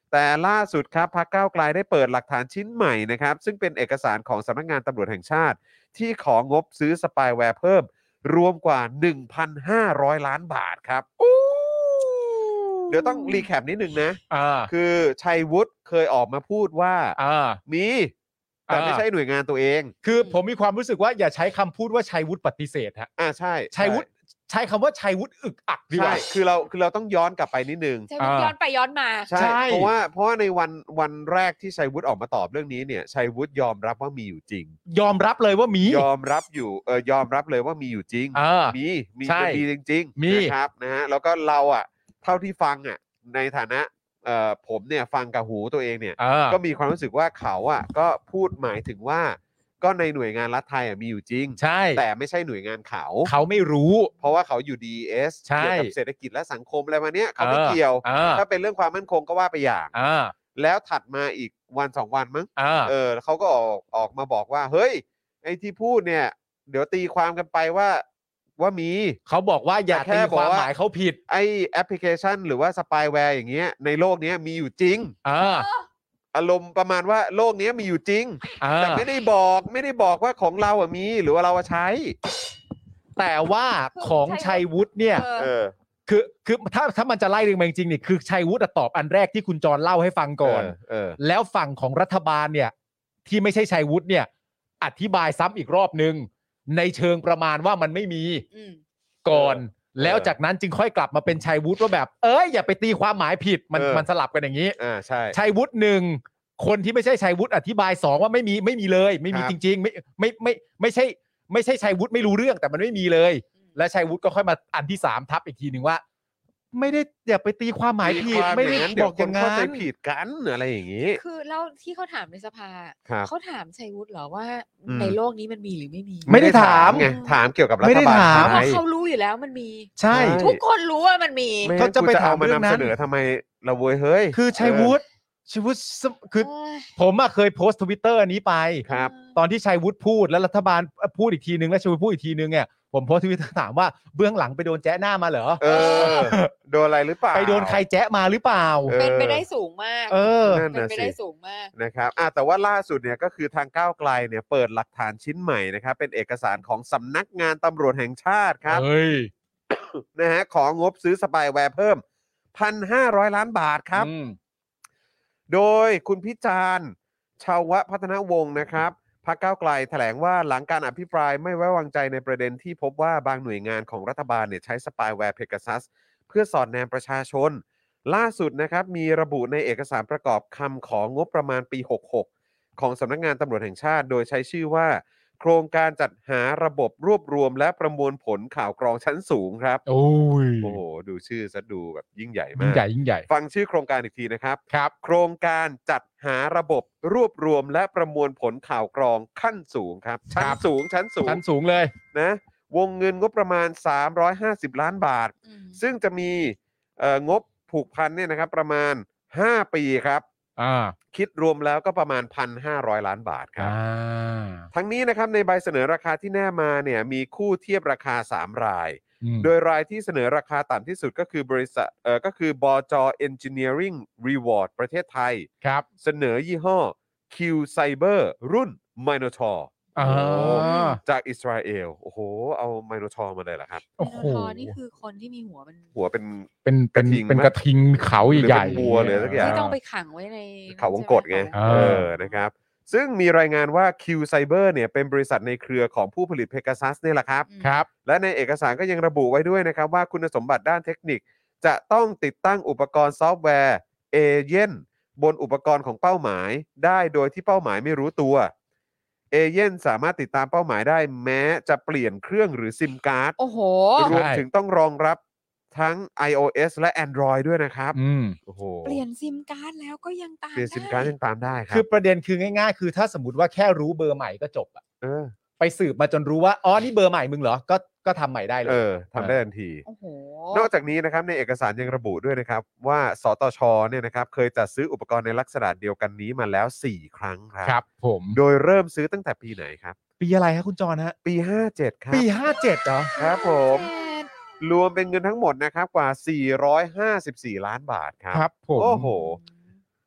Speaker 3: แต่ล่าสุดครับพรรคก้าวไกลได้เปิดหลักฐานชิ้นใหม่นะครับซึ่งเป็นเอกสารของสำนักงานตำรวจแห่งชาติที่ของงบซื้อสปายแวร์เพิ่มรวมกว่า หนึ่งพันห้าร้อย ล้านบาทครับเดี๋ยวต้องรีแคปนิดนึงนะ
Speaker 4: อ่า
Speaker 3: คือชัยวุฒิเคยออกมาพูดว่า
Speaker 4: อ่า
Speaker 3: มีแต่ไม่ใช่หน่วยงานตัวเอง
Speaker 4: คือผมมีความรู้สึกว่าอย่าใช้คำพูดว่าชัยวุฒิปฏิเสธฮะ
Speaker 3: อ่าใช่
Speaker 4: ชัยวุฒิใช้คำว่าชัยวุฒิอึกอักดีก
Speaker 3: ใช่
Speaker 4: ว่า
Speaker 3: คือเราคือเราต้องย้อนกลับไปนิดนึง
Speaker 5: ใช่มันย้อนไปย้อนมา
Speaker 3: ใช่
Speaker 4: ใช่
Speaker 3: เพราะว่าเพราะว่าในวันวันแรกที่ชัยวุฒิออกมาตอบเรื่องนี้เนี่ยชัยวุฒิยอมรับว่ามีอยู่จริง
Speaker 4: ยอมรับเลยว่ามี
Speaker 3: ยอมรับอยู่เออยอมรับเลยว่ามีอยู่จริง
Speaker 4: เออ
Speaker 3: มีมี
Speaker 4: ใช่
Speaker 3: มีจริง
Speaker 4: มี
Speaker 3: ๆนะครับนะฮะแล้วก็เราอ่ะเท่าที่ฟังอ่ะในฐานะเอ่อผมเนี่ยฟังกับหูตัวเองเนี่ย
Speaker 4: เออ
Speaker 3: ก็มีความรู้สึกว่าเขาอ่ะก็พูดหมายถึงว่าก็ในหน่วยงานรัฐไทยอ่ะมีอยู่จริง
Speaker 4: ใช่
Speaker 3: แต่ไม่ใช่หน่วยงานเขา
Speaker 4: เขาไม่รู้
Speaker 3: เพราะว่าเขาอยู่ ดี เอส
Speaker 4: ใช่
Speaker 3: เกี่ยวกับเศรษฐกิจและสังคมอะไรมาเนี้ยเขาไม่
Speaker 4: เออ
Speaker 3: เกี่ยว
Speaker 4: เออ
Speaker 3: ถ้าเป็นเรื่องความมั่นคงก็ว่าไปอย่าง
Speaker 4: อ่า
Speaker 3: แล้วถัดมาอีกวันสองวันมั้ง
Speaker 4: อ่า
Speaker 3: เออเขาก็ออกออกมาบอกว่าเฮ้ยไอ้ที่พูดเนี่ย เดี๋ยวตีความกันไปว่าว่ามี
Speaker 4: เขาบอกว่าอย่า
Speaker 3: แต่แค่
Speaker 4: ตี
Speaker 3: บ
Speaker 4: ค
Speaker 3: อก
Speaker 4: วาม
Speaker 3: ว่า
Speaker 4: หมายเขาผิด
Speaker 3: ไอ้แอปพลิเคชันหรือว่าสปายแวร์อย่างเงี้ยในโลกเนี้ยมีอยู่จริง
Speaker 4: อ่า
Speaker 3: อารมณ์ประมาณว่าโลกเนี้ยมีอยู่จริง
Speaker 4: อ่า
Speaker 3: แต่ไม่ได้บอกไม่ได้บอกว่าของเราอ่ะมีหรือว่าเราอะใช้
Speaker 4: แต่ว่าของชัยวุฒิเนี่ย
Speaker 5: เออ
Speaker 3: เออ
Speaker 4: คือคือถ้าถ้ามันจะไล่เรียงมาจริงๆเนี่ยคือชัยวุฒิอะตอบอันแรกที่คุณจรเล่าให้ฟังก่อน
Speaker 3: เออเออ
Speaker 4: แล้วฝั่งของรัฐบาลเนี่ยที่ไม่ใช่ชัยวุฒิเนี่ยอธิบายซ้ำอีกรอบนึงในเชิงประมาณว่ามันไม่มี
Speaker 5: อืม
Speaker 4: ก่อน
Speaker 3: เออ
Speaker 4: แล้วจากนั้นจึงค่อยกลับมาเป็นชัยวุฒิว่าแบบ เอ้ยอย่าไปตีความหมายผิดมัน
Speaker 3: เออ
Speaker 4: มันสลับกันอย่างนี้
Speaker 3: อ่าใช่
Speaker 4: ชัยวุฒิหนึ่งคนที่ไม่ใช่ชัยวุฒิอธิบายสองว่าไม่มีไม่มีเลย ไม่มี
Speaker 3: ครับ
Speaker 4: จริง ๆ ไม่ไม่ไม่ไม่ใช่ ไม่ใช่ชัยวุฒิไม่รู้เรื่องแต่มันไม่มีเลย และชัยวุฒิก็ค่อยมาอันที่สามทับอีกทีหนึ่งว่า ไม่ได้อย่าไปตีความหมายผิด
Speaker 3: ความ
Speaker 4: ไม่ได้
Speaker 3: ย่างนั้น
Speaker 4: บ
Speaker 3: เดี๋ย
Speaker 4: อ
Speaker 3: ว
Speaker 4: ก
Speaker 3: ค
Speaker 4: อน ย่าง
Speaker 3: เข้า
Speaker 4: นั้
Speaker 3: ใจ
Speaker 4: น
Speaker 3: ผิดกันอะไรอย่างนี้
Speaker 5: คือแล้วที่เขาถามในสภา
Speaker 3: ครับ
Speaker 5: เขาถามชัยวุฒิเหรอว่า
Speaker 3: อืม
Speaker 5: ในโลกนี้มันมีหรือไม่มี
Speaker 4: ไม่ได้ถาม
Speaker 3: ไงถามเกี่ยวกับรั
Speaker 4: ไม่
Speaker 3: ฐ
Speaker 4: ได้
Speaker 3: บาล
Speaker 4: ถาม
Speaker 3: ไท
Speaker 5: เพราะ
Speaker 3: ย
Speaker 5: เขารู้อยู่แล้วมันมี
Speaker 4: ใช่
Speaker 3: ใช่
Speaker 5: ทุกคนรู้ว่ามันมี
Speaker 3: ไม่
Speaker 4: เขา
Speaker 3: งั้น
Speaker 4: จะ
Speaker 3: กู
Speaker 4: ไป
Speaker 3: จะเอา
Speaker 4: ถาม
Speaker 3: มา
Speaker 4: เรื่องนั้น
Speaker 3: นำเสนอทำไมเราเว้ยเฮ้ย
Speaker 4: คือชัยวุฒิชัยวุฒิคือ
Speaker 5: เอ้ย
Speaker 4: ผมอะเคยโพสต์ทวิตเตอร์อันนี้ไป
Speaker 3: ครับ
Speaker 4: ตอนที่ชัยวุฒิพูดแล้วรัฐบาลพูดอีกทีนึงแล้วชัยวุฒิพูดอีกทีนึงเนี่ยผมโพสต์ทวิตเตอร์ถามว่าเบื้องหลังไปโดนแจ๊ะหน้ามาเหรอ
Speaker 3: เออ โดนอะไรหรือเปล่า
Speaker 4: ไปโดนใครแจ๊ะมาหรือเปล่า
Speaker 3: เออ
Speaker 5: เป็นไปได้สูงมาก
Speaker 4: เออ
Speaker 3: นั่น
Speaker 5: เป็น
Speaker 3: น่ะ
Speaker 5: ไป
Speaker 3: สิ
Speaker 5: ได้สูงมาก
Speaker 3: นะครับอ่ะแต่ว่าล่าสุดเนี่ยก็คือทางก้าวไกลเนี่ยเปิดหลักฐานชิ้นใหม่นะครับเป็นเอกสารของสำนักงานตำรวจแห่งชาติครับ
Speaker 4: เฮ้ย
Speaker 3: นะฮะของงบซื้อสปายแวร์เพิ่ม หนึ่งพันห้าร้อย ล้านบาทครับ
Speaker 4: อืม
Speaker 3: โดยคุณพิจารณ์ชาวพัฒนวงศ์นะครับพรรคก้าวไกลแถลงว่าหลังการอภิปรายไม่ไว้วางใจในประเด็นที่พบว่าบางหน่วยงานของรัฐบาลเนี่ยใช้สปายแวร์เพกาซัสเพื่อสอดแนมประชาชน ล่าสุดนะครับมีระบุในเอกสารประกอบคำของงบประมาณปี หกหก ของสำนักงานตำรวจแห่งชาติ โดยใช้ชื่อว่า โครงการจัดหาระบบรวบรวมและประมวลผลข่าวกรองชั้นสูงครับ
Speaker 4: โอ้ย
Speaker 3: โอ้โหดูชื่อซะดูแบบยิ่งใหญ่
Speaker 4: ยิ่
Speaker 3: มาง ก
Speaker 4: ใหญ่ยิ่งใหญ่
Speaker 3: ฟังชื่อโครงการอีกทีนะครับ
Speaker 4: ครับ
Speaker 3: โครงการจัดหาระบบรวบรวมและประมวลผลข่าวกรองขั้นสูงครับชั้น
Speaker 4: ครับ
Speaker 3: สูงชั้นสูง
Speaker 4: ชั้นสูงเลย
Speaker 3: นะวงเงินงบประมาณสามร้อยห้าสิบล้านบาท
Speaker 5: อืม
Speaker 3: ซึ่งจะมีเอ่องบผูกพันเนี่ยนะครับประมาณห้าปีครับ
Speaker 4: อ่า
Speaker 3: คิดรวมแล้วก็ประมาณ หนึ่งพันห้าร้อย ล้านบาทครับ
Speaker 4: อ่า
Speaker 3: ทั้งนี้นะครับในใบเสนอราคาที่แนบมาเนี่ยมีคู่เทียบราคาสามราย
Speaker 4: อืม
Speaker 3: โดยรายที่เสนอราคาต่ำที่สุดก็คือบริษัทเอ่อก็คือบจ. Engineering Reward ประเทศไทย
Speaker 4: ครับ
Speaker 3: เสนอยี่ห้อ Q Cyber รุ่น Minotaur
Speaker 4: อ่า
Speaker 3: โอ้จากอิสราเอลโอ้โหเอา Minotaur มาเลยเหรอครับ
Speaker 4: โอ้โห
Speaker 5: มิโนทอร์นี่คือคนที่มีหัวมัน
Speaker 3: หัวเป็น
Speaker 4: เป็นเป็น
Speaker 3: กระทิง
Speaker 4: เป็น
Speaker 3: มั้ย
Speaker 4: กระทิงเขา
Speaker 3: หรือ
Speaker 4: ใหญ่
Speaker 3: เป็นวัวเลยสักอย่าง
Speaker 5: ที่ต้องไปขังไว้ใน
Speaker 3: เขาวงกตไง
Speaker 5: ใช่หม
Speaker 3: เออนะครับซึ่งมีรายงานว่า Q Cyber เนี่ยเป็นบริษัทในเครือของผู้ผลิต Pegasus เนี่ยแหละครับ
Speaker 5: อืม
Speaker 4: ครับ
Speaker 3: และในเอกสารก็ยังระบุไว้ด้วยนะครับว่าคุณสมบัติด้านเทคนิค จะต้องติดตั้งอุปกรณ์ซอฟต์แวร์เอเย่นบนอุปกรณ์ของเป้าหมายได้โดยที่เป้าหมายไม่รู้ตัวเอเย่นสามารถติดตามเป้าหมายได้แม้จะเปลี่ยนเครื่องหรือซิมการ์ด
Speaker 5: โอ้โห
Speaker 3: รวมถึงต้องรองรับทั้ง iOS และ Android ด้วยนะครับ
Speaker 4: อืม
Speaker 3: โอ้โห
Speaker 5: เปลี่ยนซิมการ์ดแล้วก็ยังตาม
Speaker 3: เปลี่ยนซิมการ์ด
Speaker 5: ได้
Speaker 3: ยังตามได้ครั
Speaker 4: คือประเด็นคือง่ายๆ คือถ้าสมมติว่าแค่รู้เบอร์ใหม่ก็จบอะ
Speaker 3: เออ
Speaker 4: ไปสืบมาจนรู้ว่าอ๋อนี่เบอร์ใหม่มึงเหรอ ก็ก็ทำใหม่ได้เล
Speaker 3: เอย อทำได้ทันที
Speaker 5: โอ้โห
Speaker 3: นอกจากนี้นะครับในเอกสารยังระบุด้วยนะครับว่าสตชเนี่ยนะครับเคยจัดซื้ออุปกรณ์ในลักษณะเดียวกันนี้มาแล้ว สี่ ครั้งครับ
Speaker 4: ครับ ผม
Speaker 3: โดยเริ่มซื้อตั้งแต่ปีไหนครับ
Speaker 4: ปีอะไรฮะคุณจรฮะ
Speaker 3: ปี ห้าเจ็ด ครับ
Speaker 4: ปีห้าเจ็ดเหรอ
Speaker 3: ครับผม รวมเป็นเงินทั้งหมดนะครับกว่า สี่ร้อยห้าสิบสี่ ล้านบาทครับ
Speaker 4: ครับผม
Speaker 3: โอ้โห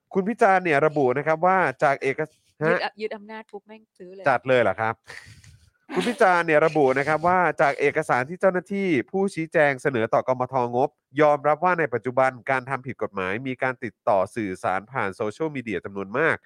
Speaker 3: คุณพิจารณ์เนี่ยระบุนะครับว่าจากเอก
Speaker 5: ยึ
Speaker 3: ฮะ
Speaker 5: ดยึดอำนาจปุ๊บแม่งซื้อเลย
Speaker 3: จัดเลยเหรอครับ คุณพิจารณ์เนี่ยระบุนะครับว่าจากเอกสารที่เจ้าหน้าที่ผู้ชี้แจงเสนอต่อกมธงบ ยอมรับว่าในปัจจุบันการทำผิดกฎหมาย มีการติดต่อสื่อสารผ่านโซเชียลมีเดียจำนวนมาก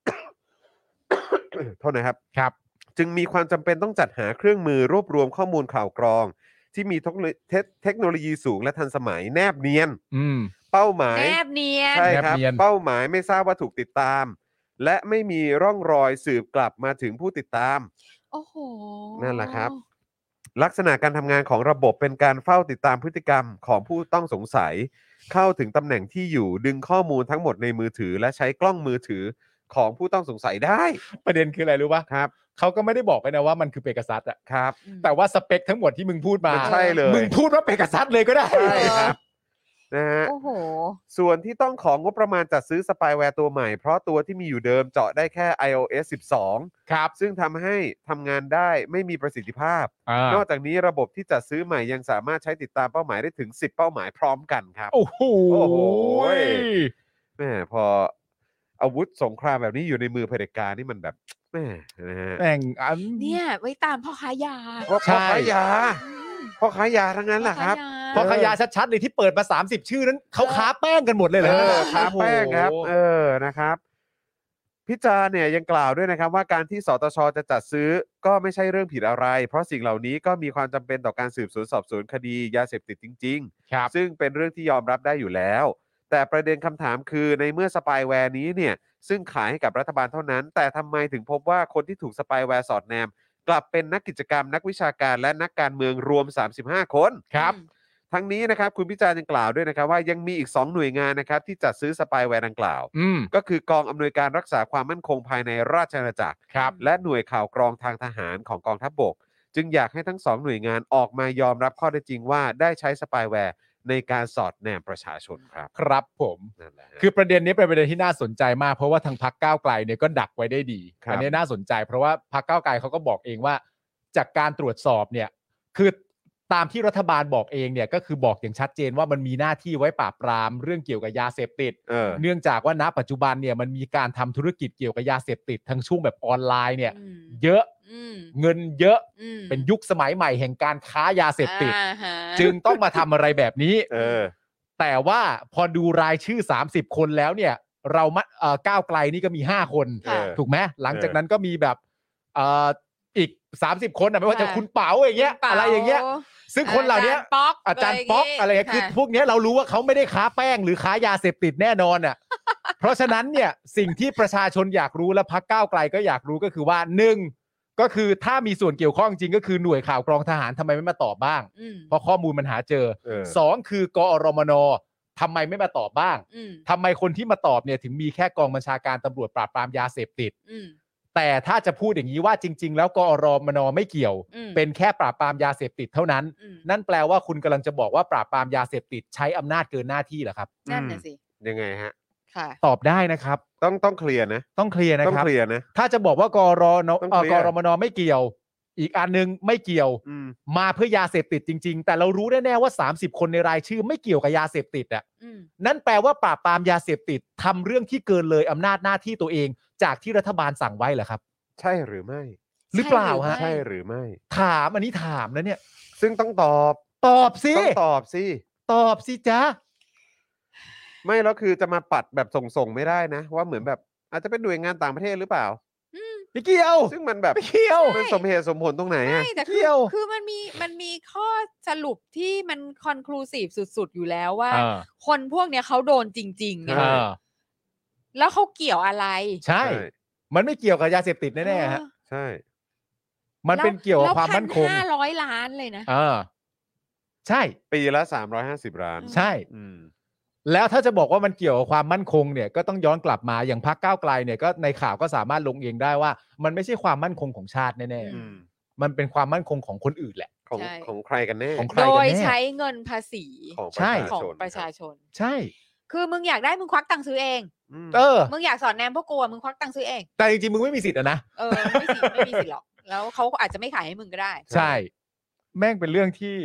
Speaker 3: โทษนะครับ
Speaker 4: ครับ
Speaker 3: จึงมีความจำเป็นต้องจัดหาเครื่องมือรวบรวมข้อมูลข่าวกรอง ที่มีเทคโนโลยีสูงและทันสมัยแนบเนียน
Speaker 4: อืม
Speaker 3: เป้าหมาย
Speaker 5: แนบเนียน
Speaker 3: ใช่ครับ
Speaker 4: แนบเนียน
Speaker 3: เป้าหมายไม่ทราบว่าถูกติดตาม และไม่มีร่องรอยสืบกลับมาถึงผู้ติดตาม
Speaker 5: โอ้โห
Speaker 3: นั่นแหละครับ ลักษณะการทำงานของระบบเป็นการเฝ้าติดตามพฤติกรรมของผู้ต้องสงสัย เข้าถึงตำแหน่งที่อยู่ดึงข้อมูลทั้งหมดในมือถือ และใช้กล้องมือถือของผู้ต้องสงสัยได้
Speaker 4: ประเด็นคืออะไรรู้ป่ะ
Speaker 3: ครับ
Speaker 4: เขาก็ไม่ได้บอกไปนะว่ามันคือเปกัสซัสอะ
Speaker 3: ครับ
Speaker 4: แต่ว่าสเปคทั้งหมดที่มึงพูดมา
Speaker 3: มันใช่เลย
Speaker 4: มึงพูดว่าเปกัสซัสเลยก็ได้
Speaker 3: ใช่ครับนะฮะ
Speaker 5: โอ้โห
Speaker 3: ส่วนที่ต้องของงบประมาณจัดซื้อสปายแวร์ตัวใหม่ เพราะตัวที่มีอยู่เดิมเจาะได้แค่ ไอ โอ เอส สิบสอง
Speaker 4: ครับ
Speaker 3: ซึ่งทำให้ทำงานได้ไม่มีประสิทธิภาพ
Speaker 4: อ่าน
Speaker 3: อกจากนี้ระบบที่จัดซื้อใหม่ยังสามารถใช้ติดตามเป้าหมายได้ถึงสิบเป้าหมายพร้อมกันครับ
Speaker 4: โอ้โห
Speaker 3: โอ้โห แม่พออาวุธสงครามแบบนี้อยู่ในมือเผด็จการนี่มันแบบแม่นะฮะ
Speaker 4: แม่งอัน
Speaker 5: เนี่ยไว้ตามพ่อค้ายา
Speaker 3: เพราะ
Speaker 4: ใช่
Speaker 3: พ่อขายยา
Speaker 5: อืม
Speaker 3: พ่อขายยาทั้งนั้นแหละครับ
Speaker 4: พอขยาชัดๆเลยที่เปิดมาสามสิบชื่อนั้นเขาค้าแป้งกันหมดเลยเหร
Speaker 3: เอ
Speaker 4: อ
Speaker 3: อค้าแป้งครับ
Speaker 4: โอ้โห
Speaker 3: เออนะครับ พิจารณ์เนี่ยยังกล่าวด้วยนะครับว่าการที่สตชจะจัดซื้อก็ไม่ใช่เรื่องผิดอะไร เพราะสิ่งเหล่านี้ก็มีความจำเป็นต่อการสืบสวนสอบสวนคดียาเสพติดจริง
Speaker 4: ครับ
Speaker 3: ๆ ซึ่งเป็นเรื่องที่ยอมรับได้อยู่แล้ว แต่ประเด็นคำถามคือในเมื่อสปายแวร์นี้เนี่ยซึ่งขายให้กับรัฐบาลเท่านั้น แต่ทำไมถึงพบว่าคนที่ถูกสปายแวร์สอดแนม กลับเป็นนักกิจกรรมนักวิชาการและนักการเมืองรวมสามสิบห้าคน
Speaker 4: ครับ
Speaker 3: ทั้งนี้นะครับคุณพิจารณ์ยังกล่าวด้วยนะครับว่ายังมีอีกสองหน่วยงานนะครับที่จัดซื้อสปายแวร์ดังกล่าว
Speaker 4: อืม
Speaker 3: ก็คือกองอำนวยการรักษาความมั่นคงภายในราชอาณาจักร
Speaker 4: ครับ
Speaker 3: และหน่วยข่าวกรองทางทหารของกองทัพบก จึงอยากให้ทั้งสองหน่วยงานออกมายอมรับข้อเท็จจริงว่าได้ใช้สปายแวร์ในการสอดแนมประชาชนครับ
Speaker 4: ครับผม
Speaker 3: นั่นแหละฮะ
Speaker 4: คือประเด็นนี้เป็นประเด็นที่น่าสนใจมากเพราะว่าทางพรรคก้าวไกลเนี่ยก็ดักไว้ได้ดี
Speaker 3: ครับ
Speaker 4: อันนี้น่าสนใจ เพราะว่าพรรคก้าวไกลเขาก็บอกเองว่า จากการตรวจสอบเนี่ยคือตามที่รัฐบาลบอกเองเนี่ยก็คือบอกอย่างชัดเจนว่ามันมีหน้าที่ไว้ปราบปรามเรื่องเกี่ยวกับยาเสพติด
Speaker 3: เออ
Speaker 4: เนื่องจากว่าณปัจจุบันเนี่ยมันมีการทำธุรกิจเกี่ยวกับยาเสพติดทั้งช่วงแบบออนไลน์เนี่ย
Speaker 5: อืม
Speaker 4: เยอะ
Speaker 5: อืม
Speaker 4: เงินเยอะ
Speaker 5: อืม
Speaker 4: เป็นยุคสมัยใหม่แห่งการค้ายาเสพติด
Speaker 5: อ่าฮะ
Speaker 4: จึงต้องมาทำอะไรแบบนี้
Speaker 3: เออ
Speaker 4: แต่ว่าพอดูรายชื่อสามสิบคนแล้วเนี่ย เรามาเอ่อก้าวไกลนี่ก็มีห้าคน
Speaker 5: ค่ะ
Speaker 4: ถูกไหมหลังจากนั้นก็มีแบบเอ่ออีกสามสิบคนอ่ะไม่ว่าจะคุณเป๋าอย่างเงี้ย
Speaker 5: ป๋า
Speaker 4: อะไรอย่างเงี้ย ซึ่งคนเหล่านี้
Speaker 5: จรย์ป๊อก
Speaker 4: อาจารย์ป๊อกอะไรเงี้ยคือพวกเนี้ยเรารู้ว่าเขาไม่ได้ค้าแป้งหรือค้ายาเสพติดแน่นอนอ่ะ เพราะฉะนั้นเนี่ยสิ่งที่ประชาชนอยากรู้และพรรคก้าวไกลก็อยากรู้ก็คือว่าหนึ่งก็คือถ้ามีส่วนเกี่ยวข้องจริงก็คือหน่วยข่าวกรองทหารทำไมไม่มาตอบบ้าง
Speaker 5: อืม
Speaker 4: เพราะข้อมูลมันหาเจอ
Speaker 3: เออ
Speaker 4: สองคือกอรมนทำไมไม่มาตอบบ้าง
Speaker 5: อืม
Speaker 4: ทำไมคนที่มาตอบเนี่ยถึงมีแค่กองบัญชาการตำรวจปราบปรามยาเสพติด
Speaker 5: อืม
Speaker 4: แต่ถ้าจะพูดอย่างนี้ว่าจริง ๆ แล้วกอรมนไม่เกี่ยว
Speaker 5: อืม
Speaker 4: เป็นแค่ปราบปรามยาเสพติดเท่านั้น
Speaker 5: อืม
Speaker 4: นั่นแปลว่าคุณกำลังจะบอกว่าปราบปรามยาเสพติดใช้อำนาจเกินหน้าที่เหรอครับ
Speaker 5: นั่นน่ะสิ
Speaker 3: ยังไงฮะ
Speaker 5: ค่ะ
Speaker 4: ตอบได้นะครับ
Speaker 3: ต้องต้องเคลียร์นะ
Speaker 4: ต้องเคลียร์นะ
Speaker 3: ต้อง
Speaker 4: ครับ
Speaker 3: เคลียร์นะ
Speaker 4: ถ้าจะบอกว่ากรน
Speaker 3: ต้อง
Speaker 4: เอ่อ
Speaker 3: เคลียร์
Speaker 4: กรมนไม่เกี่ยว อีกอันนึงไม่เกี่ยว
Speaker 3: อืม
Speaker 4: มาเพื่อยาเสพติดจริง ๆ แต่เรารู้แน่ๆว่าสามสิบคนในรายชื่อไม่เกี่ยวกับยาเสพติดอ่ะ
Speaker 5: อืม
Speaker 4: นั่นแปลว่าปราบปรามยาเสพติดทำเรื่องที่เกินเลยอำนาจหน้าที่ตัวเอง จากที่รัฐบาลสั่งไว้เหรอครับ
Speaker 3: ใช่หรือไม่
Speaker 4: หรือเปล่าฮะ
Speaker 3: ใช่หรือไม่
Speaker 4: ถามอันนี้ถามนะเนี่ย
Speaker 3: ซึ่งต้องตอบ
Speaker 4: ตอบสิ
Speaker 3: ต้องตอบสิ
Speaker 4: ตอบสิจ๊ะ
Speaker 3: ไม่แล้วคือจะมาปัดแบบส่งๆไม่ได้นะ ว่าเหมือนแบบอาจจะเป็นหน่วยงานต่างประเทศหรือเปล่า
Speaker 4: ไม่เกี่ยว
Speaker 3: ซึ่งมันแบบ
Speaker 4: ไม่เกี่ยว
Speaker 3: มันสมเหตุสมผลตรงไหนอะ
Speaker 5: ใช่แต่คื
Speaker 4: เกี่
Speaker 5: อ
Speaker 4: ยว
Speaker 5: คือมันมีมันมีข้อสรุปที่มันคอนคลูซีฟสุดๆ อยู่แล้วว่า
Speaker 4: อ่า
Speaker 5: คนพวกเนี้ยเขาโดนจริงๆไง
Speaker 3: ใช่
Speaker 4: อ่า
Speaker 5: แล้วเขาเกี่ยวอะไร
Speaker 4: ใช่ มันไม่เกี่ยวกับยาเสพติดแน่ๆฮะ
Speaker 3: ใช่
Speaker 4: มันเป็นเกี่ยวกับความมั่นคง
Speaker 5: ห้าร้อยล้านเลยนะ
Speaker 4: อ่าใช่
Speaker 3: ปีละสามร้อยห้าสิบล้าน
Speaker 4: ใช่
Speaker 3: อืม
Speaker 4: แล้วถ้าจะบอกว่ามันเกี่ยวกับความมั่นคงเนี่ยก็ต้องย้อนกลับมาอย่างพรรคก้าวไกลเนี่ยก็ในข่าวก็สามารถลงเองได้ว่า มันไม่ใช่ความมั่นคงของชาติแน่
Speaker 3: อืม
Speaker 4: ๆมันเป็นความมั่นคงของคนอื่นแหละ
Speaker 3: ของ
Speaker 5: ใช่
Speaker 3: ของใครกันแน่
Speaker 4: ของใคร
Speaker 5: โด
Speaker 4: กัน
Speaker 5: ย
Speaker 4: แน่
Speaker 5: ใช้เงินภาษี
Speaker 3: ของป
Speaker 4: ใช่
Speaker 3: ระชา
Speaker 5: ของ
Speaker 3: ชน
Speaker 5: ประชาชน
Speaker 4: ใช่
Speaker 5: คือมึงอยากได้มึงควักตังค์ซื้อเอง
Speaker 3: อืม
Speaker 4: เออ
Speaker 5: มึงอยากสอนแนมพวกกูอะมึงควักตังค์ซื้อเอง
Speaker 4: แต่จริงๆมึงไม่มีสิทธิ์อะนะ
Speaker 5: เออไม่มีสิทธิ์ไม่มีสิทธิ์หรอก แล้วเขาอาจจะไม่ขายให้มึงก็ได้
Speaker 4: ใช่ แม่งเป็นเรื่องที่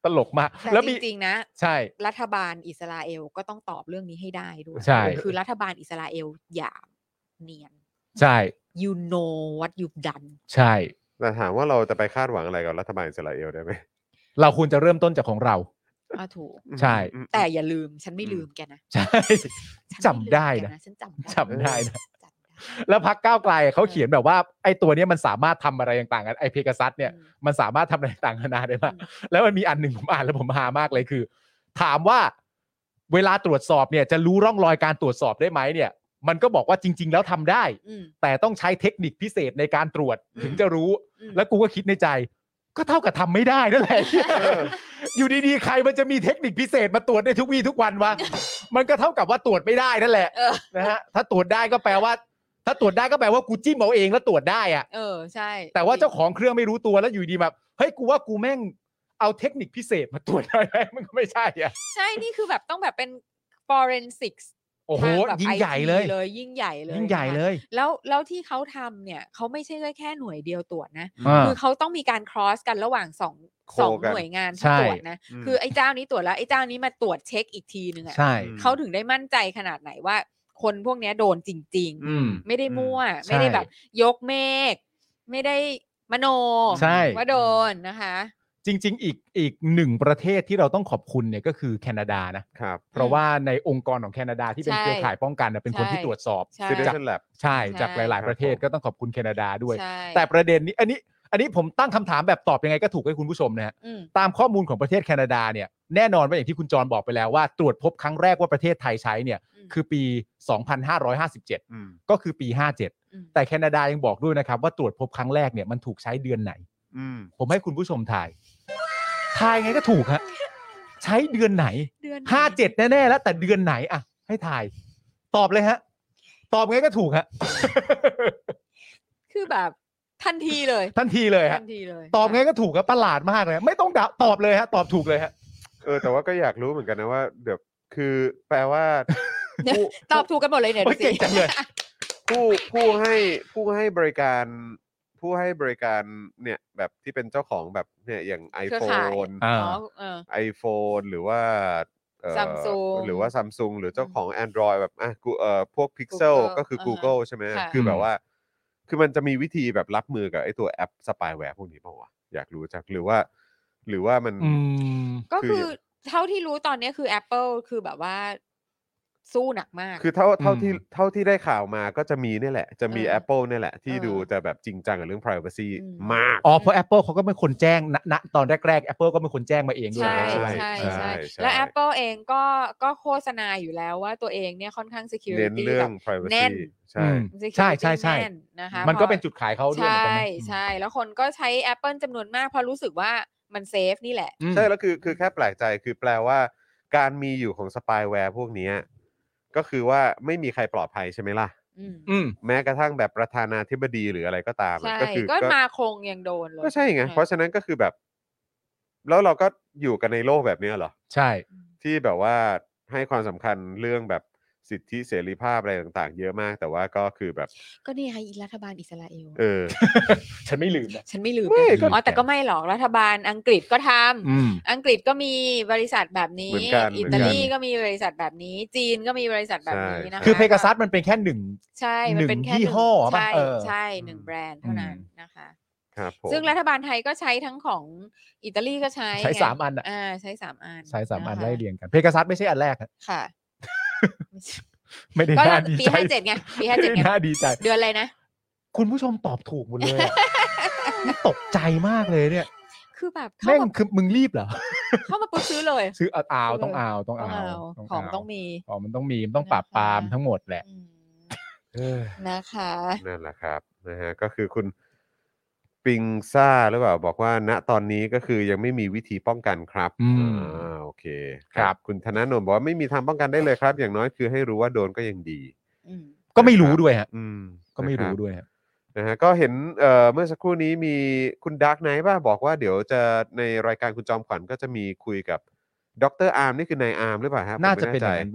Speaker 4: ตลกมาก
Speaker 5: แต่
Speaker 4: แล้ว
Speaker 5: จ
Speaker 4: มี
Speaker 5: ริงๆนะ
Speaker 4: ใช่
Speaker 5: รัฐบาลอิสราเอลก็ต้องตอบเรื่องนี้ให้ได้ด้วย
Speaker 4: ใช่
Speaker 5: คือรัฐบาลอิสราเอลอย่าเนียน
Speaker 4: ใช่
Speaker 5: you know what you've done
Speaker 4: ใช่
Speaker 3: แต่ถามว่าเราจะไปคาดหวังอะไรกับรัฐบาลอิสราเอลได้ไหม
Speaker 4: เราควรจะเริ่มต้นจากของเรา
Speaker 5: อ่ะถูก
Speaker 4: ใช่
Speaker 3: อืม
Speaker 5: แต่อย่าลืมฉันไม่ลืมแกนะ
Speaker 4: ใช่
Speaker 5: ฉัน
Speaker 4: จำได้
Speaker 5: ม่ลืมแก
Speaker 4: นะ
Speaker 5: ฉันจำได้
Speaker 4: จำได้นะ
Speaker 5: จำได้
Speaker 4: แล้วพรรคก้าวไกลเขาเขียนแบบว่าไอ้ตัวเนี้ยมันสามารถทำอะไรต่างๆกันไอ้เพกาซัสเนี่ย
Speaker 5: อืม
Speaker 4: มันสามารถทำอะไรต่างๆนานาได้มาก
Speaker 5: อืม
Speaker 4: แล้วมันมีอันหนึ่งผมอ่านแล้วผมฮามากเลยคือ ถามว่าเวลาตรวจสอบเนี่ยจะรู้ร่องรอยการตรวจสอบได้ไหมเนี่ย มันก็บอกว่าจริง ๆ แล้วทำได้
Speaker 5: อืม
Speaker 4: แต่ต้องใช้เทคนิคพิเศษในการตรวจ
Speaker 5: อืม
Speaker 4: ถึงจะรู้
Speaker 5: อืม
Speaker 4: แล้วกูก็คิดในใจ ก็เท่ากับทำไม่ได้นั่นแหละ อยู่ดีๆใครมันจะมีเทคนิคพิเศษมาตรวจได้ทุกวี่ทุกวันวะ มันก็เท่ากับว่าตรวจไม่ได้นั่นแหละ
Speaker 5: เออ
Speaker 4: นะฮะถ้าตรวจได้ก็แปลว่า ถ้าตรวจได้ก็แปลว่ากูจิ้มเอาเองแล้วตรวจได้อะ
Speaker 5: เออใช่
Speaker 4: แต่ว่าเจ้าของเครื่องไม่รู้ตัวแล้วอยู่ดีแบบเฮ้ยกูว่ากูแม่งเอาเทคนิคพิเศษมาตรวจได้ไหมมันก็ไม่ใช่อ่ะ
Speaker 5: ใช่นี่คือแบบต้องแบบเป็น forensics
Speaker 4: โอ้โห
Speaker 5: ทางแบบ
Speaker 4: ยิ่งใหญ่
Speaker 5: ไอที
Speaker 4: เลย
Speaker 5: เลยยิ่งใหญ่เลย
Speaker 4: ยิ่งใหญ่
Speaker 5: นะคะ
Speaker 4: เลย
Speaker 5: แล้วแล้วที่เขาทำเนี่ยเขาไม่ใช่แค่หน่วยเดียวตรวจนะ
Speaker 4: อ่า
Speaker 5: คือเขาต้องมีการ cross กันระหว่างสอง
Speaker 3: โค
Speaker 5: สอง
Speaker 3: กัน
Speaker 5: หน่วยงาน
Speaker 4: ใช่
Speaker 5: ที่ตรวจนะ
Speaker 3: อืม
Speaker 5: คือไอ้เจ้านี้ตรวจแล้วไอ้เจ้านี้มาตรวจเช็คอีกทีนึงอ่ะ
Speaker 4: ใช่
Speaker 5: เขาถึงได้มั่นใจขนาดไหนว่า คนพวกเนี้ยโดนจริง
Speaker 4: อืม
Speaker 5: ๆ ไม่ได้มั่ว
Speaker 4: ใช่
Speaker 5: ไม่ได้แบบยกเมฆไม่ได้มโน
Speaker 4: ใช่
Speaker 5: ว่าโดนนะคะ
Speaker 4: จริง ๆ อีกอีกหนึ่งประเทศที่เราต้องขอบคุณเนี่ยก็คือแคนาดานะ
Speaker 3: ครับ
Speaker 4: เพราะว่าในองค์กรของแคนาดาที่เป็น
Speaker 5: ใช่
Speaker 4: เครือข่ายป้องกันน่ะเป็นคน
Speaker 5: ใช่
Speaker 4: ที่ตรวจสอบ
Speaker 5: ใช่
Speaker 3: Citizen Lab
Speaker 4: ใช่
Speaker 5: ใช่
Speaker 4: จากหลาย ๆ ประเทศ
Speaker 3: ครับผม
Speaker 4: ก็ต้องขอบคุณแคนาดาด้วย
Speaker 5: ใช่
Speaker 4: แต่ประเด็นนี้อันนี้อันนี้ผมตั้งคำถามแบบตอบยังไงก็ถูกให้คุณผู้ชมนะฮะ
Speaker 5: อืม
Speaker 4: ตามข้อมูลของประเทศแคนาดาเนี่ยแน่นอนว่าอย่างที่คุณจรบอกไปแล้วว่าตรวจพบครั้งแรกว่าประเทศไทยใช้เนี่ย
Speaker 5: อืม
Speaker 4: คือปี สองพันห้าร้อยห้าสิบเจ็ด
Speaker 3: อืม
Speaker 4: ก็คือปี ห้าเจ็ด
Speaker 5: อืม
Speaker 4: แต่แคนาดายังบอกด้วยนะครับว่าตรวจพบครั้งแรกเนี่ยมันถูกใช้เดือนไหน
Speaker 3: อืม
Speaker 4: ผมให้คุณผู้ชมทายทายไงก็ถูกฮะใช้เดือนไหน
Speaker 5: เดือนไหน
Speaker 4: ห้าเจ็ดแน่ๆแล้วแต่เดือนไหนอ่ะให้ทายตอบเลยฮะตอบไงก็ถูกฮะ
Speaker 5: คือแบบทันทีเลย
Speaker 4: ทันทีเลยฮะ
Speaker 5: ทันทีเลย
Speaker 4: ตอบไงก็ถูกครับประหลาดมากเลยไม่ต้องเดาตอบเลยฮะตอบถูกเลยฮะ
Speaker 3: เออแต่ว่าก็อยากรู้เหมือนกันนะว่าเดี๋ยวคือแปลว่า
Speaker 5: เนี่ย
Speaker 3: ผู้
Speaker 5: ตอบถูกกันหมดเลยเนี่ย
Speaker 4: โอ้
Speaker 5: ดู
Speaker 4: ย
Speaker 5: สิ
Speaker 4: เก่งจังเลย
Speaker 3: ผู้ผู้ให้ผู้ให้บริการผู้ให้บริการเนี่ยแบบที่เป็นเจ้าของแบบเนี่ยอย่าง
Speaker 5: เครือข่าย
Speaker 3: iPhone
Speaker 4: อ่า
Speaker 5: อ๋อเออ
Speaker 3: iPhone หรือว่าเอ่อ
Speaker 5: Samsung
Speaker 3: หรือว่า Samsung หรือเจ้าของ Android แบบอ่ะกูเอ่อพวก Pixel
Speaker 5: Google
Speaker 3: ก็คือ
Speaker 5: อ่าฮะ
Speaker 3: Google ใช่ไหม
Speaker 5: ค่ะ
Speaker 3: คือแบบว่า คือมันจะมีวิธีแบบรับมือกับไอ้ตัวแอปสปายแวร์พวกนี้เปล่าวะอยากรู้จักหรือว่า หรือว่ามัน
Speaker 4: อืม
Speaker 5: ก็
Speaker 3: คือ
Speaker 5: คือเท่าที่รู้ตอนนี้คือ Apple คือแบบว่า สู้หนักมาก
Speaker 3: คือเท่าเท่าที่
Speaker 4: อืม
Speaker 3: เท่าที่ได้ข่าวมาก็จะมีเนี่ยแหละ จะมี
Speaker 5: เออ
Speaker 3: Apple เนี่ยแหละ ที่
Speaker 5: เออ
Speaker 3: ดูจะแบบจริงจังกับเรื่อง privacy
Speaker 5: อืม
Speaker 3: มาก
Speaker 4: อ๋อเพราะ Apple เขาก็เป็นคนแจ้งณณตอนแรกๆ Apple ก็เป็นคนแจ้งมาเองด้วย
Speaker 5: ใช่
Speaker 3: ใช่
Speaker 5: ใช่
Speaker 3: ใช่
Speaker 5: ใช่
Speaker 3: ใช่
Speaker 5: แล้ว Apple เองก็ก็โฆษณาอยู่แล้วว่าตัวเองเนี่ยค่อนข้าง
Speaker 3: เน้น
Speaker 5: security
Speaker 3: เรื่
Speaker 5: แบ
Speaker 3: อง
Speaker 5: บ
Speaker 3: privacy
Speaker 5: แน่น
Speaker 3: ใช่
Speaker 4: อืม
Speaker 5: security
Speaker 4: ใช่ใช่ใช่
Speaker 5: แน่นนะคะ
Speaker 4: มันก็
Speaker 5: พอ
Speaker 4: เป็นจุดขายเขาด้วยเหมือน
Speaker 5: ใช่
Speaker 4: กันนะ
Speaker 5: ใช่แล้วคนก็ใช้ Apple จำนวนมากเพราะรู้สึกว่ามันเซฟนี่แหละ
Speaker 4: อืม
Speaker 3: ใช่แล้วคือคือแค่แปลกใจคือแปลว่าการมีอยู่ของสปายแวร์พวกเนี้ยก็คือว่าไม่มีใครปลอดภัยใช่ไหมล่ะ
Speaker 5: อืม
Speaker 4: อืม
Speaker 3: แม้กระทั่งแบบประธานาธิบดีหรืออะไรก็ตามอะ
Speaker 5: ใช่
Speaker 3: ก็คือ
Speaker 5: ก็มาคงยังโดนเลย
Speaker 3: ก็ใช่ไง
Speaker 5: ออ
Speaker 3: เพราะฉะนั้นก็คือแบบ แล้วเราก็อยู่กันในโลกแบบเนี้ยเหรอ
Speaker 4: ใช่
Speaker 3: ที่แบบว่าให้ความสำคัญเรื่องแบบสิทธิเสรีภาพอะไรต่างๆ เยอะมาก แต่ว่าก็คือแบบ
Speaker 5: ก็นี่ไงรัฐบาลอิสราเอล
Speaker 3: เออ
Speaker 4: ฉันไม่ลืมนะ
Speaker 5: ฉันไม่ลืม
Speaker 3: ไม่
Speaker 5: นะ
Speaker 3: ก็
Speaker 5: อ๋อแต่ก็ไม่หรอกรัฐบาลอังกฤษก็ทำ
Speaker 4: อืม
Speaker 5: อังกฤษก็มีบริษัทแบบนี้
Speaker 3: เหมือนกัน
Speaker 5: อิตาลี
Speaker 3: เหมือนกัน
Speaker 5: ก็มีบริษัทแบบนี้ จีนก็มีบริษัทแบบนี้
Speaker 3: ใช่
Speaker 5: นะคะ
Speaker 4: คือเพกาซัสมันเป็นแค่หนึ่ง
Speaker 5: ใช่มันเป็นแค่
Speaker 4: หนึ่งยี่ห้อป่ะ
Speaker 5: ใช่
Speaker 4: เออ
Speaker 5: ใช่หนึ่งแบรนด์เท่านั้น
Speaker 4: อืม
Speaker 5: นะคะ
Speaker 3: ครับผม
Speaker 5: ซึ่งรัฐบาลไทยก็ใช้ทั้งของอิตาลีก็ใช้
Speaker 4: ใช้
Speaker 5: ไง
Speaker 4: สามอันอะ
Speaker 5: อ่าใช้สามอัน
Speaker 4: ใช้สามอัน
Speaker 5: นะคะ
Speaker 4: ไล่เรียงกันเพกาซัสไม่ใช่อันแรกอะ
Speaker 5: ค่ะ
Speaker 4: ไม่ได้
Speaker 5: ก็
Speaker 4: น่าดี
Speaker 5: ปี
Speaker 4: ใจ
Speaker 5: ห้าเจ็ดไงปีห้า
Speaker 4: ไม่
Speaker 5: เจ็ด
Speaker 4: ได้
Speaker 5: ไง
Speaker 4: น่าดีใจ
Speaker 5: เดือนอะไรนะ
Speaker 4: คุณผู้ชมตอบถูกหมดเลยอะ นี่ตกใจมากเลยเนี่ย
Speaker 5: คือแบบเข้า
Speaker 4: แม่ง
Speaker 5: มา
Speaker 4: คือมึงรีบเหรอ
Speaker 5: เข้ามาปุ๊บซื้อเลย
Speaker 4: ซื้อเอาเอา
Speaker 5: ซื้อเลย
Speaker 4: ต้องเอาต้อง
Speaker 5: ต้อง
Speaker 4: เอา
Speaker 5: เอาของต้องมี
Speaker 4: ของมันต้องมีมันต้องปราบปราม
Speaker 5: นะคะ
Speaker 4: ทั้งหมดแหละ
Speaker 5: อืม
Speaker 3: เออ
Speaker 5: นะคะ
Speaker 3: นั่นแหละครับนะฮะก็คือคุณปิงซ่าหรือเปล่าบอกว่าณตอนนี้ก็คือยังไม่มีวิธีป้องกันครับ
Speaker 4: อืม
Speaker 3: อ่าโอเค
Speaker 4: ครับ
Speaker 3: คุณธนาโนนบอกว่าไม่มีทางป้องกันได้เลยครับ อย่างน้อยคือให้รู้ว่าโดนก็ยังดี
Speaker 5: อืม
Speaker 4: ก็ไม่รู้ด้วยฮะ
Speaker 3: อืม
Speaker 4: ก็ไม่รู้
Speaker 3: นะครับ
Speaker 4: ด้วยฮะ
Speaker 3: นะฮะก็เห็นเอ่อเมื่อสักครู่นี้มีคุณดาร์กไนท์ป่ะบอกว่าเดี๋ยวจะในรายการคุณจอมขวัญก็จะมีคุยกับดรอาร์มนี่คือนายอาร์มหรือเปล่าครับผม
Speaker 4: น่า
Speaker 3: ไม่
Speaker 4: จะเป็น
Speaker 3: แใจ
Speaker 4: อย่างนั้นปะ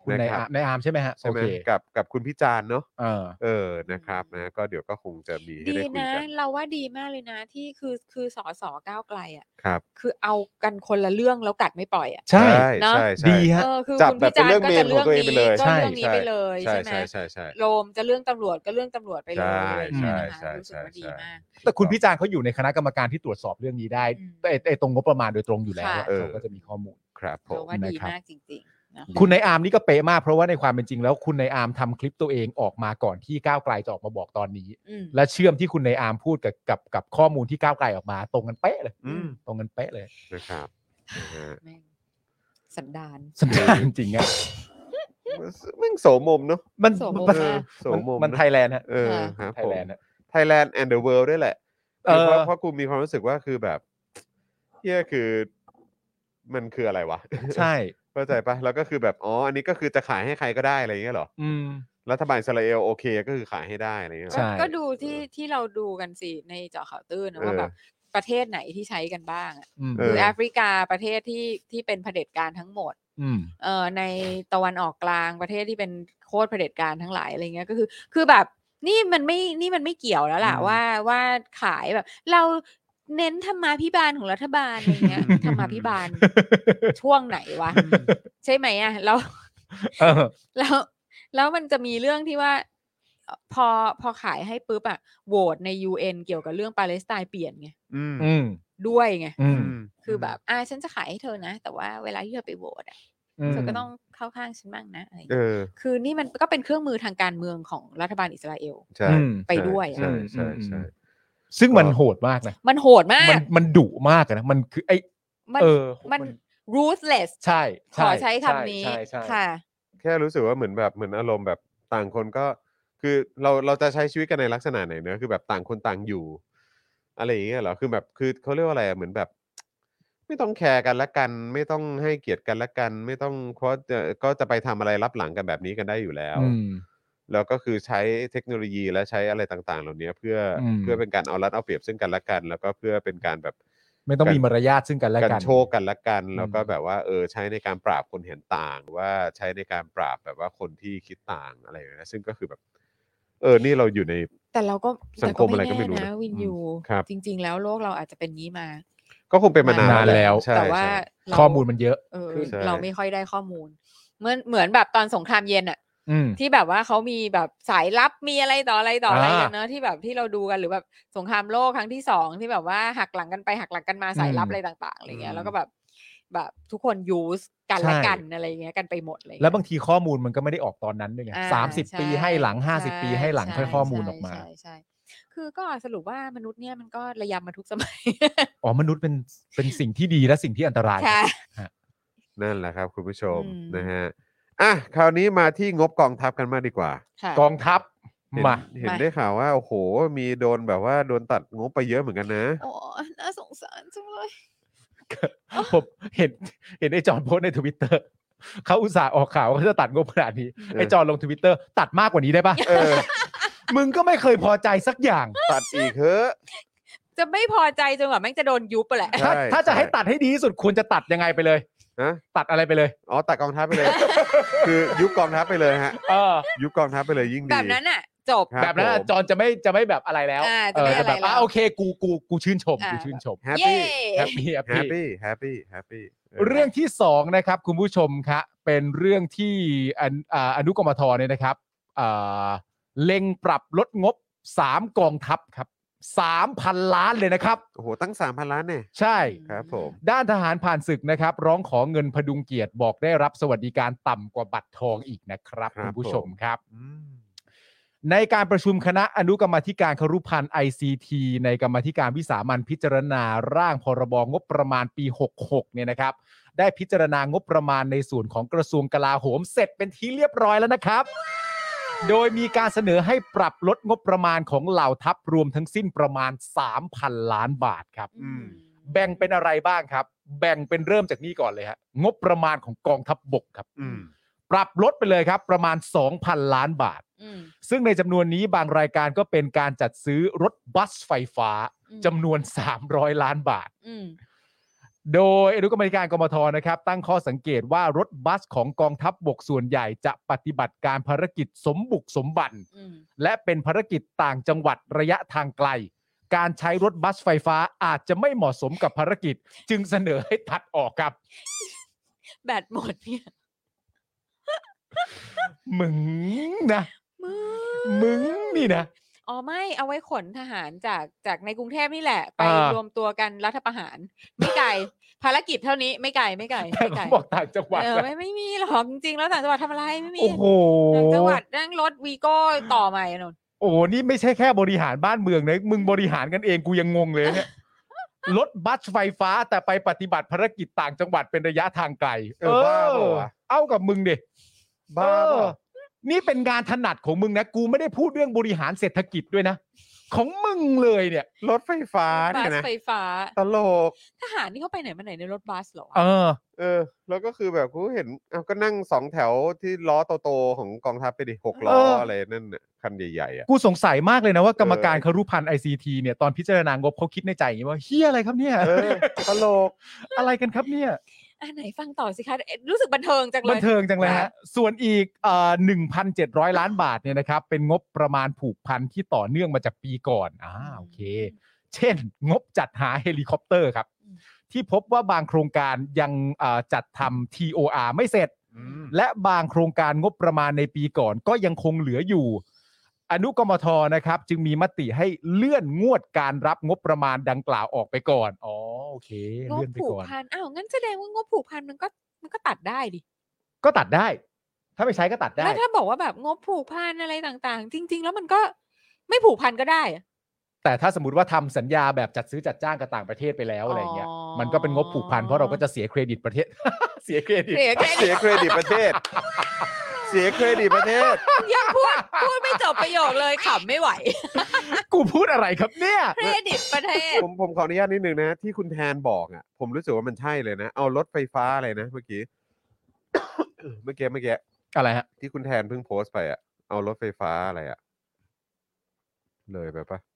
Speaker 4: คุณนายอาร์มนายอาร์มใช่ไหมฮะ
Speaker 3: ใช่
Speaker 4: โอ
Speaker 3: ไหม
Speaker 4: เค
Speaker 3: กับกับคุณพิจารณ์เนาะ
Speaker 4: เออ
Speaker 3: เออนะครับนะก็เดี๋ยวก็คงจะมีให้
Speaker 5: ดี
Speaker 3: ได้คุย
Speaker 5: นะ
Speaker 3: กัน
Speaker 5: เราว่าดีมากเลยนะที่คือคือสสก้าวไกลอ่ะ
Speaker 3: ครับ
Speaker 5: คือเอากันคนละเรื่องแล้วกัดไม่ปล่อยอ่ะ
Speaker 4: ใช่
Speaker 5: เนอะ
Speaker 3: ใช่ใช่
Speaker 4: ดีฮะ
Speaker 5: เออคือ
Speaker 3: จับ
Speaker 5: คุณ
Speaker 3: แบบ
Speaker 5: พิ
Speaker 3: เป็น
Speaker 5: จาร
Speaker 3: เรื่อง
Speaker 5: ณ์ก็
Speaker 3: เมน
Speaker 5: จะ
Speaker 3: ของตัวเองไปเลย
Speaker 5: ก็
Speaker 4: ใช่
Speaker 5: เรื่องนี้ไปเลย
Speaker 3: ใช่
Speaker 5: ใช่ไหม
Speaker 3: ใช่ใช่ใช่
Speaker 5: โรมจะเรื่องตำรวจก็เรื่องตำรวจไปเลย
Speaker 3: ใช่
Speaker 5: อะไรอย่างเงี้ยนะคะ
Speaker 3: ใช่
Speaker 5: รู้สึกว่า
Speaker 3: ใช่
Speaker 5: ดี
Speaker 3: ใช่
Speaker 5: มาก
Speaker 4: แต่คุณพิจารณ์เขาอยู่ในคณะกรรมการที่ตรวจสอบเรื่องนี้ได้
Speaker 5: อืม
Speaker 4: ไอ้ไอ้ตรงงบประมาณโดยตรงอยู่แล้ว
Speaker 5: ค่ะ
Speaker 4: อะ
Speaker 3: เออ
Speaker 4: เขาก็จะมีข้อมูล
Speaker 3: ครับผ
Speaker 5: เรา
Speaker 3: ม
Speaker 5: ว่าดี
Speaker 4: นะครับ
Speaker 5: มากจริงๆนะคะ
Speaker 4: คุณนายอาร์มนี่ก็เป๊ะมากเพราะว่าในความเป็นจริงแล้วคุณนายอาร์มทำคลิปตัวเองออกมาก่อนที่ก้าวไกลจะออกมาบอกตอนนี้
Speaker 5: อืม
Speaker 4: และเชื่อมที่คุณนายอาร์มพูดกับกับกับข้อมูลที่ก้าวไกลออกมา ตรงกันเป๊ะเลย
Speaker 3: อืม
Speaker 4: ตรงกันเป๊ะเลย
Speaker 3: นะครับนะฮะ
Speaker 5: แม่งสันดาน
Speaker 4: สัญญาณจริงๆอะ
Speaker 3: แม่งโสมมเนาะ
Speaker 4: มัน
Speaker 5: โสมม
Speaker 4: มัน
Speaker 5: มาก
Speaker 3: โสมม
Speaker 4: มัน
Speaker 3: นะ
Speaker 4: ไทยแลนด์ฮะ
Speaker 3: เออครับ
Speaker 4: ไทย
Speaker 3: ผม
Speaker 4: แลนด์ฮะ
Speaker 3: Thailand and the world ด้วยแหละ
Speaker 4: เออ
Speaker 3: เพราะเพราะกูมีความรู้สึกว่าคือแบบเฮียคือมันคืออะไรวะ
Speaker 4: ใช่
Speaker 3: เข้าใจปะแล้วก็คือแบบอ๋ออันนี้ก็คือจะขายให้ใครก็ได้อะไรอย่างเงี้ยเหรอ
Speaker 4: อืม
Speaker 3: รัฐบาลอิสราเอลโอเคก็คือขายให้ได้อะไรอย่างเงี้ยเหร
Speaker 4: ใช่
Speaker 3: อ
Speaker 5: ก็ดูที่ที่เราดูกันสิในเจาะข่าวตื้นนะ
Speaker 3: เออ
Speaker 5: ว่าแบบประเทศไหนที่ใช้กันบ้างอะ
Speaker 4: อืม
Speaker 3: เอ
Speaker 5: คือแอฟริกาประเทศที่ที่เป็นเผด็จการทั้งหมด
Speaker 4: อืม
Speaker 5: เอ่อในตะวันออกกลางประเทศที่เป็นโคตรเผด็จการทั้งหลายอะไรเงี้ยก็คือคือแบบนี่มันไม่นี่มันไม่เกี่ยวแล้วล่ะ
Speaker 3: อืม
Speaker 5: ว่าว่าขายแบบ เราเน้นธรรมาภิบาลของรัฐบาลอะไรเงี้ย ธรรมาภิบาลช่วงไหนวะ ใช่ไหมอ่ะแล้ว
Speaker 4: เออ
Speaker 5: แล้วแล้วมันจะมีเรื่องที่ว่าเอ่อพอพอขายให้ปุ๊บอะโหวตใน ยู เอ็น เกี่ยวกับเรื่องปาเลสไตน์เปลี่ยนไง
Speaker 3: อืม
Speaker 4: อืม
Speaker 5: ด้วยไง
Speaker 4: อืม
Speaker 5: คือแบบอ่าฉันจะขายให้เธอนะ แต่ว่าเวลาที่เธอไปโหวตอะ
Speaker 4: อืม
Speaker 5: เธอก็ต้องเข้าข้างฉันบ้างนะอะไร
Speaker 3: เอ
Speaker 5: เงี้ย
Speaker 3: อ
Speaker 5: คือนี่มันก็เป็นเครื่องมือทางการเมืองของรัฐบาลอิสราเอล
Speaker 3: ใช่
Speaker 4: อืม
Speaker 5: ไปด้วยอะ
Speaker 3: ใช่ใช่ใช่
Speaker 4: ซึ่งมัน
Speaker 3: ก็
Speaker 4: โหดมากนะ
Speaker 5: มันโหดมา
Speaker 4: มั
Speaker 5: ก
Speaker 4: นมันดุมากอะนะ มันคือไอ
Speaker 5: มัน
Speaker 4: เออ
Speaker 5: มัน ruthless
Speaker 4: ใช่
Speaker 5: ขอใช้คำนี้
Speaker 4: ใช่ใช่
Speaker 5: ค่ะ
Speaker 3: แค่รู้สึกว่าเหมือนแบบเหมือนอารมณ์แบบต่างคนก็คือเราเราจะใช้ชีวิตกันในลักษณะไหนเนอะคือแบบต่างคนต่างอยู่ อะไรอย่างเงี้ยเหรอคือแบบคือเขาเรียกว่าอะไรอะเหมือนแบบ ไม่ต้องแคร์กันและกัน ไม่ต้องให้เกียรติกันและกัน ไม่ต้องเพราะจะก็จะไปทำอะไรรับหลังกันแบบนี้กันได้อยู่แล้ว
Speaker 4: อืม
Speaker 3: แล้วก็คือใช้เทคโนโลยีและใช้อะไรต่างๆ เหล่านี้เพื่ออ
Speaker 4: ม
Speaker 3: เพื่อเป็นการเอารัดเอาเปรียบซึ่งกันและกัน แล้วก็เพื่อเป็นการแบบ
Speaker 4: ไม่ต้อง
Speaker 3: กัน
Speaker 4: มีมารยาทซึ่งกันและ
Speaker 3: กัน
Speaker 4: กัน
Speaker 3: โชคกันและกัน
Speaker 4: อืม
Speaker 3: แล้วก็แบบว่าเออใช้ในการปราบคนเห็นต่างหรือว่าใช้ในการปราบแบบว่าคนที่คิดต่างอะไรอย่างเงี้ยซึ่งก็คือแบบ เออนี่เราอยู่ใน
Speaker 5: แต่เราก็
Speaker 3: สังคมอะไรก็ไม่รู้
Speaker 5: แต่
Speaker 3: นะ
Speaker 5: แน่นะวินยู
Speaker 3: ครับ
Speaker 5: จริง ๆ แล้วโลกเราอาจจะเป็นงี้มา
Speaker 3: ก็คงเป็นมานาน
Speaker 4: นานแล้ว
Speaker 3: ใช่
Speaker 5: แต่ว่า
Speaker 3: ใช่
Speaker 5: เรา
Speaker 4: ข้อมูลมันเยอะ
Speaker 5: เออ
Speaker 3: ใช่
Speaker 5: เราไม่ค่อยได้ข้อมูล เหมือนเหมือนแบบตอนสงครามเย็นอะ
Speaker 4: อืม
Speaker 5: ที่แบบว่าเขามีแบบสายลับมีอะไรต่ออะไรต่ออะไร
Speaker 4: อ่า
Speaker 5: กันเนอะที่แบบที่เราดูกันหรือแบบสงครามโลกครั้งที่สองที่แบบว่าหักหลังกันไปหักหลังกันมาสายลับ
Speaker 4: อืม
Speaker 5: อะไรต่างๆอะไรเงี้
Speaker 3: อื
Speaker 5: ย
Speaker 3: ม
Speaker 5: แล้วก็แบบแบบทุกคนยูสกันและ
Speaker 4: ใช่
Speaker 5: กันอะไรเงี้ยกันไปหมดเลย
Speaker 4: แล้วบางทีข้อมูลมันก็ไม่ได้ออกตอนนั้นด้วยไง
Speaker 5: อ่า
Speaker 4: สามสิบ
Speaker 5: ใช่
Speaker 4: ปีให้หลังห้าสิบ
Speaker 5: ใช่
Speaker 4: ปีให้หลัง
Speaker 5: ใช่
Speaker 4: ค่อยข้อมูล
Speaker 5: ใช่
Speaker 4: ออกมา
Speaker 5: ใช่ใช่คือก็สรุปว่ามนุษย์เนี่ยมันก็ระยำมาทุกสมัย
Speaker 4: อ๋อมนุษย์เป็นเป็นสิ่งที่ดีและสิ่งที่อันตราย
Speaker 5: ค่ะ
Speaker 3: นั่นแหละครับคุณผู้ชม
Speaker 5: อืม
Speaker 3: นะฮะอ่ะคราวนี้มาที่งบกองทัพกันมากดีกว่า
Speaker 5: ค่ะ
Speaker 4: กองทัพ
Speaker 3: เห็น
Speaker 4: มา
Speaker 3: เห็น
Speaker 5: มา
Speaker 3: ได้ข่าวว่าโอ้โห มีโดนแบบว่าโดนตัดงบไปเยอะเหมือนกันนะ
Speaker 5: โอ้น่าสงสารจังเลย
Speaker 4: ผมเห็นเห็นไอ้จอห์นโพสต์ในทวิตเตอร์เขาอุตส่าห์ออกข่าวว่าเขาจะตัดงบขนาดนี้
Speaker 3: เออ
Speaker 4: ไอ้จอห์นลงทวิตเตอร์ตัดมากกว่านี้ได้ปะ
Speaker 3: เออ
Speaker 4: มึงก็ไม่เคยพอใจสักอย่าง
Speaker 3: ตัดอีกเฮ้อะ
Speaker 5: จะไม่พอใจจนกว่าแม่งจะโดนยุบไปแหละ
Speaker 3: ใช่
Speaker 4: ถ้าถ้าจะให้
Speaker 3: ใช่
Speaker 4: ตัดให้ดีที่สุดควรจะตัดยังไงไปเลย
Speaker 3: ฮะ
Speaker 4: ตัดอะไรไปเลย
Speaker 3: อ๋อตัดกองทัพไปเลย คือยุบกองทัพไปเลยฮะ
Speaker 4: เออ
Speaker 3: ยุบกองทัพไปเลยยิ่งดี
Speaker 5: แบบนั้นอ่ะ จบ
Speaker 3: ครับ
Speaker 4: แบบนั้นอะ
Speaker 3: ผม
Speaker 4: จอห์นจะไม่จะไม่แบบอะไรแล้ว
Speaker 5: อ่า
Speaker 4: เอ
Speaker 5: จะไม่
Speaker 4: อจะแบบ
Speaker 5: อะไรแล้ว
Speaker 4: อ่ะโอเคกูกูกูชื่นชม
Speaker 5: อ่า
Speaker 4: กูชื่นชม
Speaker 3: แฮป
Speaker 5: เย้
Speaker 3: ปี้
Speaker 4: แฮปปี้แฮป
Speaker 3: แฮป
Speaker 4: ปี้
Speaker 3: ปี้แฮปปี้แฮปปี้
Speaker 4: เรื่องที่สองนะครับคุณผู้ชมครับเป็นเรื่องที่อันอ่าอนุกรรมธรเนี่ยนะครับอ่าเล็งปรับลดงบสามกองทัพครับสามพันล้านเลยนะครับ
Speaker 3: โอ้โหตั้งสามพันล้านเนี่ย
Speaker 4: ใช่
Speaker 3: ครับผม
Speaker 4: ด้านทหารผ่านศึกนะครับ ร้องขอเงินพดุงเกียรติบอกได้รับสวัสดิการต่ำกว่าบัตรทองอีกนะครับ
Speaker 3: ครับ
Speaker 4: คุณผู้ชม
Speaker 3: ผม
Speaker 4: ครับ
Speaker 3: อืม
Speaker 4: ในการประชุมคณะอนุกรรมาธิการครุพันธ์ ไอ ซี ที ในกรรมาธิการวิสามัญพิจารณาร่างพรบงบประมาณปีหกหกเนี่ยนะครับ ได้พิจารณางบประมาณในส่วนของกระทรวงกลาโหมเสร็จเป็นที่เรียบร้อยแล้วนะครับ โดยมีการเสนอให้ปรับลดงบประมาณของเหล่าทัพรวมทั้งสิ้นประมาณ สามพัน ล้านบาทครับ
Speaker 3: อืม
Speaker 4: แบ่งเป็นอะไรบ้างครับ แบ่งเป็นเริ่มจากนี้ก่อนเลยฮะงบประมาณของกองทัพบกครับ
Speaker 3: อืม
Speaker 4: ปรับลดไปเลยครับประมาณ สองพัน ล้านบาท
Speaker 5: อืม
Speaker 4: ซึ่งในจำนวนนี้บางรายการก็เป็นการจัดซื้อรถบัสไฟฟ้า
Speaker 5: อืม
Speaker 4: จำนวน สามร้อย ล้านบาท
Speaker 5: อืม
Speaker 4: โดยอนุกรรมาธิการกมทนะครับตั้งข้อสังเกตว่ารถบัสของกองทัพบกส่วนใหญ่จะปฏิบัติการภารกิจสมบุกสมบัน
Speaker 5: อืม
Speaker 4: และเป็นภารกิจต่างจังหวัดระยะทางไกล การใช้รถบัสไฟฟ้าอาจจะไม่เหมาะสมกับภารกิจ จึงเสนอให้ตัดออกครับ
Speaker 5: แบตหมดเนี่ย
Speaker 4: มึงนะ
Speaker 5: มึง
Speaker 4: มึงนี่นะ
Speaker 5: อ๋อไม่เอาไว้ขนทหารจากจากในกรุงเทพนี่แหละ ไป
Speaker 4: อ่าร
Speaker 5: วมตัวกันรัฐประหาร ไม่ไกล ภารกิจเท่านี้ไม่ไกลไม่ไกล
Speaker 4: แต่
Speaker 5: ไม่ไกล
Speaker 4: เขาบอกต่างจังหวัด
Speaker 5: เออ
Speaker 4: นะ
Speaker 5: ไม่ไม่มีหรอกจริงๆแล้วต่างจังหวัดทำอะไรไม่มี
Speaker 4: โอ้โห
Speaker 5: ต่างจังหวัดนั่งรถวีโก้ต่อใหม่นน
Speaker 4: โอ้โหนี่ไม่ใช่แค่บริหารบ้านเมืองนะมึงบริหารกันเองกูยังงงเลยเนี่ย รถบัสไฟฟ้าแต่ไปปฏิบัติภารกิจต่างจังหวัดเป็นระยะทางไกล
Speaker 3: เออบ้าเปล่าวะ
Speaker 4: เอากับมึงดิ
Speaker 3: บ้าเปล่า
Speaker 4: เออนี่เป็นงานถนัดของมึงนะกูไม่ได้พูดเรื่องบริหารเศรษฐกิจด้วยนะ ของมึงเลยเนี่ย
Speaker 3: รถไฟฟ้า
Speaker 5: บั
Speaker 3: เนี่ย
Speaker 5: ส
Speaker 3: นะ
Speaker 5: ไฟฟ้า
Speaker 3: ตลก
Speaker 5: ทหารนี่เขาไปไหนมาไหนในรถบัสเหรอ
Speaker 4: เออ
Speaker 3: เออ แล้วก็คือแบบกูเห็นเอาก็นั่งสองแถวที่ล้อโตๆของกองทัพไปดิหกล้อ
Speaker 4: เอออ
Speaker 3: อะไรนั่นน่ะคันใหญ่ๆอ่ะ
Speaker 4: กูสงสัยมากเลยนะว่ากรรมการ
Speaker 3: เออ
Speaker 4: ครุพันธ์ ไอ ซี ที เนี่ยตอนพิจารณางบเขาคิดในใจอย่างนี้ว่าเฮียอะไรครับเนี่ย
Speaker 3: เออตลก
Speaker 4: อะไรกันครับเนี่ย
Speaker 5: อ่ะไหนฟังต่อสิคะเอ๊ะรู้สึกบันเทิงจังเล
Speaker 4: บั
Speaker 5: ย
Speaker 4: นเทิงจังเลยฮะ ส่วนอีกเอ่อหนึ่งพันเจ็ดร้อยล้านบาทเนี่ยนะครับ เป็นงบประมาณผูกพันที่ต่อเนื่องมาจากปีก่อนอ่าโอเค เช่น งบจัดหาเฮลิคอปเตอร์ครับ
Speaker 5: อืม
Speaker 4: ที่พบว่าบางโครงการยังเอ่อจัดทำ ที โอ อาร์ ไม่เสร็จ
Speaker 3: อืม
Speaker 4: และบางโครงการงบประมาณในปีก่อนก็ยังคงเหลืออยู่ อนุกรรมธนะครับ จึงมีมติให้เลื่อนงวดการรับงบประมาณดังกล่าวออกไปก่อนอ๋อโอเค
Speaker 5: งบ
Speaker 4: เลื่อนไป
Speaker 5: ผูก
Speaker 4: ก่อน
Speaker 5: พันอ้าวงั้นแสดงว่างบผูกพันมันก็มันก็ตัดได้ดิ
Speaker 4: ก็ตัดได้ ถ้าไม่ใช้ก็ตัดได้
Speaker 5: แล้วถ้าบอกว่าแบบงบผูกพันอะไรต่างๆ จริง ๆ แล้วมันก็ไม่ผูกพันก็ได้อะ
Speaker 4: แต่ถ้าสมมติว่าทำสัญญาแบบจัดซื้อจัดจ้างกับต่างประเทศไปแล้วอะไรเงี้ย
Speaker 5: อ๋อ
Speaker 4: มันก็เป็นงบผูกพันเพราะเราก็จะเสียเครดิตประเทศ เสียเครดิต
Speaker 5: เสียเครดิ
Speaker 3: เสี
Speaker 5: ต
Speaker 3: ยเครดิตประเทศ เสียเครดิตประเทศ
Speaker 5: ยังพูดพูดไม่จบประโยคเลยขำไม่ไหว
Speaker 4: กูพูดอะไรครับเนี่ย
Speaker 5: เครดิตประเทศ
Speaker 3: ผมผมขออนุญาตนิดนึงนะ ที่คุณแทนบอกอ่ะ ผมรู้สึกว่ามันใช่เลยนะ เอารถไฟฟ้าอะไรนะเมื่อกี้ เมื่อกี้เมื่อกี้
Speaker 4: อะไรฮะ
Speaker 3: ที่คุณแทนเพิ่งโพสต์ไปอ่ะ เอารถไฟฟ้าอะไรอ่ะ เลยไปปะ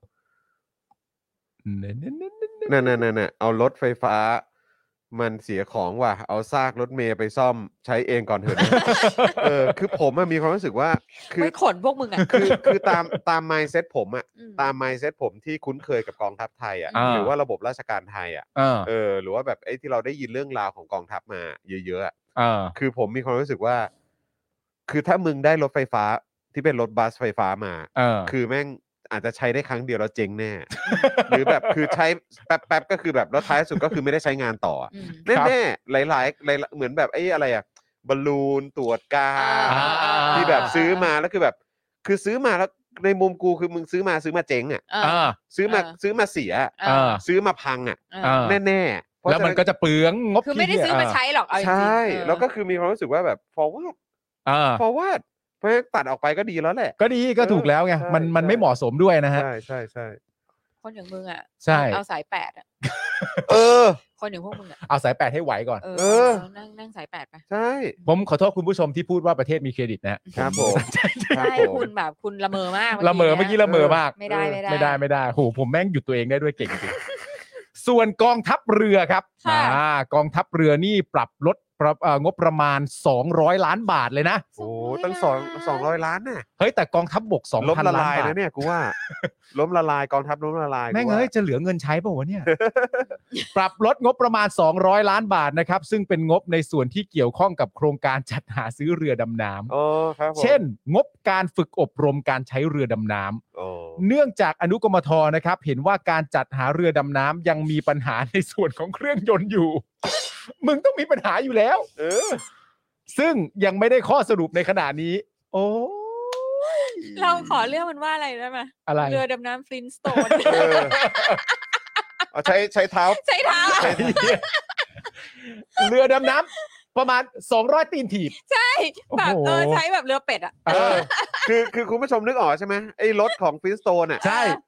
Speaker 3: นั่นนั่นนั่นน่ะเอารถไฟฟ้า มันเสียของว่ะ เอาซากรถเมย์ไปซ่อมใช้เองก่อนเถอะนะ เออ คือผมอะมีความรู้สึกว่า คือ
Speaker 5: ไม่ขนพวกมึงอ่ะ
Speaker 3: คือคือตามตาม mindset ผมอะ
Speaker 5: อืม
Speaker 3: ตาม mindset ผมที่คุ้นเคยกับกองทัพไทยอะ
Speaker 4: อ่า
Speaker 3: หรือว่าระบบราชการไทยอะ
Speaker 4: เออ
Speaker 3: เออหรือว่าแบบไอ้ที่เราได้ยินเรื่องราวของกองทัพมาเยอะๆอะ
Speaker 4: เออ
Speaker 3: คือผมมีความรู้สึกว่า คือถ้ามึงได้รถไฟฟ้าที่เป็นรถบัสไฟฟ้ามา
Speaker 4: เออ
Speaker 3: คือแม่งอาจจะใช้ได้ครั้งเดียวแล้วเจ๊งแน่ หรือแบบคือใช้แป๊บๆก็คือแบบแล้วท้ายสุดก็คือไม่ได้ใช้งานต่อ
Speaker 5: อืม
Speaker 3: แน่ๆหลายๆหลายๆเหมือนแบบไอ้อะไรอะบอลลูนตรวจกา
Speaker 5: อ่า
Speaker 3: ที่แบบซื้อมาแล้วคือแบบ คือซื้อมาแล้วในมุมกูคือมึงซื้อมาซื้อมาเจ๊งอ่ะ
Speaker 5: เออ
Speaker 4: เออ
Speaker 3: ซื้อมา
Speaker 5: เออ
Speaker 3: ซื้อมาเสีย
Speaker 5: เออ
Speaker 3: ซื้อมาพังอ่ะ
Speaker 5: เออ
Speaker 4: เออ
Speaker 3: แน่ๆเพราะ
Speaker 4: แล้วมัน
Speaker 3: ฉะ
Speaker 4: ก็จะเปลืองงบ
Speaker 5: คือไม่ได้ซื้อมาใช้หรอกเอาจริงๆ
Speaker 3: ใช่
Speaker 5: เออ
Speaker 3: แล้วก็คือมีความรู้สึกว่าแบบ forward
Speaker 4: เออ
Speaker 3: forward เพราะฉะนั้นตัดออกไปก็ดีแล้วแหละ
Speaker 4: ก็ดีก็ถูกแล้วไง
Speaker 3: ใช่
Speaker 4: มันมัน
Speaker 3: ใช่
Speaker 4: ไม่เหมาะสมด้วยนะฮะ
Speaker 3: ใช่ใช่ใช่
Speaker 5: คนอย่างมึงอ่ะ
Speaker 4: ใช่
Speaker 5: เอาสายแปดอ่ะ
Speaker 3: เออ
Speaker 5: คนอย่างพวกมึงอ่ะ
Speaker 4: เอาสายแปดให้ไหวก่อน
Speaker 5: เออ
Speaker 3: เออ
Speaker 5: เอานั่งนั่งสายแปดไป
Speaker 3: ใช่
Speaker 4: ผมขอโทษคุณผู้ชมที่พูดว่าประเทศมีเครดิตนะฮะ
Speaker 3: ครับผม
Speaker 5: ใช่
Speaker 3: ครับผม
Speaker 5: คุณแบบคุณละเมอมาก
Speaker 4: ละเมอเมื่อกี้ละเมอมาก
Speaker 5: ไม่ได้ไม่ได้
Speaker 4: ไม่ได้ไม่ได้โหผมแม่งหยุดตัวเองได้ด้วยเก่งจริง ส่วนกองทัพเรือครับ
Speaker 5: ค่ะ
Speaker 4: อ่ากองทัพเรือนี่ปรับลดปรับเอ่องบประมาณสองร้อยล้านบาทเลยนะ
Speaker 3: โอ้ตั้งสองสองร้อยล้านน่ะ
Speaker 4: เฮ้ยแต่กองทัพบก
Speaker 3: ล้ม
Speaker 4: สองพัน
Speaker 3: ละ
Speaker 4: ล้าน
Speaker 3: ลาย
Speaker 4: บาท
Speaker 3: นะเนี่ยกูว่า ล้มละลายกองทัพล้มละลาย
Speaker 4: แม่ง
Speaker 3: กูว่า
Speaker 4: เอ้ยจะเหลือเงินใช้เปล่าวะเนี่ย ปรับลดงบประมาณสองร้อยล้านบาทนะครับซึ่งเป็นงบในส่วนที่เกี่ยวข้องกับโครงการจัดหาซื้อเรือดำน้ำ
Speaker 3: โอ้ครับผม
Speaker 4: เช่น งบการฝึกอบรมการใช้เรือดำน้ำ
Speaker 3: โอ้
Speaker 4: เนื่องจากอนุกรรมธนะครับเห็นว่าการจัดหาเรือดำน้ำยังมีปัญหาในส่วนของเครื่องยนต์อยู่ มึงต้องมีปัญหาอยู่แล้ว
Speaker 3: เออ
Speaker 4: ซึ่งยังไม่ได้ข้อสรุปในขณะนี้ โอ้ย
Speaker 5: เราขอเรื่องมันว่าอะไรได้ไหม
Speaker 4: อะไร
Speaker 5: เรือดำน้ำฟลินสโตน
Speaker 3: เออเอาใช้ใช้เท้า
Speaker 5: ใช้เท้า
Speaker 3: ใช้เท้า
Speaker 4: เรือดำน้ำประมาณสองร้อยตีนถีบ
Speaker 5: ใช่แบบ
Speaker 4: โอ้โห
Speaker 5: เออใช้แบบเรือเป็ดอ่ะ
Speaker 3: เออคือคือคุณผู้ชมนึกออกใช่ไหมไอ้รถของฟินสโตนอ่ะ
Speaker 4: ใช่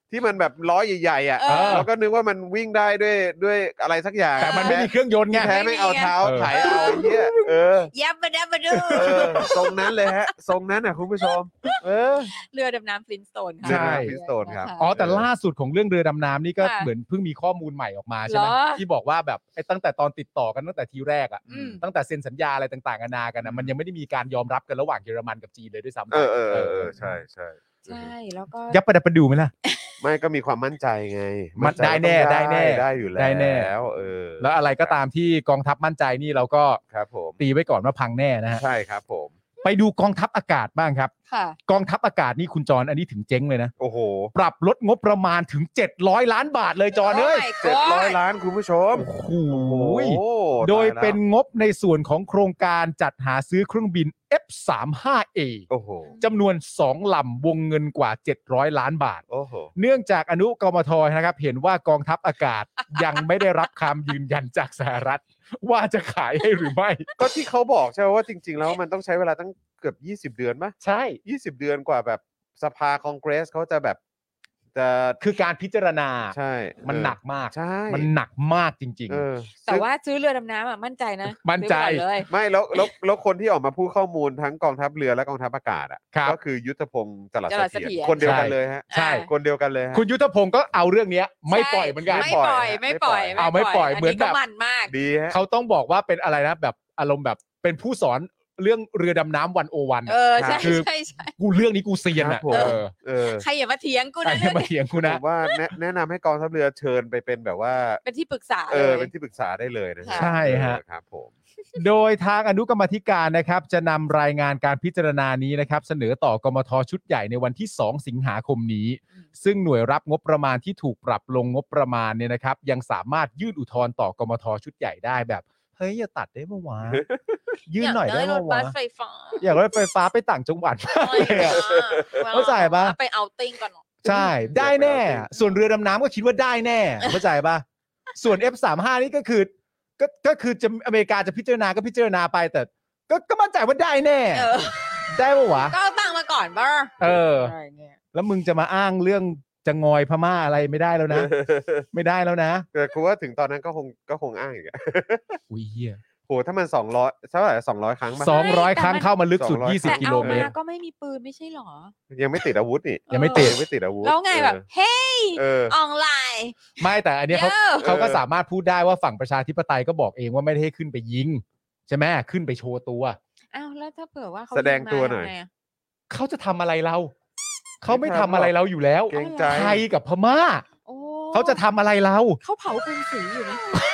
Speaker 3: ที่มันแบบล้อใหญ่ๆอ่ะ
Speaker 5: เออ
Speaker 3: เราก็นึกว่ามันวิ่งได้ด้วยด้วยอะไรสักอย่าง
Speaker 4: แต่มันไม่มีเครื่องยนต์ไง
Speaker 3: ที่แท้ไม่เอาเท้า
Speaker 4: เออ
Speaker 3: ไถเอาไอ้เหี้ยเออ
Speaker 5: ยับมาดับมาดู
Speaker 3: เออทรงนั้นเลยฮะทรงนั้นน่ะคุณผู้ชม เออ
Speaker 5: เรือดำน้ำฟลินสโตนค่ะ
Speaker 3: ใช่ Flintstone ครับ
Speaker 5: นะะ
Speaker 4: อ๋อแต่ล่าสุดของเรื่องเรือดำน้ำนี่ก็
Speaker 5: ค่ะ
Speaker 4: เหมือนเพิ่งมีข้อมูลใหม่ออกมาใช่ไหม
Speaker 5: เหรอ
Speaker 4: ที่บอกว่าแบบไอ้ตั้งแต่ตอนติดต่อกันตั้งแต่ทีแรกอ่ะ
Speaker 5: อืม
Speaker 4: ตั้งแต่เซ็นสัญญาอะไรต่างๆนานากันนะมันยังไม่ได้มีการยอมรับกันระหว่างเยอรมันกับจีนเลยด้วยซ้ำไป
Speaker 3: เออเออเออเออใช่ใช่
Speaker 5: ใช่แล้วก็
Speaker 4: ยับประดับประดูไหมล่ะ
Speaker 3: ไม่ก็มีความมั่นใจไง
Speaker 4: มัน
Speaker 3: ใจ
Speaker 4: ได้แน่
Speaker 3: ว่าต้อง
Speaker 4: ได้แน่
Speaker 3: ได้อยู่แล้ว
Speaker 4: ได้แน่
Speaker 3: เออ
Speaker 4: แล้วอะไรก็ตามที่กองทัพมั่นใจนี่เราก็
Speaker 3: ครับผม
Speaker 4: ตีไว้ก่อนว่าพังแน่นะฮะ
Speaker 3: ใช่ครับผม
Speaker 4: ไปดูกองทัพอากาศบ้างครับ
Speaker 5: ค่ะ
Speaker 4: กองทัพอากาศนี่คุณจรอันนี้ถึงเจ๊งเลยนะ
Speaker 3: โอ้โห
Speaker 4: ปรับลดงบประมาณถึงเจ็ดร้อยล้านบาทเลยจรเอ้ย
Speaker 5: Oh my
Speaker 3: เจ็ดร้อย
Speaker 5: god
Speaker 3: ล้านคุณผู้ชม
Speaker 4: โอ้โห
Speaker 3: โอ้
Speaker 4: โดย
Speaker 3: ตาแล้ว
Speaker 4: เป็นงบในส่วนของโครงการจัดหาซื้อเครื่องบิน เอฟ สามสิบห้า เอ
Speaker 3: โอ้โห
Speaker 4: จำนวนสองลำวงเงินกว่าเจ็ดร้อยล้านบาท
Speaker 3: โอ้โห
Speaker 4: เนื่องจากอนุกมทนะครับเห็นว่ากองทัพอากาศ ยังไม่ได้รับคำยืนยันจากสหรัฐ ว่าจะขายให้หรือไม่
Speaker 3: ก็ที่เขาบอกใช่ไหมว่าจริง ๆ แล้วมันต้องใช้เวลาตั้งเกือบยี่สิบเดือนป่ะ
Speaker 4: ใช่
Speaker 3: ยี่สิบเดือนกว่าแบบสภาคองเกรสเขาจะแบบจะ
Speaker 4: คือการพิจารณา
Speaker 3: ใช่
Speaker 4: มัน
Speaker 3: เออ
Speaker 4: หนักมาก
Speaker 3: ใช่
Speaker 4: มันหนักมากจริง
Speaker 3: เออ
Speaker 5: แต่
Speaker 3: ซึ่ง
Speaker 5: ว่าซื้อเรือดำน้ำอ่ะมั่นใจนะ
Speaker 4: มั่นใจ
Speaker 5: ซื้อไปก่อนเลย
Speaker 3: ไม่แล้วแล้วแล้วคนที่ออกมาพูดข้อมูลทั้งกองทัพเรือและกองทัพอากาศอ่ะ
Speaker 4: ครับ
Speaker 3: ก็คือยุทธพงศ์จรัส
Speaker 5: จรัส
Speaker 3: เสถียร
Speaker 5: เสถียร
Speaker 3: คนเดียวกัน
Speaker 4: ใช่
Speaker 3: เลยฮะ
Speaker 4: ใช่
Speaker 3: คนเดียวกันเลยฮะ
Speaker 4: คุณยุทธพงศ์ก็เอาเรื่องเนี้ยไม่ปล่อยเหมือนกัน
Speaker 5: ไม่ปล่อยไม่ปล่อย
Speaker 4: เอาไม่ปล่อยเหมือนแบบ
Speaker 5: ก็มันมาก
Speaker 3: ดีฮะ
Speaker 4: เขาต้องบอกว่าเป็นอะไรนะแบบอารมณ์แบบเป็นผู้สอนเรื่องเรือดำน้ำวันโอวัน
Speaker 5: เออใช่
Speaker 4: คือ
Speaker 5: ใช่ใช่
Speaker 4: กูเรื่องนี้กูเซียน
Speaker 3: ครั
Speaker 4: อ่ะ
Speaker 3: บผม
Speaker 4: เออ
Speaker 3: เออ
Speaker 5: ใครอย่ามาเถียงกู
Speaker 4: ไอ้
Speaker 5: นะ
Speaker 4: เหี้ยมาเถียงกู
Speaker 3: ผ
Speaker 4: นะ
Speaker 3: มว่าแนะแนะนำให้กองทัพเรือเชิญไปเป็นแบบว่า
Speaker 5: เป็นที่ปรึกษา
Speaker 3: เอ
Speaker 5: เล
Speaker 3: อย เป็นที่ปรึกษาได้เลยนะฮะ
Speaker 5: ใช่
Speaker 4: ใช่ฮะ
Speaker 3: เออครับผม
Speaker 4: โดยทางอนุกรรมาธิการนะครับจะนำรายงานการพิจารณานี้นะครับเสนอต่อกมทชุดใหญ่ในวันที่สองสิงหาคมนี้ ซึ่งหน่วยรับงบประมาณที่ถูกปรับลงงบประมาณเนี่ยนะครับยังสามารถยื่นอุทธรณ์ต่อกมทชุดใหญ่ได้แบบเฮ้ยอย่าตัดได้ปะวะยื่นหน่อยได้
Speaker 5: ร
Speaker 4: ปะ
Speaker 5: ถบั
Speaker 4: วะ
Speaker 5: สไฟฟ้า
Speaker 4: อยากรถไฟฟ้าไปต่างจังหวัดมากเลยอะ เข้าใจปะ
Speaker 5: ไปเอาติ้งก่อน
Speaker 4: ใช่ได้แน่ ส่วนเรือดำน้ำก็คิดว่าได้แน่เข้าใจปะส่วน เอฟ สามสิบห้า นี่ก็คือก็ก็คือจะอเมริกาจะพิจารณาก็พิจารณาไปแต่ก็ก็มั่นใจว่าได้แน่
Speaker 5: เออ
Speaker 4: ได้ปะวะ
Speaker 5: ก็เอาตังค์มาก่อนป่ะ
Speaker 4: เออ
Speaker 5: อะไรเงี้ย
Speaker 4: แล้วมึงจะมาอ้างเรื่องจะงอยพม่าอะไรไม่ได้แล้วนะ ไม่ได้แล้วนะ
Speaker 3: แต่กูว่าถึงตอนนั้นก็คงก็คงอ้างอีกอะ
Speaker 4: อุ้ยเหี้ย
Speaker 3: โหถ้ามันสองร้อยเท่าไหร่สองร้อยครั้งป่ะ
Speaker 4: สองร้อยครั้งเข้ามาลึกสุด
Speaker 3: สองร้อย
Speaker 4: ยี่สิบ
Speaker 5: แต่
Speaker 4: กิ
Speaker 5: เอา
Speaker 4: โลเม
Speaker 5: มา
Speaker 4: ตร
Speaker 5: ก็ไม่มีปืนไม่ใช่หรอ
Speaker 3: ยังไม่ติดอาวุธนี่
Speaker 4: ยังไม่ติด
Speaker 3: ยังไม่ติดอาวุธ
Speaker 5: แล้วไงแบบ เฮ้ย
Speaker 3: เออ
Speaker 5: ออนไลน์
Speaker 4: ไม่แต่อันเนี้ยเขา
Speaker 5: เย้
Speaker 4: เขาก็สามารถพูดได้ว่าฝั่งประชาธิปไตยก็บอกเองว่าไม่ได้ให้ขึ้นไปยิง ใช่ไหมขึ้นไปโชว์ตัว
Speaker 5: อ้าวแล้วถ้าเผื่อว่าเขา
Speaker 3: แสดง
Speaker 5: ยิมา
Speaker 3: ตัวหน่อย
Speaker 5: ทำไงะ
Speaker 4: เขาจะทำอะไรเรา เขาไม่
Speaker 3: ไม่
Speaker 4: ทำ
Speaker 3: ทำ
Speaker 4: อะไรเราอยู่แล้ว
Speaker 3: เกรงใจ
Speaker 4: ไทยกับพม่า
Speaker 5: โอ้
Speaker 4: เขาจะทำอะไรเรา
Speaker 5: เขาเผากรุงศรีอยู่นะ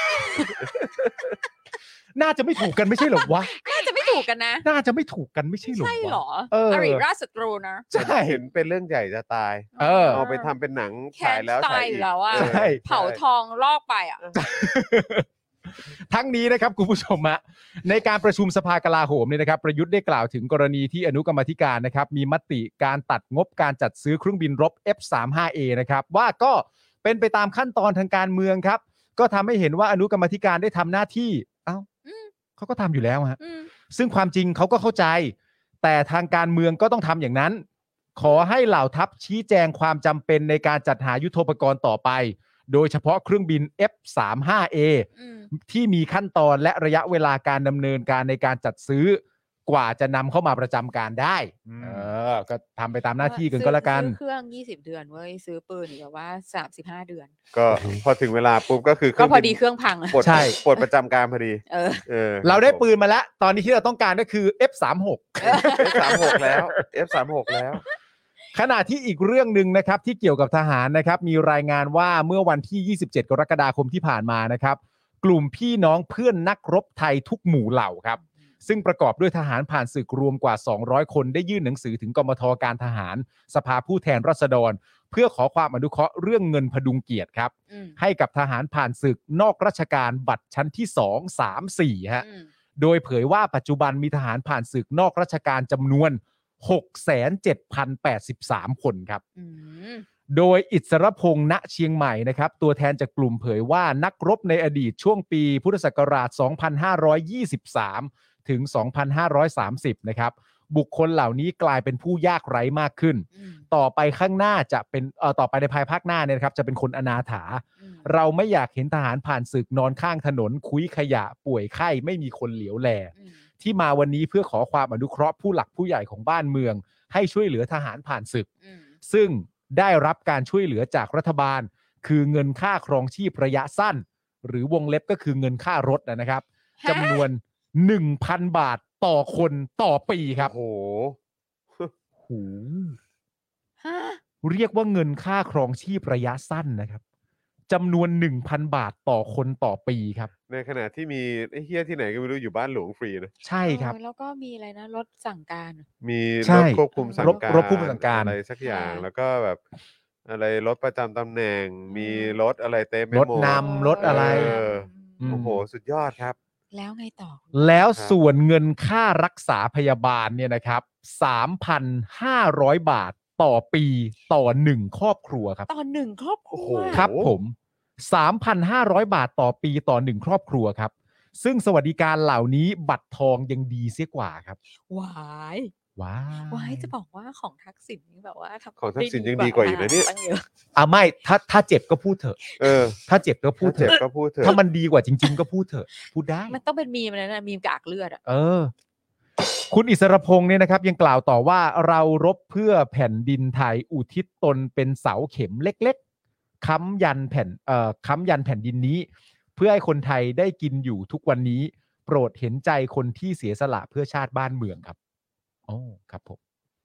Speaker 4: น่าจะไม่ถูกกันไม่ใช่เหรอวะ
Speaker 5: น่าจะไม่ถูกกันนะ
Speaker 4: น่าจะไม่ถูกกันไม่ใช่เหรอ
Speaker 5: ใช่
Speaker 4: วะ
Speaker 5: เหรอ
Speaker 4: เอออ
Speaker 5: ริราชศัตรูนะ
Speaker 4: ใช่
Speaker 3: เห็นเป็นเรื่องใหญ่จะตาย
Speaker 4: เออ
Speaker 3: เอาไปทำเป็นหนัง
Speaker 5: แค้
Speaker 3: ฉาย
Speaker 5: น
Speaker 3: แล้ว
Speaker 5: ตา
Speaker 3: ฉาย
Speaker 5: ยอ
Speaker 3: อี
Speaker 5: ยู่
Speaker 3: ก
Speaker 5: แล้วอะ
Speaker 3: เออ
Speaker 4: ใช่
Speaker 5: เผาทองลอกไปอ่ะ
Speaker 4: ทั้งนี้นะครับคุณผู้ชมฮะในการประชุมสภากลาโหมเนี่ยนะครับประยุทธ์ได้กล่าวถึงกรณีที่อนุกรรมาธิการนะครับมีมติการตัดงบการจัดซื้อเครื่องบินรบ เอฟ สามสิบห้า เอ นะครับว่าก็เป็นไปตามขั้นตอนทางการเมืองครับก็ทำให้เห็นว่าอนุกรรมาธิการได้ทำหน้าที่เอ้า
Speaker 5: อืม
Speaker 4: เขาก็ทำอยู่แล้วฮะ
Speaker 5: อืม
Speaker 4: ซึ่งความจริงเขาก็เข้าใจ แต่ทางการเมืองก็ต้องทำอย่างนั้น ขอให้เหล่าทัพชี้แจงความจำเป็นในการจัดหายุทโธปกรณ์ต่อไป โดยเฉพาะเครื่องบิน เอฟ สามสิบห้า เอ
Speaker 5: อืม
Speaker 4: ที่มีขั้นตอนและระยะเวลาการดำเนินการในการจัดซื้อกว่าจะนำเข้ามาประจำการได้
Speaker 3: อืม
Speaker 4: เออก็ทำไปตามหน้าที่กันก็แล้วกัน
Speaker 5: ซื้อเครื่องยี่สิบเดือนเว้ยซื้อปืนอีกว่าสามสิบห้าเดือน
Speaker 3: ก็พอถึงเวลาปุ๊บก็คือเค
Speaker 5: ก็
Speaker 3: รื่อง
Speaker 5: พอ
Speaker 3: บิน
Speaker 5: ดีเครื่องพังอะ
Speaker 3: ปลด
Speaker 4: ใช่
Speaker 3: ปลดประจำการพอดี
Speaker 5: เออ
Speaker 3: เออ
Speaker 4: เราได้ปืนมาแล้ว ตอนนี้ที่เราต้องการก็คือ เอฟ สามสิบหก
Speaker 3: เอฟสามหกแล้ว เอฟสามหกแล้ว
Speaker 4: ขณะที่อีกเรื่องหนึ่งนะครับที่เกี่ยวกับทหารนะครับมีรายงานว่าเมื่อวันที่ยี่สิบเจ็ดกรกฎาคมที่ผ่านมานะครับกลุ่มพี่น้องเพื่อนนักรบไทยทุกหมู่เหล่าครับซึ่งประกอบด้วยทหารผ่านศึกรวมกว่าสองร้อยคนได้ยื่นหนังสือถึงกมทการทหารสภาผู้แทนราษฎร เพื่อขอความอนุเคราะห์เรื่องเงินพดุงเกียรติครับ
Speaker 5: อืม
Speaker 4: ให้กับทหารผ่านศึกนอกราชการบัตรชั้นที่สอง สาม สี่ ฮะ
Speaker 5: อืม
Speaker 4: โดยเผยว่าปัจจุบันมีทหารผ่านศึกนอกราชการจำนวน หกแสนเจ็ดพันแปดสิบสาม คนครับ
Speaker 5: อืม
Speaker 4: โดยอิสรพงษ์ณเชียงใหม่นะครับตัวแทนจากกลุ่มเผยว่านักรบในอดีตช่วงปีพุทธศักราช สองพันห้าร้อยยี่สิบสาม ถึง สองพันห้าร้อยสามสิบ นะครับบุคคลเหล่านี้กลายเป็นผู้ยากไร้มากขึ้น
Speaker 5: อืม
Speaker 4: ต่อไปข้างหน้าจะเป็นเอ่อต่อไปในภายภาคหน้าเนี่ยนะครับจะเป็นคนอนาถา
Speaker 5: อืม
Speaker 4: เราไม่อยากเห็นทหารผ่านศึกนอนข้างถนนคุ้ยขยะป่วยไข้ไม่มีคนเหลียวแล
Speaker 5: อืม
Speaker 4: ที่มาวันนี้เพื่อขอความอนุเคราะห์ผู้หลักผู้ใหญ่ของบ้านเมือง ให้ช่วยเหลือทหารผ่านศึก
Speaker 5: อืม
Speaker 4: ซึ่งได้รับการช่วยเหลือจากรัฐบาล คือเงินค่าครองชีพระยะสั้น หรือวงเล็บก็คือเงินค่ารถนะครับ
Speaker 5: ฮะ
Speaker 4: จำนวน หนึ่งพัน บาทต่อคนต่อปีครับ
Speaker 3: โอ้โห
Speaker 4: โห
Speaker 5: ฮะ
Speaker 4: เรียกว่าเงินค่าครองชีพระยะสั้นนะครับจำนวน หนึ่งพัน บาทต่อคนต่อปีครับ
Speaker 3: ในขณะที่มีไอ้เฮียที่ไหนก็ไม่รู้อยู่บ้านหลวงฟรีนะ
Speaker 4: ใช่ครับ
Speaker 5: เออแล้วก็มีอะไรนะรถสั่งการ
Speaker 3: มี
Speaker 4: ใช่
Speaker 3: รถควบคุมสั่ง
Speaker 4: รถ
Speaker 3: การ
Speaker 4: รถควบคุมสั่งการ
Speaker 3: อะไรสักอย่าง
Speaker 5: ค่ะ
Speaker 3: แล้วก็แบบอะไรรถประจำตำแหน่ง มีรถอะไรเต็มไป
Speaker 4: รถ
Speaker 3: หมด
Speaker 4: นำรถอะไร
Speaker 3: เออ
Speaker 4: อืม
Speaker 3: โอ้โห สุดยอดครับ
Speaker 5: แล้วไงต่อ
Speaker 4: แล้ว
Speaker 3: ครับ
Speaker 4: ส่วนเงินค่ารักษาพยาบาลเนี่ยนะครับ สามพันห้าร้อย บาทต่อปีต่อหนึ่งครอบครัวครับ
Speaker 5: ตอนหนึ่งครอบครัว
Speaker 3: โอ้โห
Speaker 4: ครับผม สามพันห้าร้อย บาทต่อปีต่อหนึ่งครอบครัวครับ ซึ่งสวัสดิการเหล่านี้บัตรทองยังดีเสียกว่าครับ
Speaker 5: หวาย
Speaker 4: ว้าว
Speaker 5: ายจะบอกว่าของทักษิณนี่แบบว่าทำ
Speaker 3: ของทักษิณ
Speaker 5: ได้
Speaker 3: ยังดีกว่าอีกนะเนี่ย
Speaker 5: ตั้งเยอะ
Speaker 4: อ่ะไม่ถ้าถ้าเจ็บก็พูดเถอะ
Speaker 3: เออ
Speaker 4: ถ้าเจ็บก็พู
Speaker 3: ถ้า
Speaker 4: ดเถ
Speaker 3: เจ็บ
Speaker 4: อะ
Speaker 3: ก็พูดเถอะ
Speaker 4: ถ้ามันดีกว่าจริง ๆ ก็พูดเถอะ พูดได้
Speaker 5: มันต้องเป็นมีมเลยนะมีมกากเลือดอ่ะ
Speaker 4: เออ คุณอิสรพงศ์เนี่ยนะครับ ยังกล่าวต่อว่าเรารบเพื่อแผ่นดินไทยอุทิศตนเป็นเสาเข็มเล็กๆค้ำยันแผ่นเอ่อค้ำยันแผ่นดินนี้ เพื่อให้คนไทยได้กินอยู่ทุกวันนี้ โปรดเห็นใจคนที่เสียสละเพื่อชาติบ้านเมืองครับโอ้ครับผม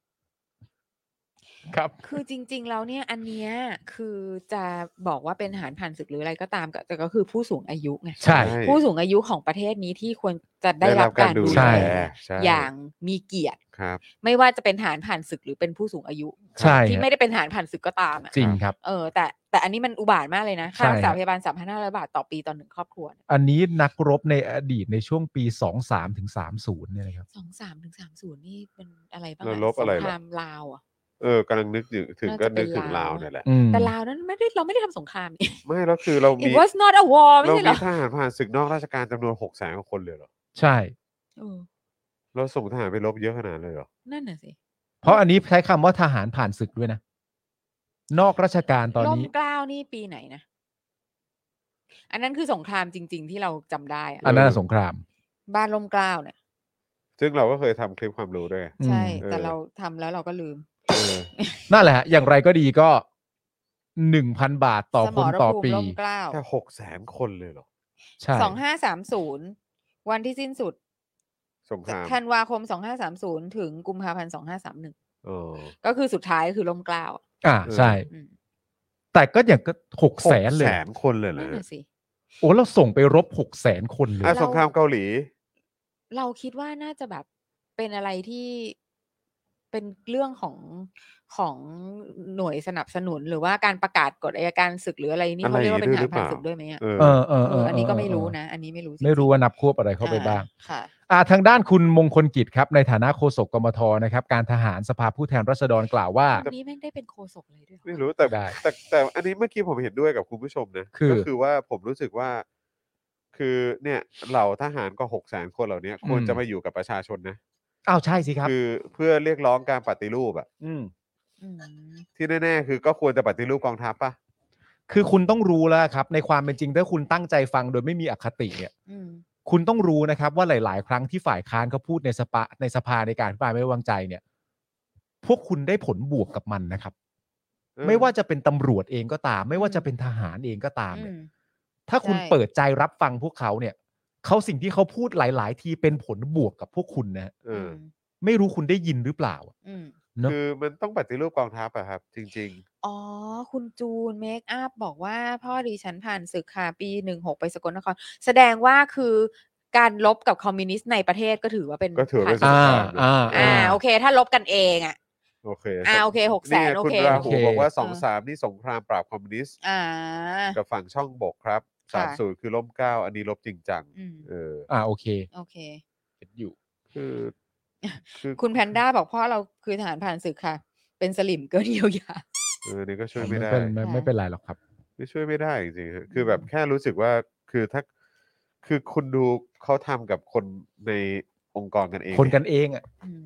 Speaker 4: ครับ
Speaker 5: คือจริง ๆ แล้วเนี่ยอันเนี้ยคือจะบอกว่าเป็นทหารผ่านศึกหรืออะไรก็ตามก็แต่ก็คือผู้สูงอายุไง
Speaker 4: ใช่
Speaker 5: ผู้สูงอายุของประเทศนี้ที่ควรจะได้รับการดู
Speaker 4: ใช่
Speaker 5: แล
Speaker 3: ใช่
Speaker 5: อย่างมีเกียรติ
Speaker 3: ครับ
Speaker 5: ไม่ว่าจะเป็นทหารผ่านศึกหรือเป็นผู้สูงอายุ
Speaker 4: ใช่
Speaker 5: ที่
Speaker 4: ฮะ
Speaker 5: ไม่ได้เป็นทหารผ่านศึกก็ตามอ่ะ
Speaker 4: จริงครับ
Speaker 5: เออแต่แต่อันนี้มันอุบาทมากเลยนะค่า
Speaker 4: ใช่
Speaker 5: รักษา
Speaker 4: ฮะ
Speaker 5: พยาบาลสามพันห้าร้อยบาทต่อปีต่อหนึ่งครอบครัว
Speaker 4: อันนี้นักรบในอดีตในช่วงปีสองสามถึงสามศูนย์เนี่ยนะครับ
Speaker 5: สองสามถึงสามศูนย์นี่เป็นอะไรบ้าง
Speaker 3: เรา
Speaker 5: อะ
Speaker 3: รบอะไร
Speaker 5: ส
Speaker 3: เหรอ
Speaker 5: งครามลาวอ่ะ
Speaker 3: เออกำลังนึกถึงถึง
Speaker 5: น่า
Speaker 3: ก็
Speaker 5: จะเป็
Speaker 3: นึ
Speaker 5: น
Speaker 3: กถึงลา
Speaker 5: ลาว ว
Speaker 3: เนี่ยแหละ
Speaker 4: อืม
Speaker 5: แต่ลาวนั้นไม่ได้เราไม่ได้ทำสงครามนี่
Speaker 3: ไม่แล้วคือเรา
Speaker 5: It
Speaker 3: มี
Speaker 5: was not a war ไม่
Speaker 3: เรา
Speaker 5: ใช่เหร
Speaker 3: มี
Speaker 5: อ
Speaker 3: ทหารผ่านศึกนอกราชการจำนวนหกแสนกว่าคนเลยเหรอ
Speaker 4: ใช่
Speaker 5: เออ
Speaker 3: เราส่งทหารไปรบเยอะขนาดเลยเหรอ
Speaker 5: นั่นน่ะสิ
Speaker 4: เพราะอันนี้ใช้คำว่าทหารผ่านศึกด้วยนะ นอกราชการตอน
Speaker 5: ร่ม
Speaker 4: นี้
Speaker 5: เกล้านี่ปีไหนนะ อันนั้นคือสงครามจริง ๆ ที่เราจำได้อะ
Speaker 4: อันนั้นนะสงคราม
Speaker 5: บ้านร่มเกล้าเนี่ย
Speaker 3: ซึ่งเราก็เคยทำคลิปความรู้ด้วย
Speaker 4: อืม
Speaker 5: ใช่
Speaker 3: เออ
Speaker 5: แต่เราทำแล้วเราก็ลืม
Speaker 3: เออ
Speaker 4: นั่นแหละฮะอย่างไรก็ดีก็หนึ่งพันบาทต่อ
Speaker 5: ส
Speaker 4: ค
Speaker 5: ม
Speaker 4: น
Speaker 5: ร
Speaker 4: ต่อ
Speaker 5: ภูมิ
Speaker 4: ปี
Speaker 5: ร่มเกล้า
Speaker 3: แค่หกแสนคนเลยเหรอ
Speaker 4: ใช่
Speaker 5: สองห้าสามศูนย์วันที่สิ้นสุด
Speaker 3: สงคราม
Speaker 5: ธันวาคมสองห้าสามศูนย์ถึงกุมภาพันธ์สองห้าสามหนึ่ง
Speaker 3: เออ
Speaker 5: ก็คือสุดท้ายคือร่มเกล้า
Speaker 4: อ่าใช่
Speaker 5: อืม
Speaker 4: แต่ก็อย่างก็หกแสนเลย
Speaker 3: แสนคนเลยเหร
Speaker 5: นั่
Speaker 3: อน
Speaker 5: น่ะสิ
Speaker 4: โอ้เราส่งไปรบหกแสนคนเลย
Speaker 3: อ่ะสงครามเกาหลี
Speaker 5: เราคิดว่าน่าจะแบบเป็นอะไรที่เป็นเรื่องของของหน่วยสนับสนุนหรือว่าการประกาศกฎอัยการศึกหรืออะไรนี่
Speaker 3: อะไร
Speaker 5: เขาเรียกว่าเป็น
Speaker 3: ด้
Speaker 5: ท
Speaker 3: วยหรือ
Speaker 5: หารผ่าน
Speaker 3: เปล่า
Speaker 5: ศึกด้วยไหมอ่ะ
Speaker 3: เออ
Speaker 4: เออเออ
Speaker 5: เอ
Speaker 4: เอ
Speaker 5: อ
Speaker 4: อ
Speaker 5: อันนี้ก็ไม่
Speaker 4: เออ
Speaker 5: รู้นะ อันนี้ไม่รู้จงๆ
Speaker 4: ไม่รู้ว่านับควบอะไรเข้าไปบ้าง
Speaker 5: อ่ค่ะ
Speaker 4: อ่าทางด้านคุณมงคลกิจครับในฐานะโฆษกกมทนะครับ การทหารสภาผู้แทนราษฎรกล่าวว่า
Speaker 5: อันนี้แม่งได้เป็นโฆษกเลยด้วยเหรอ
Speaker 3: ไม่รู้แต่
Speaker 4: ได้
Speaker 3: แต่แต่อันนี้เมื่อกี้ผมเห็นด้วยกับคุณผู้ชมนะ
Speaker 4: คือ
Speaker 3: ก็คือว่าผมรู้สึกว่า คือเนี่ยเหล่าทหารก็หกแสนคนเหล่านี้ควรจะมาอยู่กับประชาชนนะ
Speaker 4: อ้าวใช่สิครับ
Speaker 3: คือเพื่อเรียกร้องการปฏิรูปอะ
Speaker 4: อืม
Speaker 5: อืม
Speaker 3: ที่แน่ๆคือก็ควรจะปฏิรูปกองทัพปะ
Speaker 4: คือคุณต้องรู้แล้วครับ ในความเป็นจริงถ้าคุณตั้งใจฟังโดยไม่มีอคติเนี่ย
Speaker 5: อืม
Speaker 4: คุณต้องรู้นะครับว่าหลาย ๆ ครั้งที่ฝ่ายค้านเขาพูดในสภาในสภาในการอภิปรายไม่ไว้วางใจเนี่ย พวกคุณได้ผลบวกกับมันนะครับ
Speaker 3: เออ
Speaker 4: ไม่ว่าจะเป็นตำรวจเองก็ตาม ไม่ว่าจะเป็นทหารเองก็ตาม
Speaker 5: อื
Speaker 4: เนี่ย
Speaker 5: ม
Speaker 4: ถ้าคุณ
Speaker 5: ใช่
Speaker 4: เปิดใจรับฟังพวกเขาเนี่ยเขาสิ่งที่เขาพูดหลาย ๆ ทีเป็นผลบวกกับพวกคุณนะฮะ
Speaker 3: เออ
Speaker 4: ไม่รู้คุณได้ยินหรือเปล่า
Speaker 5: อืม
Speaker 4: เนอะ
Speaker 3: คือมันต้องปฏิรูปกองทัพอะครับ จริง
Speaker 5: อ๋อ คุณจูนเมคอัพบอกว่าพ่อดิฉันผ่านศึกค่ะปีหนึ่งหกไปสกลนคร แสดงว่าคือการลบกับคอมมิวนิสต์ในประเทศก็ถือว่าเป็น
Speaker 3: ก็ถือว่าเป็น
Speaker 5: ผ่
Speaker 4: อ่า
Speaker 5: ศึก
Speaker 4: อ่า
Speaker 5: อ่าโอเค ถ้าลบกันเองอ่ะ
Speaker 3: ๆ โอเค
Speaker 5: อ่าโอเคหกแสน
Speaker 3: นี่ไง
Speaker 5: โอ
Speaker 3: คุณ
Speaker 5: เค
Speaker 3: ราหู
Speaker 4: โอเค
Speaker 3: บอกว่า
Speaker 5: เออ
Speaker 3: สองสามนี่สงครามปราบคอมมิวนิสต์
Speaker 5: อ่า
Speaker 3: กับฝั่งช่องบกครับ
Speaker 5: ค่ะ
Speaker 3: สามศูนย์คือล้มเกล้าอันนี้ลบจริงจัง
Speaker 5: อืม
Speaker 3: เออ
Speaker 4: อ่าโอเค
Speaker 5: โอเค
Speaker 4: เห็นอยู่
Speaker 3: คือคือ
Speaker 5: คุณแพนด้าบอกพ่อเราคือทหารผ่านศึกค่ะ เป็นสลิมเกินเยียวยา
Speaker 3: เออนี่ก็ช่วย
Speaker 4: ไม่
Speaker 3: ไม่ได้
Speaker 4: เป็นไม่
Speaker 5: ค่ะ
Speaker 4: ไม่เป็นไรหรอกครับ
Speaker 3: ไม่ช่วยไม่ได้จริงๆฮะคือแบบแค่รู้สึกว่าคือถ้าคือคุณดูเขาทำกับคนในองค์กรกันเอง
Speaker 4: คนกัน
Speaker 3: เย
Speaker 4: เองอ่ะ
Speaker 5: อืม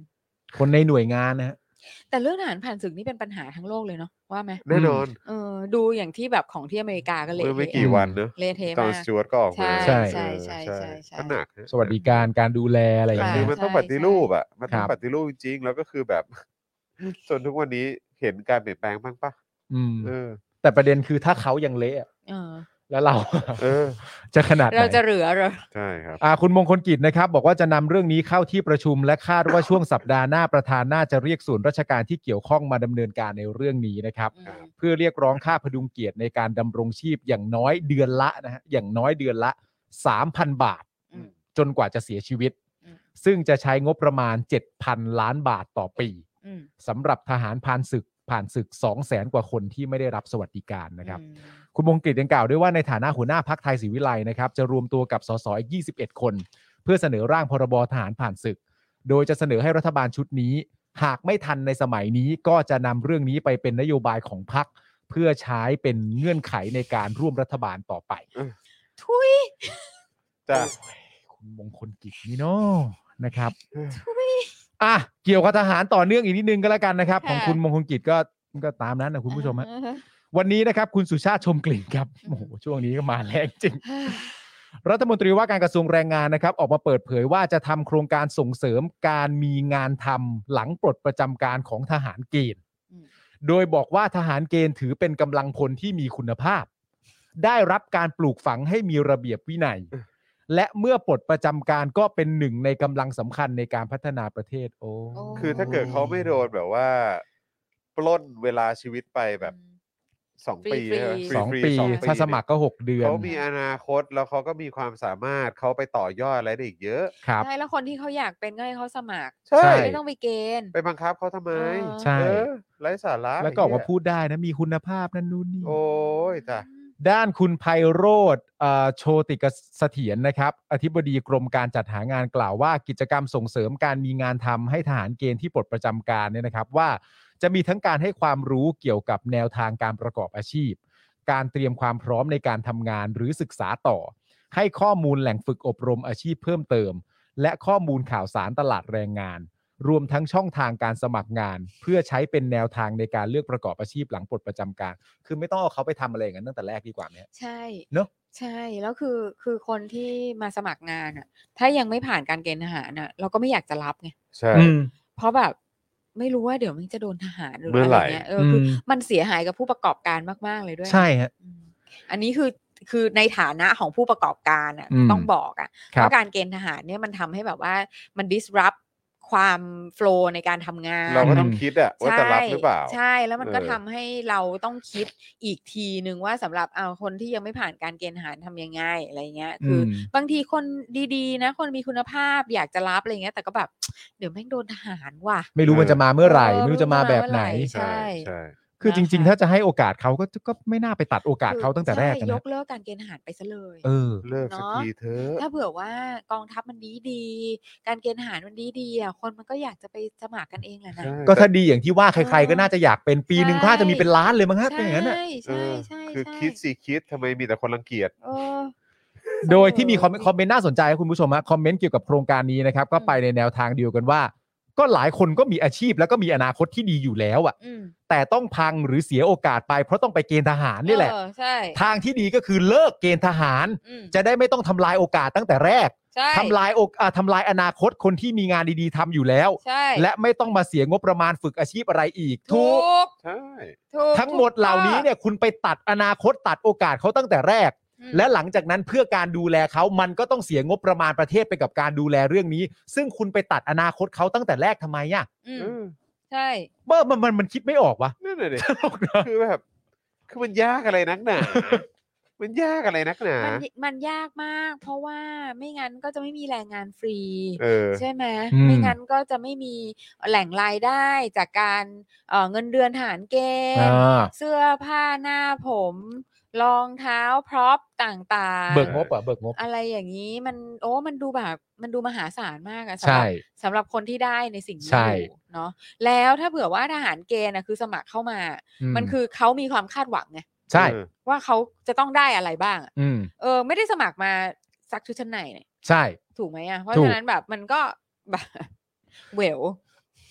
Speaker 4: คนในหน่วยงานนะฮะ
Speaker 5: แต่เรื่องทหารผ่านศึกนี่เป็นปัญหาทั้งโลกเลยเนาะว่าไหม
Speaker 3: แน่นอน
Speaker 5: เออดูอย่างที่แบบของที่อเมริกาก็เละ
Speaker 3: เมื่อไม่
Speaker 5: เทะ
Speaker 3: กี่วันเนอะ
Speaker 5: เละเทะ
Speaker 3: ตอน
Speaker 5: มาก
Speaker 3: สจวตก็ออกมา
Speaker 5: ใช่
Speaker 4: ใช่
Speaker 5: ใช่
Speaker 3: เออ
Speaker 5: ใช่ใช่
Speaker 3: ก็หนักฮะ
Speaker 4: สวัสดิการการดูแลอะไรอย่าง
Speaker 5: ค่ะ
Speaker 3: คือ
Speaker 4: เงี้ย
Speaker 3: มันต้อง
Speaker 5: ใช่
Speaker 3: ปฏิรูปอ่ะมันต้อง
Speaker 4: ครับ
Speaker 3: ปฏิรูปจริงๆแล้วก็คือแบบ จนทุกวันนี้เห็นการเปลี่ยนแปลงบ้างปะ
Speaker 4: อืม
Speaker 3: เออ
Speaker 4: แต่ประเด็นคือถ้าเขายังเละอะ
Speaker 5: เออ
Speaker 4: แล้วเรา
Speaker 3: เออ
Speaker 4: จะขนาดไหน
Speaker 5: เราจะเหลือเหรอ
Speaker 3: ใช่ครับ
Speaker 4: อ่าคุณมงคลกิจนะครับบอกว่าจะนำเรื่องนี้เข้าที่ประชุมและคาดว่าช่วงสัปดาห์หน้าประธานน่าจะเรียกส่วนราชการที่เกี่ยวข้องมาดำเนินการในเรื่องนี้นะครับ
Speaker 5: อืม
Speaker 4: เพื่อเรียกร้องค่าพดุงเกียรติในการดำรงชีพอย่างน้อยเดือนละนะฮะอย่างน้อยเดือนละ สามพัน บาท
Speaker 5: อืม
Speaker 4: จนกว่าจะเสียชีวิต
Speaker 5: อืม
Speaker 4: ซึ่งจะใช้งบประมาณ เจ็ดพัน ล้านบาทต่อปี
Speaker 5: อืม
Speaker 4: สำหรับทหารผ่านศึกผ่านศึก สองแสน กว่าคนที่ไม่ได้รับสวัสดิการนะครับ
Speaker 5: อืม
Speaker 4: คุณมงคลกิจยังกล่าวด้วยว่าในฐานะหัวหน้าพรรคไทยศรีวิไลนะครับจะรวมตัวกับสสอีกยี่สิบเอ็ดคน เพื่อเสนอร่างพรบทหารผ่านศึก โดยจะเสนอให้รัฐบาลชุดนี้ หากไม่ทันในสมัยนี้ก็จะนำเรื่องนี้ไปเป็นนโยบายของพรรคเพื่อใช้เป็นเงื่อนไขในการร่วมรัฐบาลต่อไป
Speaker 5: ทุย
Speaker 3: จ้ะ
Speaker 4: คุณมงคลกิจนี่เนาะนะครับอ่ะเกี่ยวกับทหารต่อเนื่องอีกนิดนึงก็แล้วกันนะครับ
Speaker 5: ค่ะ
Speaker 4: ของคุณมงคลกิจก็ก็ตามนั้นนะคุณผู้ชมฮะ
Speaker 5: อ่าฮะ
Speaker 4: วันนี้นะครับคุณสุชาติชมกลิ่นครับโอ้โหช่วงนี้ก็มาแรงจริง รัฐมนตรีว่าการกระทรวงแรงงานนะครับออกมาเปิดเผยว่าจะทำโครงการส่งเสริมการมีงานทำหลังปลดประจำการของทหารเกณฑ์
Speaker 5: อืม
Speaker 4: โดยบอกว่าทหารเกณฑ์ถือเป็นกำลังพลที่มีคุณภาพ ได้รับการปลูกฝังให้มีระเบียบวินัย และเมื่อปลดประจำการก็เป็นหนึ่งในกำลังสำคัญในการพัฒนาประเทศโอ้
Speaker 5: โอ้
Speaker 3: คือถ้าเกิดเขาไม่โดนแบบว่า ปล้นเวลาชีวิตไปแบบสอง
Speaker 5: ฟรี
Speaker 3: ปี
Speaker 5: ฟรี
Speaker 3: ใช่ไหม
Speaker 4: สอง
Speaker 3: ฟรี
Speaker 4: ปี
Speaker 3: ๆสอง
Speaker 4: ถ้าสมัครก็หกเดือน
Speaker 3: เขามีอนาคตแล้วเขาก็มีความสามารถเขาไปต่อยอดอะไรได้อีกเยอะ
Speaker 4: ครับ
Speaker 5: ใช่แล้วคนที่เขาอยากเป็นก็ให้เขาสมัคร
Speaker 3: ใช่
Speaker 5: ไม่ต้องไปเกณฑ์
Speaker 3: ไปบังคับเขาทำไม
Speaker 5: เออ
Speaker 4: ใช่
Speaker 3: เออไร้สาระ
Speaker 4: แล้วก็ออกมา
Speaker 3: ไเหี้ย
Speaker 4: พูดได้นะมีคุณภาพนั่นนู่นนี่
Speaker 3: โอ้ยจ้ะ
Speaker 4: ด้านคุณไพโรธเอ่อโชติกเสถียรนะครับอธิบดีกรมการจัดหางานกล่าวว่ากิจกรรมส่งเสริมการมีงานทำให้ทหารเกณฑ์ที่ปลดประจำการเนี่ยนะครับว่าจะมีทั้งการให้ความรู้เกี่ยวกับแนวทางการประกอบอาชีพ การเตรียมความพร้อมในการทำงานหรือศึกษาต่อ ให้ข้อมูลแหล่งฝึกอบรมอาชีพเพิ่มเติม และข้อมูลข่าวสารตลาดแรงงาน รวมทั้งช่องทางการสมัครงาน เพื่อใช้เป็นแนวทางในการเลือกประกอบอาชีพหลังปลดประจำการ คือไม่ต้องเอาเขาไปทำอะไรอย่างนั้นตั้งแต่แรกดีกว่าไหม
Speaker 5: ใช่
Speaker 4: เนอะ
Speaker 5: ใช่แล้วคือคือคนที่มาสมัครงานอ่ะ ถ้ายังไม่ผ่านการเกณฑ์ทหารอ่ะ เราก็ไม่อยากจะรับไง
Speaker 3: ใช่
Speaker 4: อืม
Speaker 5: เพราะแบบไม่รู้ว่าเดี๋ยวมันจะโดนทหารหรือ
Speaker 3: เมื่อ
Speaker 5: อะ
Speaker 3: ไห
Speaker 5: ไร
Speaker 3: ร่
Speaker 5: เงี้ยเออคืออ
Speaker 4: ม
Speaker 5: มันเสียหายกับผู้ประกอบการมากๆเลยด้วยนะ
Speaker 4: ใช่ฮะ
Speaker 5: อืมอันนี้คือคือในฐานะของผู้ประกอบการอ่ะ
Speaker 4: อืม
Speaker 5: ต้องบอกอ่ะ
Speaker 4: ครับ
Speaker 5: ว่าการเกณฑ์ทหารเนี่ยมันทำให้แบบว่ามัน disrupt ความโฟล์ในการทำงาน
Speaker 3: เราก็ต้องคิดอะว่าจะรับหรือเปล่า
Speaker 5: ใช่แล้วมันก็
Speaker 3: เออ
Speaker 5: ทำให้เราต้องคิดอีกทีนึงว่าสำหรับเอาคนที่ยังไม่ผ่านการเกณฑ์ทหารทำยังไงอะไรเงี้ยคืออ
Speaker 4: ม
Speaker 5: บางทีคนดีๆ นะ คนมีคุณภาพอยากจะรับอะไรเงี้ยแต่ก็แบบ เดี๋ยวแม่งโดนทหารว่ะ
Speaker 4: ไม่รู้มันจะมาเมื่อไหร่
Speaker 5: เออ
Speaker 4: ไม่รู้จะมาแบบไหน
Speaker 5: ไม่รู้จะมาเมื่อไหร่ ใช่
Speaker 3: ใช่
Speaker 4: คือจริง ๆ
Speaker 5: นะคะ
Speaker 4: ถ้าจะให้โอกาสเขาก็ก็ไม่น่าไปตัดโอกาสเขาตั้งแต่แรก
Speaker 5: ใช่
Speaker 4: อะ
Speaker 5: ย
Speaker 4: นะ
Speaker 5: กเลิกการเกณฑ์ทหารไปซะเลย
Speaker 4: เออ
Speaker 3: เลิกสัก
Speaker 5: เนาะ
Speaker 3: ทีเถอะ
Speaker 5: ถ้าเผื่อว่ากองทัพมันดีดีๆการเกณฑ์ทหารมันดีดีๆอ่ะคนมันก็อยากจะไปสมัครกันเองแหละนะ
Speaker 3: ใช่
Speaker 4: ก็ถ้าดีอย่างที่ว่าใคร
Speaker 5: เออ
Speaker 4: ๆก็น่าจะอยากเป็นปีหนึ่ง
Speaker 5: ใช่
Speaker 4: ก็อาจจะมีเป็นล้านเลยมั้งฮะ
Speaker 5: ใช่
Speaker 4: เป็นอย่างนั้นน่ะ
Speaker 3: เอ
Speaker 5: ใช่
Speaker 3: อ
Speaker 5: ใช่
Speaker 3: คือ
Speaker 5: ใช่
Speaker 3: คิดสิคิดทำไมมีแต่คนรังเกียจ
Speaker 5: เออ
Speaker 4: โดยที่มีคอมเมน
Speaker 5: จ
Speaker 4: ต์
Speaker 5: ริง
Speaker 4: คอมเมนต์น่าสนใจครับคุณผู้ชมฮะคอมเมนต์เกี่ยวกับโครงการนี้นะครับก็
Speaker 5: อืม
Speaker 4: ไปในแนวทางเดียวกันว่า ก็หลายคนก็มีอาชีพแล้วก็มีอนาคตที่ดีอยู่แล้วอ่ะ
Speaker 5: อืม
Speaker 4: แต่ต้องพังหรือเสียโอกาสไปเพราะต้องไปเกณฑ์ทหารนี่แหละ
Speaker 5: เออใช่
Speaker 4: ทางที่ดีก็คือเลิกเกณฑ์ทหาร
Speaker 5: อืม
Speaker 4: จะได้ไม่ต้องทำลายโอกาสตั้งแต่แรก
Speaker 5: ใช่
Speaker 4: ทำลายโอกอ่าทำลายอนาคตคนที่มีงานดีๆทำอยู่แล้ว
Speaker 5: ใช่
Speaker 4: และไม่ต้องมาเสียงบประมาณฝึกอาชีพอะไรอีก
Speaker 5: ถู
Speaker 4: ถูก
Speaker 5: ก
Speaker 3: ใช่
Speaker 5: ถูก
Speaker 4: ทั้งหมดเหล่านี้เนี่ยคุณไปตัดอนาคตตัดโอกาสเขาตั้งแต่แรก
Speaker 5: อืม
Speaker 4: และหลังจากนั้นเพื่อการดูแลเขามันก็ต้องเสียงบประมาณประเทศไปกับการดูแลเรื่องนี้ ซึ่งคุณไปตัดอนาคตเขาตั้งแต่แรกทำไมอ่ะ
Speaker 5: อืม
Speaker 3: เออ
Speaker 5: ใช่
Speaker 4: เมื่อมันมันมันคิดไม่ออกวะ
Speaker 3: นั่นแหละดิ
Speaker 4: ตลกนะ
Speaker 3: คือแบบคือมันยากอะไรนักหนา มันยากอะไรนักหนา
Speaker 5: มันมันยากมาก เพราะว่าไม่งั้นก็จะไม่มีแรงงานฟรี
Speaker 3: เออ
Speaker 5: ใช่ไหม
Speaker 4: อืม
Speaker 5: ไม่งั้นก็จะไม่มีแหล่งรายได้จากการเอ่อเงินเดือนทหารเกณฑ์
Speaker 4: อ่า
Speaker 5: เสื้อผ้าหน้าผม รองเท้าพร็อพต่างๆ
Speaker 4: เบิกงบอ่ะเบิกงบ
Speaker 5: อะไรอย่างนี้มันโอ้มันดูแบบมันดูมหาศาลมากอะสำห
Speaker 4: ใช่
Speaker 5: รับสำหรับคนที่ได้ในสิ่งนี้
Speaker 4: ใช่
Speaker 5: อยู่เนาะแล้วถ้าเผื่อว่าทหารเกณฑ์อะคือสมัครเข้ามา มันคือเขามีความคาดหวังไง
Speaker 4: ใช่
Speaker 3: เออ
Speaker 5: ว่าเขาจะต้องได้อะไรบ้างอะ
Speaker 4: อืม
Speaker 5: เออไม่ได้สมัครมาซักชุดชั้นในเนี่ย
Speaker 4: ใช่
Speaker 5: ถูกไหมอะเพราะ
Speaker 4: ถูก
Speaker 5: ฉะนั้นแบบมันก็แบบ เวล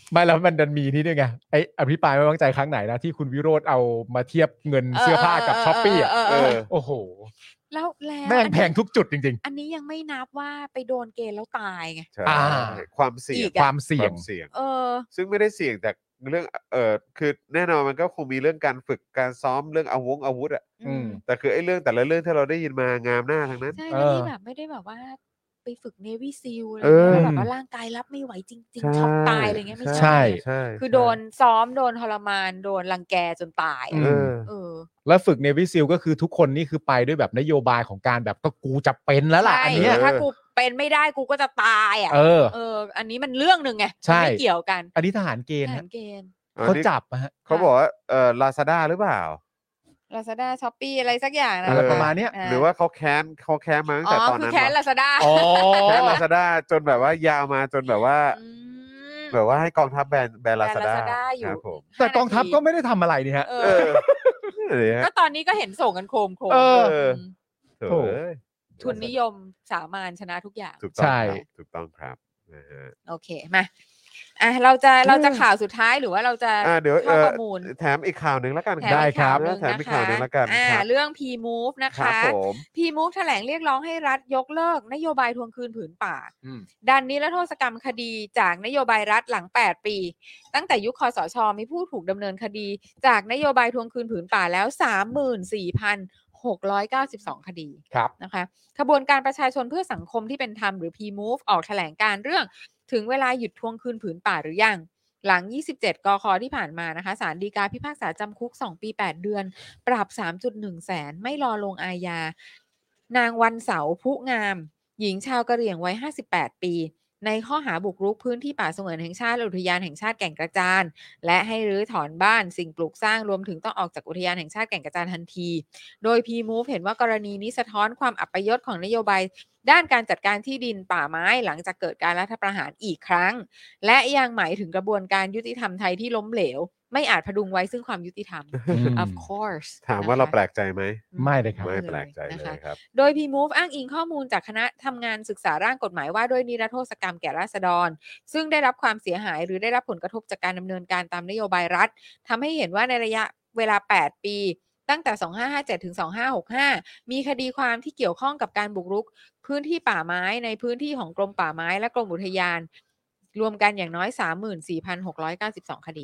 Speaker 4: ไม่แล้วมันดันมีนี่ด้วยไงไอ้อภิปรายไม่ไว้วางใจครั้งไหนนะที่คุณวิโรจน์เอามาเทียบเงินเสื้อผ้ากับช้อปปี้อ่ะ
Speaker 5: เออ
Speaker 3: เอ
Speaker 5: เออ
Speaker 3: อ
Speaker 5: เออ
Speaker 4: โอ้โห
Speaker 5: แล้วแล้ว
Speaker 4: แม่ง
Speaker 5: อัน
Speaker 4: แพ
Speaker 5: นี้
Speaker 4: งทุกจุดจริง
Speaker 5: อันนี้ยังไม่นับว่าไปโดนเกณฑ์แล้วตายไง
Speaker 3: ใช่
Speaker 4: อ่า
Speaker 3: ความเสี่ย
Speaker 5: อี
Speaker 3: ง
Speaker 5: ก
Speaker 4: ๆ ความเสี่ยง
Speaker 3: ความเสี่ยง
Speaker 5: เออ
Speaker 3: ซึ่งไม่ได้เสี่ยงจากเรื่องเออคือแน่นอนมันก็คงมีเรื่องการฝึกการซ้อมเรื่องอาวงอาวุธอะ
Speaker 4: อืม
Speaker 3: แต่คือไอ้เรื่องแต่ละเรื่องที่เราได้ยินมางามหน้าทั้งนั้น
Speaker 5: ใช่
Speaker 4: เอ
Speaker 5: แล้ว
Speaker 4: อ
Speaker 5: นี่แบบไม่ได้แบบว่าไปฝึกเนวี่ซีลอะไร
Speaker 3: เออ
Speaker 5: เงี้ยแบบว่าร่างกายรับไม่ไหวจริง
Speaker 3: ใช่
Speaker 5: ๆช็อกตายอะไรเงี้ยไม่
Speaker 4: ใช่
Speaker 5: ใช่
Speaker 3: ใช่
Speaker 5: คือโดนซ้อมโดนทรมานโดนรังแกจนตาย
Speaker 4: อื
Speaker 5: อะ
Speaker 3: เออ
Speaker 5: เออ
Speaker 4: แล้วฝึกเนวิซิลก็คือทุกคนนี่คือไปด้วยแบบนโยบายของการแบบก็กูจะเป็นแล้วล่ะ
Speaker 5: ใช่
Speaker 4: อันเนี้ย
Speaker 3: เออ
Speaker 5: ถ้ากูเป็นไม่ได้กูก็จะตายอ่ะ
Speaker 4: เออ
Speaker 5: เออ อันนี้มันเรื่องหนึ่งไง
Speaker 4: ใช่
Speaker 5: มันไม่เกี่ยวกัน
Speaker 4: อันนี้ทหารเกณฑ์
Speaker 5: ท
Speaker 4: ฮะ
Speaker 5: หารเกณฑ์
Speaker 3: อัน
Speaker 4: เขา
Speaker 3: นี้
Speaker 4: จับอะฮะ
Speaker 3: เขาบอกว่าเออลาซาด้าหรือเปล่า
Speaker 5: ลาซาด้าช้อปปี้อะไรสักอย่างนะ
Speaker 4: อะไรประมาณเนี้ย
Speaker 5: อ่
Speaker 3: หรือว่าเขาแค้นเขาแค้นมาตั้ง
Speaker 5: อ๋
Speaker 3: แต่
Speaker 5: อ
Speaker 3: ตอน
Speaker 5: คือ
Speaker 3: นั้น
Speaker 5: แค้น
Speaker 3: วะ
Speaker 5: ลาซาด้า
Speaker 4: อ๋อ
Speaker 3: แค้นลาซาด้าจนแบบว่ายาวมาจนแบบว่า
Speaker 5: ม
Speaker 3: แบบว่าให้กองทัพแบนแบนลาซาด้า
Speaker 5: Lazada อยู่
Speaker 3: ครับผม
Speaker 4: แต่กองทัพก็ไม่ได้ทำอะไรนี่ฮะ
Speaker 5: เอ
Speaker 3: เอ
Speaker 5: อ
Speaker 3: อเนี่ยฮะ
Speaker 5: ก็ตอนนี้ก็เห็นส่งกันโครมโครม
Speaker 4: เออ
Speaker 5: ม
Speaker 3: โถ่
Speaker 4: โถ่
Speaker 3: เอ้ย
Speaker 5: ทุนนิยมสามานชนะทุกอย่าง
Speaker 3: ถูกต้อง
Speaker 4: ใช่
Speaker 3: ครับถูกต้องครับนะฮะ
Speaker 5: โอเคมาอ่ะเราจะเราจะข่าวสุดท้ายหรือว่าเราจะ
Speaker 3: อ่าเดี๋ยว
Speaker 5: เข้า
Speaker 3: เอ่อ
Speaker 5: ประมูล
Speaker 3: แถมอีกข่าวหนึ่งแล้วกัน
Speaker 5: แถ
Speaker 3: ค
Speaker 5: ม
Speaker 3: รับ
Speaker 4: ได้
Speaker 5: อีก
Speaker 4: ครับ
Speaker 5: ข่าวหนึ่ง
Speaker 3: แถม
Speaker 5: นะ
Speaker 3: อีกข่า
Speaker 5: คะ
Speaker 3: วหนึ่งแล้วกัน
Speaker 5: อ่า
Speaker 3: ครับ
Speaker 5: เรื่อง P Move นะ
Speaker 3: ครั
Speaker 5: คะ
Speaker 3: บผม
Speaker 5: P Move แถลงเรียกร้องให้รัฐยกเลิกนโยบายทวงคืนผืนป่า
Speaker 4: อืม
Speaker 5: ดันนิรโทษกรรมคดีจากนโยบายรัฐหลัง แปด ปี ตั้งแต่ยุคคสช มีผู้ถูกดำเนินคดีจากนโยบายทวงคืนผืนป่าแล้ว สามหมื่นสี่พันหกร้อยเก้าสิบสอง คดี
Speaker 4: ครับ
Speaker 5: นะคะขบวนการประชาชนเพื่อสังคมที่เป็นธรรมหรือ P Move ออกแถลงการเรื่องถึงเวลาหยุดทวงคืนผืนป่าหรือยัง หลัง ยี่สิบเจ็ด กค.ที่ผ่านมานะคะศาลฎีกาพิพากษาจำคุก สอง ปี แปด เดือน ปรับ สามจุดหนึ่ง แสน ไม่รอลงอาญา นางวันเสาร์พุงาม หญิงชาวกะเหรี่ยงวัย ห้าสิบแปด ปี ในข้อหาบุกรุกพื้นที่ป่าสงวนแห่งชาติและอุทยานแห่งชาติแก่งกระจาน และให้รื้อถอนบ้านสิ่งปลูกสร้างรวมถึงต้องออกจากอุทยานแห่งชาติแก่งกระจานทันที โดย P Move เห็นว่ากรณีนี้สะท้อนความอัปยศของนโยบายด้านการจัดการที่ดินป่าไม้หลังจากเกิดการรัฐประหารอีกครั้ง และยังหมายถึงกระบวนการยุติธรรมไทยที่ล้มเหลว ไม่อาจพดุงไว้ซึ่งความยุติธรรม of course
Speaker 3: ถามว่าเราแปลกใจไหม
Speaker 4: ไม่เลยครับ
Speaker 3: ไม่แปลกใจเล
Speaker 5: นะคะ
Speaker 3: ยครับ
Speaker 5: โดย P Move อ้างอิงข้อมูลจากคณะทำงานศึกษาร่างกฎหมายว่าด้วยนิรโทษกรรมแก่ราษฎร ซึ่งได้รับความเสียหายหรือได้รับผลกระทบจากการดำเนินการตามนโยบายรัฐทำให้เห็นว่าในระยะเวลา แปด ปี ตั้งแต่ สองพันห้าร้อยห้าสิบเจ็ด ถึง สองพันห้าร้อยหกสิบห้า มีคดีความที่เกี่ยวข้องกับการบุกรุกพื้นที่ป่าไม้ในพื้นที่ของกรมป่าไม้และกรมอุทยาน รวมกันอย่างน้อย สามหมื่นสี่พันหกร้อยเก้าสิบสอง คดี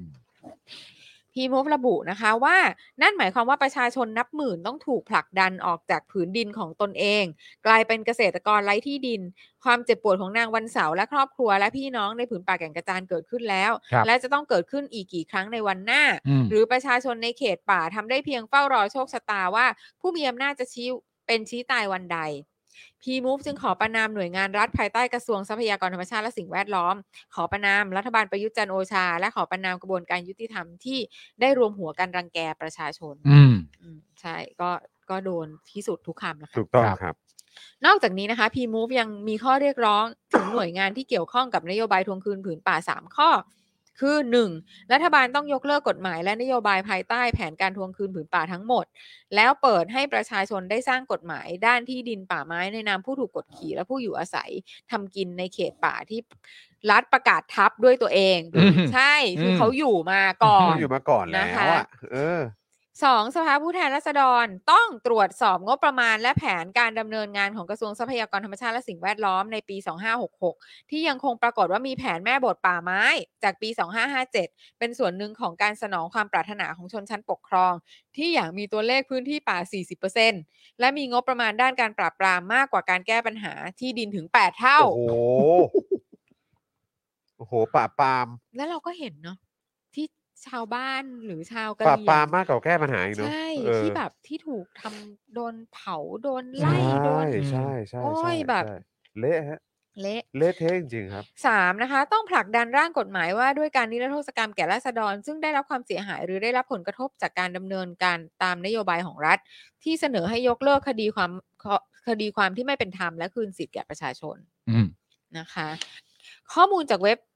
Speaker 5: P Move ระบุนะคะว่านั่นหมายความว่าประชาชนนับหมื่นต้องถูกผลักดันออกจากผืนดินของตนเอง กลายเป็นเกษตรกรไร้ที่ดิน ความเจ็บปวดของนางวันเสาร์และครอบครัวและพี่น้องในผืนป่าแก่งกระจานเกิดขึ้นแล้ว
Speaker 4: ครับ
Speaker 5: และจะต้องเกิดขึ้นอีกกี่ครั้งในวันหน้า
Speaker 4: อืม
Speaker 5: หรือประชาชนในเขตป่าทำได้เพียงเฝ้ารอโชคชะตาว่าผู้มีอำนาจจะชี้เป็นชี้ตายวันใด P Move จึงขอประนามหน่วยงานรัฐภายใต้กระทรวงทรัพยากรธรรมชาติและสิ่งแวดล้อม ขอประนามรัฐบาลประยุทธ์จันทร์โอชา และขอประนามกระบวนการยุติธรรมที่ได้รวมหัวกันรังแกประชาชน
Speaker 4: อืม
Speaker 5: อืมใช่ก็ก็โดนที่สุดทุกคำนะคะ
Speaker 3: ถูกต้อง
Speaker 4: ครับ
Speaker 3: ครับ
Speaker 5: นอกจากนี้นะคะ P Move ยังมีข้อเรียกร้อง ถึงหน่วยงานที่เกี่ยวข้องกับนโยบายทวงคืนผืนป่า สาม ข้อ คือ หนึ่ง รัฐบาลต้องยกเลิกกฎหมายและนโยบายภายใต้แผนการทวงคืนผืนป่าทั้งหมด แล้วเปิดให้ประชาชนได้สร้างกฎหมายด้านที่ดินป่าไม้ในนามผู้ถูกกดขี่และผู้อยู่อาศัยทำกินในเขตป่าที่รัฐประกาศทับด้วยตัวเอง
Speaker 4: อืม
Speaker 5: ใช่คืออ
Speaker 4: ม
Speaker 5: เขาอยู่มาก่อน
Speaker 3: อยู่มาก่อนแล้ว
Speaker 5: นะคะ
Speaker 3: อ่ะเออ
Speaker 5: สองสภาผู้แทนราษฎรต้องตรวจสอบงบประมาณและแผนการดำเนินงานของกระทรวงทรัพยากรธรรมชาติและสิ่งแวดล้อมในปี สองพันห้าร้อยหกสิบหก ที่ยังคงปรากฏว่ามีแผนแม่บทป่าไม้จากปี สองพันห้าร้อยห้าสิบเจ็ด เป็นส่วนหนึ่งของการสนองความปรารถนาของชนชั้นปกครอง ที่อยากมีตัวเลขพื้นที่ป่า สี่สิบเปอร์เซ็นต์ และมีงบประมาณด้านการปราบปรามมากกว่าการแก้ปัญหาที่ดินถึง แปด เท่า
Speaker 3: โอ้โห โอ้โหป่าปาล์ม
Speaker 5: แล้วเราก็เห็นเนาะที่ชาวบ้านหรือชาวกะ
Speaker 3: ป่า
Speaker 5: เหรี่
Speaker 3: ปาล์
Speaker 5: ย
Speaker 3: ม
Speaker 5: ง
Speaker 3: มากกว่าแก้ปัญหาอีกเนาะ
Speaker 5: ใช่
Speaker 3: เออ
Speaker 5: ที่แบบที่ถูกทำโดนเผาโดน
Speaker 3: ใช่
Speaker 5: ไล่โดน
Speaker 3: ใช่ใช่
Speaker 5: โอ้
Speaker 3: ใช่
Speaker 5: ยแบบ
Speaker 3: ใช่เละฮะ
Speaker 5: เละ
Speaker 3: เละเทะจริงๆครับ
Speaker 5: สามนะคะต้องผลักดันร่างกฎหมายว่าด้วยการนิรโทษกรรมแก่ราษฎร ซึ่งได้รับความเสียหายหรือได้รับผลกระทบจากการดำเนินการตามนโยบายของรัฐ ที่เสนอให้ยกเลิกคดีความคดีความที่ไม่เป็นธรรมและคืนสิทธิ์แก่ประชาชน
Speaker 4: อืม
Speaker 5: นะคะ ข้อมูลจากเว็บ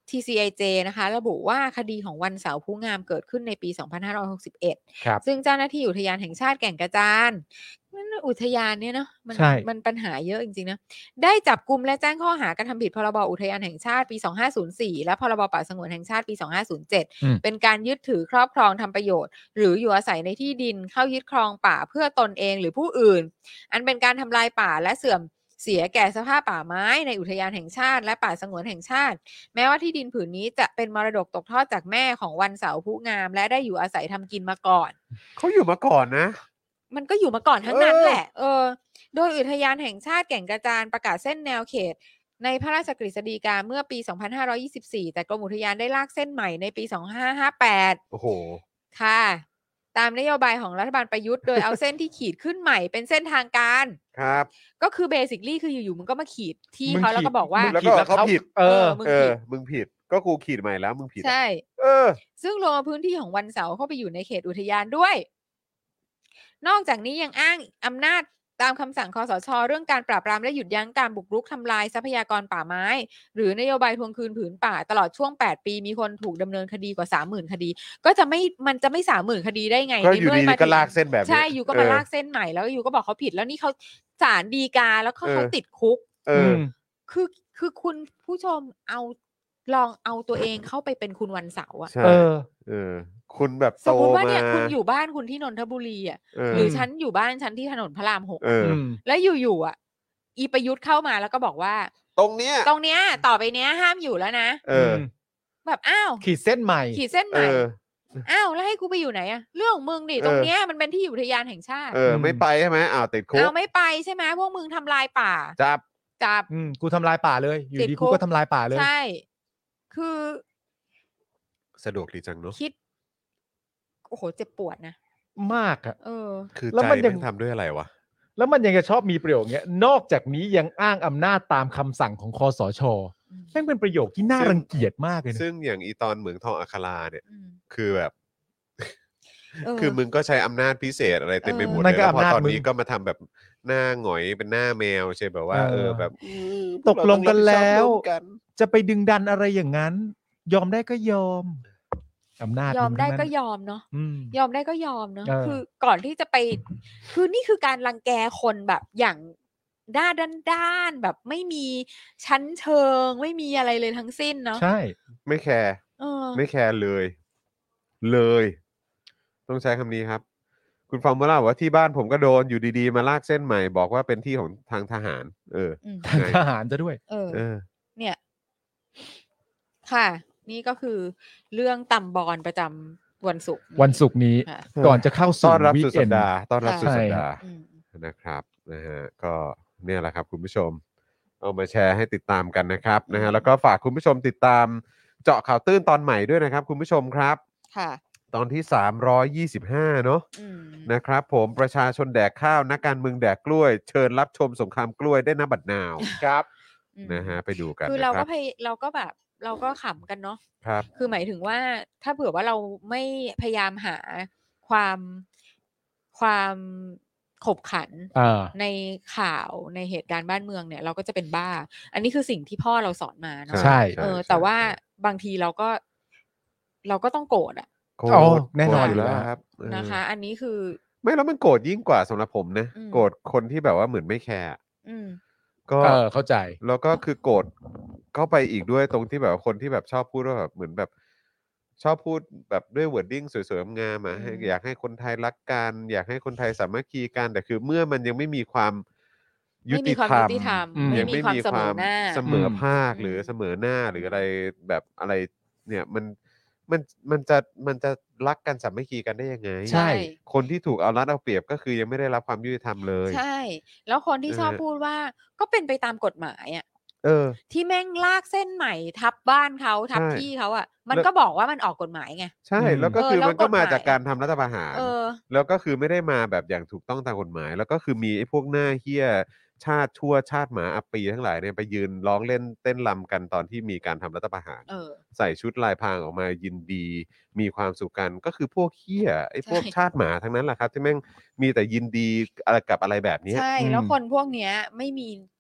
Speaker 5: ที ซี ไอ เจ นะคะระบุว่าคดีของวันเสาร์ผู้งามเกิดขึ้นในปี สองพันห้าร้อยหกสิบเอ็ด
Speaker 4: ครับ
Speaker 5: ซึ่งเจ้าหน้าที่อุทยานแห่งชาติแก่งกระจานนั่นอุทยานเนี่ยเนาะมัน
Speaker 4: ใช่
Speaker 5: มันปัญหาเยอะจริงๆนะได้จับกุมและแจ้งข้อหากระทำผิดพรบอุทยานแห่งชาติปี สองพันห้าร้อยสี่ และพรบป่าสงวนแห่งชาติปี สองพันห้าร้อยเจ็ด
Speaker 4: อืม
Speaker 5: เป็นการยึดถือครอบครองทำประโยชน์ หรืออยู่อาศัยในที่ดินเข้ายึดครองป่าเพื่อตนเองหรือผู้อื่น อันเป็นการทำลายป่าและเสื่อมเสียแก่สภาพป่าไม้ในอุทยานแห่งชาติและป่าสงวนแห่งชาติ แม้ว่าที่ดินผืนนี้จะเป็นมรดกตกทอดจากแม่ของวันเสาร์ผู้งาม และได้อยู่อาศัยทำกินมาก่อน
Speaker 3: เขาอยู่มาก่อนนะ
Speaker 5: มันก็อยู่มาก่อนทั้งนั้น
Speaker 3: เออ
Speaker 5: แหละ เออ โดยอุทยานแห่งชาติแก่งกระจานประกาศเส้นแนวเขต ในพระราชกฤษฎีกาเมื่อปี สองพันห้าร้อยยี่สิบสี่ แต่กรมอุทยานได้ลากเส้นใหม่ในปี สองพันห้าร้อยห้าสิบแปด
Speaker 3: โอ้โห
Speaker 5: ค่ะ ตามนโยบายของรัฐบาลประยุทธ์ โดยเอาเส้นที่ขีดขึ้นใหม่เป็นเส้นทางการ
Speaker 3: ครับ
Speaker 5: ก็คือเบสิคลี่คืออยู่ๆมึงก็มาขีดที่
Speaker 4: มึง
Speaker 5: เขาแล้ว
Speaker 4: ขีด
Speaker 5: ก็บอกว่า
Speaker 4: มึง
Speaker 3: แล้ว
Speaker 4: ขี
Speaker 3: ก็
Speaker 4: ดแล้ว
Speaker 3: เขา
Speaker 4: เขา
Speaker 3: ผิด
Speaker 4: เออ
Speaker 5: มึง
Speaker 3: เอ
Speaker 5: ผิ
Speaker 3: อ
Speaker 5: ด
Speaker 3: มึงผิด ก็กูขีดใหม่แล้วมึงผิดอะ
Speaker 5: ใช่
Speaker 3: เออ
Speaker 5: ซึ่งรวมพื้นที่ของวันเสาร์เข้าไปอยู่ในเขตอุทยานด้วย นอกจากนี้ยังอ้างอำนาจตามคำสั่งคสช.เรื่องการปราบปรามและหยุดยั้งการบุกรุกทำลายทรัพยากรป่าไม้ หรือนโยบายทวงคืนผืนป่าตลอดช่วงแปดปีมีคนถูกดำเนินคดีกว่า สามหมื่น คดี ก็จะไม่มันจะไม่ สามหมื่น คดีได้ไง
Speaker 3: ก็
Speaker 5: ใน
Speaker 3: อยู่
Speaker 5: เมื่
Speaker 3: ดี
Speaker 5: มา
Speaker 3: ก็
Speaker 5: ถึง
Speaker 3: ลากเส้นแบบนี้
Speaker 5: ใช่อยู่ก็มา
Speaker 3: เออ
Speaker 5: ลากเส้นใหม่แล้วอยู่ก็บอกเขาผิดแล้วนี่เขาศาลฎีกาแล้วเขา
Speaker 3: เออ
Speaker 5: เขาติดคุก
Speaker 3: เออ
Speaker 5: คือคือคุณผู้ชมเอาลองเอาตัวเองเข้าไปเป็นคุณวันเสาร์อะ
Speaker 3: ใช่
Speaker 4: เออ
Speaker 3: เออ คุณแบบ
Speaker 5: ส
Speaker 3: โต
Speaker 5: มมติว่า
Speaker 3: มา
Speaker 5: เนี่ยคุณอยู่บ้านคุณที่นนทบุรีอ่ะ
Speaker 3: เออ
Speaker 5: หรือฉันอยู่บ้านฉันที่ถนนพระรามหก
Speaker 3: เออ
Speaker 4: ม
Speaker 5: แล้วอยู่ๆอ่ะ อีประยุทธ์เข้ามาแล้วก็บอกว่า
Speaker 3: ตรงเนี้ย
Speaker 5: ตรงเนี้ยต่อไปเนี้ยห้ามอยู่แล้วนะ
Speaker 3: เออ
Speaker 5: แบบอ้าว
Speaker 4: ขีดเส้นใหม่
Speaker 5: ขีดเส้นให
Speaker 3: เอ
Speaker 5: ม่
Speaker 3: อ
Speaker 5: อ้าวแล้วให้กูไปอยู่ไหนอ่ะเรื่องของมึงดิตรงเนี้ยมันเป็นที่อุทยานแห่งชาติ
Speaker 3: เออ ไม่ไปใช่ไหมอ้าวติดคุก
Speaker 5: เอาไม่ไปใช่ไหมพวกมึงทำลายป่า
Speaker 3: จับ
Speaker 5: จับ
Speaker 4: อืมกูทำลายป่าเลย อยู่
Speaker 5: ติด
Speaker 4: ดี
Speaker 5: คุ
Speaker 4: กู
Speaker 5: ก
Speaker 4: ก็ทำลายป่าเลย
Speaker 5: ใช่ คือ
Speaker 3: สะดวกดีจังเนาะ
Speaker 5: คิดโอ้โหเจ็บปวดนะ
Speaker 4: มากอะ
Speaker 5: เออ
Speaker 3: คือ
Speaker 4: แล้ว
Speaker 3: ใจ
Speaker 4: มันยัง
Speaker 3: มันทำด้วยอะไรวะ
Speaker 4: แล้วมันยังจะชอบมีประโยคเงี้ย นอกจากนี้ยังอ้างอำนาจตามคำสั่งของคอสช
Speaker 5: อืม
Speaker 4: แม่งเป็นประโยคที่น่า
Speaker 3: ซึ่ง
Speaker 4: รังเกียจมากเลยนะ
Speaker 3: ซึ่งอย่างอีตอนเหมืองทองอัคราเนี่ย
Speaker 5: อืม
Speaker 3: คือแบบ
Speaker 5: เออ
Speaker 3: คือมึงก็ใช้อำนาจพิเศษอะไรเต็มไปหมด
Speaker 4: เออ
Speaker 3: เล
Speaker 4: นั่
Speaker 3: ย
Speaker 4: นก็
Speaker 3: แล้วพอ
Speaker 4: อำนาจ
Speaker 3: ตอน
Speaker 4: มึง
Speaker 3: นี้ก็มาทำแบบหน้าหงอยเป็นหน้าแมวใช่แบบว่า
Speaker 4: เออ
Speaker 3: เออแบบอืม
Speaker 4: ตกลงกันแล้ว
Speaker 3: พกเราต้องรับผิดชอบร่วมกัน
Speaker 4: จะไปดึงดันอะไรอย่างนั้น ยอมได้ก็ยอมอำนาจ
Speaker 5: ยอมได้
Speaker 4: งทั้ง
Speaker 5: ก็
Speaker 4: นั้น
Speaker 5: ยอมเนาะ
Speaker 4: อืม
Speaker 5: ยอมได้ก็ยอมเนาะ
Speaker 4: เออ
Speaker 5: คือก่อนที่จะไป คือนี่คือการรังแกคนแบบอย่างด้านด้านด้านแบบไม่มีชั้นเชิง ไม่มีอะไรเลยทั้งสิ้นเนาะ
Speaker 4: ใช่
Speaker 3: ไม่แคร์
Speaker 5: เออ
Speaker 3: ไม่แคร์เลย เลย ต้องใช้คำนี้ครับ คุณฟอร์มูล่าบอกว่าที่บ้านผมก็โดนอยู่ดีๆ มาลากเส้นใหม่ บอกว่าเป็นที่ของทางทหาร เออ
Speaker 5: อืม
Speaker 4: ทาง
Speaker 3: ไง
Speaker 4: ทหารจะด้วย
Speaker 5: เออ
Speaker 3: เออ
Speaker 5: เนี่ย ค่ะ นี่ก็คือเรื่องตำบอลประจำวันศุกร์
Speaker 4: วันศุกร์นี้
Speaker 5: ค่ะ
Speaker 4: ก่อนจะเข้า
Speaker 3: ต้
Speaker 4: สู่
Speaker 3: อนรับ
Speaker 4: วี
Speaker 3: สุด
Speaker 4: คเอ
Speaker 3: สั
Speaker 4: น
Speaker 3: ปดาห์ต้อนรับ
Speaker 5: ค่ะ
Speaker 3: สุดสัปดาห์
Speaker 5: อืม
Speaker 3: นะครับนะฮะก็เนี่ยแหละครับคุณผู้ชม เอามาแชร์ให้ติดตามกันนะครับนะฮะแล้วก็ฝากคุณผู้ชมติดตามเจาะข่าวตื้นตอนใหม่ด้วยนะครับ คุณผู้ชมครับ
Speaker 5: ค่ะ
Speaker 3: ตอนที่ สามร้อยยี่สิบห้า เนาะ
Speaker 5: อืม
Speaker 3: นะครับผมประชาชนแดกข้าวนักการเมืองแดกกล้วย เชิญรับชมสงครามกล้วยได้ณบัดนาว
Speaker 4: ครับ
Speaker 5: อืม
Speaker 3: นะฮะไปดูกัน
Speaker 5: คือ
Speaker 3: นะ
Speaker 5: เรา
Speaker 3: ค
Speaker 5: ก็
Speaker 3: รับ
Speaker 5: พยเราก็แบบ เราก็ขำกันเนาะ
Speaker 3: ครับ
Speaker 5: คือหมายถึงว่าถ้าเผื่อว่าเราไม่พยายามหาความความขบขัน
Speaker 4: อ่า
Speaker 5: ในข่าวในเหตุการณ์บ้านเมืองเนี่ย เราก็จะเป็นบ้า อันนี้คือสิ่งที่พ่อเราสอนมาเนาะ
Speaker 4: ใช่
Speaker 5: เออ แต่ว่าบางทีเราก็ เราก็ต้องโกรธอะ
Speaker 3: โกร
Speaker 4: อ๋อ
Speaker 3: ธ
Speaker 4: แน่นอน
Speaker 3: โกรธอยู่
Speaker 4: อยู่
Speaker 3: แล้
Speaker 4: แล้ว ว
Speaker 3: ครับเออ
Speaker 5: นะคะ อันนี้คือ
Speaker 3: ไม่แล้วมันโกรธยิ่งกว่าสำหรับผมนะ
Speaker 5: อืม
Speaker 3: โกรธคนที่แบบว่าเหมือนไม่แคร์
Speaker 5: อืม
Speaker 3: ก็
Speaker 4: เออเข้าใจ
Speaker 3: แล้วก็คือโกรธเข้าไปอีกด้วยตรงที่แบบว่าคนที่แบบชอบพูดว่าแบบเหมือนแบบ ชอบพูดแบบด้วยวอร์ดดิ้งสวยๆงามๆอ่ะ
Speaker 5: อืม
Speaker 3: ให้อยากให้คนไทยรักกัน อยากให้คนไทยสามัคคีกันแต่คือเมื่อมันยังไม่มีความยุ
Speaker 5: ไม่มี
Speaker 3: ติ
Speaker 5: ความ
Speaker 3: ธรร
Speaker 5: ยุ
Speaker 3: ม
Speaker 5: ติธรรม
Speaker 4: อืม
Speaker 5: ไม่
Speaker 3: ยัง
Speaker 5: มีความเสมอหน้า
Speaker 3: เสมอภาค
Speaker 5: อืม
Speaker 3: หรือเสมอหน้าหรืออะไรแบบอะไรเนี่ยมันมันมันจะมันจะรักกันสามัคคีกันได้ยังไง
Speaker 4: ใช่
Speaker 3: คนที่ถูกเอารัดเอาเปรียบก็คือยังไม่ได้รับความยุติธรรมเลย
Speaker 5: ใช่ แล้วคนที่
Speaker 3: เออ
Speaker 5: ชอบพูดว่าก็เป็นไปตามกฎหมายอ่ะ
Speaker 3: เออ
Speaker 5: ที่แม่งลากเส้นใหม่ทับบ้านเขาทับ
Speaker 3: ใช่
Speaker 5: ที่เขาอ่ะ มัน
Speaker 3: แล้ว
Speaker 5: ก็บอกว่ามันออกกฎหมายไง
Speaker 3: ใช่
Speaker 4: อืม
Speaker 3: แล้วก็
Speaker 5: เออ
Speaker 3: คือ
Speaker 5: แล้ว
Speaker 3: มันก็
Speaker 5: กฎห
Speaker 3: มา
Speaker 5: มา
Speaker 3: จากการทำรัฐประหาร
Speaker 5: เออ
Speaker 3: แล้วก็คือไม่ได้มาแบบอย่างถูกต้องตามกฎหมาย แล้วก็คือมีไอ้พวกหน้าเฮี้ยชาติชั่วชาติหมาอัปปีทั้งหลายเนี่ยไปยืนร้องเล่นเต้นรำกันตอนที่มีการทำรัฐประหาร
Speaker 5: เออ
Speaker 3: ใส่ชุดลายพรางออกมายินดี มีความสุขกันก็คือพวกเฮี้ยไอ้พวก
Speaker 5: ใช่
Speaker 3: ชาติหมาทั้งนั้นแหละครับ ที่แม่งมีแต่ยินดีอะไรกับอะไรแบบเนี้ย
Speaker 5: ใช่
Speaker 4: อืม
Speaker 5: แล้วคนพวกเนี้ยไม่มี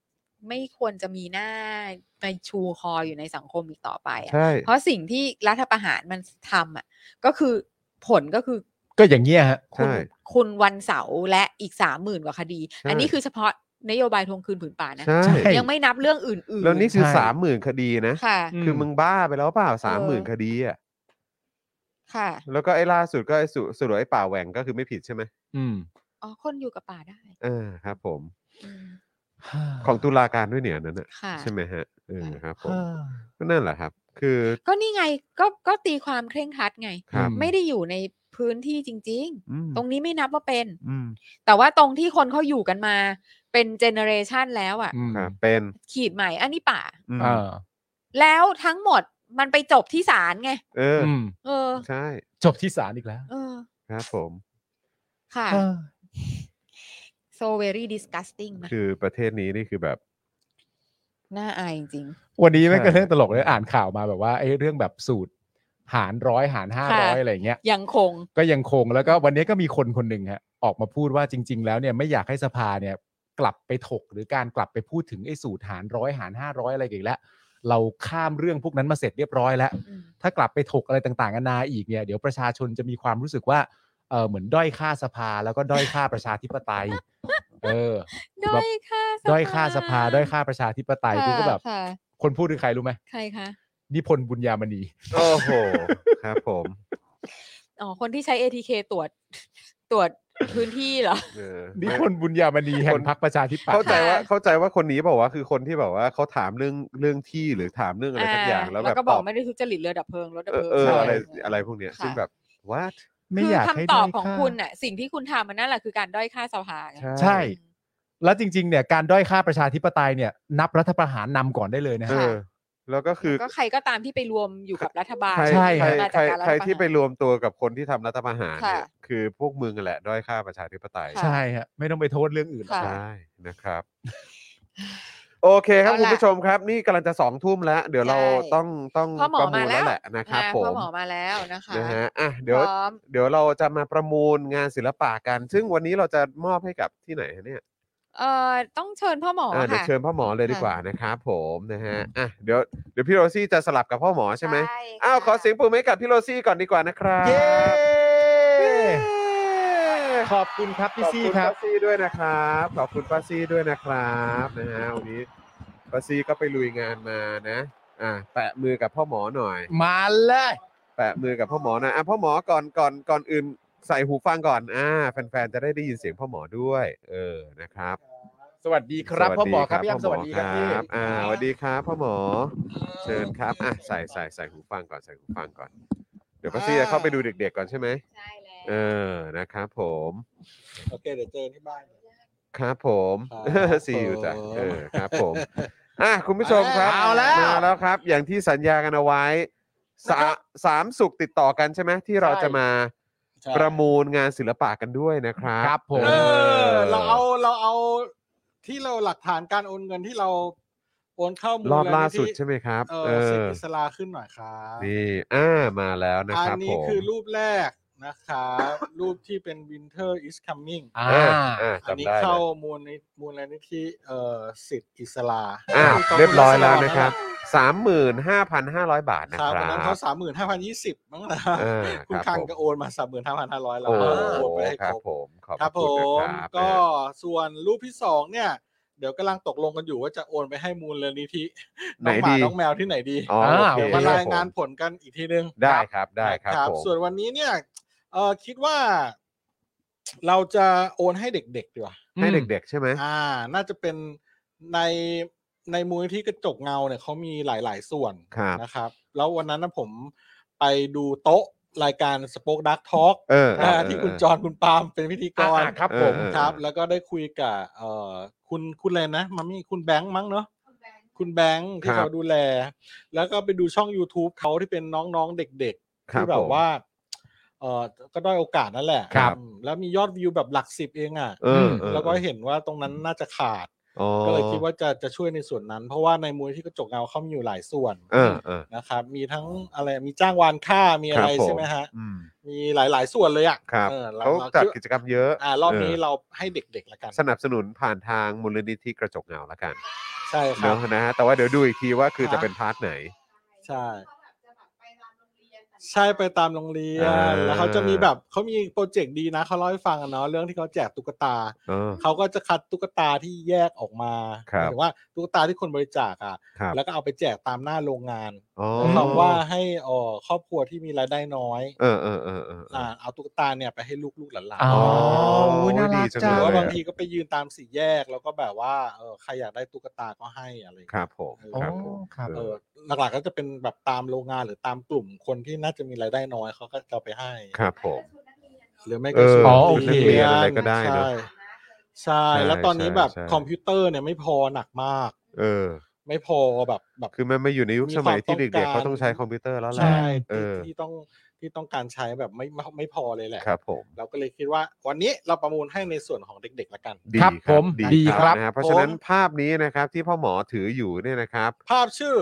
Speaker 5: ไม่ควรจะมีหน้าไปชูคออยู่ในสังคมอีกต่อไปอะ
Speaker 3: ใช่
Speaker 5: เพราะสิ่งที่รัฐประหารมันทำอ่ะก็คือผลก็คือ
Speaker 4: ก็อย่างเงี้ยฮะ
Speaker 5: คุณ
Speaker 3: ใช่
Speaker 5: คุณวันเสาร์และอีกสามหมื่นกว่าคดี
Speaker 3: ใช่
Speaker 5: อันนี้คือเฉพาะนโยบายทวงคืนผืนป่านะ
Speaker 3: ใช่
Speaker 4: ใช่
Speaker 5: ยังไม่นับเรื่องอื่นๆ
Speaker 3: แล้วนี่คือ
Speaker 4: ใช่
Speaker 3: สามหมื่นคดีนะ
Speaker 5: ค่ะ
Speaker 3: คือมึงบ้าไปแล้วเปล่าสามหมื่น
Speaker 5: เออ
Speaker 3: คดีอ่ะ
Speaker 5: ค่ะ
Speaker 3: แล้วก็ไอ้ล่าสุดก็ไอ้สุสรุปไอ้ป่าแหว่งก็คือไม่ผิดใช่ไหม
Speaker 4: อืม
Speaker 5: อ๋อคนอยู่กับป่าได้
Speaker 3: เออครับผม
Speaker 5: อืม
Speaker 3: ของตุลาการด้วยเนี่ยนั่นน่ะ
Speaker 5: ค่ะ
Speaker 3: ใช่ไหมฮะเออ
Speaker 5: ค่ะ
Speaker 3: ครับผมก็นั่นแหละครับ คือ
Speaker 5: ก็นี่ไงก็ก็ตีความเคร่งครัดไง
Speaker 3: ครับ
Speaker 5: ไม่ได้อยู่ในพื้นที่จริง
Speaker 3: อืม
Speaker 5: ๆ ตรงนี้ไม่นับว่าเป็น
Speaker 3: อืม
Speaker 5: แต่ว่าตรงที่คนเขาอยู่กันมาเป็นเจเนอเรชันแล้วอ่ะ
Speaker 4: อืม
Speaker 3: ครับเป็น
Speaker 5: ขีดใหม่อันนี้ป่า
Speaker 3: อืม
Speaker 4: เออ
Speaker 5: แล้วทั้งหมดมันไปจบที่ศาลไง
Speaker 3: เออ
Speaker 4: อืม
Speaker 5: เออ
Speaker 3: ใช่
Speaker 4: จบที่ศาลอีกแล้ว
Speaker 5: เออ
Speaker 3: ครับผม
Speaker 5: ค่ะ
Speaker 4: เออ
Speaker 5: so very disgusting นะ
Speaker 3: คือประเทศนี้นี่คือแบบ
Speaker 5: น่าอายจริง
Speaker 4: วันนี้ไม่ก็
Speaker 3: ใช่
Speaker 4: เรื่องตลกเลยอ่านข่าวมาแบบว่าไอ้เรื่องแบบสูตรหารร้อยหารห้าร้อย
Speaker 5: ค่ะ
Speaker 4: อะไรเงี้ย
Speaker 5: ๆ ยังคง
Speaker 4: ก็ยังคงแล้วก็วันนี้ก็มีคนคนหนึ่งฮะออกมาพูดว่าจริง ๆ แล้วเนี่ยไม่อยากให้สภาเนี่ยกลับไปถกหรือการกลับไปพูดถึงไอ้สูตรหารร้อยหารห้าร้อยอะไรอีกแล้วเราข้ามเรื่องพวกนั้นมาเสร็จเรียบร้อยแล้ว
Speaker 5: อืม
Speaker 4: ถ้ากลับไปถกอะไรต่างๆนานาอีกเนี่ยเดี๋ยวประชาชนจะมีความรู้สึกว่าเออเหมือนด้อยค่าสภาแล้วก็ด้อยค่าประชาธิปไตยเออ
Speaker 5: ด้อยค่าสภา
Speaker 4: ด้อยค่าสภาด้อยค่าประชาธิปไตยกูก็แบบ
Speaker 5: ค่ะ
Speaker 4: คนพูดคือใครรู้ไหม
Speaker 5: ใครคะ
Speaker 4: นิพนธ์บุญญามณี
Speaker 3: โอ้โห ครับผม
Speaker 5: อ๋อ คนที่ใช้ เอ ที เค ตรวจ ตรวจพื้นที่เหรอ
Speaker 3: เออ
Speaker 4: นิพนธ์บุญญามณีแห่
Speaker 3: ค
Speaker 4: ง
Speaker 3: น
Speaker 4: พรรคประชาธิปัต
Speaker 3: เข้า
Speaker 4: ย์
Speaker 3: ใจว่า
Speaker 5: ค่ะ
Speaker 3: เข้าใจว่าคนนี้บอกว่าคือคนที่แบบว่าเขาถามเรื่องเรื่องที่หรือถามเรื่องอะไรสักอย่างแล้วแบบ
Speaker 5: ก็บอก
Speaker 3: ต
Speaker 5: ไม่ได้ทุจริตเรือดับเพลิงรถดับ
Speaker 3: เอ
Speaker 5: เพ
Speaker 3: อ
Speaker 5: ลิง
Speaker 3: เออ
Speaker 5: ใช่
Speaker 3: อะไรอะไรพวกเนี้ย
Speaker 5: ค่ะ
Speaker 3: ซึ่งแบบ what
Speaker 4: ไม่
Speaker 5: คือ
Speaker 4: อยากให้
Speaker 5: คำตอบ
Speaker 4: ด้ย
Speaker 5: ของ
Speaker 4: ค่า
Speaker 5: คุณน่ะ สิ่งที่คุณทำมันนั่นแหละคือการด้อยค่าสภาไง
Speaker 3: ใช่
Speaker 4: ใช่ แล้วจริงๆเนี่ยการด้อยค่าประชาธิปไตยเนี่ยนับรัฐประหารนำก่อนได้เลยนะ
Speaker 3: เอ
Speaker 4: ฮะ
Speaker 3: อ แล้วก็คือ
Speaker 5: แล้วก็ใครก็ตามที่ไปรวมอยู่กับรัฐบาล
Speaker 3: ใคร
Speaker 4: ใช่
Speaker 3: ใคร
Speaker 5: มา
Speaker 3: ใคร
Speaker 5: จากการรัฐ
Speaker 3: ใคร
Speaker 5: ประ
Speaker 3: ที่
Speaker 5: หาร
Speaker 3: ไปรวมตัวกับคนที่ทำรัฐประหารเนี่ย
Speaker 5: ค่ะ
Speaker 3: คือพวกมึงนั่นแหละด้อยค่าประชาธิปไตย
Speaker 5: ค่ะ
Speaker 4: ใช่ฮะไม่ต้องไปโทษเรื่องอื่นหรอก
Speaker 5: ค่ะ
Speaker 3: ใช่นะครับ โอเคครับ
Speaker 5: เอา
Speaker 3: คุณ
Speaker 5: ล่ะ
Speaker 3: ผู้ชมครับ นี่กำลังจะสองทุ่มแล้ว เดี๋ยวเรา
Speaker 5: ใช่
Speaker 3: ต้องต้อง
Speaker 5: พ่อหมอ
Speaker 3: ประมูล
Speaker 5: มาแล้
Speaker 3: แล้ว วแหละนะครับ
Speaker 5: อ่า
Speaker 3: ผ
Speaker 5: พ่อ
Speaker 3: ม
Speaker 5: หมอมาแล้วนะคะ
Speaker 3: นะฮะอ่ะเดี๋ยว
Speaker 5: พร้อม
Speaker 3: เดี๋ยวเราจะมาประมูลงานศิลปะกัน ซึ่งวันนี้เราจะมอบให้กับที่ไหนฮะเนี่ย
Speaker 5: เอ่อต้องเชิญพ่อหมอ
Speaker 3: อ่าเดี๋ยว
Speaker 5: ค่ะ
Speaker 3: เชิญพ่อหมอเลยดี
Speaker 5: ค่ะ
Speaker 3: กว่านะครับผมนะฮะอ่ะเดี๋ยวเดี๋ยวพี่โรซี่จะสลับกับพ่อหมอใช่ไหม
Speaker 5: ใช่
Speaker 3: อ้าว
Speaker 5: ค่ะ
Speaker 3: ขอเสียงปรบมือให้กับพี่โรซี่ก่อนดีกว่านะครับ
Speaker 4: เย้
Speaker 3: เย้
Speaker 4: ขอบคุณครับพี่
Speaker 3: ขอบ
Speaker 4: ซี่
Speaker 3: คุณ
Speaker 4: ครับ
Speaker 3: ป้าซี่ด้วยนะครับ ขอบคุณป้าซี่ด้วยนะครับนะฮะวันนี้ป้าซี่ก็ไปลุยงานมานะอ่ะแปะมือกับพ่อหมอหน่อย
Speaker 4: มาเลย
Speaker 3: แปะมือกับพ่อหมอหนะอ่ะพ่อหมอก่อนก่อนก่อนอื่นใส่หูฟังก่อนอ่าแฟนๆจะได้ได้ยินเสียงพ่อหมอด้วยเออนะครับ
Speaker 4: สวัสดีครับพ่อหมอครับพี่
Speaker 3: พ่
Speaker 4: อ้ำสวัสดีครับพี่
Speaker 3: อ่าสวัสดีครับพ่อหมอ เชิญครับอ่ะใส่ใส่ใส่หูฟังก่อนใส่หูฟังก่อน เดี๋ยวป้าซี่จะเข้าไปดูเด็กๆก่อนใช่ไหม
Speaker 5: ใช่แล้ว
Speaker 3: เออนะครับผม
Speaker 6: โอเคเดี๋ยวเจอที่บ้าน
Speaker 3: ครับผม
Speaker 6: ครับ
Speaker 3: ซีอยู่จ้ะ
Speaker 6: ผม
Speaker 3: เออครับผมอ่ะคุณผู้ชมครับ
Speaker 4: เอาแล้ว
Speaker 3: มาแล้วครับ อย่างที่สัญญากันเอาไว้สาสามสุกร์ติดต่อกันใช่ไหมที่เราจะมา
Speaker 6: ใช่
Speaker 3: ประมูลงานศิลปะกันด้วยนะครับ
Speaker 4: ครับผม
Speaker 6: เออเราเอาเราเอาที่เราหลักฐานการโอนเงินที่เราโอนเข้ามูล
Speaker 3: รอบล่า
Speaker 6: นิธิ
Speaker 3: สุดใช่ไหมครับ
Speaker 6: เอ
Speaker 3: เอ
Speaker 6: อสิท
Speaker 3: อ
Speaker 6: ธิอิสลาขึ้นหน่อยครับ
Speaker 3: นี่อ่ามาแล้วนะ
Speaker 6: อั
Speaker 3: ครับ
Speaker 6: นี้
Speaker 3: ผม
Speaker 6: คือรูปแรกนะครับรูปที่เป็น Winter is coming
Speaker 4: อ่า
Speaker 3: อ่าอ่า
Speaker 6: อันนี้
Speaker 3: จำได้เล
Speaker 6: เข้าย มูลนิธิมูลนิธิเอ่อสิทธิอิสลา
Speaker 3: อ่า
Speaker 6: ที่
Speaker 3: เรียบร้อยแล้ว
Speaker 6: ก
Speaker 3: นะครับสามหมื่นห้าพันห้าร้อยบาทนะ
Speaker 6: ค
Speaker 3: ครับ
Speaker 6: อันนั้นเขาสามหมื่นห้าพันยี่สิบมั้งนะ
Speaker 3: เออ
Speaker 6: คุณ
Speaker 3: ครับ
Speaker 6: คัง
Speaker 3: ผม
Speaker 6: ก็โอนมาสามหมื่นห้าพันห้าร้อยแล้ว
Speaker 3: โอ้
Speaker 6: โอนไปให้
Speaker 3: ค
Speaker 6: ค
Speaker 3: รั
Speaker 6: ร
Speaker 3: บบ ผมขอบ
Speaker 6: ครับ
Speaker 3: พะ
Speaker 6: ผ
Speaker 3: คุณนะ
Speaker 6: ม
Speaker 3: ครับ
Speaker 6: ก็
Speaker 3: นะฮะ
Speaker 6: ส่วนรูปที่สองเนี่ย เดี๋ยวกำลังตกลงกันอยู่ว่าจะโอนไปให้มูลนิธิ
Speaker 3: ไหน
Speaker 6: น้องหมา
Speaker 3: ดี
Speaker 6: น้องแมวที่ไหนดี
Speaker 3: อ๋อโอเค
Speaker 6: เดี๋ยวมา
Speaker 3: คบ
Speaker 6: รายงาน
Speaker 3: ผม
Speaker 6: ผลกันอีกทีนึง
Speaker 3: ได้ครับได้ครับผม
Speaker 6: ส่วนวันนี้เนี่ยเออคิดว่า เราจะโอนให้เด็กๆดีกว่า
Speaker 3: ให้เด็กๆใช่ไหม
Speaker 6: อ่า น่าจะเป็นในในมูลนิธิกระจกเงาเนี่ยเขามีหลาย ๆ ส่วน
Speaker 3: ครับ
Speaker 6: นะครับ แล้ววันนั้นนะผมไปดูโต๊ะรายการ Spoke Dark Talk
Speaker 3: เออ
Speaker 6: อ่า
Speaker 3: เออ
Speaker 6: ที่คุณ
Speaker 3: เออ
Speaker 6: จอห์นคุณปาล์มเป็นพิธีกร
Speaker 4: อ่าครับ
Speaker 3: เออ
Speaker 4: ผม
Speaker 3: เออ
Speaker 6: ครับ แล้วก็ได้คุยกับเอ่อคุณคุณอะไรนะมัมมี่คุณแบงค์มั้งเนาะคุณแบงค์ที่
Speaker 3: ครับ
Speaker 6: เขาดูแล แล้วก็ไปดูช่อง YouTube เขาที่เป็นน้องๆเด็กๆ
Speaker 3: ครับ
Speaker 6: ที่แบ
Speaker 3: ผ
Speaker 6: บ
Speaker 3: ม
Speaker 6: ว่าเอ่อก็ด้อยโอกาสนั่นแหละ
Speaker 3: ครับ
Speaker 6: อืมแล้วมียอดวิวแบบหลักสิบเองอ่ะ
Speaker 3: เออเออ
Speaker 6: แล้วก็เห็นว่าตรงนั้นน่าจะขาด
Speaker 3: อ๋อ
Speaker 6: ก็เลยคิดว่าจะจะช่วยในส่วนนั้น เพราะว่าในมูลที่กระจกเงาเขามีอยู่หลายส่วน
Speaker 3: เออเออ
Speaker 6: นะครับ มีทั้งอะไรมีจ้างวานค่ามีอะไร
Speaker 3: ครับผม
Speaker 6: ใช่ไหมฮะ
Speaker 3: อืม
Speaker 6: มีหลายๆ ส่วนเลยอ่ะ
Speaker 3: ครับ
Speaker 6: ออร
Speaker 3: เขา
Speaker 6: ร
Speaker 3: จัด
Speaker 6: คิ
Speaker 3: กิจกรรมเยอะ
Speaker 6: อ่ารอบนี้
Speaker 3: เออ
Speaker 6: เราให้เด็กๆละกัน
Speaker 3: สนับสนุนผ่านทางมูลนิธิกระจกเงาละกัน
Speaker 6: ใใช่ครั
Speaker 3: เนาะ
Speaker 6: บ
Speaker 3: นะฮะแต่ว่าเดี๋ยวดูอีกทีว่าคือ
Speaker 6: ฮะ
Speaker 3: จะเป็นพาร์ทไหน
Speaker 6: ใช่ ใช่ไปตามโรงเรีย
Speaker 3: อ่า
Speaker 6: นแล้วเขาจะมีแบบเขามีโปรเจกต์ดีนะเขาเล่าให้ฟังอะเนาะเรื่องที่เขาแจกตุ๊กตา
Speaker 3: เออ
Speaker 6: เขาก็จะคัดตุ๊กตาที่แยกออกมา
Speaker 3: ครั
Speaker 6: ห
Speaker 3: บ
Speaker 6: มายถึงว่าตุ๊กตาที่คนบริจาคอ่ะ
Speaker 3: ครับ
Speaker 6: แล้วก็เอาไปแจกตามหน้าโรงงาน
Speaker 3: อ๋อ
Speaker 6: แล้วคำว่าให้เอ่อครอบครัวที่มีรายได้น้อย
Speaker 3: เออเออเออเออเอ
Speaker 6: อ่า
Speaker 3: อ
Speaker 6: เอาตุ๊กตาเนี่ยไปให้ลูกๆหลาน
Speaker 4: อ๋อ
Speaker 3: โอ้ย
Speaker 4: น่ารัก
Speaker 3: ดีจัง
Speaker 4: จั
Speaker 6: ๆห
Speaker 4: ง
Speaker 6: รือว่า
Speaker 3: เลย
Speaker 6: บางทีก็ไปยืนตามสี่แยกแล้วก็แบบว่าเออใครอยากได้ตุ๊กตาก็ให้อะไรอย่าง
Speaker 3: ครั
Speaker 6: เงี้
Speaker 3: บ
Speaker 6: ย
Speaker 3: ผม
Speaker 6: เออ
Speaker 3: ครับผม
Speaker 4: ครับ
Speaker 6: เออหลักๆก็จะเป็นแบบตามโรงงานหรือตามกลุ่มคนที่น่าจะมีรายได้น้อยเขาก็จะเอาไปให้
Speaker 3: ครับผม
Speaker 6: หรือไม่
Speaker 3: เอ
Speaker 6: ก็
Speaker 3: อ
Speaker 6: ชุด
Speaker 4: อ๋อ
Speaker 6: นัก
Speaker 4: โอเค
Speaker 3: นักเรียนอะไรก็ได้เนอะ
Speaker 6: ใช่ใช่
Speaker 3: ใช่
Speaker 6: แล้วตอนนี้แบบ
Speaker 3: ใช่
Speaker 6: คอมพิวเตอร์เนี่ยไม่พอหนักมาก
Speaker 3: เออ
Speaker 6: ไม่พอแบบแบบ
Speaker 3: คือมันมาอยู่ในยุค
Speaker 6: มี
Speaker 3: สมัย
Speaker 6: ความ
Speaker 3: ที่
Speaker 6: ต้อง
Speaker 3: เด็กๆเขา
Speaker 6: การ
Speaker 3: ต้องใช้คอมพิวเตอร์แล้วแหละ
Speaker 6: ใช่
Speaker 3: เอ
Speaker 6: ที่
Speaker 3: อ
Speaker 6: ที่ต้องที่ต้องการใช้แบบไม่ไม่ไม่พอเลยแหละ
Speaker 3: ครับผม
Speaker 6: เราก็เลยคิดว่าวันนี้เราประมูลให้ในส่วนของเด็กๆละกัน
Speaker 3: ดี
Speaker 4: ครับผม
Speaker 3: ดี
Speaker 4: ดีครับ
Speaker 3: นะฮะเพราะฉะนั้นภาพนี้นะครับที่พ่อหมอถืออยู่เนี่ยนะครับ
Speaker 6: ภาพชื่อ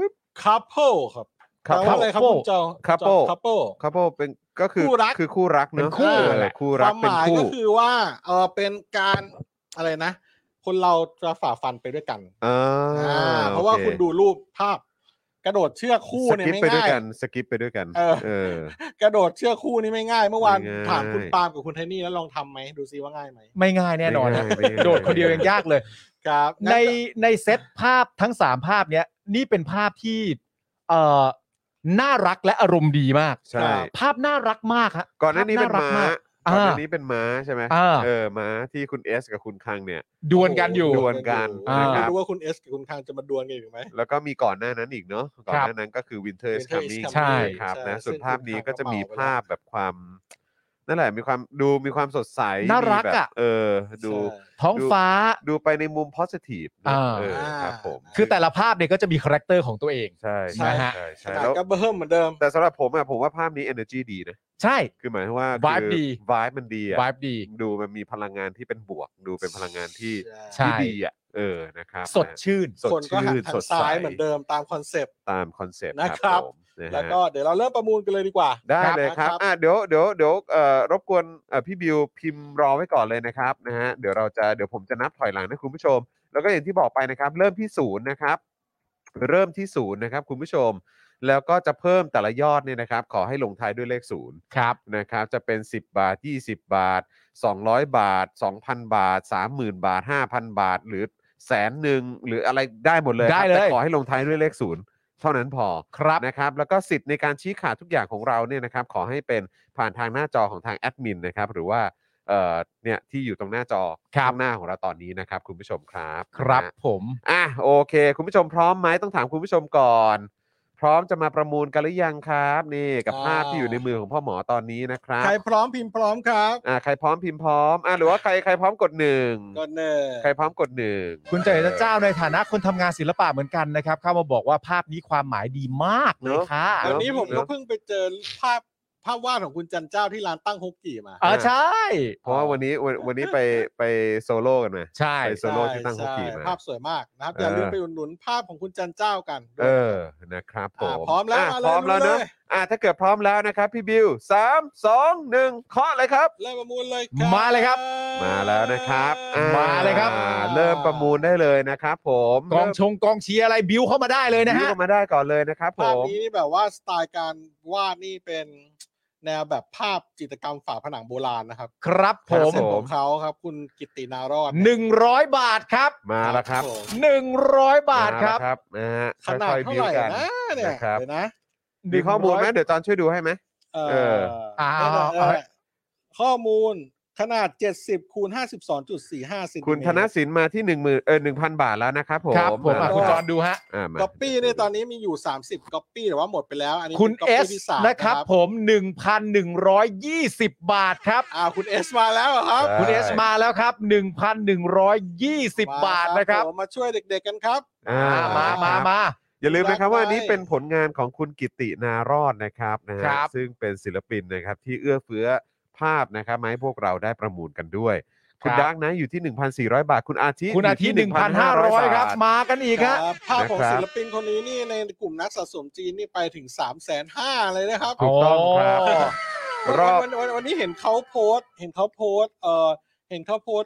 Speaker 6: couple ครับ
Speaker 3: ครับ
Speaker 6: แปลว่าอะไรครับคุณจอ
Speaker 3: couple
Speaker 6: couple
Speaker 3: ครับผมเป็นก็คือ
Speaker 6: คู่รัก
Speaker 3: คือคู่รักเนอะ
Speaker 4: เป็นคู่
Speaker 3: เออ
Speaker 4: แหละ
Speaker 3: คู่
Speaker 6: ค
Speaker 3: รั
Speaker 6: วาก มห
Speaker 3: เป็น
Speaker 6: มาย
Speaker 3: คู่
Speaker 6: ก็คือว่าเออเป็นการอะไรนะ คนเราจะฝ่าฟันไปด้วยกัน
Speaker 3: อ่า
Speaker 6: อ่าเพราะว่า
Speaker 3: โอ
Speaker 6: คุณดูรูปภาพ กระโดดเชือกคู่
Speaker 3: ส
Speaker 6: เนี่ย
Speaker 3: กิป
Speaker 6: ไม่
Speaker 3: ไปด้วย
Speaker 6: ง่าย
Speaker 3: กันสกิปไปด้วยกัน
Speaker 6: เออ
Speaker 3: เออ
Speaker 6: กระโดดเชือกคู่นี่ไม่ง่าย เมื่อวาน
Speaker 3: ไม่ง่าย
Speaker 6: ถามคุณปาล์มกับคุณไทนี่แล้วลองทำไหมดูซิว่าง่ายไหม
Speaker 4: ไม่ง่ายแน่นอนนะ
Speaker 3: ไม่ง่ายไม่ง่าย
Speaker 4: โดดคนเดียวยังยากเลย
Speaker 6: ครับ
Speaker 4: ใน
Speaker 6: งั้ก็
Speaker 4: ในเซตภาพทั้งสามภาพเนี้ยนี่เป็นภาพที่เอ่อน่ารักและอารมณ์ดีมาก
Speaker 3: ใช่
Speaker 4: ภาพน่ารักมากฮะ
Speaker 3: ก่อนหน้านี้เป็น
Speaker 4: ภพรั
Speaker 3: ม้า
Speaker 4: กก
Speaker 3: ก่อนหน้า
Speaker 4: อ่า
Speaker 3: นี้เป็นม้าใช่ไหม
Speaker 4: อ่า
Speaker 3: เออม้าที่คุณเอสกับคุณคังเนี่ย
Speaker 4: ดวลกันอยู่
Speaker 3: ดวลกัน
Speaker 6: อ่า
Speaker 3: นะครับ
Speaker 6: ไม่รู้ว่าคุณเอสกับคุณคังจะมาดวลกันอีกไหม
Speaker 3: แล้วก็มีก่อนหน้านั้นอีกเนาะก่อนหน้านั้นก็คือ Winter is
Speaker 6: Winter is
Speaker 3: Coming
Speaker 6: Coming
Speaker 4: ใช่
Speaker 3: ครับ
Speaker 6: ใช่
Speaker 3: นะส่วน
Speaker 6: ซึ่ง
Speaker 3: ภาพนี้
Speaker 6: คุณ
Speaker 3: ก็จะมี
Speaker 6: ทำก็เบาไป
Speaker 3: ภาพแบบความนั่นแหละมีความดูมีความสดใส
Speaker 4: น่ารัก
Speaker 3: มีแบบ
Speaker 4: อะ
Speaker 3: เออดู
Speaker 6: ใช่
Speaker 4: ท้องฟ้า
Speaker 3: ดูไปในมุม positive นะ
Speaker 4: อ่า
Speaker 3: เออครับผม
Speaker 4: คือแต่ละภาพเนี่ยก็จะมีคาแรคเตอร์ของตัวเอง
Speaker 3: ใช่
Speaker 6: ใช่
Speaker 3: ใช่
Speaker 4: นะฮะ
Speaker 3: ใช่
Speaker 6: ข
Speaker 3: ใช่
Speaker 6: นาด
Speaker 3: แล้ว
Speaker 6: ก็เบิ่มเหมือนเดิม
Speaker 3: แต่สำหรับผมอะผมว่าภาพนี้ energy ดีนะ
Speaker 4: ใช่
Speaker 3: คือหมายถึงว่า
Speaker 4: Vibe ดี
Speaker 3: vibe มันดีอะ
Speaker 4: วายดี
Speaker 3: ดูมันมีพลังงานที่เป็นบวก ดูเป็นพลังงานที่
Speaker 4: ใช่
Speaker 3: ที่ดีอ่ะเออนะครับ
Speaker 4: สดชื่น
Speaker 3: สด
Speaker 6: คนก็หัน
Speaker 3: ชื่น
Speaker 6: ทา
Speaker 3: ส
Speaker 6: ง
Speaker 3: ดใส
Speaker 6: ซ้ายเหมือนเดิมตามคอนเซปต์
Speaker 3: ตามคอนเซ็ปต์
Speaker 6: นะครับ
Speaker 3: ผมนะฮะ
Speaker 6: แล้วก็เดี๋ยวเราเริ่มประมูลกันเลยดีกว่า
Speaker 3: ได้
Speaker 6: ครับ
Speaker 3: เลยครับ
Speaker 6: นะครับ
Speaker 3: อ่ะเดี๋ยวเดี๋ยวเดี๋ยวเอ่อรบกวนเอ่อพี่บิวพิมพ์รอไว้ก่อนเลยนะครับนะฮะเดี๋ยวเราจะเดี๋ยวผมจะนับถอยหลังนะคุณผู้ชม แล้วก็อย่างที่บอกไปนะครับ เริ่มที่ศูนย์นะครับ เริ่มที่ศูนย์นะครับคุณผู้ชม แล้วก็จะเพิ่มแต่ละยอดเนี่ยนะครับ ขอให้ลงท้ายด้วยเลขศูนย์
Speaker 4: ครับ
Speaker 3: นะครับจะเป็นสิบบาทยี่สิบบาทสองร้อยบาท สองพัน บาท สามหมื่น บาท ห้าพัน บาท หรือแสนหนึ่งหรืออะไรได้หมดเลย
Speaker 4: ได้
Speaker 3: ครับ
Speaker 4: เลย
Speaker 3: แต่ขอให้ลงท้ายด้วยเลขศูนย์เท่านั้นพอ
Speaker 4: ครับ
Speaker 3: นะครับแล้วก็สิทธิ์ในการชี้ขาดทุกอย่างของเราเนี่ยนะครับขอให้เป็นผ่านทางหน้าจอของทางแอดมินนะครับหรือว่าเอ่อเนี่ยที่อยู่ตรงหน้าจอ
Speaker 4: ครับ
Speaker 3: ข้างหน้าของเราตอนนี้นะครับคุณผู้ชมครับ
Speaker 4: ครับ
Speaker 3: นะฮะ
Speaker 4: ผม
Speaker 3: อ่ะโอเค คุณผู้ชมพร้อมไหมต้องถามคุณผู้ชมก่อน พร้อมจะมาประมูลกันหรือยังครับนี่กับ
Speaker 6: อ่า
Speaker 3: ภาพที่อยู่ในมือของพ่อหมอตอนนี้นะครับ
Speaker 6: ใครพร้อมพิมพ์พร้อมครับ
Speaker 3: อ่าใครพร้อมพิมพ์พร้อมอ่าหรือว่าใครใครพร้อมกดหนึ่ง
Speaker 6: ก็เนอ
Speaker 3: ใครพร้อมกดหนึ่ง
Speaker 4: คุณเจริญเจ้าในฐานะคนทำงานศิลปะเหมือนกันนะครับ เข้ามาบอกว่าภาพนี้ความหมายดีมากเลยค่ะ
Speaker 6: วันนี้ผม
Speaker 3: เนอะ
Speaker 6: ก็เพิ่งไปเจอภาพภาพวาดของคุณจันเจ้าที่ร้านตั้งฮกกี่มา
Speaker 4: อ่าใช่
Speaker 3: เพราะว่าวันนี้วันวันนี้ไปไปโซโล่กันมา
Speaker 4: ใช่
Speaker 3: ไปโซโล่ที่ตั้งฮกกี่
Speaker 6: ใช่
Speaker 3: มา
Speaker 6: ภาพสวยมากนะครับอย่า
Speaker 3: เออ
Speaker 6: ลืมไปอุดหนุนภาพของคุณจันเจ้ากันด้วย
Speaker 3: เออนะครับผ
Speaker 6: อ่าม พร้อมแล้ว
Speaker 3: ะ
Speaker 6: มาเลย
Speaker 3: พร้อมแล้ว
Speaker 6: มาเล
Speaker 3: เนอะ
Speaker 6: ย
Speaker 3: อ่ะถ้าเกิดพร้อมแล้วนะครับพี่บิวสามสองหนึ่งเคาะเลยครับ
Speaker 6: เริ่มประมูลเลย
Speaker 4: มาเลยครับ
Speaker 3: มาแล้วนะครับอ่
Speaker 4: มาเลยครับ
Speaker 3: เริ่มประมูลได้เลยนะครับผม
Speaker 4: กองชงกองเชียร์อะไรบิวเข้ามาได้เลยนะ
Speaker 3: บิว
Speaker 4: ฮะ
Speaker 3: เข้ามาได้ก่อนเลยนะครับผ
Speaker 6: ภาพ
Speaker 3: ม
Speaker 6: นี้นี่แบบว่าสไตล์การวาดนี่เป็นแนวแบบภาพจิตรกรรมฝาผนังโบราณนะครับ
Speaker 4: ครับผ
Speaker 3: ครับ
Speaker 4: ม
Speaker 3: ผ
Speaker 6: ของเขาครับ คุณกิตตินารอด
Speaker 4: หนึ่งร้อยบาทครับ
Speaker 3: มาแล้วครับ
Speaker 6: ผม
Speaker 4: หนึ่งร้อยบาทครับ
Speaker 3: มาแล้วครับนะฮะ
Speaker 6: ขนาด
Speaker 3: ค่อยๆ
Speaker 6: เท่า
Speaker 3: บิว
Speaker 6: ไหร่
Speaker 3: กัน
Speaker 6: นะเนี่ย
Speaker 3: นะครับ
Speaker 6: เดี๋ยวนะ
Speaker 3: มีข้อมูลไหมเดี๋ยวจอนช่วยดูให้ไหม
Speaker 6: เอ
Speaker 3: เออ
Speaker 6: อ
Speaker 4: เอา
Speaker 6: นั่นแหละ
Speaker 4: เอา
Speaker 6: นั่นแหละข้อมูลขนาดเจ็ดสิบคูณห้าสิบสองจุดสี่ห้าเซนติเมตร
Speaker 3: คุณธนสินมาที่หนึ่งหมื่นเออหนึ่งพันบาทแล้วนะครับผม
Speaker 4: ครับผมอ่ะ
Speaker 3: า
Speaker 4: คุณ
Speaker 3: แล้ว
Speaker 4: จอนดูฮะ
Speaker 3: อ่ามา
Speaker 6: ก๊อปปี้เนี่ยตอนนี้มีอยู่สามสิบก๊อปปี้แต่ว่าหมดไปแล้ว อันนี้
Speaker 4: คุณ
Speaker 6: ป็น
Speaker 4: เอ
Speaker 6: ก๊ป
Speaker 4: ส
Speaker 6: ปี้ที่สาม
Speaker 4: นะครับผม หนึ่งพันหนึ่งร้อยยี่สิบ บาทครับ
Speaker 6: อ่าคุณเอสมาแล้วเหรอครับ
Speaker 3: ใช่
Speaker 4: คุณเอสมาแล้วครับ หนึ่งพันหนึ่งร้อยยี่สิบ บาทนะครับ
Speaker 6: ผมมาช่วยเด็กๆกันครับ
Speaker 3: อ่า
Speaker 4: มามามา
Speaker 3: อย่าลืมนะครับว่าอันนี้
Speaker 6: รักไว้
Speaker 3: เป็นผลงานของคุณกิตินารอดนะครับนะฮะ
Speaker 4: ครับ
Speaker 3: ซึ่งเป็นศิลปินนะครับที่เอื้อเฟื้อภาพนะครับมาให้พวกเราได้ประมูลกันด้วย คุณดักนะอยู่ที่ หนึ่งพันสี่ร้อย บาท คุณอาทิ
Speaker 4: คุณอาทิตย์หนึ่งพันห้าร้อยครับ มากันอีก
Speaker 6: ค
Speaker 4: ฮะ
Speaker 6: รับภาพของ
Speaker 3: นะครับ
Speaker 6: ศิลปินคนนี้นี่ในกลุ่มนักสะสมจีนนี่ไปถึงสามแสนห้าเลยนะครับ
Speaker 3: ถูกต้องครับ
Speaker 4: อ๋อ
Speaker 3: รอบ
Speaker 6: วันวันวันนี้เห็นเขาโพสต์เห็นเขาโพสต์เอ่อเห็นเขาโพสต์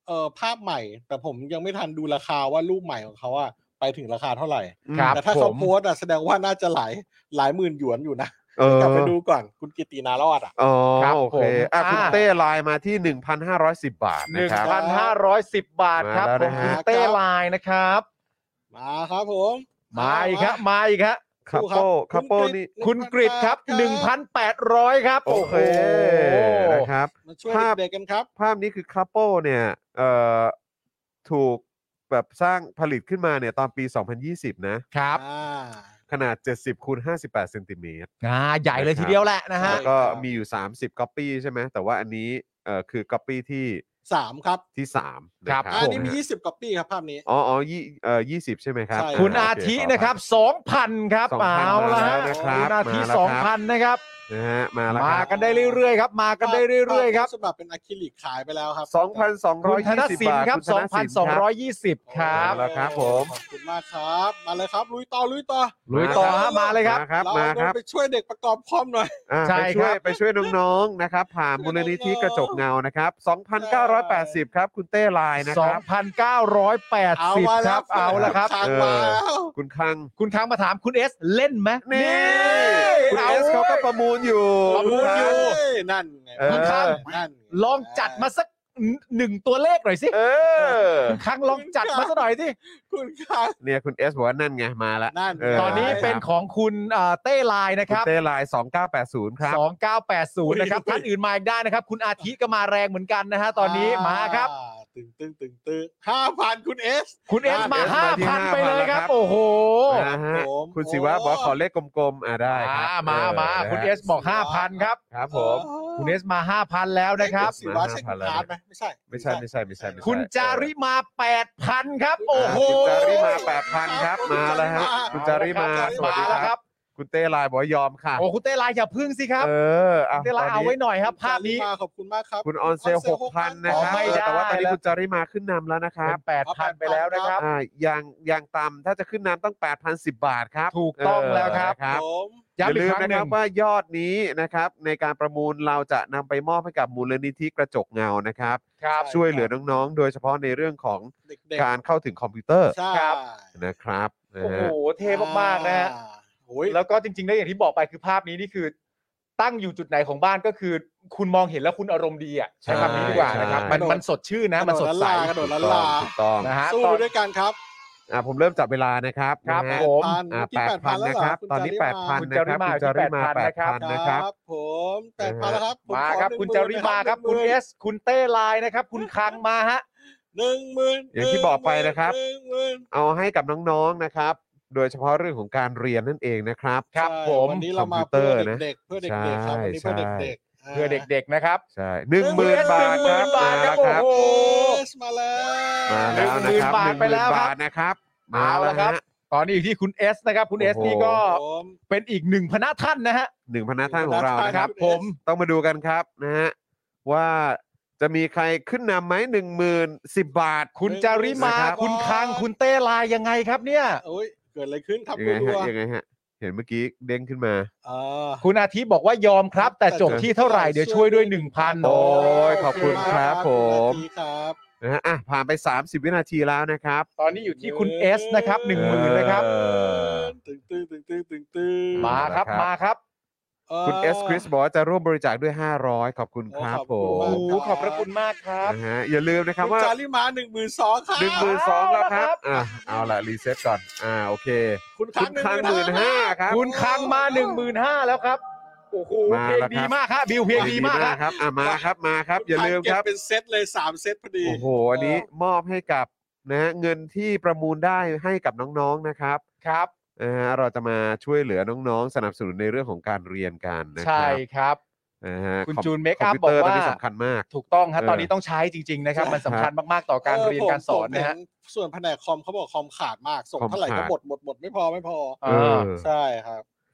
Speaker 6: เอ่อภาพใหม่ แต่ผมยังไม่ทันดูราคาว่ารูปใหม่ของเขาอะไปถึงราคาเท่าไหร่
Speaker 4: ครับ
Speaker 6: แต่ถ้าเขา
Speaker 4: ผม
Speaker 6: โพสต์อะแสดงว่าน่าจะหลายหลายหมื่นหยวนอยู่นะ
Speaker 3: เออก
Speaker 6: ลับไปดูก่อนคุณกิตินารอดอ่ะ
Speaker 3: อ๋อ
Speaker 4: ครับ
Speaker 3: โอเค
Speaker 4: ผม
Speaker 3: อ่ะคุณ
Speaker 4: อ่า
Speaker 3: เต้ไลน์มาที่ หนึ่งพันห้าร้อยสิบ บาท
Speaker 4: ห
Speaker 3: นะ
Speaker 4: นึ่ง
Speaker 3: ครับ
Speaker 4: พันห้าร้อยสิบบาทครับ
Speaker 3: มา
Speaker 4: ผ
Speaker 3: แล้ว
Speaker 4: ม
Speaker 3: นะฮะ
Speaker 4: คุณเต้ไลน์นะครับ
Speaker 6: มาครับผม
Speaker 4: มาอีกครับมาอีกครับ
Speaker 3: คัพโปคัพโปนี่
Speaker 4: คุณกริดครับ หนึ่งพันแปดร้อย ครับ
Speaker 3: โอเคนะครับ
Speaker 6: มาช่วย
Speaker 3: ภาพ
Speaker 6: เด็กๆกันครับ
Speaker 3: ภาพนี้คือคัพโปเนี่ยเอ่อถูกแบบสร้างผลิตขึ้นมาเนี่ยตอนปี สองพันยี่สิบ นะครับ
Speaker 6: อ่า
Speaker 3: ขนาด เจ็ดสิบคูณห้าสิบแปดเซนติเมตร
Speaker 4: อ่าใหญ่เลยทีเดียวแหละนะฮะ
Speaker 3: แล้วก็
Speaker 6: ครับ
Speaker 3: มีอยู่ สามสิบ ก๊อปปี้ใช่ไหมแต่ว่าอันนี้เอ่อคือก๊อปปี้ที่
Speaker 6: สามครับ
Speaker 3: ที่สามนะ
Speaker 4: ค
Speaker 3: ค
Speaker 4: รั
Speaker 3: รั
Speaker 4: บบ
Speaker 6: อ่า
Speaker 4: ผม
Speaker 6: นี่มียี่สิบก๊อปปี้ครับภาพนี้
Speaker 3: อ๋ออ๋อยี่เอ่อยี่สิบใช่ไหมครับ
Speaker 6: ใช่
Speaker 4: คุณ
Speaker 3: โ
Speaker 4: อาทิ
Speaker 3: ขอ
Speaker 4: นะครับ สองพัน ครับ
Speaker 3: สองพัน
Speaker 4: เอาละ
Speaker 3: มาแล้
Speaker 4: ฮะ
Speaker 3: วนะครับ
Speaker 4: คุณอาทิ
Speaker 3: มาแล้วครับ
Speaker 4: สองพัน นะครับ
Speaker 3: นะฮะมาแล้ว
Speaker 4: มา
Speaker 3: ครับ
Speaker 4: กันได้เรื่อยๆครับ มากันได้เรื่อยๆครับ
Speaker 6: ภาพต้นฉบับเป็นอะคริลิกขายไปแล้วครับ
Speaker 3: สองพันสองร้
Speaker 4: คุ
Speaker 3: อย
Speaker 4: ณธน
Speaker 3: ยี่สิบ
Speaker 4: สิน
Speaker 3: บาท
Speaker 4: ครับ
Speaker 3: คุณธนสินครับ
Speaker 4: สองพันสองร้อยยี่สิบ ครับ
Speaker 3: มาแล้วครับผม
Speaker 6: ขอบคุณมากครับ มาเลยครับ ลุยต่อลุยต่อ
Speaker 4: ลุยต่อฮะมาเลยครับ
Speaker 3: มาครับ
Speaker 6: เรา
Speaker 3: มาครับ
Speaker 6: ไปช่วยเด็กประกอบคอมหน่อย
Speaker 3: อ่ะ
Speaker 4: ใช่
Speaker 3: ไปช่วย
Speaker 4: ครับ
Speaker 3: ไปช่วยน้องๆนะครับผ่านมูลนิธิกระจกเงานะครับ สองพันเก้าร้อยแปดสิบ ครับคุณเต้ไลน์นะ
Speaker 4: ส
Speaker 3: ค
Speaker 4: อง
Speaker 3: รับ
Speaker 4: พันเก้าร้อยแปด
Speaker 6: เอา
Speaker 4: สิบ
Speaker 6: มา
Speaker 4: ค
Speaker 6: แล้
Speaker 4: รั
Speaker 6: ว
Speaker 4: บเอาละครับ
Speaker 6: ทาง
Speaker 3: เออ
Speaker 6: มาแล้ว
Speaker 3: คุณคัง
Speaker 4: คุณค้างมาถามคุณเอสเล่นไหม
Speaker 3: นี่คุณ
Speaker 4: เอา
Speaker 3: เอสเขาก็ประมูลอยู่
Speaker 4: ประมูลอยู่
Speaker 6: เอ้ยนั่นไง
Speaker 3: เออ
Speaker 4: คุณค้าง
Speaker 6: นั่นไ
Speaker 4: ลองจัดมาสักหนึ่งตัวเลขหน่อยสิ
Speaker 3: เออ
Speaker 4: คุณค้างลองจัดมาสักหน่อยสิ
Speaker 6: คุณครับ
Speaker 3: เนี่ยคุณเอสบอกว่านั่นไงมาแล้ว
Speaker 6: นั่น
Speaker 3: เออ
Speaker 4: ตอนนี้เป็นของคุณเอ่อเต้ไลน์นะค
Speaker 3: คุณ
Speaker 4: รับ
Speaker 3: เต้ไลน์สองพันเก้าร้อยแปดสิบครับ
Speaker 4: สองพันเก้าร้อยแปดสิบ นะครับ ท่านอื่นมาอีกได้นะครับ คุณอาทิก็มาแรงเหมือนกันนะฮะ ตอนนี้มาครับ
Speaker 6: อ่าตึงตึงตึงตึงห้าพันคุณเอส
Speaker 4: คุณเอสมา
Speaker 3: เอสมาที่
Speaker 4: ห้าพัน ไปเลยครับ
Speaker 3: ห้าพัน
Speaker 4: โอ้โห
Speaker 3: นะฮะ
Speaker 6: ผม
Speaker 3: คุณศิวะบอกว่าขอเลขกลมๆอ่าได้ครับ
Speaker 4: อ่ามามา
Speaker 3: นะฮะ
Speaker 4: คุณเอสบอก ห้าพัน ครับ
Speaker 3: ครับผม
Speaker 4: คุณเอสมา ห้าพัน แล้วนะครับ
Speaker 6: สิวะใช่คุณอาร์ตไหมไม่ใช่
Speaker 3: ไม่ใช่ไม่ใช่ไม่ใช่ไม่ใช่
Speaker 4: คุณจาริมา แปดพัน ครับ โอ้
Speaker 3: อ่า
Speaker 4: โห
Speaker 3: คุณจาริมาแปดพันครับมาแล้วฮะคุณจาริมาสวัสดี
Speaker 4: มาแล้ว
Speaker 3: ค
Speaker 4: ครั
Speaker 3: รับ
Speaker 4: บ
Speaker 3: คุณเต้ไลน์บอกว่ายอมค่ะ
Speaker 4: โอ้คุณเต้ไลน์อย่าพึ่งสิครับ
Speaker 3: เอออ่ะ
Speaker 4: เต้ไลน์เอาไว้หน่อยครับ ภาพนี้
Speaker 6: จริมาขอบคุณมากครับ
Speaker 3: คุณออนเซลหกพันนะครับ
Speaker 4: ไม่ได้
Speaker 3: แต่ว่าตอนนี้
Speaker 4: แล้ว
Speaker 3: คุณจาริมาขึ้นนำแล้วนะครับ
Speaker 4: แปดพัน ไปแล้วนะครับ
Speaker 3: อ่าอย่างอย่างต่ำถ้าจะขึ้นน้ำต้อง แปดพันสิบ บาทครับ
Speaker 4: ถูกต้องแล้วครับ
Speaker 3: เออนะ
Speaker 6: ผม
Speaker 3: อย่า
Speaker 4: ย้ำอี
Speaker 3: ลื
Speaker 4: ก
Speaker 3: ม
Speaker 4: ครั้ง
Speaker 3: นะ
Speaker 4: ห
Speaker 3: ค
Speaker 4: นึ่
Speaker 3: รับ
Speaker 4: ง
Speaker 3: ว่ายอดนี้นะครับในการประมูลเราจะนำไปมอบให้กับมูลนิธิกระจกเงานะครับ
Speaker 4: ครับ
Speaker 3: ช่วยเหลือน้องๆ โดยเฉพาะในเรื่องของ
Speaker 6: เด็กๆ
Speaker 3: การเข้าถึงคอมพิวเตอร์
Speaker 6: ใช่
Speaker 4: ครับ
Speaker 3: นะครับนะ
Speaker 4: โอ้โห
Speaker 3: ฮะ
Speaker 4: เท่มากๆนะฮะ
Speaker 6: อ่าโอ้ย
Speaker 4: แล้วก็จริงๆแล้วอย่างที่บอกไปคือภาพนี้นี่คือ ตั้งอยู่จุดไหนของบ้านก็คือ คุณมองเห็นแล้วคุณอารมณ์ดีอ่ะใช้คำนี้ดีกว่านะครับ มันมันสดชื่นนะ มันสดใส
Speaker 6: กระโดดละลา
Speaker 3: ถูกต้อง
Speaker 4: นะฮะ
Speaker 6: สู้
Speaker 4: ตอน
Speaker 6: ด้วยกันครับ
Speaker 3: อ่ะผมเริ่มจับเวลานะครับ
Speaker 4: ครับ
Speaker 3: นะฮะ
Speaker 4: ผม
Speaker 3: อ่ะ
Speaker 6: เมื่อกี้
Speaker 3: แปดพัน
Speaker 6: แล้ว
Speaker 3: นะ
Speaker 6: เห
Speaker 3: ครับ
Speaker 6: ณ
Speaker 3: ตอนนี้
Speaker 6: จาริ
Speaker 3: แปดพัน
Speaker 4: คุณ
Speaker 3: นะ
Speaker 4: จาริ
Speaker 3: ครับ
Speaker 4: มา
Speaker 3: คุณจาริมา
Speaker 4: ที่
Speaker 3: แป
Speaker 4: แป
Speaker 3: ด
Speaker 4: ดพั
Speaker 3: พัน
Speaker 4: น
Speaker 3: นะครับ
Speaker 6: ผมแปดพันแล้วครับผ
Speaker 4: มา
Speaker 6: ขอ
Speaker 4: ครับ
Speaker 6: หนึ่ง
Speaker 4: คุณ
Speaker 6: ห
Speaker 4: จาริมาครับ คุณเอส คุณเต้ไลน์นะครับ คุณคังมาฮะ
Speaker 6: หนึ่งหมื่น
Speaker 3: อย่างที่บอกไปนะครับ
Speaker 6: หนึ่งหมื่น
Speaker 3: เอาให้กับน้องๆนะครับ โดยเฉพาะเรื่องของการเรียนนั่นเองนะครับ
Speaker 4: ครับ
Speaker 6: ใช่
Speaker 4: ผม
Speaker 6: วันนี้เรามา
Speaker 3: คอมพิวเตอ
Speaker 6: เพื่อ
Speaker 3: ร์นะ
Speaker 6: เด็กๆเพื่อเด็กๆครับวันนี้เพื่อ
Speaker 3: ใช่
Speaker 6: เด็กๆ
Speaker 4: เพื่อเด็กๆนะครับ
Speaker 3: ใช่หนึ่งหมื่นบาทครับ
Speaker 4: บา
Speaker 3: มา
Speaker 4: ทครั
Speaker 3: แล้
Speaker 4: บ
Speaker 3: วครับ
Speaker 4: โอ้โห
Speaker 6: เอสมาแล้ว
Speaker 3: มาแล้วนะครับ
Speaker 4: หนึ่งหมื่นบาทไปแล้วครับ
Speaker 3: หนึ่งหมื่นบาทนะครับมา
Speaker 4: เอา
Speaker 3: แล้
Speaker 4: ละ
Speaker 3: ว
Speaker 4: ครับ
Speaker 3: ฮะ
Speaker 4: ตอนนี้อยู่ที่คุณเอสนะครับ คุณเอส
Speaker 3: โอ้โห
Speaker 4: นี่ก็
Speaker 6: ผม
Speaker 4: เป็นอีกหนึ่งพนักท่านนะฮะ
Speaker 3: หนึ่งพนักท่านของเรานะค
Speaker 6: ครั
Speaker 3: รับ
Speaker 6: บ
Speaker 4: ผม
Speaker 3: ต้องมาดูกันครับนะฮะว่าจะมีใครขึ้นนำไหมหนึ่งหมื่นสิบบาท
Speaker 4: คุณจาริมา
Speaker 3: นะครับ
Speaker 4: คุณคัง คุณเต้ไลน์ยังไงครับเนี่ย
Speaker 6: โอ้ยเกิดอะไรขึ้นครับ
Speaker 3: ยังไง
Speaker 6: รั
Speaker 3: ฮะ
Speaker 6: ว
Speaker 3: ยังไงฮะเห็นเมื่อกี้เด้งขึ้นมา
Speaker 6: ๆอ่า
Speaker 4: คุณอาทิบอกว่ายอมครับ แต่จบที่เท่าไหร่เดี๋ยวช่วยด้วย หนึ่งพัน
Speaker 3: โอ้ยขอบคุณครับผม
Speaker 6: ขอบคุณครับ
Speaker 3: นะฮะอ่ะผ่านไปสามสิบวินาทีแล้วนะครับ
Speaker 4: ตอนนี้อยู่ที่คุณเอสนะครับหนึ่งหมื่นนะครับ
Speaker 3: เออ
Speaker 6: ตึงตึงตึงตึงตึงตึง
Speaker 4: มาครับ
Speaker 3: ครับ
Speaker 4: มาครับ
Speaker 3: คุณเอสคริสบอกว่าจะร่วมบริจาคด้วยห้าร้อยขอบคุณครับผ
Speaker 6: โอ้
Speaker 4: โอ้
Speaker 3: ม
Speaker 4: โหขอบพระคุณมากครับ
Speaker 3: นะฮะอย่าลืมนะครับ
Speaker 6: คุณ
Speaker 3: ว่า
Speaker 6: จาริมาหนึ่งหมื่นสองครับ
Speaker 3: หนึ่งหมื่นสองแล้วครับ
Speaker 4: เอาละครับ
Speaker 3: อ่ะเอาละรีเซ็ตก่อนอ่าโอเค
Speaker 6: คุณ
Speaker 3: คุ
Speaker 6: คั
Speaker 3: ณ
Speaker 6: ง
Speaker 3: คังหมื่นห้าครับ
Speaker 4: คุณคังมาหนึ่งหมื่นห้าแล้วครับ โอ้โห
Speaker 3: มา
Speaker 4: เพลง
Speaker 3: แล้วครับ
Speaker 4: ดีมากครับบิวเพลงดีมากครับ
Speaker 3: ครับอ่ะมาครับมาครับ อย่าลืมครับ
Speaker 6: เก็เป็นเซตเลยสามเซตพอดี
Speaker 3: โอ้โหอันนี้มอบให้กับนะฮะเงินที่ประมูลได้ให้กับน้องๆนะครับ
Speaker 4: ครับ
Speaker 3: นะฮะเราจะมาช่วยเหลือน้องๆ สนับสนุนในเรื่องของการเรียนกันนะค
Speaker 4: ใช่
Speaker 3: รับ
Speaker 4: ครับ
Speaker 3: นะฮะ
Speaker 4: คุณ
Speaker 3: คอ
Speaker 4: จูน Make
Speaker 3: คอ
Speaker 4: up
Speaker 3: มพิวเตอร์
Speaker 4: บอกว่า
Speaker 3: ตอนนี้สำคัญมาก
Speaker 4: ถูกต้องครับ
Speaker 3: เออ
Speaker 4: ตอนนี้ต้องใช้จริง ๆ นะครับ
Speaker 6: ใช่
Speaker 4: มันสำคัญมากๆต่อการเรียนการสอนนะฮะ
Speaker 6: ผมเห็ส่วนแผนกคอมเขาบอกคอมขาดมาก ส่ง
Speaker 3: คอม
Speaker 6: เท่าไหร่
Speaker 3: ขา
Speaker 6: ก็
Speaker 3: ด
Speaker 6: หมดหมดหมดไม่พอไม่พอ
Speaker 4: เออ
Speaker 3: เออ
Speaker 6: ใช่ครับ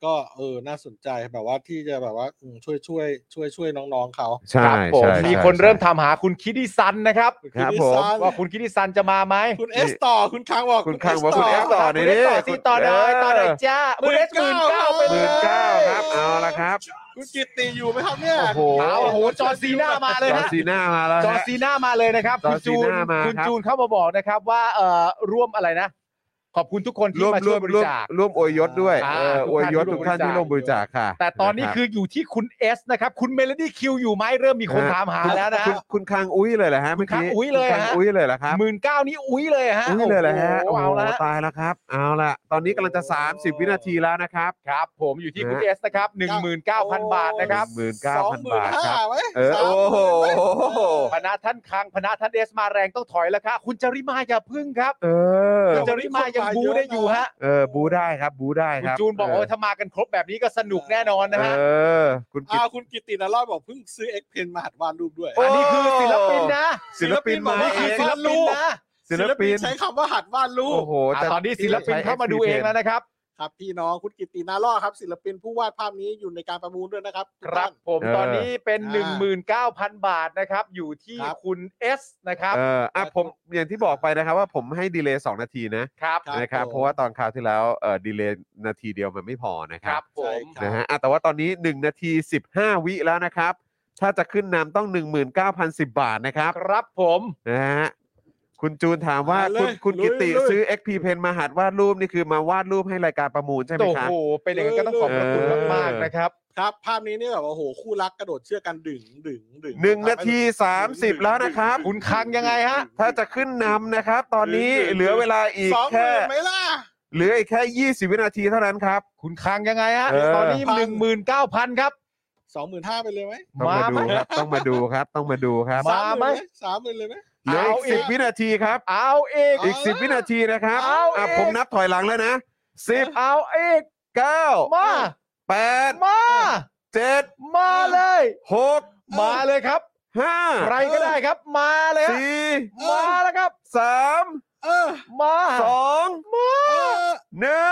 Speaker 6: ก็เออน่าสนใจแบบว่าที่จะแบบว่าอืมช่วยช่วยช่วยช่วยน้องๆเขา
Speaker 3: ใช่
Speaker 4: ครับผม
Speaker 3: ใช่
Speaker 4: มี
Speaker 3: ใช่
Speaker 4: คนเริ่ม
Speaker 3: ใช่
Speaker 4: ถามหาคุณคิดดิซันนะครับ
Speaker 3: ครับ
Speaker 6: ณ
Speaker 3: ผม
Speaker 6: ซัน
Speaker 4: ว่าคุณคิดดิซันจะมาไหม
Speaker 6: คุณเอสต่อคุณค้างบอก
Speaker 3: คุณค้างบอกคุณ S ต่อ
Speaker 4: คุณเอสต่อสิต่อหน่อยต่อหน่อยจ้าคุณเอสหมื่นเก้าไป
Speaker 3: ห
Speaker 4: เล
Speaker 3: มื่
Speaker 4: ย
Speaker 3: นเก้าครับเอาละครับ
Speaker 6: คุณกิตติอยู่ไหมครับเนี่ย
Speaker 3: โอ้โห
Speaker 4: เอาโอ้โหจอร์ซีน่ามาเลย
Speaker 3: จอ
Speaker 4: ฮะ
Speaker 3: ร์ซีน่ามาแล้ว
Speaker 4: จอ
Speaker 3: ฮะ
Speaker 4: ร์ซีน่ามาเลยนะครับ
Speaker 3: จอ
Speaker 4: คุ
Speaker 3: ร์
Speaker 4: ณจูน
Speaker 3: ซีน่ามา
Speaker 4: คุณ
Speaker 3: ครับ
Speaker 4: จูนเข้ามาบอกนะครับว่าเอ่อร่วมอะไรนะ ขอบคุณทุกคนที่
Speaker 3: ร่วม
Speaker 4: มาช่
Speaker 3: ร่
Speaker 4: ว
Speaker 3: วย ม
Speaker 4: บริ
Speaker 3: ร่วม
Speaker 4: จาค
Speaker 3: ร่วมอวยยศด้วย
Speaker 4: อ่า
Speaker 3: เออ
Speaker 4: ทุ
Speaker 3: อก วย
Speaker 4: ท่าน
Speaker 3: ยศ
Speaker 4: ที่
Speaker 3: ทุกท่านที่
Speaker 4: ร่
Speaker 3: ร่
Speaker 4: ว
Speaker 3: ว
Speaker 4: ม
Speaker 3: ม
Speaker 4: บบ ริ
Speaker 3: ริ
Speaker 4: จา
Speaker 3: จา
Speaker 4: ค
Speaker 3: คค่ะ
Speaker 4: แต่ตอนนี้
Speaker 3: ะรับ
Speaker 4: คืออยู่ที่คุณเอสนะครับคุณเมโลดี้คิวอยู่ไหมเริ่มมีคนถามหาแล้วนะ
Speaker 3: คุณคุณคางอุ้ยเลยเหรอฮะ
Speaker 4: คุ
Speaker 3: เมื่
Speaker 4: ณ
Speaker 3: อ
Speaker 4: คาง
Speaker 3: กี้
Speaker 4: อุ้ยเลย
Speaker 3: คุณคาง
Speaker 4: ฮะ
Speaker 3: อุ้ยเลยเหรอครับ
Speaker 4: หมื่นเก้านี้อุ้ยเลยฮะ
Speaker 3: อุ้ยเลยเหรอฮะ
Speaker 4: โอ้โหเอาละ
Speaker 3: ตายแล้วครับเอาละตอนนี้กำลังจะสามสิบวินาทีแล้วนะครับ
Speaker 4: ครับผมอยู่ที่คุณ
Speaker 3: นะ
Speaker 4: เอสนะครับหนึ่งหมื่นเก้าพันบาทนะครับ
Speaker 3: หมื่นเก้าพัน
Speaker 6: สองหมื่
Speaker 3: บาท
Speaker 6: ห้
Speaker 3: ครับ
Speaker 6: ไหม
Speaker 3: เออ
Speaker 6: สาม
Speaker 3: โอ้โห
Speaker 6: มื่นไหม
Speaker 4: พนะท่านคังพนะท่านเอสมาแรงต้องถอยแล้วครับคุณจริมาอย่าพึ่งครับ
Speaker 3: เออ
Speaker 4: คุณจริมายังบูได้อยู่ฮะ
Speaker 3: เออบูได้ครับบูได้
Speaker 4: คุ
Speaker 3: ค
Speaker 4: ณ
Speaker 3: รับ
Speaker 4: จูนบอก
Speaker 3: เ
Speaker 4: ว่าถ้ามากันครบแบบนี้ก็สนุกแน่นอนนะฮะ
Speaker 3: เออคุณกิต
Speaker 6: อ้าวคุณกิตตินรอดบอกเพิ่งซื้อเอ็กเพนมาหัดวาดรูปด้วย
Speaker 3: โอ้
Speaker 4: อันนี้คือศิลปินนะ
Speaker 3: ศิลปินมา
Speaker 6: นี่
Speaker 3: เอ
Speaker 6: คือง
Speaker 4: ศิลปินนะ
Speaker 3: ศิลปิน
Speaker 6: ใช้คำว่าหัดวาดรูป
Speaker 3: โอ้โห
Speaker 4: อ่ะ
Speaker 3: แต่
Speaker 4: ตอนนี้ศิลปินเข้ามาดูเองแล้วนะครับ
Speaker 6: ครับพี่น้องคุณกิตตินารอดครับศิลปินผู้วาดภาพนี้อยู่ในการประมูลด้วยนะครับทุ
Speaker 4: ค
Speaker 6: ก
Speaker 4: รับ
Speaker 6: ท่าน
Speaker 4: ผม
Speaker 3: เออ
Speaker 4: ตอนนี้เป็น
Speaker 6: อ่า
Speaker 4: หนึ่งหมื่นเก้าพัน บาทนะครับ อยู่ที่
Speaker 6: ครับ
Speaker 4: คุณเอสนะครับ
Speaker 3: เอออ่ะผมอย่างที่บอกไปนะครับว่าผมให้ดีเลย์สองนาทีนะครับ
Speaker 6: ครับ
Speaker 3: นะครับ
Speaker 6: ผม
Speaker 3: เพราะว่าตอนคราวที่แล้วเอ่อดีเลย์นาทีเดียวมันไม่พอนะค
Speaker 4: ค
Speaker 3: รั
Speaker 4: รั
Speaker 3: บบ
Speaker 4: ผ
Speaker 6: ใช่
Speaker 4: ม
Speaker 6: ครับ
Speaker 3: นะฮะอ่ะแต่ว่าตอนนี้หนึ่งนาทีสิบห้าวิแล้วนะครับ ถ้าจะขึ้นนำต้อง หนึ่งหมื่นเก้าพันสิบ บาทนะครับ
Speaker 4: ครับผม
Speaker 3: นะฮะคุณจูนถามว่า
Speaker 6: มาเลย
Speaker 3: คุณคุณ
Speaker 6: ลุย
Speaker 3: กิติ
Speaker 6: ลุย
Speaker 3: ซื้อ เอ็กซ์ พี Pen มาหัดวาดรูปนี่คือมาวาดรูปให้รายการประมูลใช่ไหม
Speaker 4: โอ้
Speaker 3: ครับ
Speaker 4: โหเป็นอย่างนั้นก็ต้องขอบพระคุณ
Speaker 3: เออ
Speaker 4: มากๆนะครับ
Speaker 6: ครับ ภาพนี้เนี่ยแบบว่าโอ้โหคู่รักกระโดดเชือกกันดึงดึงดึง
Speaker 3: หนึ่ง
Speaker 6: ครับ
Speaker 3: นาทีสามสิบแล้วนะครับ
Speaker 4: คุณคังยังไงฮะ
Speaker 3: ถ้าจะขึ้นนำนะครับ ตอนนี้เหลือเวลาอีก
Speaker 6: สองห
Speaker 3: แค่
Speaker 6: มื่นไหมล่ะ
Speaker 3: เหลืออีกแค่ยี่สิบวินาทีเท่านั้นครับ
Speaker 4: คุณคังยังไงฮะ
Speaker 3: เออ
Speaker 4: ตอนนี้หนึ่งหมื่นเก้าพันครับ
Speaker 6: สองหมื่นห้าไปเลยไหม
Speaker 3: ต้องมาดู
Speaker 4: มาไหม
Speaker 3: ครับ ต้องมาดูครับ ต้องมาดูครับ
Speaker 4: มาไหม
Speaker 6: สามหมื่นเลยไหม
Speaker 3: เหลืออี
Speaker 4: เอา
Speaker 3: ก
Speaker 4: อีก
Speaker 3: สิบวินาทีครับ
Speaker 4: เอาอีก
Speaker 3: อีกสิบวินาทีนะครับ
Speaker 4: เอา
Speaker 3: อ่ะ
Speaker 4: อีก
Speaker 3: ผมนับถอยหลังแล้วนะสิบ
Speaker 4: เอาอีก
Speaker 3: เก้า
Speaker 4: มา
Speaker 3: แปด
Speaker 4: มา
Speaker 3: เจ็ด
Speaker 4: มาเลย
Speaker 3: หก
Speaker 4: มาเลยครับ
Speaker 3: ห้า
Speaker 4: ใครก็ได้ครับ มาเลยฮะ
Speaker 3: สี่
Speaker 4: มาแล้วครับ
Speaker 3: สาม
Speaker 6: เออ
Speaker 4: มา
Speaker 3: สอง
Speaker 6: เออ
Speaker 3: หนึ่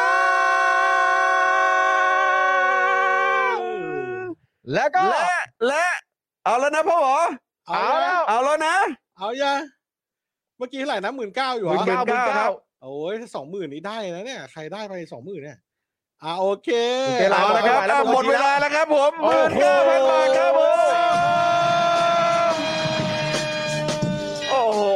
Speaker 3: ง
Speaker 4: แล้วก็
Speaker 3: และและเอาแล้วนะพ่อหมอ
Speaker 6: เอา
Speaker 4: เอา
Speaker 6: แล้
Speaker 4: แล้ว ว
Speaker 3: เอาแล้วนะ
Speaker 6: เอายังเมื่อกี้เท่าไหร่นะหมื่นเก้าอยู่เหร
Speaker 3: หมื่
Speaker 6: อน
Speaker 3: เก้า
Speaker 4: หมื่นเก้า
Speaker 6: โอ้ยสองหมื่นนี้ได้นะเนี่ยใครได้ไปสองหมื่นเนี่ยอ่าโอเค
Speaker 4: โอเค
Speaker 3: เอาละครับ
Speaker 4: ไม่ไหวแล้ว
Speaker 3: อ่ะหมดเวลาแล้วครับผมห
Speaker 4: โอ้
Speaker 3: มื่น
Speaker 4: โห
Speaker 3: เก้าพันบาทครับผมโอ้โห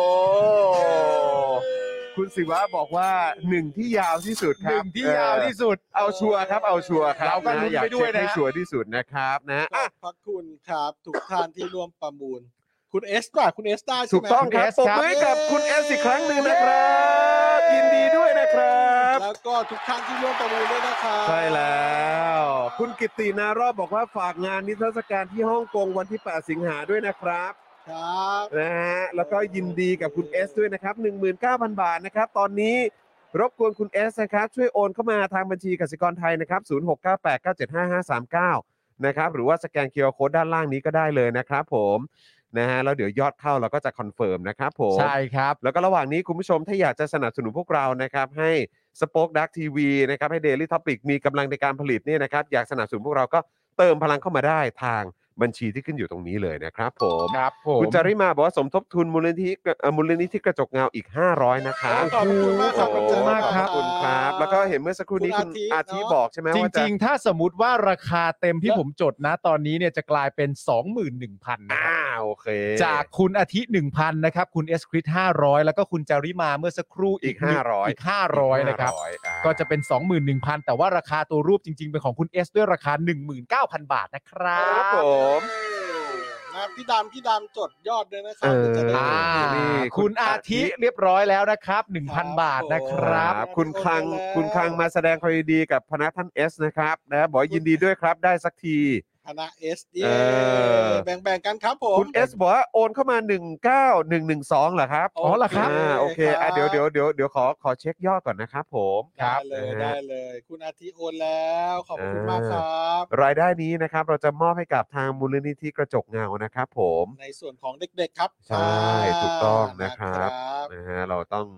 Speaker 3: คุณศิวะบอกว่าหนึ่งที่ยาวที่สุดค
Speaker 4: ห
Speaker 3: รั
Speaker 4: นึ่
Speaker 3: บ
Speaker 4: งที่ยาวที่สุด
Speaker 3: เอาชัวร์ครับเอาชัวร์ครับ
Speaker 4: เราก็ลุ้น
Speaker 3: อยา
Speaker 4: ไปด้วยนะ
Speaker 3: เช็คให้ชัวร์ที่สุดนะครับนะ
Speaker 6: ขอ
Speaker 3: อ่ะ
Speaker 6: บพระคุณครับทุกท่านที่ร่วมประมูล คุณเอสกว่าคุณเอสได้ใช่
Speaker 3: ถูก
Speaker 6: ไหม
Speaker 3: ต้องครับ
Speaker 4: คุณ
Speaker 3: ป
Speaker 4: เอสครับ
Speaker 3: รบมือให้กับคุณเอสอีกครั้งหนึ่งนะครับ ยินดีด้วยนะครับ
Speaker 6: แล้วก็ทุกท่านที่ร่วมประมูลด้วยนะครับ
Speaker 3: ใช่แล้ว คุณกิตตินารอบบอกว่าฝากงานนิทรรศการที่ฮ่องกงวันที่แปดสิงหาด้วยนะครับ
Speaker 6: ครับ
Speaker 3: นะฮะแล้วก็ยินดีกับคุณเอสด้วยนะครับ หนึ่งหมื่นเก้าพัน บาทนะครับ ตอนนี้รบกวนคุณเอสนะครับช่วยโอนเข้ามาทางบัญชีกสิกรไทยนะครับศูนย์ หก เก้า แปด เก้า เจ็ด ห้า ห้า สาม เก้านะครับหรือว่าสแกน คิว อาร์ Code ด้านล่างนี้ก็ได้เลยนะครับผมนะฮะแล้วเดี๋ยวยอดเข้าเราก็จะคอนเฟิร์มนะครับผม
Speaker 4: ใช่ครับ
Speaker 3: แล้วก็ระหว่างนี้คุณผู้ชมถ้าอยากจะสนับสนุนพวกเรานะครับให้ Spoke Dark ที วี นะครับให้ Daily Topic มีกำลังในการผลิตเนี่ยนะครับอยากสนับสนุนพวกเราก็เติมพลังเข้ามาได้ทางบัญชีที่ขึ้นอยู่ตรงนี้เลยนะครับผม
Speaker 4: ครับผม
Speaker 3: คุณจาริมาบอกว่าสมทบทุนมูลนิธิเอ่อมูลนิธิกระจกเงาอีกห้าร้อยนะครับ
Speaker 6: ขอบคุณมากครับ
Speaker 3: โอ้โห
Speaker 6: ขอบคุณมาก
Speaker 3: ข
Speaker 6: ครั
Speaker 3: อบบ คุณครับ แล้วก็เห็นเมื่อสักครู่นี้
Speaker 6: คุ
Speaker 3: คุณ
Speaker 6: ณ
Speaker 3: อา
Speaker 6: อาทิ
Speaker 3: ทิ
Speaker 6: เนอะ
Speaker 3: บอกใช่ไหม
Speaker 4: จ
Speaker 3: ว่าจะ
Speaker 4: ริงๆ ถ้าสมมติว่าราคาเต็มที่ผมจดนะ ตอนนี้เนี่ยจะกลายเป็น สองหมื่นหนึ่งพัน นะค
Speaker 3: อ่า
Speaker 4: รับ
Speaker 3: โอเค
Speaker 4: จากคุณอาทิหนึ่งพันนะครับ คุณเอสคริสห้าร้อยแล้วก็คุณจาริมาเมื่อสักครู่
Speaker 3: อีกห้าร้อย
Speaker 4: อีกห้าร้อยนะครับ
Speaker 3: อ่า
Speaker 4: ก็จะเป็น สองหมื่นหนึ่งพัน แต่ว่าราคาตัวรูปจริง ๆ เป็นของคุณเอสด้วยราคา หนึ่งหมื่นเก้าพัน บาทนะครั
Speaker 3: ครับ
Speaker 4: บ
Speaker 3: ผม
Speaker 6: นะพี่ดำพี่ดำจดยอดด้วยนะครั
Speaker 3: เออ
Speaker 6: จะได้
Speaker 4: อ่า
Speaker 3: นี่
Speaker 4: คุณอาทิเรียบร้อยแล้วนะครับ หนึ่งพัน บาทนะค
Speaker 3: ค
Speaker 4: รั
Speaker 3: รับ บคุณคลังคุณคลังมาแสดงความยินดีกับพนักท่านเอสนะครับนะบอกว่ายินดีด้วยครับได้สักที
Speaker 6: คณะเอส
Speaker 3: เออ
Speaker 6: แบ่งๆกันครับผม
Speaker 3: คุณเอสบอกว่าโอนเข้ามาหนึ่งเก้าหนึ่งหนึ่งสองเหรอครับ
Speaker 4: อ๋อเหรอครับ
Speaker 3: อ่าโอเคอ่ะเดี๋ยวเดี๋ยวเดี๋ยวเดี๋ยวขอขอเช็คยอดก่อนนะครับผม
Speaker 6: ได้เลย
Speaker 3: นะฮะ
Speaker 6: ได้เลย คุณอาทิโอนแล้วขอบคุณมากครับ
Speaker 3: รายได้นี้นะครับเราจะมอบให้กับทางมูลนิธิกระจกเงานะครับผม
Speaker 6: ในส่วนของเด็กๆครับ
Speaker 3: ใช่ถูกต้องนะครับ
Speaker 6: นะครับ
Speaker 3: นะฮะเราต้อง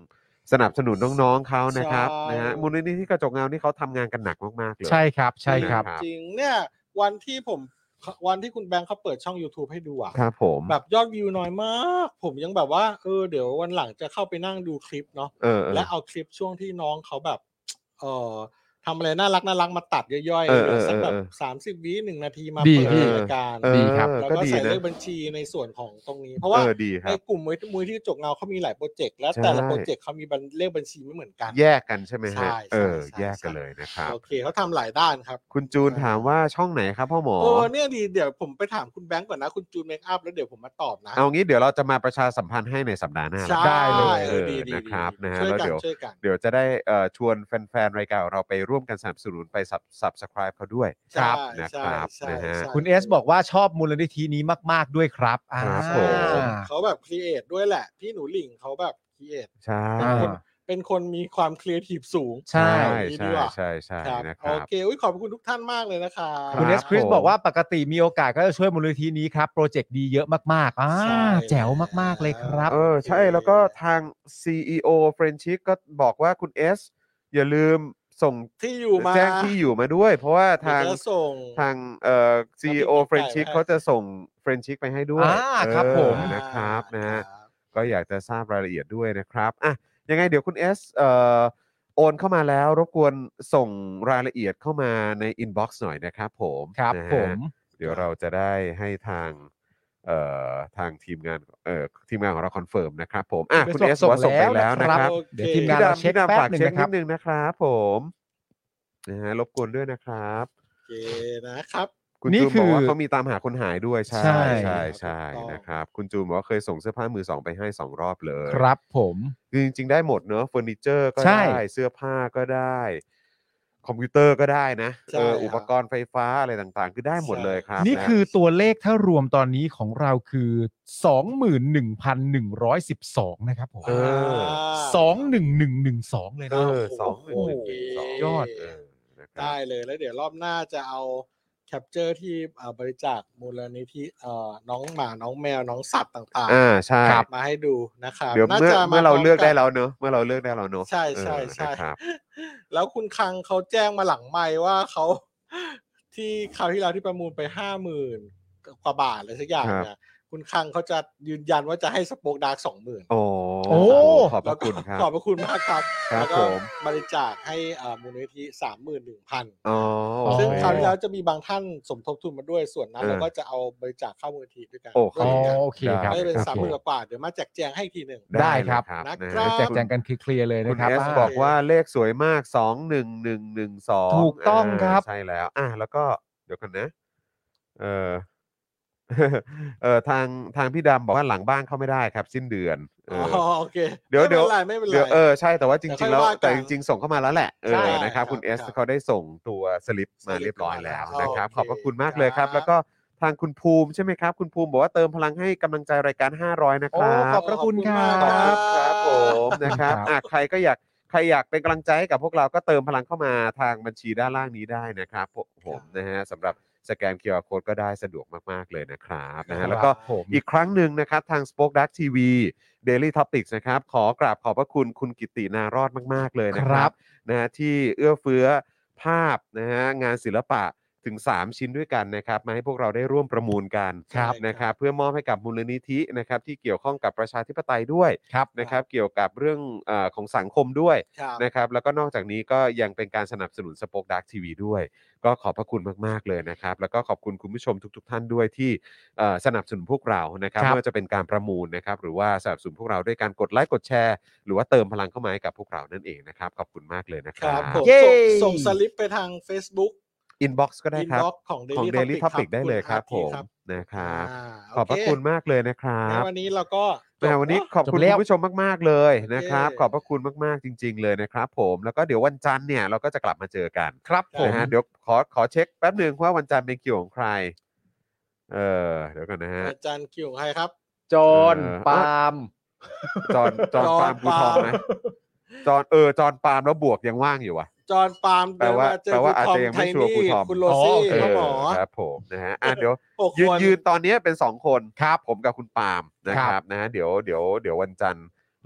Speaker 3: สนับสนุนน้องๆเขานะครับ
Speaker 6: ใช่
Speaker 3: นะฮะมูลนิธิกระจกเงานี่เขาทำงานกันหนักมากๆเลย
Speaker 4: ใช่ครับใช่ครับ
Speaker 3: ครับ
Speaker 6: จริงเนี่ยวันที่ผมวันที่คุณแบงค์เขาเปิดช่อง YouTube ให้ดูอ่ะ
Speaker 3: ครับผม
Speaker 6: แบบยอดวิวน้อยมาก ผมยังแบบว่าเออเดี๋ยววันหลังจะเข้าไปนั่งดูคลิปเนาะ
Speaker 3: เออเออ
Speaker 6: และเอาคลิปช่วงที่น้องเขาแบบเออทำอะไรน่ารักน่ารักมาตัดย่อยๆ
Speaker 3: เออ
Speaker 6: เหลือสัก
Speaker 3: เออ
Speaker 6: แบบ
Speaker 3: เออ
Speaker 6: สามสิบวิหนึ่งนาทีมา
Speaker 4: ดี
Speaker 6: เปิด
Speaker 4: พี่
Speaker 6: รายการ
Speaker 3: เออ
Speaker 4: ดีครับ
Speaker 6: แล้ว
Speaker 3: ก็
Speaker 6: ก็
Speaker 3: ดี
Speaker 6: ใส่
Speaker 3: นะ
Speaker 6: เลขบัญชีในส่วนของตรงนี้ เพราะว่า
Speaker 3: เออดีค
Speaker 6: ใน
Speaker 3: รับ
Speaker 6: กลุ่มมือมือที่กระจกเงาเขามีหลายโปรเจกต์และ
Speaker 3: ใช่
Speaker 6: แต่ละโปรเจกต์เขามีบัญเลขบัญชีไม่เหมือนกัน
Speaker 3: แยกกันใช่ไหม
Speaker 6: ใช่
Speaker 3: ฮะ
Speaker 6: ใช่
Speaker 3: เออ
Speaker 6: ใช่
Speaker 3: แยกกัน
Speaker 6: ใช่
Speaker 3: เลยนะครับ
Speaker 6: โอเคเขาทำหลายด้านครับ
Speaker 3: คุณจูนถามว่าช่องไหนครับพ่อหมอ
Speaker 6: เออเนี่ยดีเดี๋ยวผมไปถามคุณแบงก์ก่อนนะคุณจูนเมคอัพแล้วเดี๋ยวผมมาตอบนะ
Speaker 3: เอางี้เดี๋ยวเราจะมาประชาสัมพันธ์ให้ในสัปดาห์หน้า
Speaker 6: ใช่
Speaker 3: ได้เลย
Speaker 6: เอ
Speaker 3: เอ
Speaker 6: อ
Speaker 3: อ
Speaker 6: ดีดี
Speaker 3: นะครับ
Speaker 6: ดี
Speaker 3: นะฮะ
Speaker 6: ช่วย
Speaker 3: แล้ว
Speaker 6: กัน
Speaker 3: เดี๋ยว
Speaker 6: ช่วยกัน
Speaker 3: เดี๋ยวจะได้เอ่อชวนแฟนๆรายการเราไปร่วมกันสนับสนุนไป subscribe เขาด้วย
Speaker 6: ครับ
Speaker 3: นะครับ
Speaker 6: ใช่
Speaker 3: นะฮะ
Speaker 6: ใช่
Speaker 4: คุณเอสบอกว่าชอบมูลนิธินี้มาก ๆ ด้วยครับอ่า
Speaker 3: ครับผม
Speaker 6: เขาแบบครีเอทด้วยแหละ พี่หนูหลิงเขาแบบครีเอท
Speaker 3: ใช่
Speaker 6: เป็นคนเป็นคนมีความครีเอทีฟสูง
Speaker 4: ใช่
Speaker 3: ใช่
Speaker 6: ดี
Speaker 3: ใช่
Speaker 6: ดีกว่า
Speaker 3: ใช่ใช่
Speaker 6: ครับ
Speaker 3: นะค
Speaker 6: โอ
Speaker 3: รับ
Speaker 6: เคอุ๊ยขอบคุณทุกท่านมากเลยนะครับ
Speaker 4: คุณ
Speaker 3: ค
Speaker 4: เอ
Speaker 3: รับ
Speaker 4: สคริส
Speaker 3: ผม
Speaker 4: บอกว่าปกติมีโอกาสก็จะช่วยมูลนิธินี้ครับ โปรเจกต์ดีเยอะมากๆอ่า
Speaker 6: ใช่
Speaker 4: แจ๋วมาก ๆ เลยครับ
Speaker 3: เออใช่แล้วก็ทาง ซี อี โอ เฟรนชิกก็บอกว่าคุณเอสอย่าลืมส่ง
Speaker 6: ที่อยู่มา
Speaker 3: แจ้งที่อยู่มาด้วย เพราะว่าทาง
Speaker 6: เดี๋ยวจะส่ง
Speaker 3: ทางเอ่อ ซี อี โอ
Speaker 6: น้ำพริก
Speaker 3: เฟรนชิก
Speaker 6: ไก่ไว้ให้
Speaker 3: เขาจะส่งเฟรนชิกไปให้ด้วย
Speaker 4: อ่าครับ
Speaker 3: เออ
Speaker 4: ผม
Speaker 3: นะครับนะฮะ
Speaker 6: ครับ
Speaker 3: ก็อยากจะทราบรายละเอียดด้วยนะครับอ่ะยังไงเดี๋ยวคุณเอสเอ่อโอนเข้ามาแล้วรบกวนส่งรายละเอียดเข้ามาในอินบ็อกซ์หน่อยนะครับผม
Speaker 4: ครับ
Speaker 3: นะฮะ
Speaker 4: ผม
Speaker 3: เดี๋ยวเราจะได้ให้ทางเอ่อทางทีมงานเอ่อทีมงานของเราคอนเฟิร์มนะครับผมอ่ะคุณเอสบอกว่าส่งไปแล้วนะครับ
Speaker 6: โอเค
Speaker 4: เดี๋ยวทีม
Speaker 3: พี่
Speaker 4: งานเรา
Speaker 3: ดำ
Speaker 4: เช็ค
Speaker 3: พี่ดำ
Speaker 4: แป๊บ
Speaker 3: ฝาก
Speaker 4: หนึ่ง
Speaker 3: เช็ค
Speaker 4: นะค
Speaker 3: นิ
Speaker 4: รับ
Speaker 3: ดนึงนะครับผมนะฮะรบกวนด้วยนะครับ
Speaker 6: โอเคนะครับ
Speaker 3: คุณ
Speaker 4: นี่
Speaker 3: จูน
Speaker 4: คื
Speaker 3: บอก
Speaker 4: อ
Speaker 3: ว่าเขามีตามหาคนหายด้วยใช่
Speaker 4: ใช่
Speaker 3: ใช่ใช่
Speaker 6: ถูกต้อง
Speaker 3: นะครับคุณจูนบอกว่าเคยส่งเสื้อผ้ามือสองไปให้สองรอบเลย
Speaker 4: ครับผม
Speaker 3: คือจริงๆได้หมดเนอะเฟอร์นิเจอร์ก็
Speaker 4: ใช่
Speaker 3: ได้เสื้อผ้าก็ได้ คอมพิวเตอร์ก็ได้นะ
Speaker 6: ใช่
Speaker 3: เออ
Speaker 6: ครับ
Speaker 3: อุปกรณ์ไฟฟ้าอะไรต่างๆ คือได้หมดเลยครับ
Speaker 4: นี่
Speaker 3: ะ
Speaker 4: คือตัวเลขถ้ารวมตอนนี้ของเราคือ สองหมื่นหนึ่งพันหนึ่งร้อยสิบสอง นะครับผม
Speaker 3: เออ
Speaker 4: สองหนึ่งหนึ่งหนึ่งสองเลย
Speaker 3: เอ
Speaker 4: นะ
Speaker 3: อสองหนึ่งหนึ่งหนึ่งสอง
Speaker 4: ยอด
Speaker 3: เออนะครับ
Speaker 6: ได้เลยแล้วเดี๋ยวรอบหน้าจะเอาแคปเจอร์ที่เอ่อบริจาคมูลนิธิเอ่อน้องหมาน้องแมวน้องสัตว์ต่าง
Speaker 3: อ่าใช่
Speaker 6: ๆมาให้ดูนะครับ
Speaker 3: เดี๋ยว
Speaker 6: น่า
Speaker 3: เมื่อ
Speaker 6: จะ
Speaker 3: เมื่อเรา
Speaker 6: พม
Speaker 3: เลือกได้
Speaker 6: น
Speaker 3: แล้วเนอะเมื่อเราเลือกได้แล้วเนอะ
Speaker 6: ใช่ใช่
Speaker 3: เออ
Speaker 6: ใช่
Speaker 3: นะครับ
Speaker 6: แล้วคุณคังเขาแจ้งมาหลังไมค์ว่าเขา ที่คราวที่แล้วที่ประมูลไปห้าหมื่นกว่าบาทอะไรสักอย่าง
Speaker 3: ครับ
Speaker 6: เนี่ยคุณคังเขาจะยืนยันว่าจะให้สป o อ e ดาร์กสองหมื่น
Speaker 3: โอ้
Speaker 4: โอ้
Speaker 3: ขอบพระคุณครับ
Speaker 6: ขอบพระคุณมากครับ
Speaker 3: ครับ
Speaker 6: แล้วก็
Speaker 3: ผม
Speaker 6: บริจาคให้อ่ามูลนิธิสามหมื่นหนึ่งพัน
Speaker 3: อ๋อ
Speaker 6: ซึ่ง
Speaker 3: โอเค
Speaker 6: คราวที่แล้วจะมีบางท่านสมทบทุนมาด้วยส่วนนั้น
Speaker 3: เออ
Speaker 6: เราก็จะเอาบริจาคเข้ามูลนิธิด้วยกัน
Speaker 3: โอ้
Speaker 6: ด้วย
Speaker 4: อ๋อ
Speaker 6: เหมือนกัน
Speaker 4: โอเคครับ
Speaker 6: ก็จะเป็น
Speaker 3: ครับ
Speaker 6: สามหมื่นกว่าๆเดี๋ยวมาแจกแจงให้อีกทีหนึ่ง
Speaker 4: ได้ครับ
Speaker 3: เลย
Speaker 6: นะ
Speaker 3: นะ
Speaker 6: ครั
Speaker 3: ฮะ
Speaker 6: บ
Speaker 4: แจกแจงกันเคลียร์ๆเลย
Speaker 3: คุณ
Speaker 4: นะครับ
Speaker 3: เอส
Speaker 4: อ่า
Speaker 3: บอกว่าเลขสวยมากสองหนึ่งหนึ่งหนึ่งสอง
Speaker 4: ถูกต้องครับ
Speaker 3: ใช่แล้วอ่ะแล้วก็เดี๋ยวกันนะเออ เออทางทางพี่ดำบอกว่าหลังบ้านเข้าไม่ได้ครับ สิ้นเดือนเอ
Speaker 6: อ๋
Speaker 3: อ
Speaker 6: อโอเค
Speaker 3: เดี๋ยว
Speaker 6: ไม่
Speaker 3: เดี๋ยว
Speaker 6: เป็นไรไม่เป็นไร
Speaker 3: เดี๋ยวเออใช่แต่ว่าจริง ๆ แล้ว
Speaker 6: เดี๋ยวค่อยว่ากัน
Speaker 3: แต่จริง ๆ ส่งเข้ามาแล้วแหละเอ
Speaker 6: ใช่
Speaker 3: อนะครับ คุณ
Speaker 6: ครับ
Speaker 3: เอส
Speaker 6: ครับ
Speaker 3: เขาได้ส่งตัวสลิปมา
Speaker 6: สลิป
Speaker 3: เรียบร้อยแล้ว
Speaker 6: มาแล้ว
Speaker 3: นะครับ
Speaker 6: โอเค
Speaker 3: ขอบพระคุณมากเลยครับ
Speaker 6: ครับ
Speaker 3: แล้วก็ทางคุณภูมิใช่ไหมครับ คุณภูมิบอกว่าเติมพลังให้กำลังใจรายการห้าร้อยนะค
Speaker 4: โอ้
Speaker 3: รับ
Speaker 4: ขอบพระคุณครั
Speaker 6: ขอบคุณมาก
Speaker 4: บ
Speaker 3: ครับผมนะครับ
Speaker 4: ครับ
Speaker 3: อ่ะใครก็อยากใครอยากเป็นกำลังใจให้กับพวกเราก็เติมพลังเข้ามาทางบัญชีด้านล่างนี้ได้นะครับผมผมนะฮะสำหรับสแกน คิว อาร์ Code ก็ได้สะดวกมากๆเลยนะครับนะฮะแล้วก็
Speaker 4: ผม
Speaker 3: อีกครั้งหนึ่งนะครับทาง Spoke Dark ที วี Daily Topics นะครับขอกราบขอบพระคุณคุณกิตตินารอดมากๆเลยนะค
Speaker 4: ครั
Speaker 3: รับบ นะฮะที่เอื้อเฟื้อภาพนะฮะงานศิลปะถึงสามชิ้นด้วยกันนะครับมาให้พวกเราได้ร่วมประมูลกัน
Speaker 4: ครับ
Speaker 3: นะครับเพื่อมอบให้กับมูลนิธินะครับที่เกี่ยวข้องกับประชาธิปไตยด้วย
Speaker 4: ครับ
Speaker 3: นะครับเกี่ยวกับเรื่องเออของสังคมด้วย
Speaker 6: ครับ
Speaker 3: นะครับแล้วก็นอกจากนี้ก็ยังเป็นการสนับสนุน Spoke Dark ที วี ด้วย ก็ขอบพระคุณมากๆเลยนะครับแล้วก็ขอบคุณคุณผู้ชมทุกๆท่านด้วยที่เอ่อสนับสนุนพวกเรานะครับ
Speaker 4: ครับ
Speaker 3: ไม่ว่าจะเป็นการประมูลนะครับหรือว่าสนับสนุนพวกเราด้วยการกดไลค์กดแชร์ หรือว่าเติมพลังเข้ามาให้กับพวกเรานั่นเองนะครับขอบคุณมากเลยนะค
Speaker 6: ค
Speaker 3: รั
Speaker 6: รับ บผม
Speaker 4: เย้
Speaker 6: ส่งส่งสลิปไปทาง Facebook
Speaker 3: อินบ็อกซ์ก็ได้ครับ
Speaker 6: inbox ของ
Speaker 3: ของ
Speaker 6: Daily
Speaker 3: Daily
Speaker 6: Topic
Speaker 3: Topic
Speaker 6: ครับ
Speaker 3: ได้เลยครับ
Speaker 6: ณ
Speaker 3: ผม
Speaker 6: ครับ
Speaker 3: นะครับ
Speaker 6: อ่า
Speaker 3: ขอบพระ
Speaker 6: โเ
Speaker 3: คุณมากเลยนะครั
Speaker 6: ใน
Speaker 3: บ
Speaker 6: วันนี้เราก็จ
Speaker 3: แม่
Speaker 6: บ
Speaker 3: วันนี้
Speaker 6: เอะ
Speaker 3: ขอบคุณ
Speaker 4: จบแล้ว
Speaker 3: คุณผู้ชมมากๆเลยนะครับ
Speaker 6: โอเค
Speaker 3: ขอบพระคุณมากๆจริง ๆ เลยนะครับผมแล้วก็เดี๋ยววันจันทร์เนี่ยเราก็จะกลับมาเจอกัน
Speaker 4: ครับผม
Speaker 3: นะฮะเดี๋ยวขอขอเช็คแป๊บหนึ่งว่าวันจันทร์เป็นคิวของใครเออเดี๋ยวก่อนนะฮะ
Speaker 6: อาจารย์คิวของใครครับ
Speaker 4: จอห์น
Speaker 3: เออ
Speaker 4: ปาล์ม
Speaker 3: จอนจอน
Speaker 6: จอห์น
Speaker 3: ปาล์มกูทองไหม
Speaker 6: ปาล์ม
Speaker 3: จอนเออจอนปาล์มแล้วบวกยังว่างอยู่วะ
Speaker 6: จอห์นปาล์ม
Speaker 3: แปลว่า
Speaker 6: เดินมเจ
Speaker 3: แปลว่า
Speaker 6: คุณ
Speaker 3: อาจจะยังไม่
Speaker 6: ท
Speaker 3: ชัวร์
Speaker 6: ไท
Speaker 3: คุณ
Speaker 6: นี่
Speaker 3: ทอม
Speaker 6: คุณโรซี่
Speaker 4: อ๋อโอเค
Speaker 6: พ่อหมอ
Speaker 3: ครับผมนะฮะอ่ะเดี๋ยว
Speaker 6: หก
Speaker 3: ยืน
Speaker 6: คน
Speaker 3: ยืนตอนนี้เป็นสองคน
Speaker 4: ครับ
Speaker 3: ผมกับคุณปาล์มนะค
Speaker 4: ครั
Speaker 3: รับบ นะฮะเดี๋ยวเดี๋ยวเดี๋ยววันจันทร์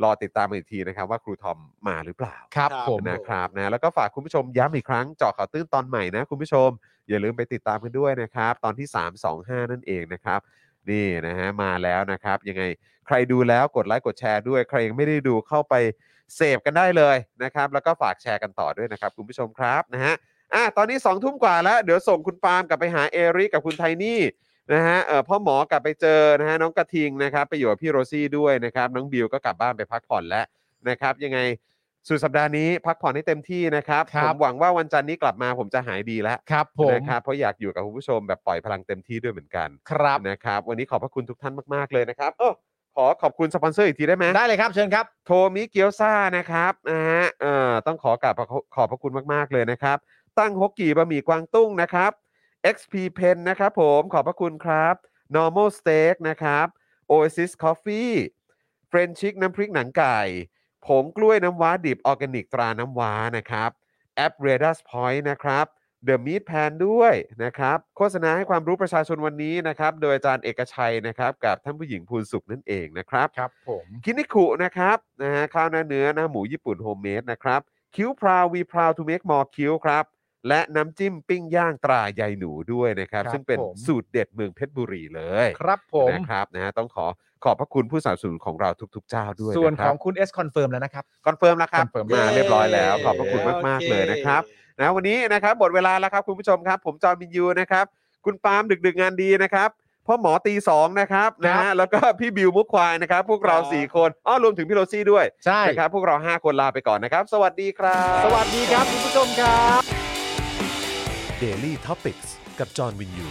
Speaker 3: รอติดตามอีกทีนะครับว่าครูทอมมาหรือเปล่า
Speaker 4: ครับ
Speaker 6: ครับ
Speaker 4: ผม
Speaker 3: นะครับนะแล้วก็ฝากคุณผู้ชมย้ำอีกครั้งเจาะข่าวตื้นตอนใหม่นะคุณผู้ชมอย่าลืมไปติดตามกันด้วยนะครับตอนที่สาม สอง ห้านั่นเองนะครับนี่นะฮะมาแล้วนะครับยังไงใครดูแล้วกดไลค์กดแชร์ด้วยใครยังไม่ได้ดูเข้าไปเสพกันได้เลยนะครับแล้วก็ฝากแชร์กันต่อด้วยนะครับคุณผู้ชมครับนะฮะอ่ะตอนนี้สองทุ่มกว่าแล้วเดี๋ยวส่งคุณปาล์มกลับไปหาเอริกับคุณไทนี่นะฮะเออพ่อหมอกลับไปเจอนะฮะน้องกระทิงนะครับไปอยู่กับพี่โรซี่ด้วยนะครับน้องบิวก็กลับบ้านไปพักผ่อนแล้วนะครับยังไงสุดสัปดาห์นี้พักผ่อนให้เต็มที่นะครับ
Speaker 4: ครั
Speaker 3: ผ
Speaker 4: บ
Speaker 3: มหวังว่าวันจันทร์นี้กลับมาผมจะหายดีแล้ว
Speaker 4: ครับผม
Speaker 3: นะครับเพราะอยากอยู่กับคุณผู้ชมแบบปล่อยพลังเต็มที่ด้วยเหมือนกัน
Speaker 4: ครับ
Speaker 3: นะครับวันนี้ขอบพระคุณทุกท่านมากๆเลยนะครับเออขอขอบคุณสปอนเซอร์อีกทีได้ไหม
Speaker 4: ได้เลยครับเชิญครับ
Speaker 3: โทมิเกียวซานะครับนะฮะเอ่อต้องขอกราบขอบพระคุณมากๆเลยนะครับตั้งฮกกี่บะหมี่กวางตุ้งนะครับ เอ็กซ์ พี Pen นะครับผมขอบพระคุณครับ Normal Steak นะครับ Oasis Coffee French Chic น้ำพริกหนังไก่ผงกล้วยน้ำว้าดิบออร์แกนิกตราน้ำว้านะครับแอป r a d a r Point นะครับ The Meat Pan ด้วยนะครับโฆษณาให้ความรู้ประชาชนวันนี้นะครับโดยอาจารย์เอกชัยนะครับกับท่านผู้หญิงภูลสุขนั่นเองนะครับ
Speaker 4: ครับผม
Speaker 3: คินิคุนะครับนะฮะข้าวหน้าเนื้อหน้าหมูญี่ปุ่นโฮมเมดนะครับคิ้วพราววีพราวทูเมกมอร์คิ้วครับและน้ำจิ้มปิ้งย่างตราใยหนูด้วยนะครับซึ่งเป็นสูตรเด็ดเมืองเพชรบุรีเลย
Speaker 4: ครับผม
Speaker 3: นะครับนะฮะต้องขอขอบพระคุณผู้สนับสนุนของเราทุกๆเจ้าด้วย
Speaker 4: ส่วน
Speaker 3: นะค
Speaker 4: ข
Speaker 3: รั
Speaker 4: อบ งคุณ S คอนเฟิร์มแล้วนะครับ
Speaker 3: คอนเฟิร์มแล้วครับ
Speaker 4: confirm
Speaker 3: มาเรียบร้อยแล้วขอบพระคุณมาก
Speaker 6: โอ
Speaker 3: ๆ
Speaker 6: เค
Speaker 3: เลยนะครับนะวันนี้นะครับหมดเวลาแล้วครับคุณผู้ชมครับ ผมจอห์นวินยูนะครับคุณปาล์มดึกๆงานดีนะครับพ่อหมอตีสองนะครับนะฮะแล้วก็พี่บิวมุกควายนะครับพวกเราสี่คนอ้อรวมถึงพี่โรซี่ด้วย
Speaker 4: ใช่
Speaker 3: นะครับพวกเราห้าคนลาไปก่อนนะครับสวัสดีครับ
Speaker 4: สวัสดีครับคุณผู้ชมครับ
Speaker 2: Daily Topics กับจอห์นวินยู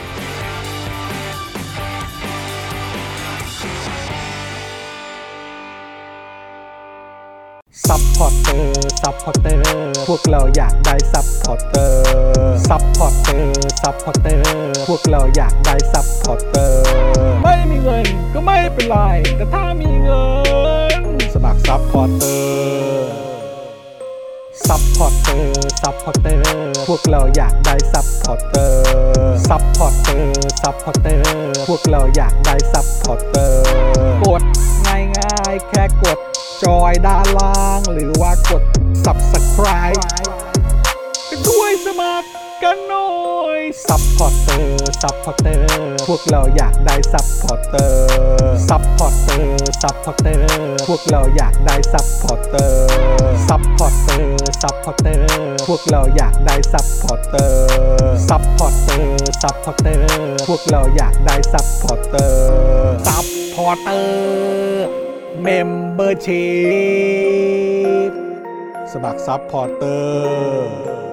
Speaker 1: ซัพพอร์เตอร์ ซัพพอร์เตอร์ พวกเราอยากได้ซัพพอร์เตอร์ ซัพพอร์เตอร์ ซัพพอร์เตอร์ พวกเราอยากได้ซัพพอร์เตอร์ ไม่มีเงินก็ไม่เป็นไร แต่ถ้ามีเงิน สมัครซัพพอร์เตอร์ ซัพพอร์เตอร์ ซัพพอร์เตอร์ พวกเราอยากได้ซัพพอร์เตอร์ ซัพพอร์เตอร์ ซัพพอร์เตอร์ พวกเราอยากได้ซัพพอร์เตอร์ กดง่ายๆแค่กดจอยด้านล่าง หรือว่ากด ซับสไครบ์ ไปด้วยสมัครกันหน่อยซัพพอร์เตอร์ ซัพพอร์เตอร์ พวกเราอยากได้ซัพพอร์เตอร์ ซัพพอร์เตอร์ ซัพพอร์เตอร์ พวกเราอยากได้ซัพพอร์เตอร์ ซัพพอร์เตอร์ ซัพพอร์เตอร์ พวกเราอยากได้ซัพพอร์เตอร์ ซัพพอร์เตอร์ ซัพพอร์เตอร์ พวกเราอยากได้ซัพพอร์เตอร์ ซัพพอร์เตอร์ เมมเบอร์ชีพสมัครซัพพอร์เตอร์